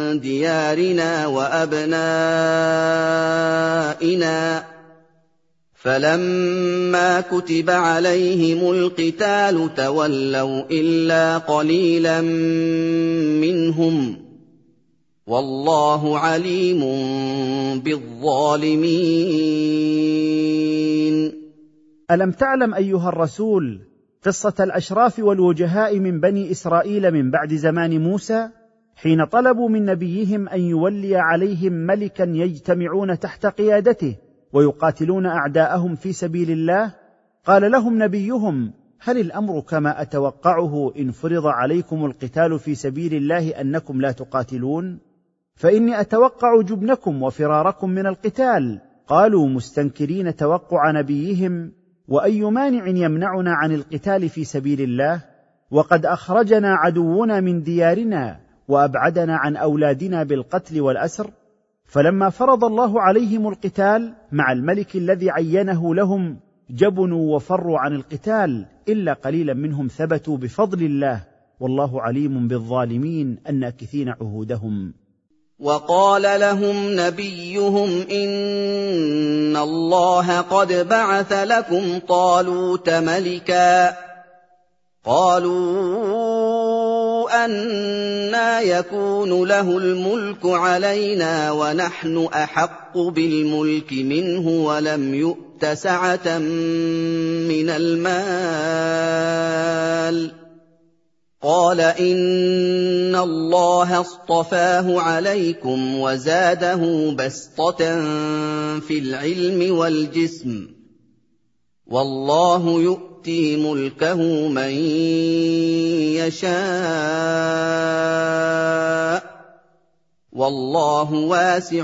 ديارنا وأبنائنا فَلَمَّا كُتِبَ عَلَيْهِمُ الْقِتَالُ تَوَلَّوْا إِلَّا قَلِيلًا مِّنْهُمْ ۗ وَاللَّهُ عَلِيمٌ بِالظَّالِمِينَ. ألم تعلم أيها الرسول قصة الأشراف والوجهاء من بني إسرائيل من بعد زمان موسى، حين طلبوا من نبيهم أن يولي عليهم ملكا يجتمعون تحت قيادته ويقاتلون أعداءهم في سبيل الله؟ قال لهم نبيهم: هل الأمر كما أتوقعه إن فرض عليكم القتال في سبيل الله أنكم لا تقاتلون؟ فإني أتوقع جبنكم وفراركم من القتال. قالوا مستنكرين توقع نبيهم: وأي مانع يمنعنا عن القتال في سبيل الله؟ وقد أخرجنا عدونا من ديارنا وأبعدنا عن أولادنا بالقتل والأسر. فلما فرض الله عليهم القتال مع الملك الذي عينه لهم، جبنوا وفروا عن القتال، إلا قليلا منهم ثبتوا بفضل الله، والله عليم بالظالمين الناكثين عهودهم. وقال لهم نبيهم: إن الله قد بعث لكم طالوت ملكا. قالوا: أنى يكون له الملك علينا ونحن أحق بالملك منه ولم يؤت سعة من المال. قال: إن الله اصطفاه عليكم وزاده بسطة في العلم والجسم، والله يؤتي ملكه من يشاء، والله واسع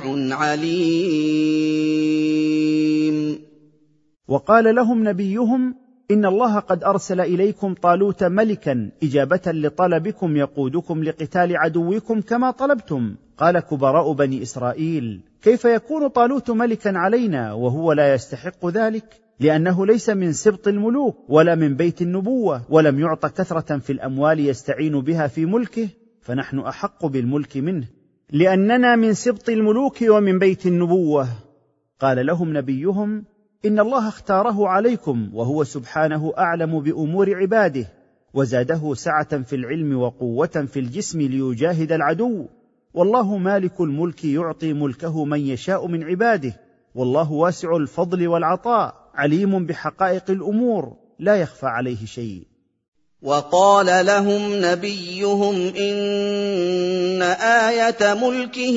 عليم. وقال لهم نبيهم: إن الله قد أرسل إليكم طالوت ملكا إجابة لطلبكم يقودكم لقتال عدوكم كما طلبتم. قال كبراء بني إسرائيل: كيف يكون طالوت ملكا علينا وهو لا يستحق ذلك؟ لأنه ليس من سبط الملوك ولا من بيت النبوة، ولم يعط كثرة في الأموال يستعين بها في ملكه، فنحن أحق بالملك منه لأننا من سبط الملوك ومن بيت النبوة. قال لهم نبيهم: إن الله اختاره عليكم، وهو سبحانه أعلم بأمور عباده، وزاده سعة في العلم وقوة في الجسم ليجاهد العدو، والله مالك الملك يعطي ملكه من يشاء من عباده، والله واسع الفضل والعطاء، عليم بحقائق الأمور، لا يخفى عليه شيء. وقال لهم نبيهم: إن آية ملكه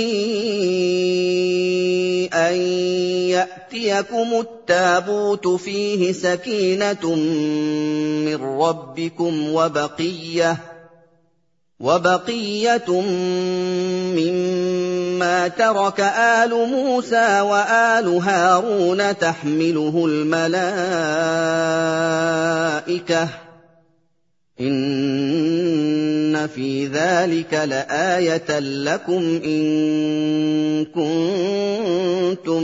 أن يأتيكم التابوت فيه سكينة من ربكم وبقية مما ترك آل موسى وآل هارون تحمله الملائكة، إن في ذلك لآية لكم إن كنتم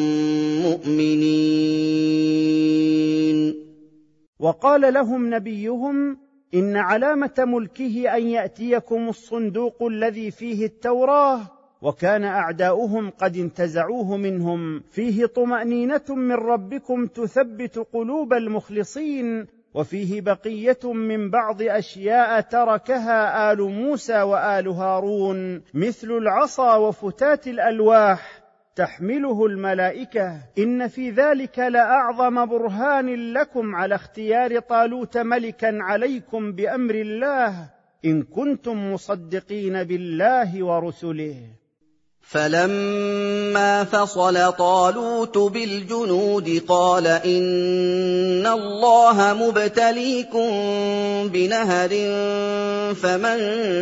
مؤمنين. وقال لهم نبيهم: إن علامة ملكه أن يأتيكم الصندوق الذي فيه التوراة، وكان أعداؤهم قد انتزعوه منهم، فيه طمأنينة من ربكم تثبت قلوب المخلصين، وفيه بقية من بعض أشياء تركها آل موسى وآل هارون، مثل العصا وفتات الألواح تحمله الملائكة، إن في ذلك لأعظم برهان لكم على اختيار طالوت ملكا عليكم بأمر الله، إن كنتم مصدقين بالله ورسله. فلما فصل طالوت بالجنود قال: إن الله مبتليكم بنهر، فمن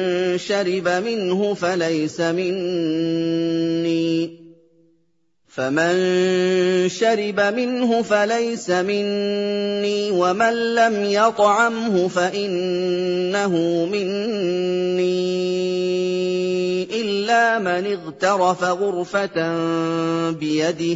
شرب منه فليس مني، ومن لم يطعمه فإنه مني إلا من اغترف غرفة بيده،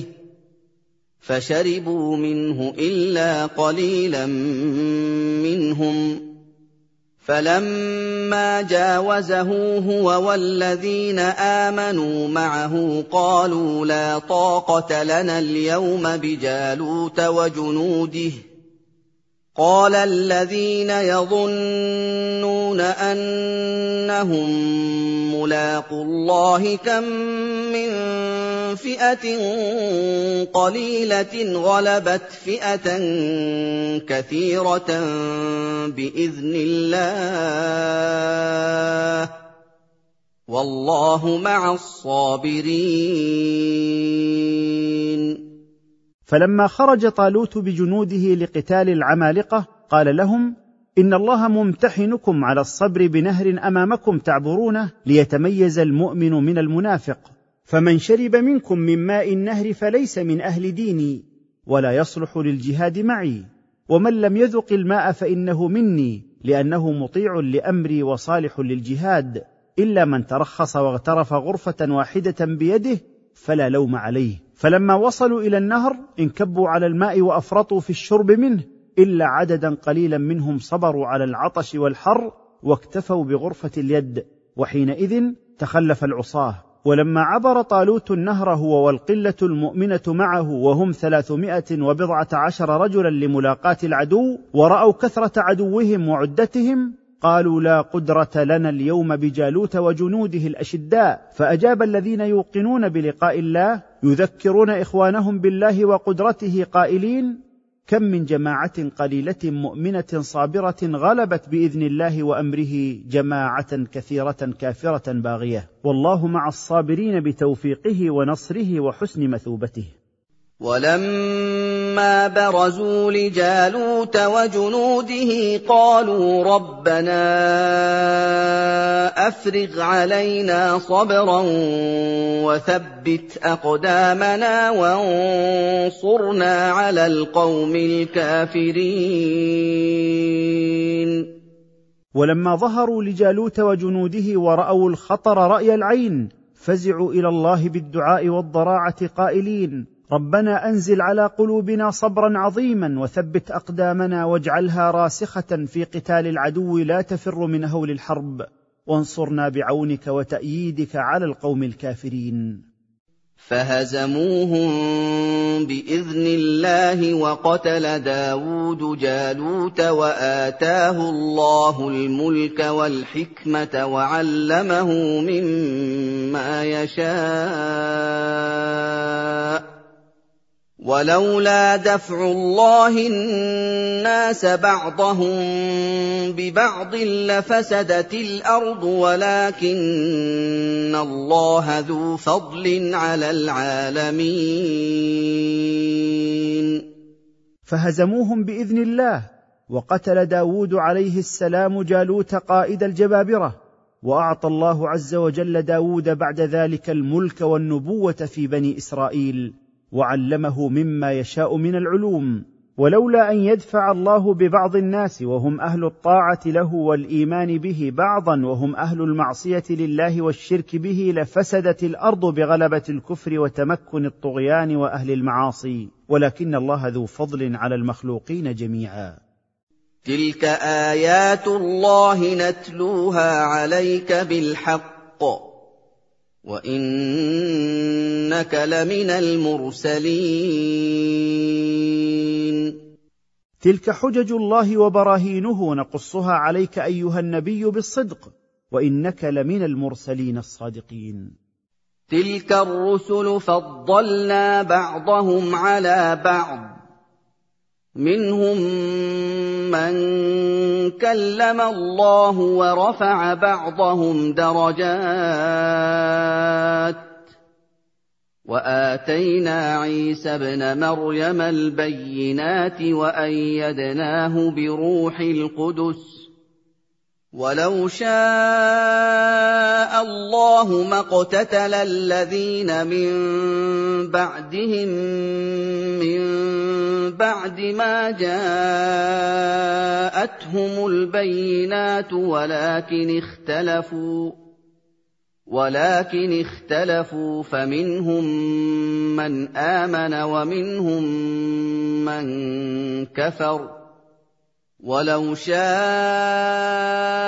فشربوا منه إلا قليلا منهم، فَلَمَّا جَاوَزَهُ هُوَ وَالَّذِينَ آمَنُوا مَعَهُ قَالُوا لَا طَاقَةَ لَنَا الْيَوْمَ بِجَالُوتَ وَجُنُودِهِ ۚ قَالَ الَّذِينَ يَظُنُّونَ أَنَّهُم مُّلَاقُو اللَّهِ كَم مِّن فِئَةٍ قَلِيلَةٍ غَلَبَتْ فِئَةً كَثِيرَةً بِإِذْنِ اللَّهِ ۗ وَاللَّهُ مَعَ الصَّابِرِينَ. فلما خرج طالوت بجنوده لقتال العمالقة قال لهم: إن الله ممتحنكم على الصبر بنهر أمامكم تعبرونه ليتميز المؤمن من المنافق، فمن شرب منكم من ماء النهر فليس من أهل ديني ولا يصلح للجهاد معي، ومن لم يذق الماء فإنه مني، لأنه مطيع لأمري وصالح للجهاد، إلا من ترخص واغترف غرفة واحدة بيده فلا لوم عليه. فلما وصلوا إلى النهر انكبوا على الماء وأفرطوا في الشرب منه، إلا عددا قليلا منهم صبروا على العطش والحر واكتفوا بغرفة اليد، وحينئذ تخلف العصاة. ولما عبر طالوت النهر هو والقلة المؤمنة معه وهم 310 رجلا لملاقاة العدو، ورأوا كثرة عدوهم وعدتهم، قالوا: لا قدرة لنا اليوم بجالوت وجنوده الأشداء. فأجاب الذين يوقنون بلقاء الله يذكرون إخوانهم بالله وقدرته قائلين: كم من جماعة قليلة مؤمنة صابرة غلبت بإذن الله وأمره جماعة كثيرة كافرة باغية، والله مع الصابرين بتوفيقه ونصره وحسن مثوبته. وَلَمَّا بَرَزُوا لِجَالُوتَ وَجُنُودِهِ قَالُوا رَبَّنَا أَفْرِغْ عَلَيْنَا صَبْرًا وَثَبِّتْ أَقْدَامَنَا وَانصُرْنَا عَلَى الْقَوْمِ الْكَافِرِينَ. ولما ظهروا لجالوت وجنوده ورأوا الخطر رأي العين فزعوا إلى الله بالدعاء والضراعة قائلين: ربنا أنزل على قلوبنا صبرا عظيما وثبت أقدامنا واجعلها راسخة في قتال العدو لا تفر من هول الحرب، وانصرنا بعونك وتأييدك على القوم الكافرين. فهزموهم بإذن الله وقتل داود جالوت وآتاه الله الملك والحكمة وعلمه مما يشاء ولولا دفع الله الناس بعضهم ببعض لفسدت الأرض ولكن الله ذو فضل على العالمين. فهزموهم بإذن الله، وقتل داود عليه السلام جالوت قائد الجبابرة، وأعطى الله عز وجل داود بعد ذلك الملك والنبوة في بني إسرائيل، وعلمه مما يشاء من العلوم. ولولا أن يدفع الله ببعض الناس وهم أهل الطاعة له والإيمان به بعضا وهم أهل المعصية لله والشرك به لفسدت الأرض بغلبة الكفر وتمكن الطغيان وأهل المعاصي، ولكن الله ذو فضل على المخلوقين جميعا. تلك آيات الله نتلوها عليك بالحق وإنك لمن المرسلين. تلك حجج الله وبراهينه نقصها عليك أيها النبي بالصدق، وإنك لمن المرسلين الصادقين. تلك الرسل فضلنا بعضهم على بعض، منهم من كلم الله ورفع بعضهم درجات، وآتينا عيسى ابن مريم البينات وأيدناه بروح القدس، ولو شاء الله ما اقتتل الذين من بعدهم من بعد ما جاءتهم البينات ولكن اختلفوا فمنهم من آمن ومنهم من كفر، ولو شاء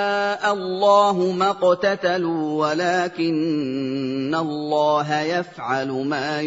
يَشَاءَ اللَّهُ مَا اقْتَتَلُوا وَلَٰكِنَّ اللَّهَ يَفْعَلُ مَا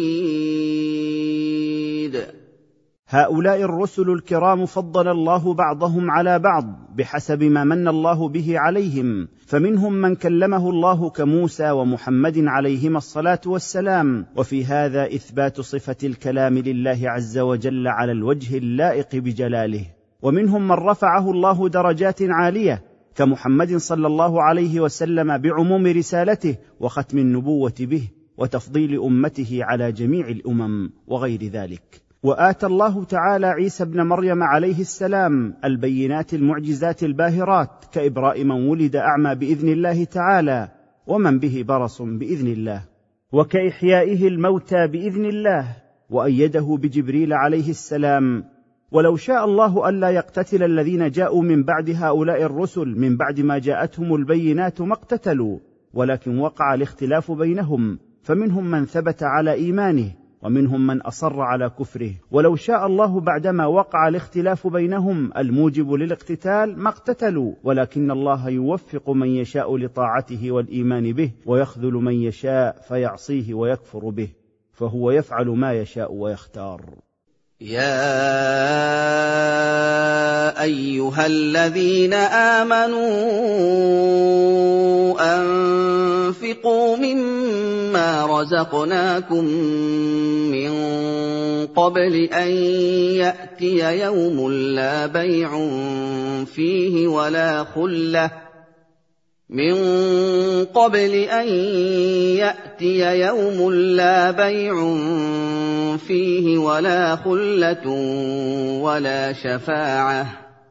يُرِيدُ. هؤلاء الرسل الكرام فضل الله بعضهم على بعض بحسب ما من الله به عليهم، فمنهم من كلمه الله كموسى ومحمد عليهما الصلاة والسلام، وفي هذا إثبات صفة الكلام لله عز وجل على الوجه اللائق بجلاله. ومنهم من رفعه الله درجات عالية كمحمد صلى الله عليه وسلم بعموم رسالته وختم النبوة به وتفضيل أمته على جميع الأمم وغير ذلك. وآتى الله تعالى عيسى ابن مريم عليه السلام البينات المعجزات الباهرات كإبراء من ولد أعمى بإذن الله تعالى، ومن به برص بإذن الله، وكإحيائه الموتى بإذن الله، وأيده بجبريل عليه السلام. ولو شاء الله ألا يقتتل الذين جاءوا من بعد هؤلاء الرسل من بعد ما جاءتهم البينات ما اقتتلوا، ولكن وقع الاختلاف بينهم، فمنهم من ثبت على إيمانه ومنهم من أصر على كفره. ولو شاء الله بعدما وقع الاختلاف بينهم الموجب للاقتتال ما اقتتلوا، ولكن الله يوفق من يشاء لطاعته والإيمان به، ويخذل من يشاء فيعصيه ويكفر به، فهو يفعل ما يشاء ويختار. يا أيها الذين آمنوا أنفقوا مما رزقناكم من قبل أن يأتي يوم لا بيع فيه ولا خلة ولا شفاعة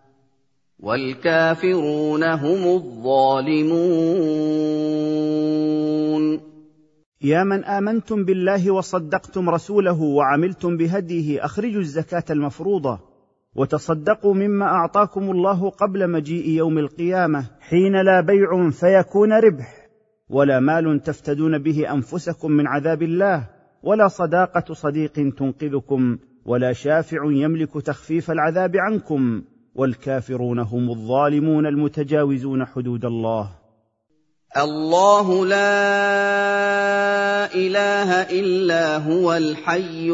والكافرون هم الظالمون. يا من آمنتم بالله وصدقتم رسوله وعملتم بهديه أخرجوا الزكاة المفروضة وتصدقوا مما أعطاكم الله قبل مجيء يوم القيامة حين لا بيع فيكون ربح، ولا مال تفتدون به أنفسكم من عذاب الله، ولا صداقة صديق تنقذكم، ولا شافع يملك تخفيف العذاب عنكم، والكافرون هم الظالمون المتجاوزون حدود الله. الله لا إله إلا هو الحي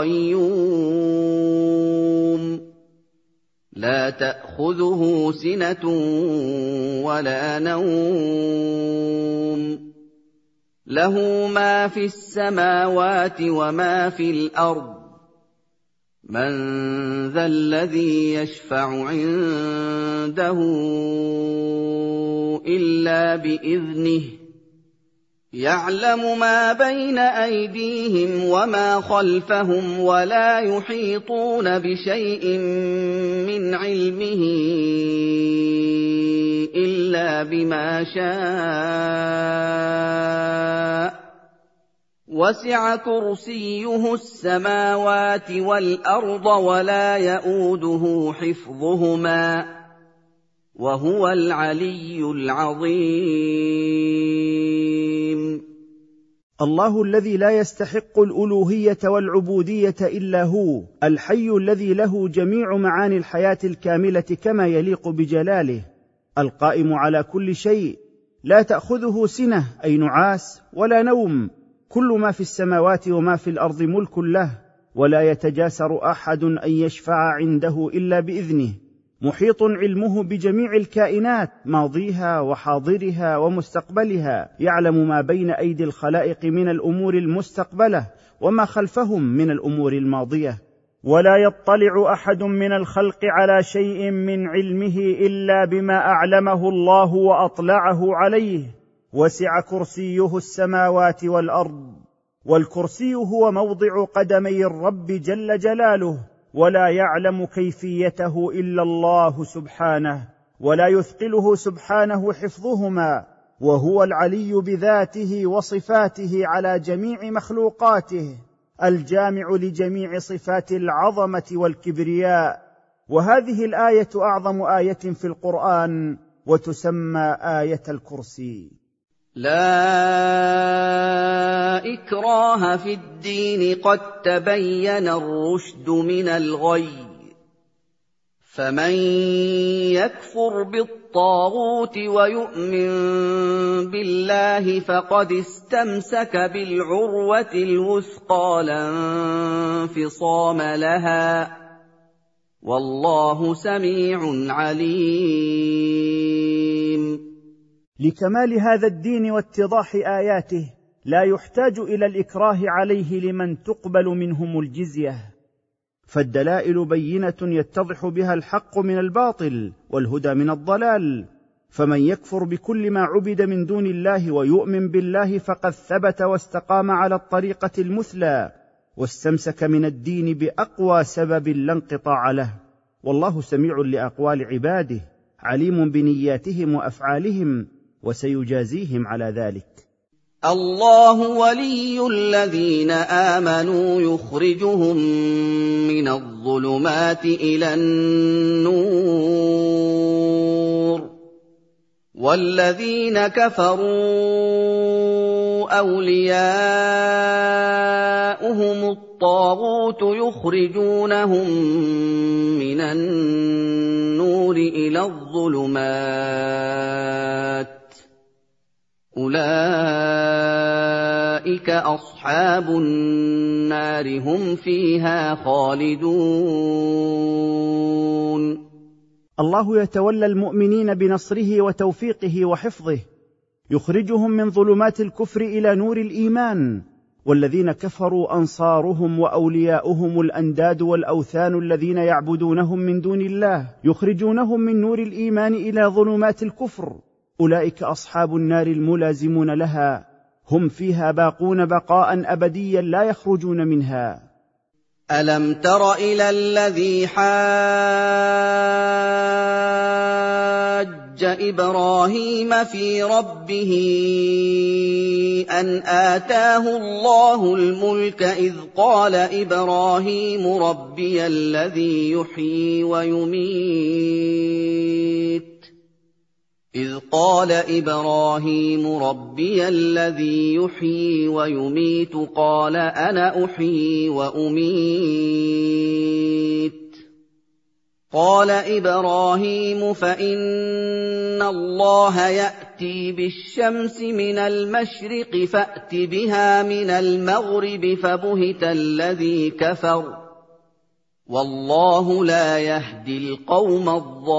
القيوم لا تأخذه سنة ولا نوم، له ما في السماوات وما في الأرض، من ذا الذي يشفع عنده إلا بإذنه، يعلم ما بين أيديهم وما خلفهم، ولا يحيطون بشيء من علمه إلا بما شاء، وسع كرسيه السماوات والأرض ولا يئوده حفظهما وهو العلي العظيم. الله الذي لا يستحق الألوهية والعبودية إلا هو، الحي الذي له جميع معاني الحياة الكاملة كما يليق بجلاله، القائم على كل شيء، لا تأخذه سنة أي نعاس ولا نوم، كل ما في السماوات وما في الأرض ملك له، ولا يتجاسر أحد أن يشفع عنده إلا بإذنه، محيط علمه بجميع الكائنات ماضيها وحاضرها ومستقبلها، يعلم ما بين أيدي الخلائق من الأمور المستقبلة وما خلفهم من الأمور الماضية، ولا يطلع أحد من الخلق على شيء من علمه إلا بما أعلمه الله وأطلعه عليه، وسع كرسيه السماوات والأرض، والكرسي هو موضع قدمي الرب جل جلاله، ولا يعلم كيفيته إلا الله سبحانه، ولا يثقله سبحانه حفظهما، وهو العلي بذاته وصفاته على جميع مخلوقاته، الجامع لجميع صفات العظمة والكبرياء. وهذه الآية أعظم آية في القرآن، وتسمى آية الكرسي. لا إكراه في الدين قد تبين الرشد من الغي، فمن يكفر بالطاغوت بالطاغوت ويؤمن بالله فقد استمسك بالعروة الوثقى لا انفصام لها، والله سميع عليم. لكمال هذا الدين واتضاح آياته لا يحتاج إلى الإكراه عليه لمن تقبل منهم الجزية، فالدلائل بينة يتضح بها الحق من الباطل والهدى من الضلال، فمن يكفر بكل ما عبد من دون الله ويؤمن بالله فقد ثبت واستقام على الطريقة المثلى، واستمسك من الدين بأقوى سبب لا انقطاع له، والله سميع لأقوال عباده عليم بنياتهم وأفعالهم، وسيجازيهم على ذلك. الله ولي الذين آمنوا يخرجهم من الظلمات إلى النور، والذين كفروا أولياؤهم الطاغوت يخرجونهم من النور إلى الظلمات، أولئك أصحاب النار هم فيها خالدون. الله يتولى المؤمنين بنصره وتوفيقه وحفظه، يخرجهم من ظلمات الكفر إلى نور الإيمان، والذين كفروا أنصارهم وأولياؤهم الأنداد والأوثان الذين يعبدونهم من دون الله يخرجونهم من نور الإيمان إلى ظلمات الكفر، أولئك أصحاب النار الملازمون لها، هم فيها باقون بقاء أبديا لا يخرجون منها. ألم تر إلى الذي حاج إبراهيم في ربه أن آتاه الله الملك إذ قال إبراهيم ربي الذي يحيي ويميت قال أنا أحيي وأميت. قال إبراهيم فإن الله يأتي بالشمس من المشرق فأت بها من المغرب فبهت الذي كفر، والله لا يهدي القوم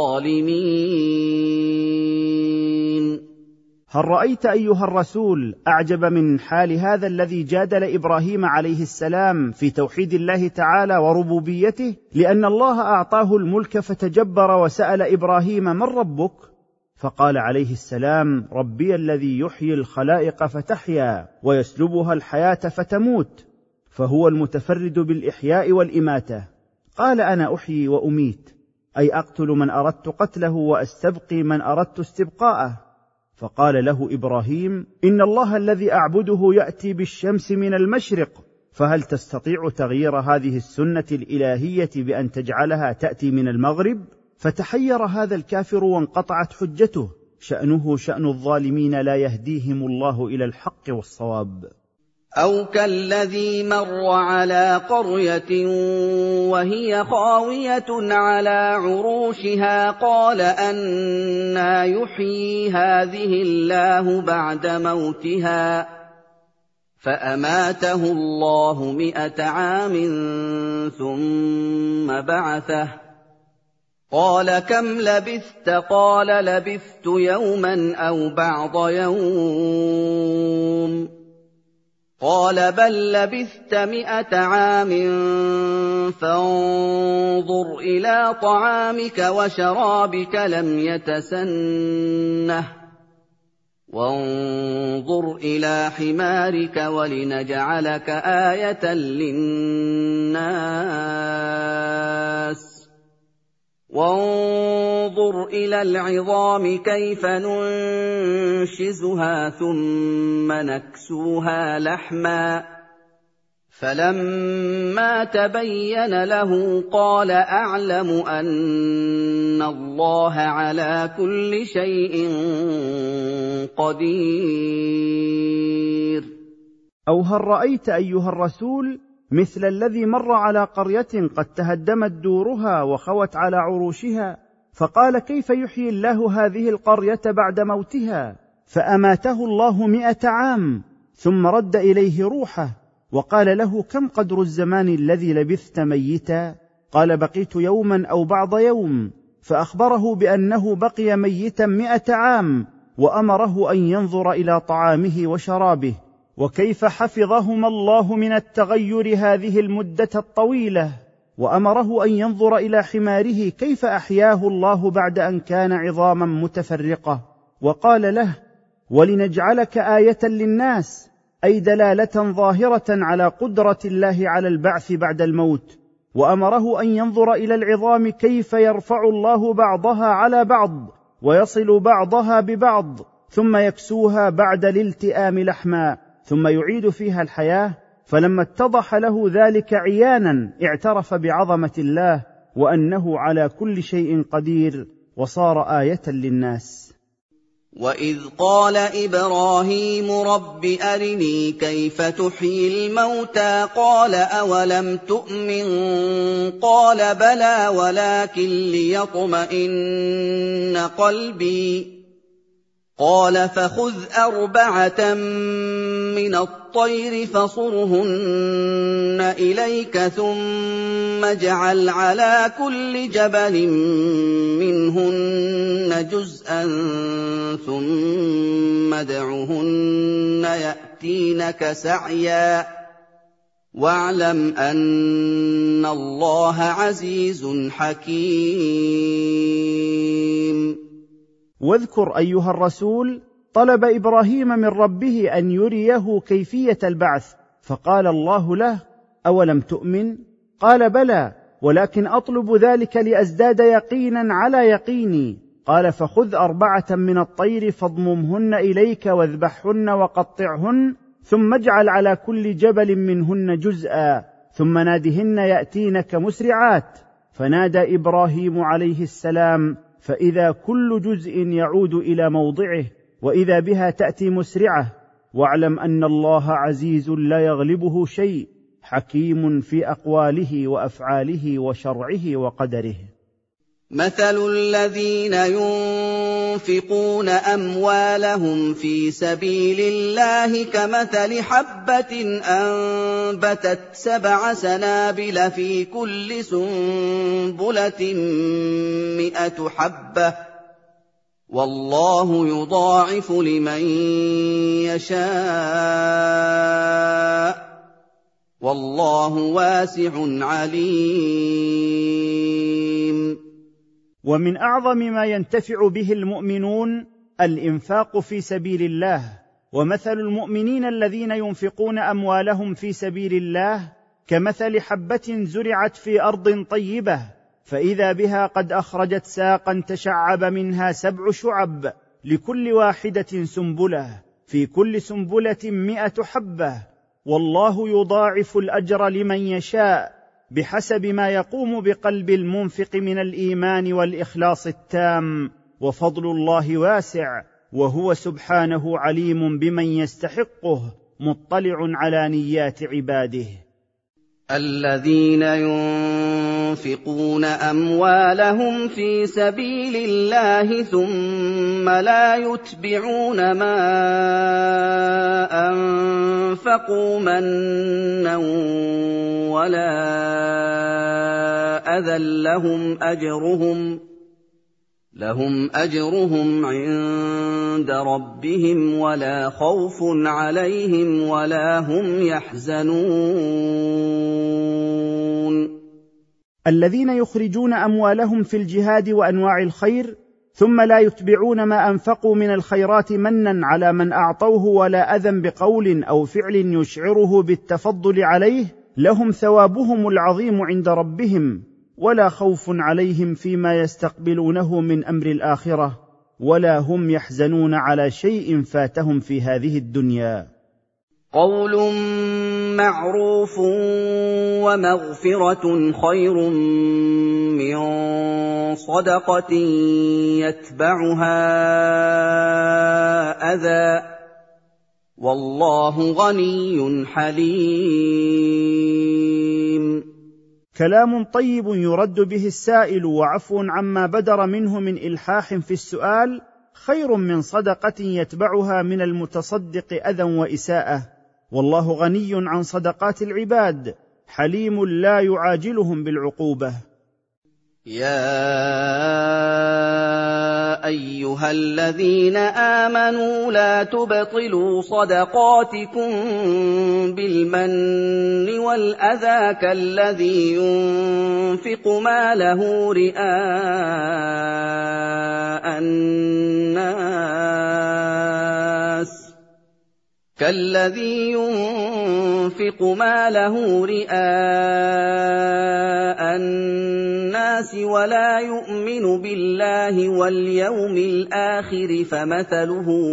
الظالمين. هل رأيت أيها الرسول أعجب من حال هذا الذي جادل إبراهيم عليه السلام في توحيد الله تعالى وربوبيته، لأن الله أعطاه الملك فتجبر وسأل إبراهيم من ربك؟ فقال عليه السلام ربي الذي يحيي الخلائق فتحيا ويسلبها الحياة فتموت، فهو المتفرد بالإحياء والإماتة. قال أنا أحيي وأميت، أي أقتل من أردت قتله وأستبقي من أردت استبقاءه. فقال له إبراهيم إن الله الذي أعبده يأتي بالشمس من المشرق، فهل تستطيع تغيير هذه السنة الإلهية بأن تجعلها تأتي من المغرب؟ فتحير هذا الكافر وانقطعت حجته، شأنه شأن الظالمين لا يهديهم الله إلى الحق والصواب. أو كالذي مر على قرية وهي خاوية على عروشها قال أنى يحيي هذه الله بعد موتها، فأماته الله 100 عام ثم بعثه، قال كم لبثت؟ قال لبثت يوما أو بعض يوم، قال بل لبثت 100 عام فانظر إلى طعامك وشرابك لم يتسنه، وانظر إلى حمارك ولنجعلك آية للناس، وانظر إلى العظام كيف ننشزها ثم نكسوها لحما، فلما تبين له قال أعلم أن الله على كل شيء قدير. أو هل رأيت أيها الرسول مثل الذي مر على قرية قد تهدمت دورها وخوت على عروشها، فقال: كيف يحيي الله هذه القرية بعد موتها؟ فأماته الله 100 عام، ثم رد إليه روحه، وقال له: كم قدر الزمان الذي لبثت ميتا؟ قال: بقيت يوما أو بعض يوم. فأخبره بأنه بقي ميتا 100 عام، وأمره أن ينظر إلى طعامه وشرابه، وكيف حفظهما الله من التغير هذه المدة الطويلة، وأمره أن ينظر إلى حماره كيف أحياه الله بعد أن كان عظاما متفرقة، وقال له: ولنجعلك آية للناس، أي دلالة ظاهرة على قدرة الله على البعث بعد الموت. وأمره أن ينظر إلى العظام كيف يرفع الله بعضها على بعض ويصل بعضها ببعض، ثم يكسوها بعد الالتئام لحما، ثم يعيد فيها الحياة. فلما اتضح له ذلك عيانا اعترف بعظمة الله وأنه على كل شيء قدير، وصار آية للناس. وَإِذْ قَالَ إِبْرَاهِيمُ رَبِّ أَرِنِي كَيْفَ تُحْيِي الْمَوْتَىٰ قَالَ أَوَلَمْ تُؤْمِن قَالَ بَلَىٰ وَلَٰكِن لِّيَطْمَئِنَّ قَلْبِي قَالَ فَخُذْ 4 مِّنَ الطَّيْرِ فَصُرْهُنَّ إِلَيْكَ ثُمَّ اجْعَلْ عَلَىٰ كُلِّ جَبَلٍ مِّنْهُنَّ جُزْءًا ثُمَّ ادْعُهُنَّ يَأْتِينَكَ سَعْيًا وَاعْلَمْ أَنَّ اللَّهَ عَزِيزٌ حَكِيمٌ. واذكر أيها الرسول طلب إبراهيم من ربه أن يريه كيفية البعث، فقال الله له: أولم تؤمن؟ قال: بلى، ولكن أطلب ذلك لأزداد يقينا على يقيني. قال: فخذ 4 من الطير فاضممهن إليك واذبحهن وقطعهن، ثم اجعل على كل جبل منهن جزءا، ثم نادهن يأتينك مسرعات. فنادى إبراهيم عليه السلام، فإذا كل جزء يعود إلى موضعه، وإذا بها تأتي مسرعة. واعلم أن الله عزيز لا يغلبه شيء، حكيم في أقواله وأفعاله وشرعه وقدره. مثل الذين ينفقون أموالهم في سبيل الله كمثل حبة أنبتت 7 سنابل في كل سنبلة 100 حبة، والله يضاعف لمن يشاء، والله واسع عليم. ومن أعظم ما ينتفع به المؤمنون الإنفاق في سبيل الله. ومثل المؤمنين الذين ينفقون أموالهم في سبيل الله كمثل حبة زرعت في أرض طيبة، فإذا بها قد أخرجت ساقا تشعب منها 7 شعب، لكل واحدة سنبلة، في كل سنبلة 100 حبة، والله يضاعف الأجر لمن يشاء بحسب ما يقوم بقلب المنفق من الإيمان والإخلاص التام. وفضل الله واسع، وهو سبحانه عليم بمن يستحقه، مطلع على نيات عباده. الذين ينفقون أموالهم في سبيل الله ثم لا يتبعون ما أنفقوا منا ولا أذى لهم أجرهم عند ربهم ولا خوف عليهم ولا هم يحزنون. الذين يخرجون أموالهم في الجهاد وأنواع الخير ثم لا يتبعون ما أنفقوا من الخيرات منا على من أعطوه ولا أذى بقول أو فعل يشعره بالتفضل عليه، لهم ثوابهم العظيم عند ربهم، ولا خوف عليهم فيما يستقبلونه من أمر الآخرة، ولا هم يحزنون على شيء فاتهم في هذه الدنيا. قول معروف ومغفرة خير من صدقة يتبعها أذى، والله غني حليم. كلام طيب يرد به السائل وعفو عما بدر منه من إلحاح في السؤال خير من صدقة يتبعها من المتصدق أذى وإساءة. والله غني عن صدقات العباد، حليم لا يعاجلهم بالعقوبة. يا أيها الذين آمنوا لا تبطلوا صدقاتكم بالمن والأذى كالذي ينفق ماله رئاء الناس ولا يؤمن بالله واليوم الآخر فمثله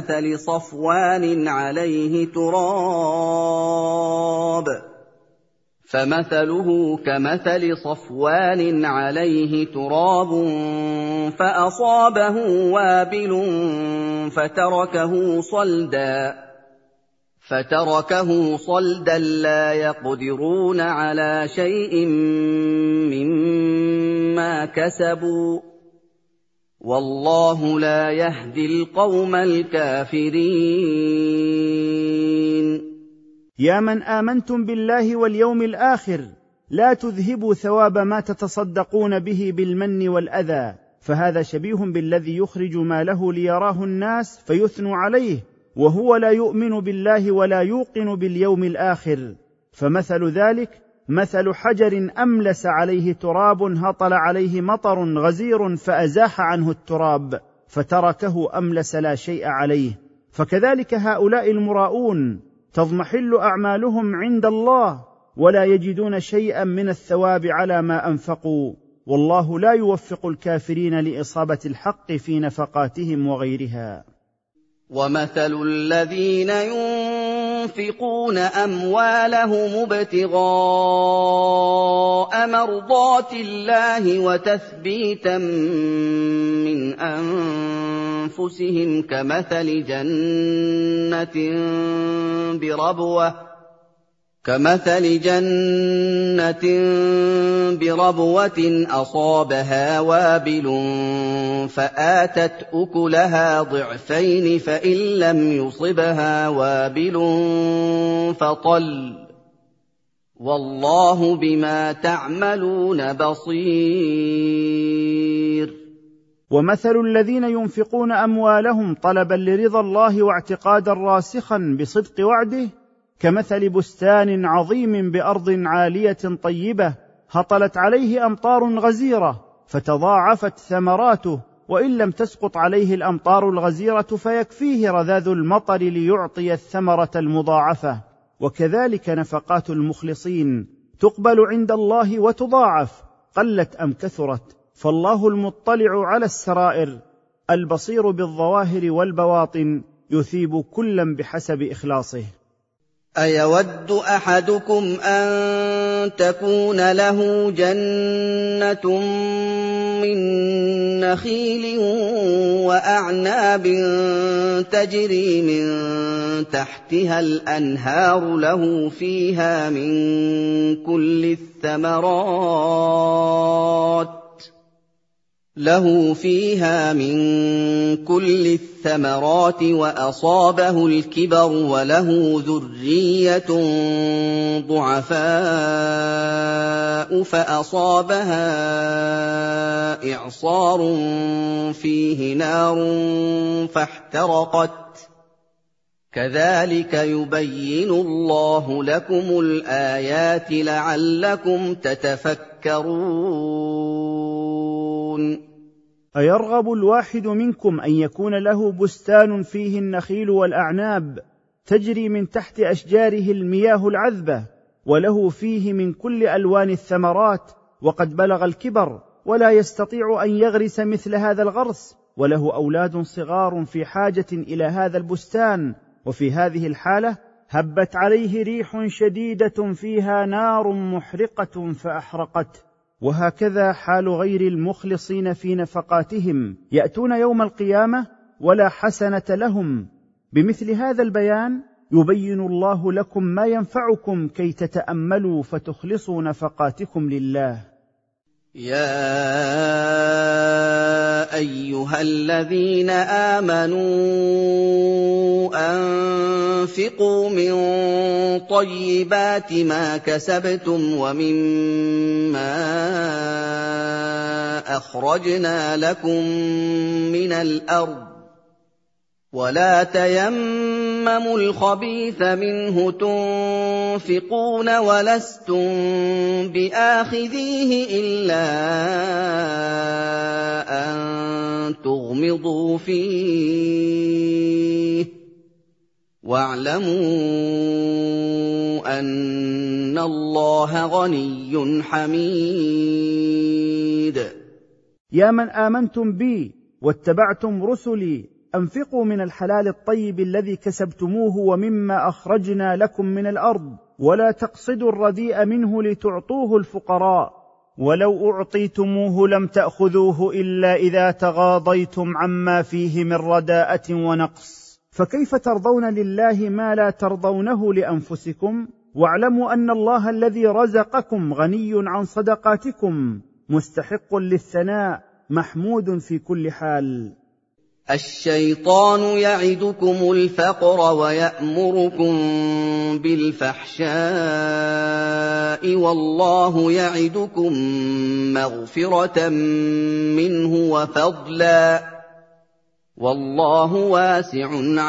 كمثل صفوان عليه تراب فأصابه وابل فتركه صلدا لا يقدرون على شيء مما كسبوا والله لا يهدي القوم الكافرين. يا من آمنتم بالله واليوم الآخر، لا تذهبوا ثواب ما تتصدقون به بالمن والأذى، فهذا شبيه بالذي يخرج ماله ليراه الناس فيثنوا عليه وهو لا يؤمن بالله ولا يوقن باليوم الآخر. فمثل ذلك مثل حجر أملس عليه تراب هطل عليه مطر غزير فأزاح عنه التراب فتركه أملس لا شيء عليه. فكذلك هؤلاء المراؤون تضمحل أعمالهم عند الله ولا يجدون شيئا من الثواب على ما أنفقوا، والله لا يوفق الكافرين لإصابة الحق في نفقاتهم وغيرها. ومثل الذين ينفقون أموالهم ابتغاء مرضات الله وتثبيتا من أنفسهم كمثل جنة بربوة أصابها وابل فآتت أكلها ضعفين فإن لم يصبها وابل فطل والله بما تعملون بصير. ومثل الذين ينفقون أموالهم طلبا لرضا الله واعتقادا راسخا بصدق وعده كمثل بستان عظيم بأرض عالية طيبة هطلت عليه أمطار غزيرة فتضاعفت ثمراته، وإن لم تسقط عليه الأمطار الغزيرة فيكفيه رذاذ المطر ليعطي الثمرة المضاعفة. وكذلك نفقات المخلصين تقبل عند الله وتضاعف قلت أم كثرت، فالله المطلع على السرائر البصير بالظواهر والبواطن يثيب كلا بحسب إخلاصه. أيود أحدكم أن تكون له جنة من نخيل وأعناب تجري من تحتها الأنهار له فيها من كل الثمرات وأصابه الكبر وله ذرية ضعفاء فأصابها إعصار فيه نار فاحترقت كذلك يبين الله لكم الآيات لعلكم تتفكرون. أيرغب الواحد منكم أن يكون له بستان فيه النخيل والأعناب تجري من تحت أشجاره المياه العذبة وله فيه من كل ألوان الثمرات وقد بلغ الكبر ولا يستطيع أن يغرس مثل هذا الغرس وله أولاد صغار في حاجة إلى هذا البستان، وفي هذه الحالة هبت عليه ريح شديدة فيها نار محرقة فأحرقته. وهكذا حال غير المخلصين في نفقاتهم، يأتون يوم القيامة ولا حسنة لهم. بمثل هذا البيان يبين الله لكم ما ينفعكم كي تتأملوا فتخلصوا نفقاتكم لله. يا أيها الذين آمنوا أنفقوا من طيبات ما كسبتم ومما أخرجنا لكم من الأرض ولا تيمموا الخبيث منه تنفقون ولستم بآخذيه إلا أن تغمضوا فيه واعلموا أن الله غني حميد. يا من آمنتم بي واتبعتم رسلي، أنفقوا من الحلال الطيب الذي كسبتموه ومما أخرجنا لكم من الأرض، ولا تقصدوا الرديء منه لتعطوه الفقراء، ولو أعطيتموه لم تأخذوه إلا إذا تغاضيتم عما فيه من رداءة ونقص، فكيف ترضون لله ما لا ترضونه لأنفسكم؟ واعلموا أن الله الذي رزقكم غني عن صدقاتكم، مستحق للثناء، محمود في كل حال. الشيطان يعدكم الفقر ويأمركم بالفحشاء والله يعدكم مغفرة منه وفضلا والله واسع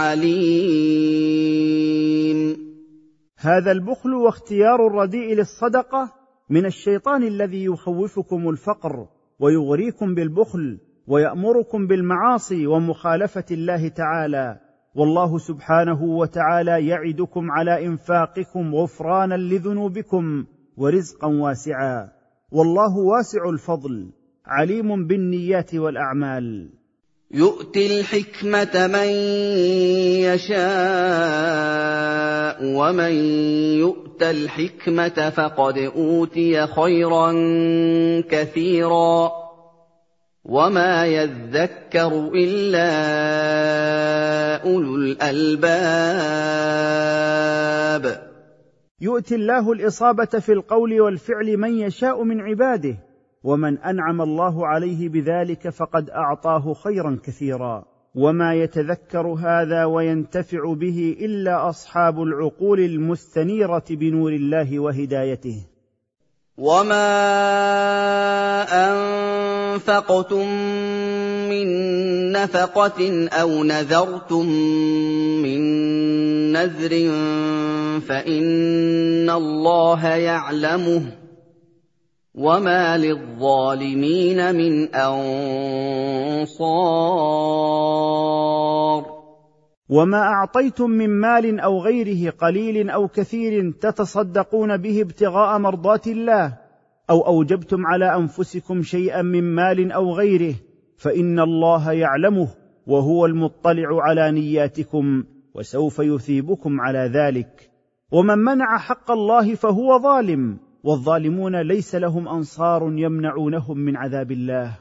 عليم. هذا البخل واختيار الرديء للصدقة من الشيطان الذي يخوفكم الفقر ويغريكم بالبخل ويأمركم بالمعاصي ومخالفة الله تعالى، والله سبحانه وتعالى يعدكم على إنفاقكم غفرانا لذنوبكم ورزقا واسعا، والله واسع الفضل عليم بالنيات والأعمال. يؤتي الحكمة من يشاء ومن يؤت الحكمة فقد أوتي خيرا كثيرا وما يذكر إلا أولو الألباب. يؤتي الله الإصابة في القول والفعل من يشاء من عباده، ومن أنعم الله عليه بذلك فقد أعطاه خيرا كثيرا، وما يتذكر هذا وينتفع به إلا أصحاب العقول المستنيرة بنور الله وهدايته. وما أنفقتم من نفقة أو نذرتم من نذر فإن الله يعلمه وما للظالمين من أنصار. وما أعطيتم من مال أو غيره قليل أو كثير تتصدقون به ابتغاء مرضات الله، أو أوجبتم على أنفسكم شيئا من مال أو غيره، فإن الله يعلمه وهو المطلع على نياتكم وسوف يثيبكم على ذلك. ومن منع حق الله فهو ظالم، والظالمون ليس لهم أنصار يمنعونهم من عذاب الله.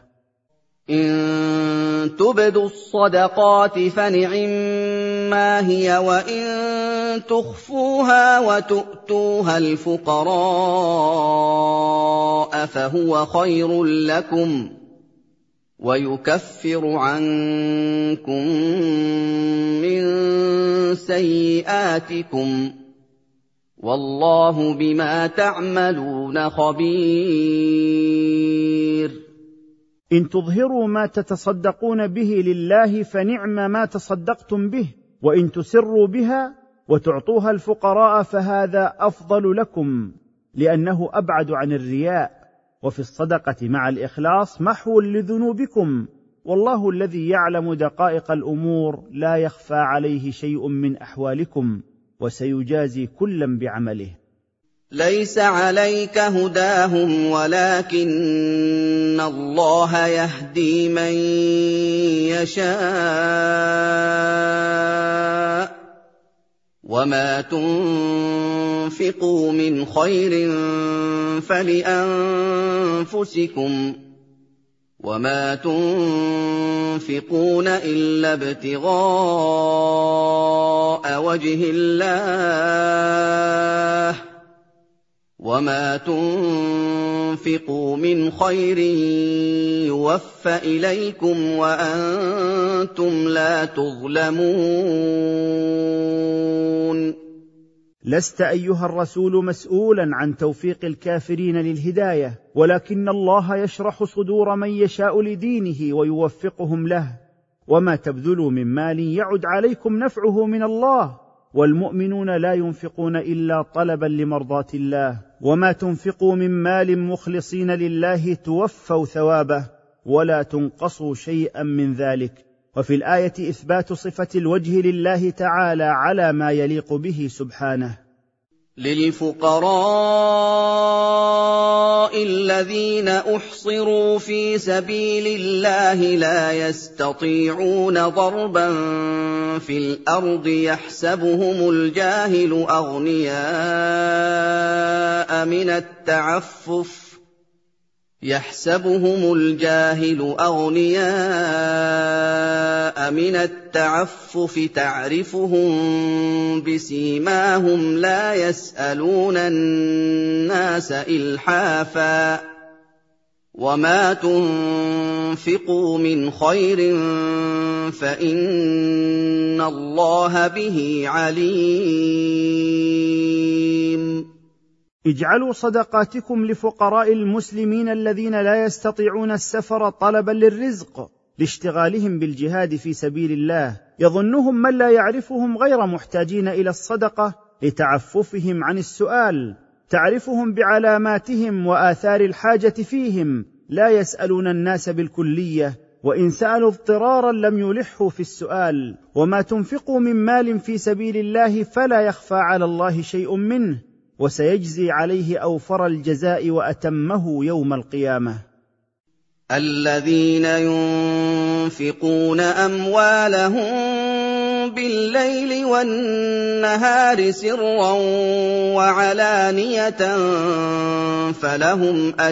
إن تبدوا الصدقات فنعما هي وإن تخفوها وتؤتوها الفقراء فهو خير لكم ويكفر عنكم من سيئاتكم والله بما تعملون خبير. إن تظهروا ما تتصدقون به لله فنعم ما تصدقتم به، وإن تسروا بها وتعطوها الفقراء فهذا أفضل لكم، لأنه أبعد عن الرياء، وفي الصدقة مع الإخلاص محو لذنوبكم، والله الذي يعلم دقائق الأمور لا يخفى عليه شيء من أحوالكم، وسيجازي كلا بعمله. ليس عليك هداهم ولكن الله يهدي من يشاء وما تنفقوا من خير فلأنفسكم وما تنفقون إلا ابتغاء وجه الله وما تنفقوا من خير يوفى إليكم وأنتم لا تظلمون. لست أيها الرسول مسؤولا عن توفيق الكافرين للهداية، ولكن الله يشرح صدور من يشاء لدينه ويوفقهم له. وما تبذلوا من مال يعد عليكم نفعه من الله، والمؤمنون لا ينفقون إلا طلبا لمرضاة الله. وما تنفقوا من مال مخلصين لله توفوا ثوابه ولا تنقصوا شيئا من ذلك. وفي الآية إثبات صفة الوجه لله تعالى على ما يليق به سبحانه. للفقراء الذين أحصروا في سبيل الله لا يستطيعون ضربا في الأرض يحسبهم الجاهل أغنياء من التعفف تعرفهم بسيماهم لا يسألون الناس إلحافا وما تنفقوا من خير فإن الله به عليم. اجعلوا صدقاتكم لفقراء المسلمين الذين لا يستطيعون السفر طلبا للرزق لاشتغالهم بالجهاد في سبيل الله. يظنهم من لا يعرفهم غير محتاجين إلى الصدقة لتعففهم عن السؤال. تعرفهم بعلاماتهم وآثار الحاجة فيهم، لا يسألون الناس بالكلية، وإن سألوا اضطرارا لم يلحوا في السؤال. وما تنفقوا من مال في سبيل الله فلا يخفى على الله شيء منه، وسيجزي عليه أوفر الجزاء وأتمه يوم القيامة. الذين ينفقون أموالهم بالليل والنهار سرا وعلانية فلهم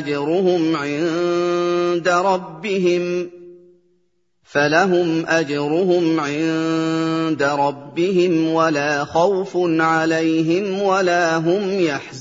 أجرهم عند ربهم ولا خوف عليهم ولا هم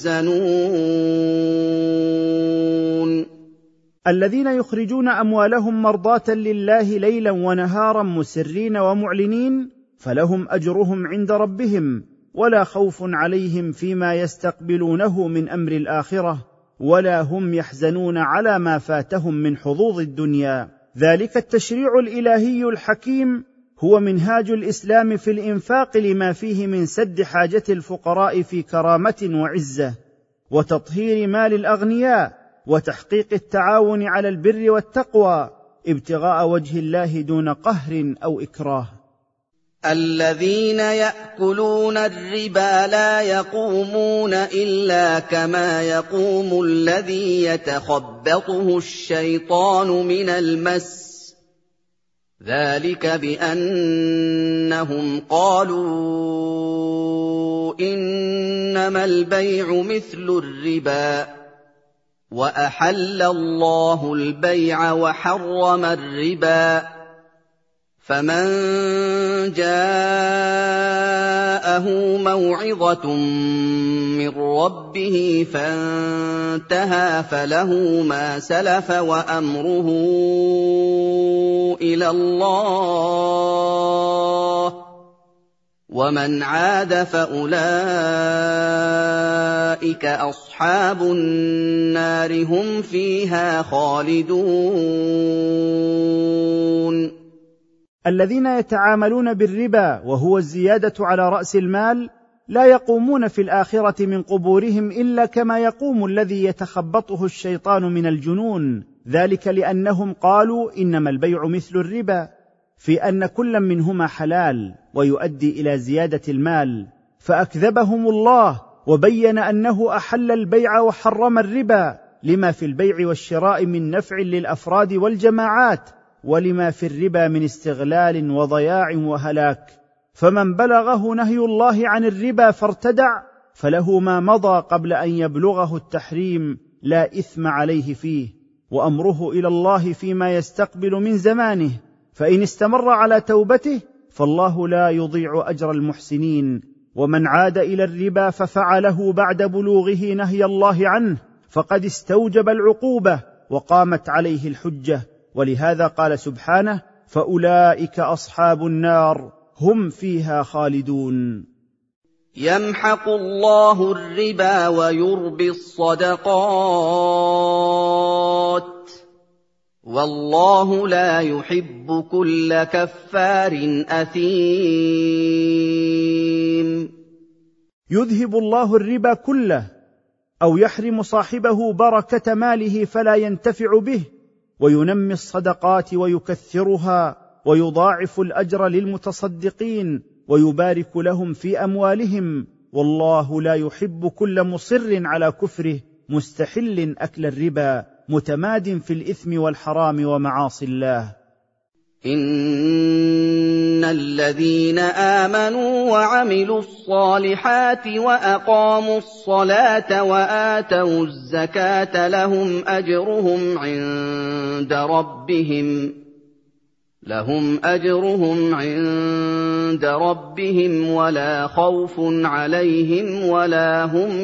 يحزنون. الذين يخرجون أموالهم مرضاة لله ليلا ونهارا مسرين ومعلنين فلهم أجرهم عند ربهم ولا خوف عليهم فيما يستقبلونه من أمر الآخرة ولا هم يحزنون على ما فاتهم من حظوظ الدنيا. ذلك التشريع الإلهي الحكيم هو منهاج الإسلام في الإنفاق لما فيه من سد حاجة الفقراء في كرامة وعزة وتطهير مال الأغنياء وتحقيق التعاون على البر والتقوى ابتغاء وجه الله دون قهر أو إكراه. الذين يأكلون الربا لا يقومون إلا كما يقوم الذي يتخبطه الشيطان من المس ذلك بأنهم قالوا إنما البيع مثل الربا وأحل الله البيع وحرم الربا فمن جاءه موعظة من ربه فانتهى فله ما سلف وأمره إلى الله ومن عاد فأولئك أصحاب النار هم فيها خالدون. الذين يتعاملون بالربا وهو الزيادة على رأس المال لا يقومون في الآخرة من قبورهم إلا كما يقوم الذي يتخبطه الشيطان من الجنون، ذلك لأنهم قالوا إنما البيع مثل الربا، في أن كل منهما حلال ويؤدي إلى زيادة المال، فأكذبهم الله وبين أنه أحل البيع وحرم الربا لما في البيع والشراء من نفع للأفراد والجماعات ولما في الربا من استغلال وضياع وهلاك. فمن بلغه نهي الله عن الربا فارتدع فله ما مضى قبل أن يبلغه التحريم لا إثم عليه فيه، وأمره إلى الله فيما يستقبل من زمانه، فإن استمر على توبته فالله لا يضيع اجر المحسنين. ومن عاد الى الربا ففعله بعد بلوغه نهي الله عنه فقد استوجب العقوبه وقامت عليه الحجه، ولهذا قال سبحانه: فاولئك اصحاب النار هم فيها خالدون. يمحق الله الربا ويربي الصدقات والله لا يحب كل كفار أثيم. يذهب الله الربا كله أو يحرم صاحبه بركة ماله فلا ينتفع به، وينمي الصدقات ويكثرها ويضاعف الأجر للمتصدقين ويبارك لهم في أموالهم، والله لا يحب كل مصر على كفره مستحل أكل الربا متماد في الإثم والحرام ومعاصي الله. إن الذين آمنوا وعملوا الصالحات وأقاموا الصلاة وآتوا الزكاة لهم أجرهم عند ربهم ولا خوف عليهم ولا هم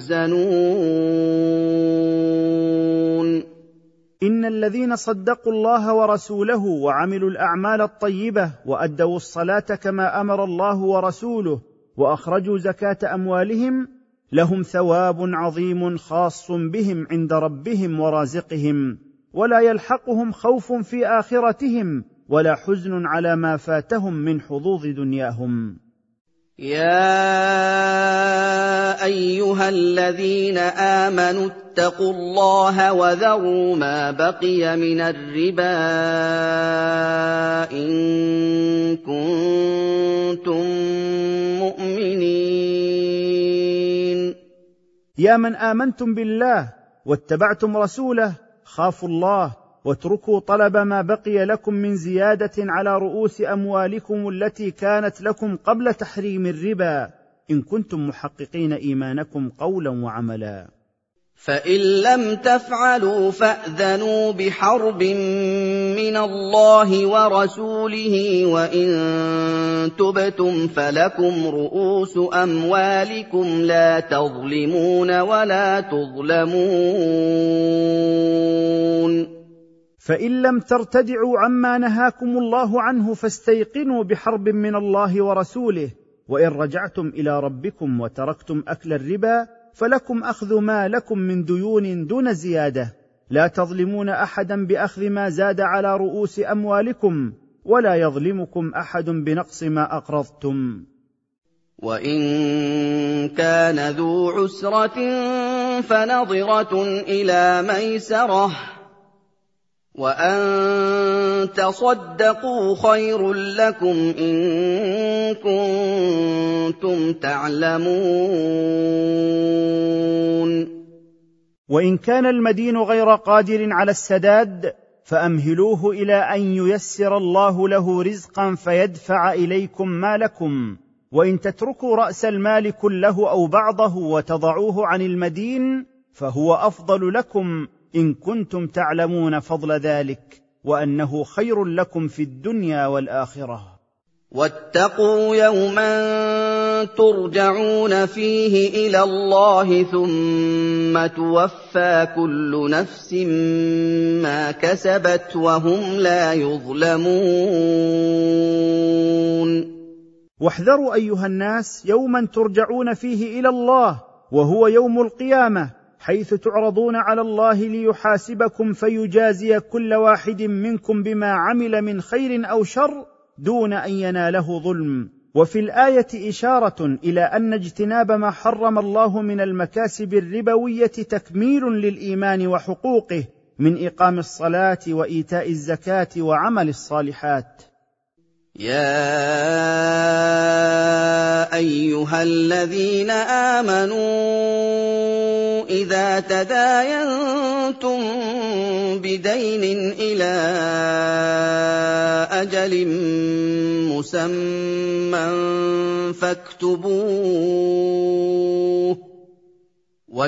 يحزنون. إن الذين صدقوا الله ورسوله وعملوا الأعمال الطيبة وأدوا الصلاة كما أمر الله ورسوله وأخرجوا زكاة أموالهم لهم ثواب عظيم خاص بهم عند ربهم ورازقهم، ولا يلحقهم خوف في آخرتهم ولا حزن على ما فاتهم من حظوظ دنياهم. يا أيها الذين آمنوا اتقوا الله وذروا ما بقي من الربا إن كنتم مؤمنين. يا من آمنتم بالله واتبعتم رسوله خافوا الله واتركوا طلب ما بقي لكم من زيادة على رؤوس أموالكم التي كانت لكم قبل تحريم الربا إن كنتم محققين إيمانكم قولا وعملا. فإن لم تفعلوا فأذنوا بحرب من الله ورسوله وإن تبتم فلكم رؤوس أموالكم لا تظلمون ولا تظلمون. فإن لم ترتدعوا عما نهاكم الله عنه فاستيقنوا بحرب من الله ورسوله، وإن رجعتم إلى ربكم وتركتم أكل الربا فلكم أخذ ما لكم من ديون دون زيادة، لا تظلمون أحدا بأخذ ما زاد على رؤوس أموالكم ولا يظلمكم أحد بنقص ما أقرضتم. وإن كان ذو عسرة فنظرة إلى ميسرة وأن تصدقوا خير لكم إن كنتم تعلمون. وإن كان المدين غير قادر على السداد فأمهلوه إلى أن ييسر الله له رزقا فيدفع إليكم ما لكم، وإن تتركوا رأس المال كله أو بعضه وتضعوه عن المدين فهو أفضل لكم إن كنتم تعلمون فضل ذلك وأنه خير لكم في الدنيا والآخرة. واتقوا يوما ترجعون فيه إلى الله ثم توفى كل نفس ما كسبت وهم لا يظلمون. واحذروا أيها الناس يوما ترجعون فيه إلى الله وهو يوم القيامة، حيث تعرضون على الله ليحاسبكم فيجازي كل واحد منكم بما عمل من خير أو شر دون أن يناله ظلم. وفي الآية إشارة إلى أن اجتناب ما حرم الله من المكاسب الربوية تكميل للإيمان وحقوقه من إقام الصلاة وإيتاء الزكاة وعمل الصالحات. يا أيها الذين آمنوا إذا تداينتم بدين إلى أجل مسمى فاكتبوه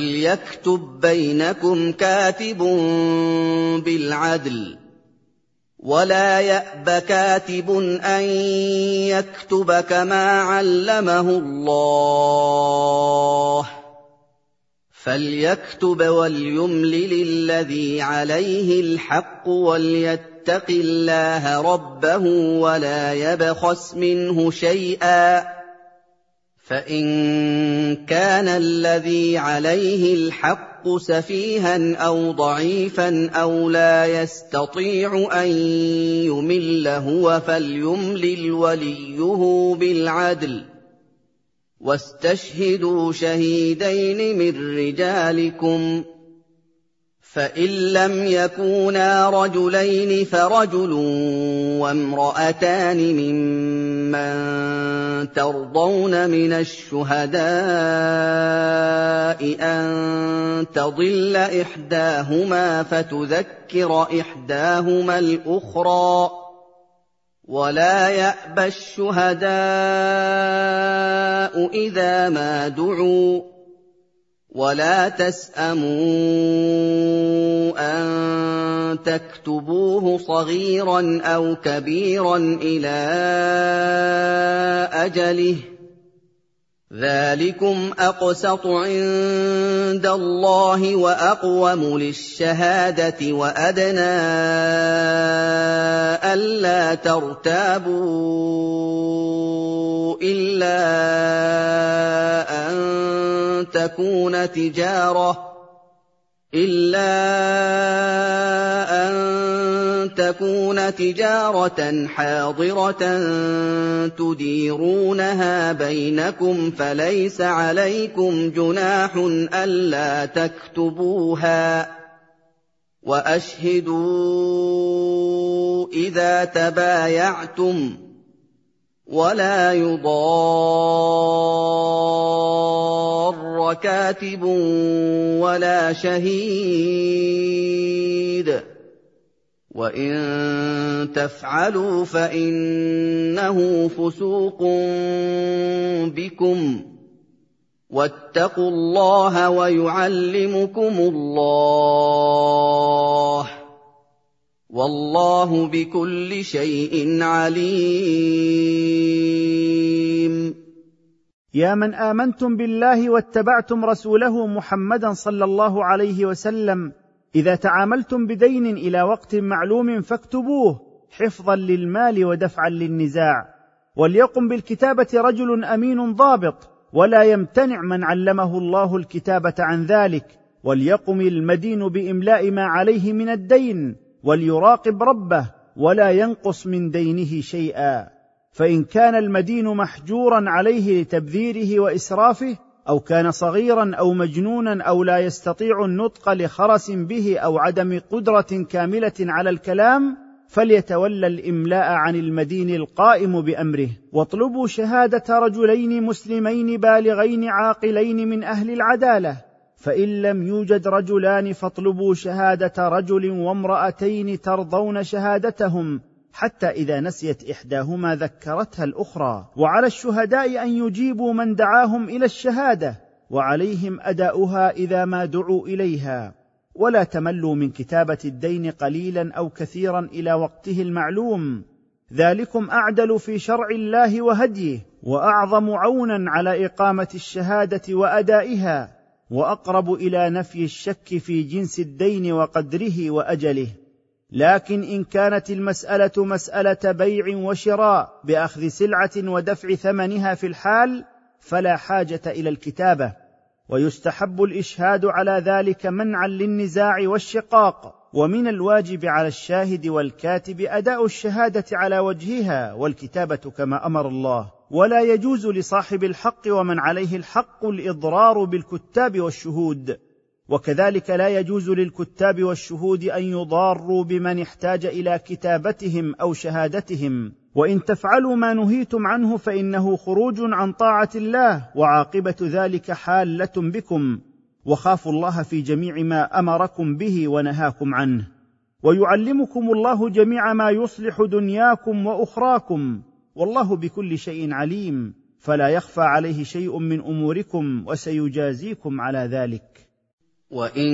وليكتب بينكم كاتب بالعدل ولا يأب كاتب أن يكتب كما علمه الله فليكتب وليملل الذي عليه الحق وليتق الله ربه ولا يبخس منه شيئا فإن كان الذي عليه الحق سفيها أو ضعيفا أو لا يستطيع أن يمل هو فليملل وليه بالعدل واستشهدوا شهيدين من رجالكم فإن لم يكونا رجلين فرجل وامرأتان ممن ترضون من الشهداء أن تضل إحداهما فتذكر إحداهما الأخرى ولا يأبى الشهداء إذا ما دعوا ولا تسأموا أن تكتبوه صغيرا أو كبيرا إلى أجله ذلكم أقسط عند الله وأقوم للشهادة وأدنى ألا ترتابوا إلا أن تكون تجارة حاضرة تديرونها بينكم فليس عليكم جناح ألا تكتبوها وأشهدوا إذا تبايعتم ولا يضار كاتب ولا شهيد وإن تفعلوا فإنه فسوق بكم واتقوا الله ويعلمكم الله والله بكل شيء عليم. يا من آمنتم بالله واتبعتم رسوله محمدا صلى الله عليه وسلم، إذا تعاملتم بدين إلى وقت معلوم فاكتبوه حفظا للمال ودفعا للنزاع، وليقم بالكتابة رجل أمين ضابط ولا يمتنع من علمه الله الكتابة عن ذلك، وليقم المدين بإملاء ما عليه من الدين وليراقب ربه ولا ينقص من دينه شيئا. فإن كان المدين محجورا عليه لتبذيره وإسرافه أو كان صغيرا أو مجنونا أو لا يستطيع النطق لخرس به أو عدم قدرة كاملة على الكلام، فليتولى الإملاء عن المدين القائم بأمره. واطلبوا شهادة رجلين مسلمين بالغين عاقلين من أهل العدالة، فإن لم يوجد رجلان فاطلبوا شهادة رجل وامرأتين ترضون شهادتهم، حتى إذا نسيت إحداهما ذكرتها الأخرى. وعلى الشهداء أن يجيبوا من دعاهم إلى الشهادة، وعليهم أداؤها إذا ما دعوا إليها. ولا تملوا من كتابة الدين قليلا أو كثيرا إلى وقته المعلوم، ذلكم أعدل في شرع الله وهديه، وأعظم عونا على إقامة الشهادة وأدائها، وأقرب إلى نفي الشك في جنس الدين وقدره وأجله. لكن إن كانت المسألة مسألة بيع وشراء بأخذ سلعة ودفع ثمنها في الحال، فلا حاجة إلى الكتابة، ويستحب الإشهاد على ذلك منعا للنزاع والشقاق. ومن الواجب على الشاهد والكاتب أداء الشهادة على وجهها والكتابة كما أمر الله، ولا يجوز لصاحب الحق ومن عليه الحق الإضرار بالكتاب والشهود. وكذلك لا يجوز للكتاب والشهود أن يضاروا بمن احتاج إلى كتابتهم أو شهادتهم. وإن تفعلوا ما نهيتم عنه فإنه خروج عن طاعة الله، وعاقبة ذلك حالة بكم، وخافوا الله في جميع ما أمركم به ونهاكم عنه. ويعلمكم الله جميع ما يصلح دنياكم وأخراكم، والله بكل شيء عليم، فلا يخفى عليه شيء من أموركم، وسيجازيكم على ذلك. وَإِن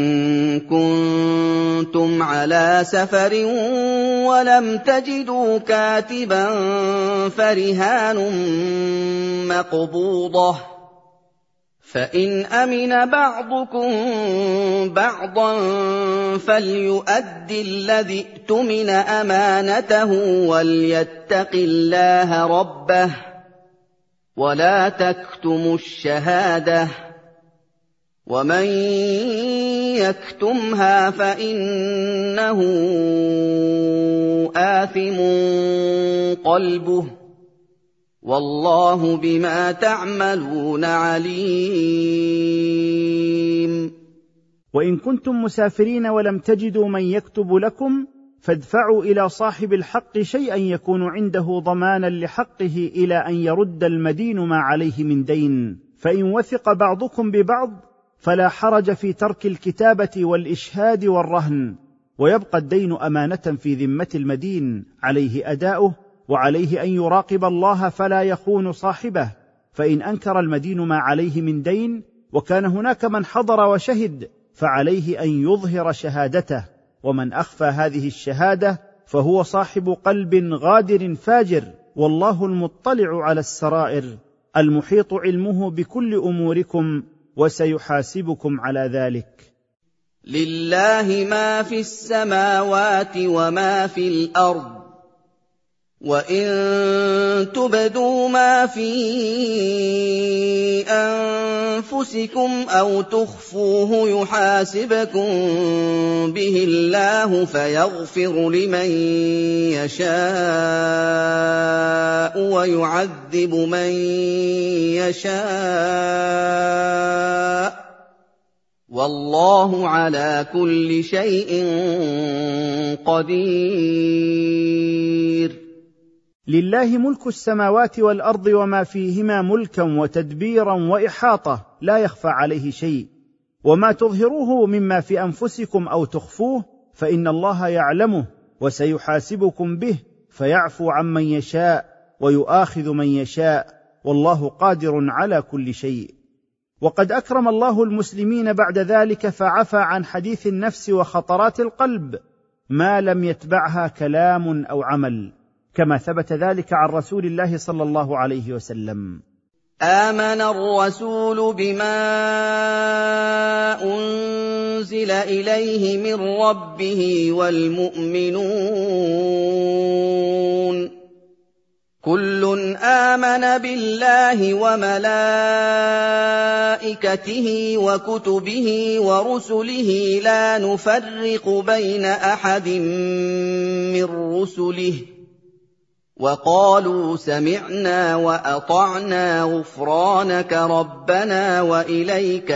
كُنتُمْ عَلَىٰ سَفَرٍ وَلَمْ تَجِدُوا كَاتِبًا فَرِهَانٌ مَّقْبُوضَةٌ ۖ فَإِنْ أَمِنَ بَعْضُكُم بَعْضًا فَلْيُؤَدِّ الَّذِي اؤْتُمِنَ أَمَانَتَهُ وَلْيَتَّقِ اللَّهَ رَبَّهُ ۖ وَلَا تَكْتُمُوا الشَّهَادَةَ ۚ وَمَن يَكْتُمْهَا فَإِنَّهُ آثِمٌ قَلْبُهُ ۗ وَاللَّهُ بِمَا تَعْمَلُونَ عَلِيمٌ. وإن كنتم مسافرين ولم تجدوا من يكتب لكم فادفعوا إلى صاحب الحق شيئا يكون عنده ضمانا لحقه إلى أن يرد المدين ما عليه من دين، فإن وثق بعضكم ببعض فلا حرج في ترك الكتابة والإشهاد والرهن، ويبقى الدين أمانة في ذمة المدين عليه أداؤه، وعليه أن يراقب الله فلا يخون صاحبه. فإن أنكر المدين ما عليه من دين وكان هناك من حضر وشهد فعليه أن يظهر شهادته، ومن أخفى هذه الشهادة فهو صاحب قلب غادر فاجر، والله المطلع على السرائر المحيط علمه بكل أموركم وسيحاسبكم على ذلك. لله ما في السماوات وما في الأرض، وَإِن تُبْدُوا مَا فِي أَنفُسِكُمْ أَوْ تُخْفُوهُ يُحَاسِبْكُم بِهِ اللَّهُ فَيَغْفِرُ لِمَن يَشَاءُ وَيُعَذِّبُ مَن يَشَاءُ ۗ وَاللَّهُ عَلَىٰ كُلِّ شَيْءٍ قَدِيرٌ. لله ملك السماوات والأرض وما فيهما ملكا وتدبيرا وإحاطة، لا يخفى عليه شيء، وما تظهروه مما في أنفسكم أو تخفوه فإن الله يعلمه وسيحاسبكم به، فيعفو عمن يشاء ويؤاخذ من يشاء، والله قادر على كل شيء. وقد أكرم الله المسلمين بعد ذلك فعفى عن حديث النفس وخطرات القلب ما لم يتبعها كلام أو عمل، كما ثبت ذلك عن رسول الله صلى الله عليه وسلم: آمن الرسول بما أنزل إليه من ربه والمؤمنون كل آمن بالله وملائكته وكتبه ورسله لا نفرق بين أحد من رسله وقالوا سمعنا وأطعنا غفرانك ربنا وإليك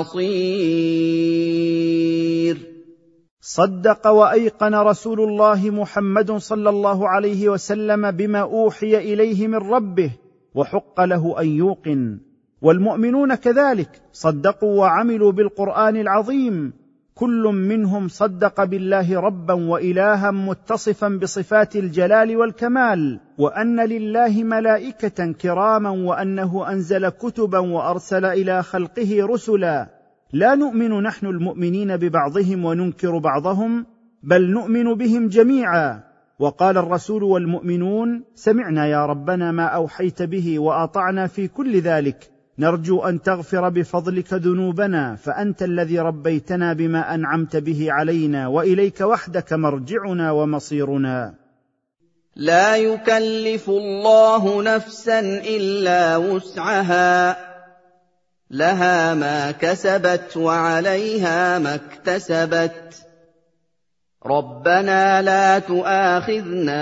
المصير. صدق وأيقن رسول الله محمد صلى الله عليه وسلم بما أوحي إليه من ربه وحق له أن يوقن، والمؤمنون كذلك صدقوا وعملوا بالقرآن العظيم، كل منهم صدق بالله ربا وإلها متصفا بصفات الجلال والكمال، وأن لله ملائكة كراما، وأنه أنزل كتبا وأرسل إلى خلقه رسلا، لا نؤمن نحن المؤمنين ببعضهم وننكر بعضهم، بل نؤمن بهم جميعا. وقال الرسول والمؤمنون سمعنا يا ربنا ما أوحيت به وأطعنا في كل ذلك، نرجو أن تغفر بفضلك ذنوبنا، فأنت الذي ربيتنا بما أنعمت به علينا، وإليك وحدك مرجعنا ومصيرنا. لا يكلف الله نفسا إلا وسعها، لها ما كسبت وعليها ما اكتسبت، ربنا لا تؤاخذنا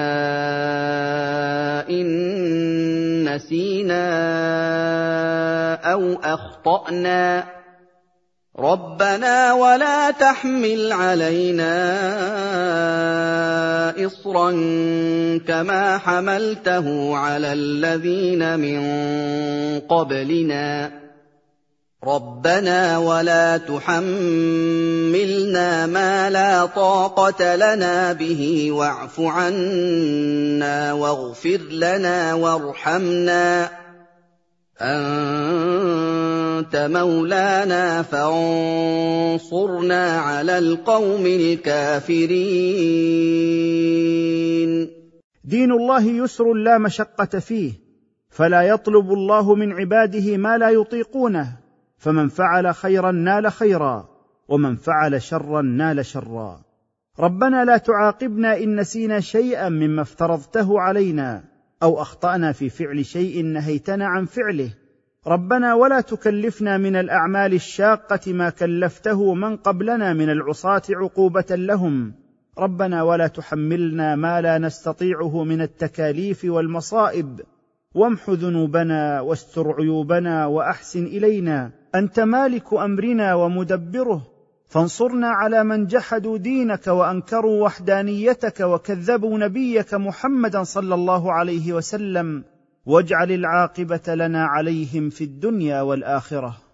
إن نسينا أو أخطأنا، ربنا ولا تحمل علينا إصرا كما حملته على الذين من قبلنا، ربنا ولا تحملنا ما لا طاقة لنا به واعف عنا واغفر لنا وارحمنا أنت أنت مولانا فانصرنا على القوم الكافرين. دين الله يسر لا مشقة فيه، فلا يطلب الله من عباده ما لا يطيقونه، فمن فعل خيرا نال خيرا، ومن فعل شرا نال شرا. ربنا لا تعاقبنا إن نسينا شيئا مما افترضته علينا، أو أخطأنا في فعل شيء نهيتنا عن فعله. ربنا ولا تكلفنا من الأعمال الشاقة ما كلفته من قبلنا من العصاة عقوبة لهم. ربنا ولا تحملنا ما لا نستطيعه من التكاليف والمصائب. وامح ذنوبنا واستر عيوبنا وأحسن إلينا، أنت مالك أمرنا ومدبره، فانصرنا على من جحدوا دينك وأنكروا وحدانيتك وكذبوا نبيك محمدا صلى الله عليه وسلم، واجعل العاقبة لنا عليهم في الدنيا والآخرة.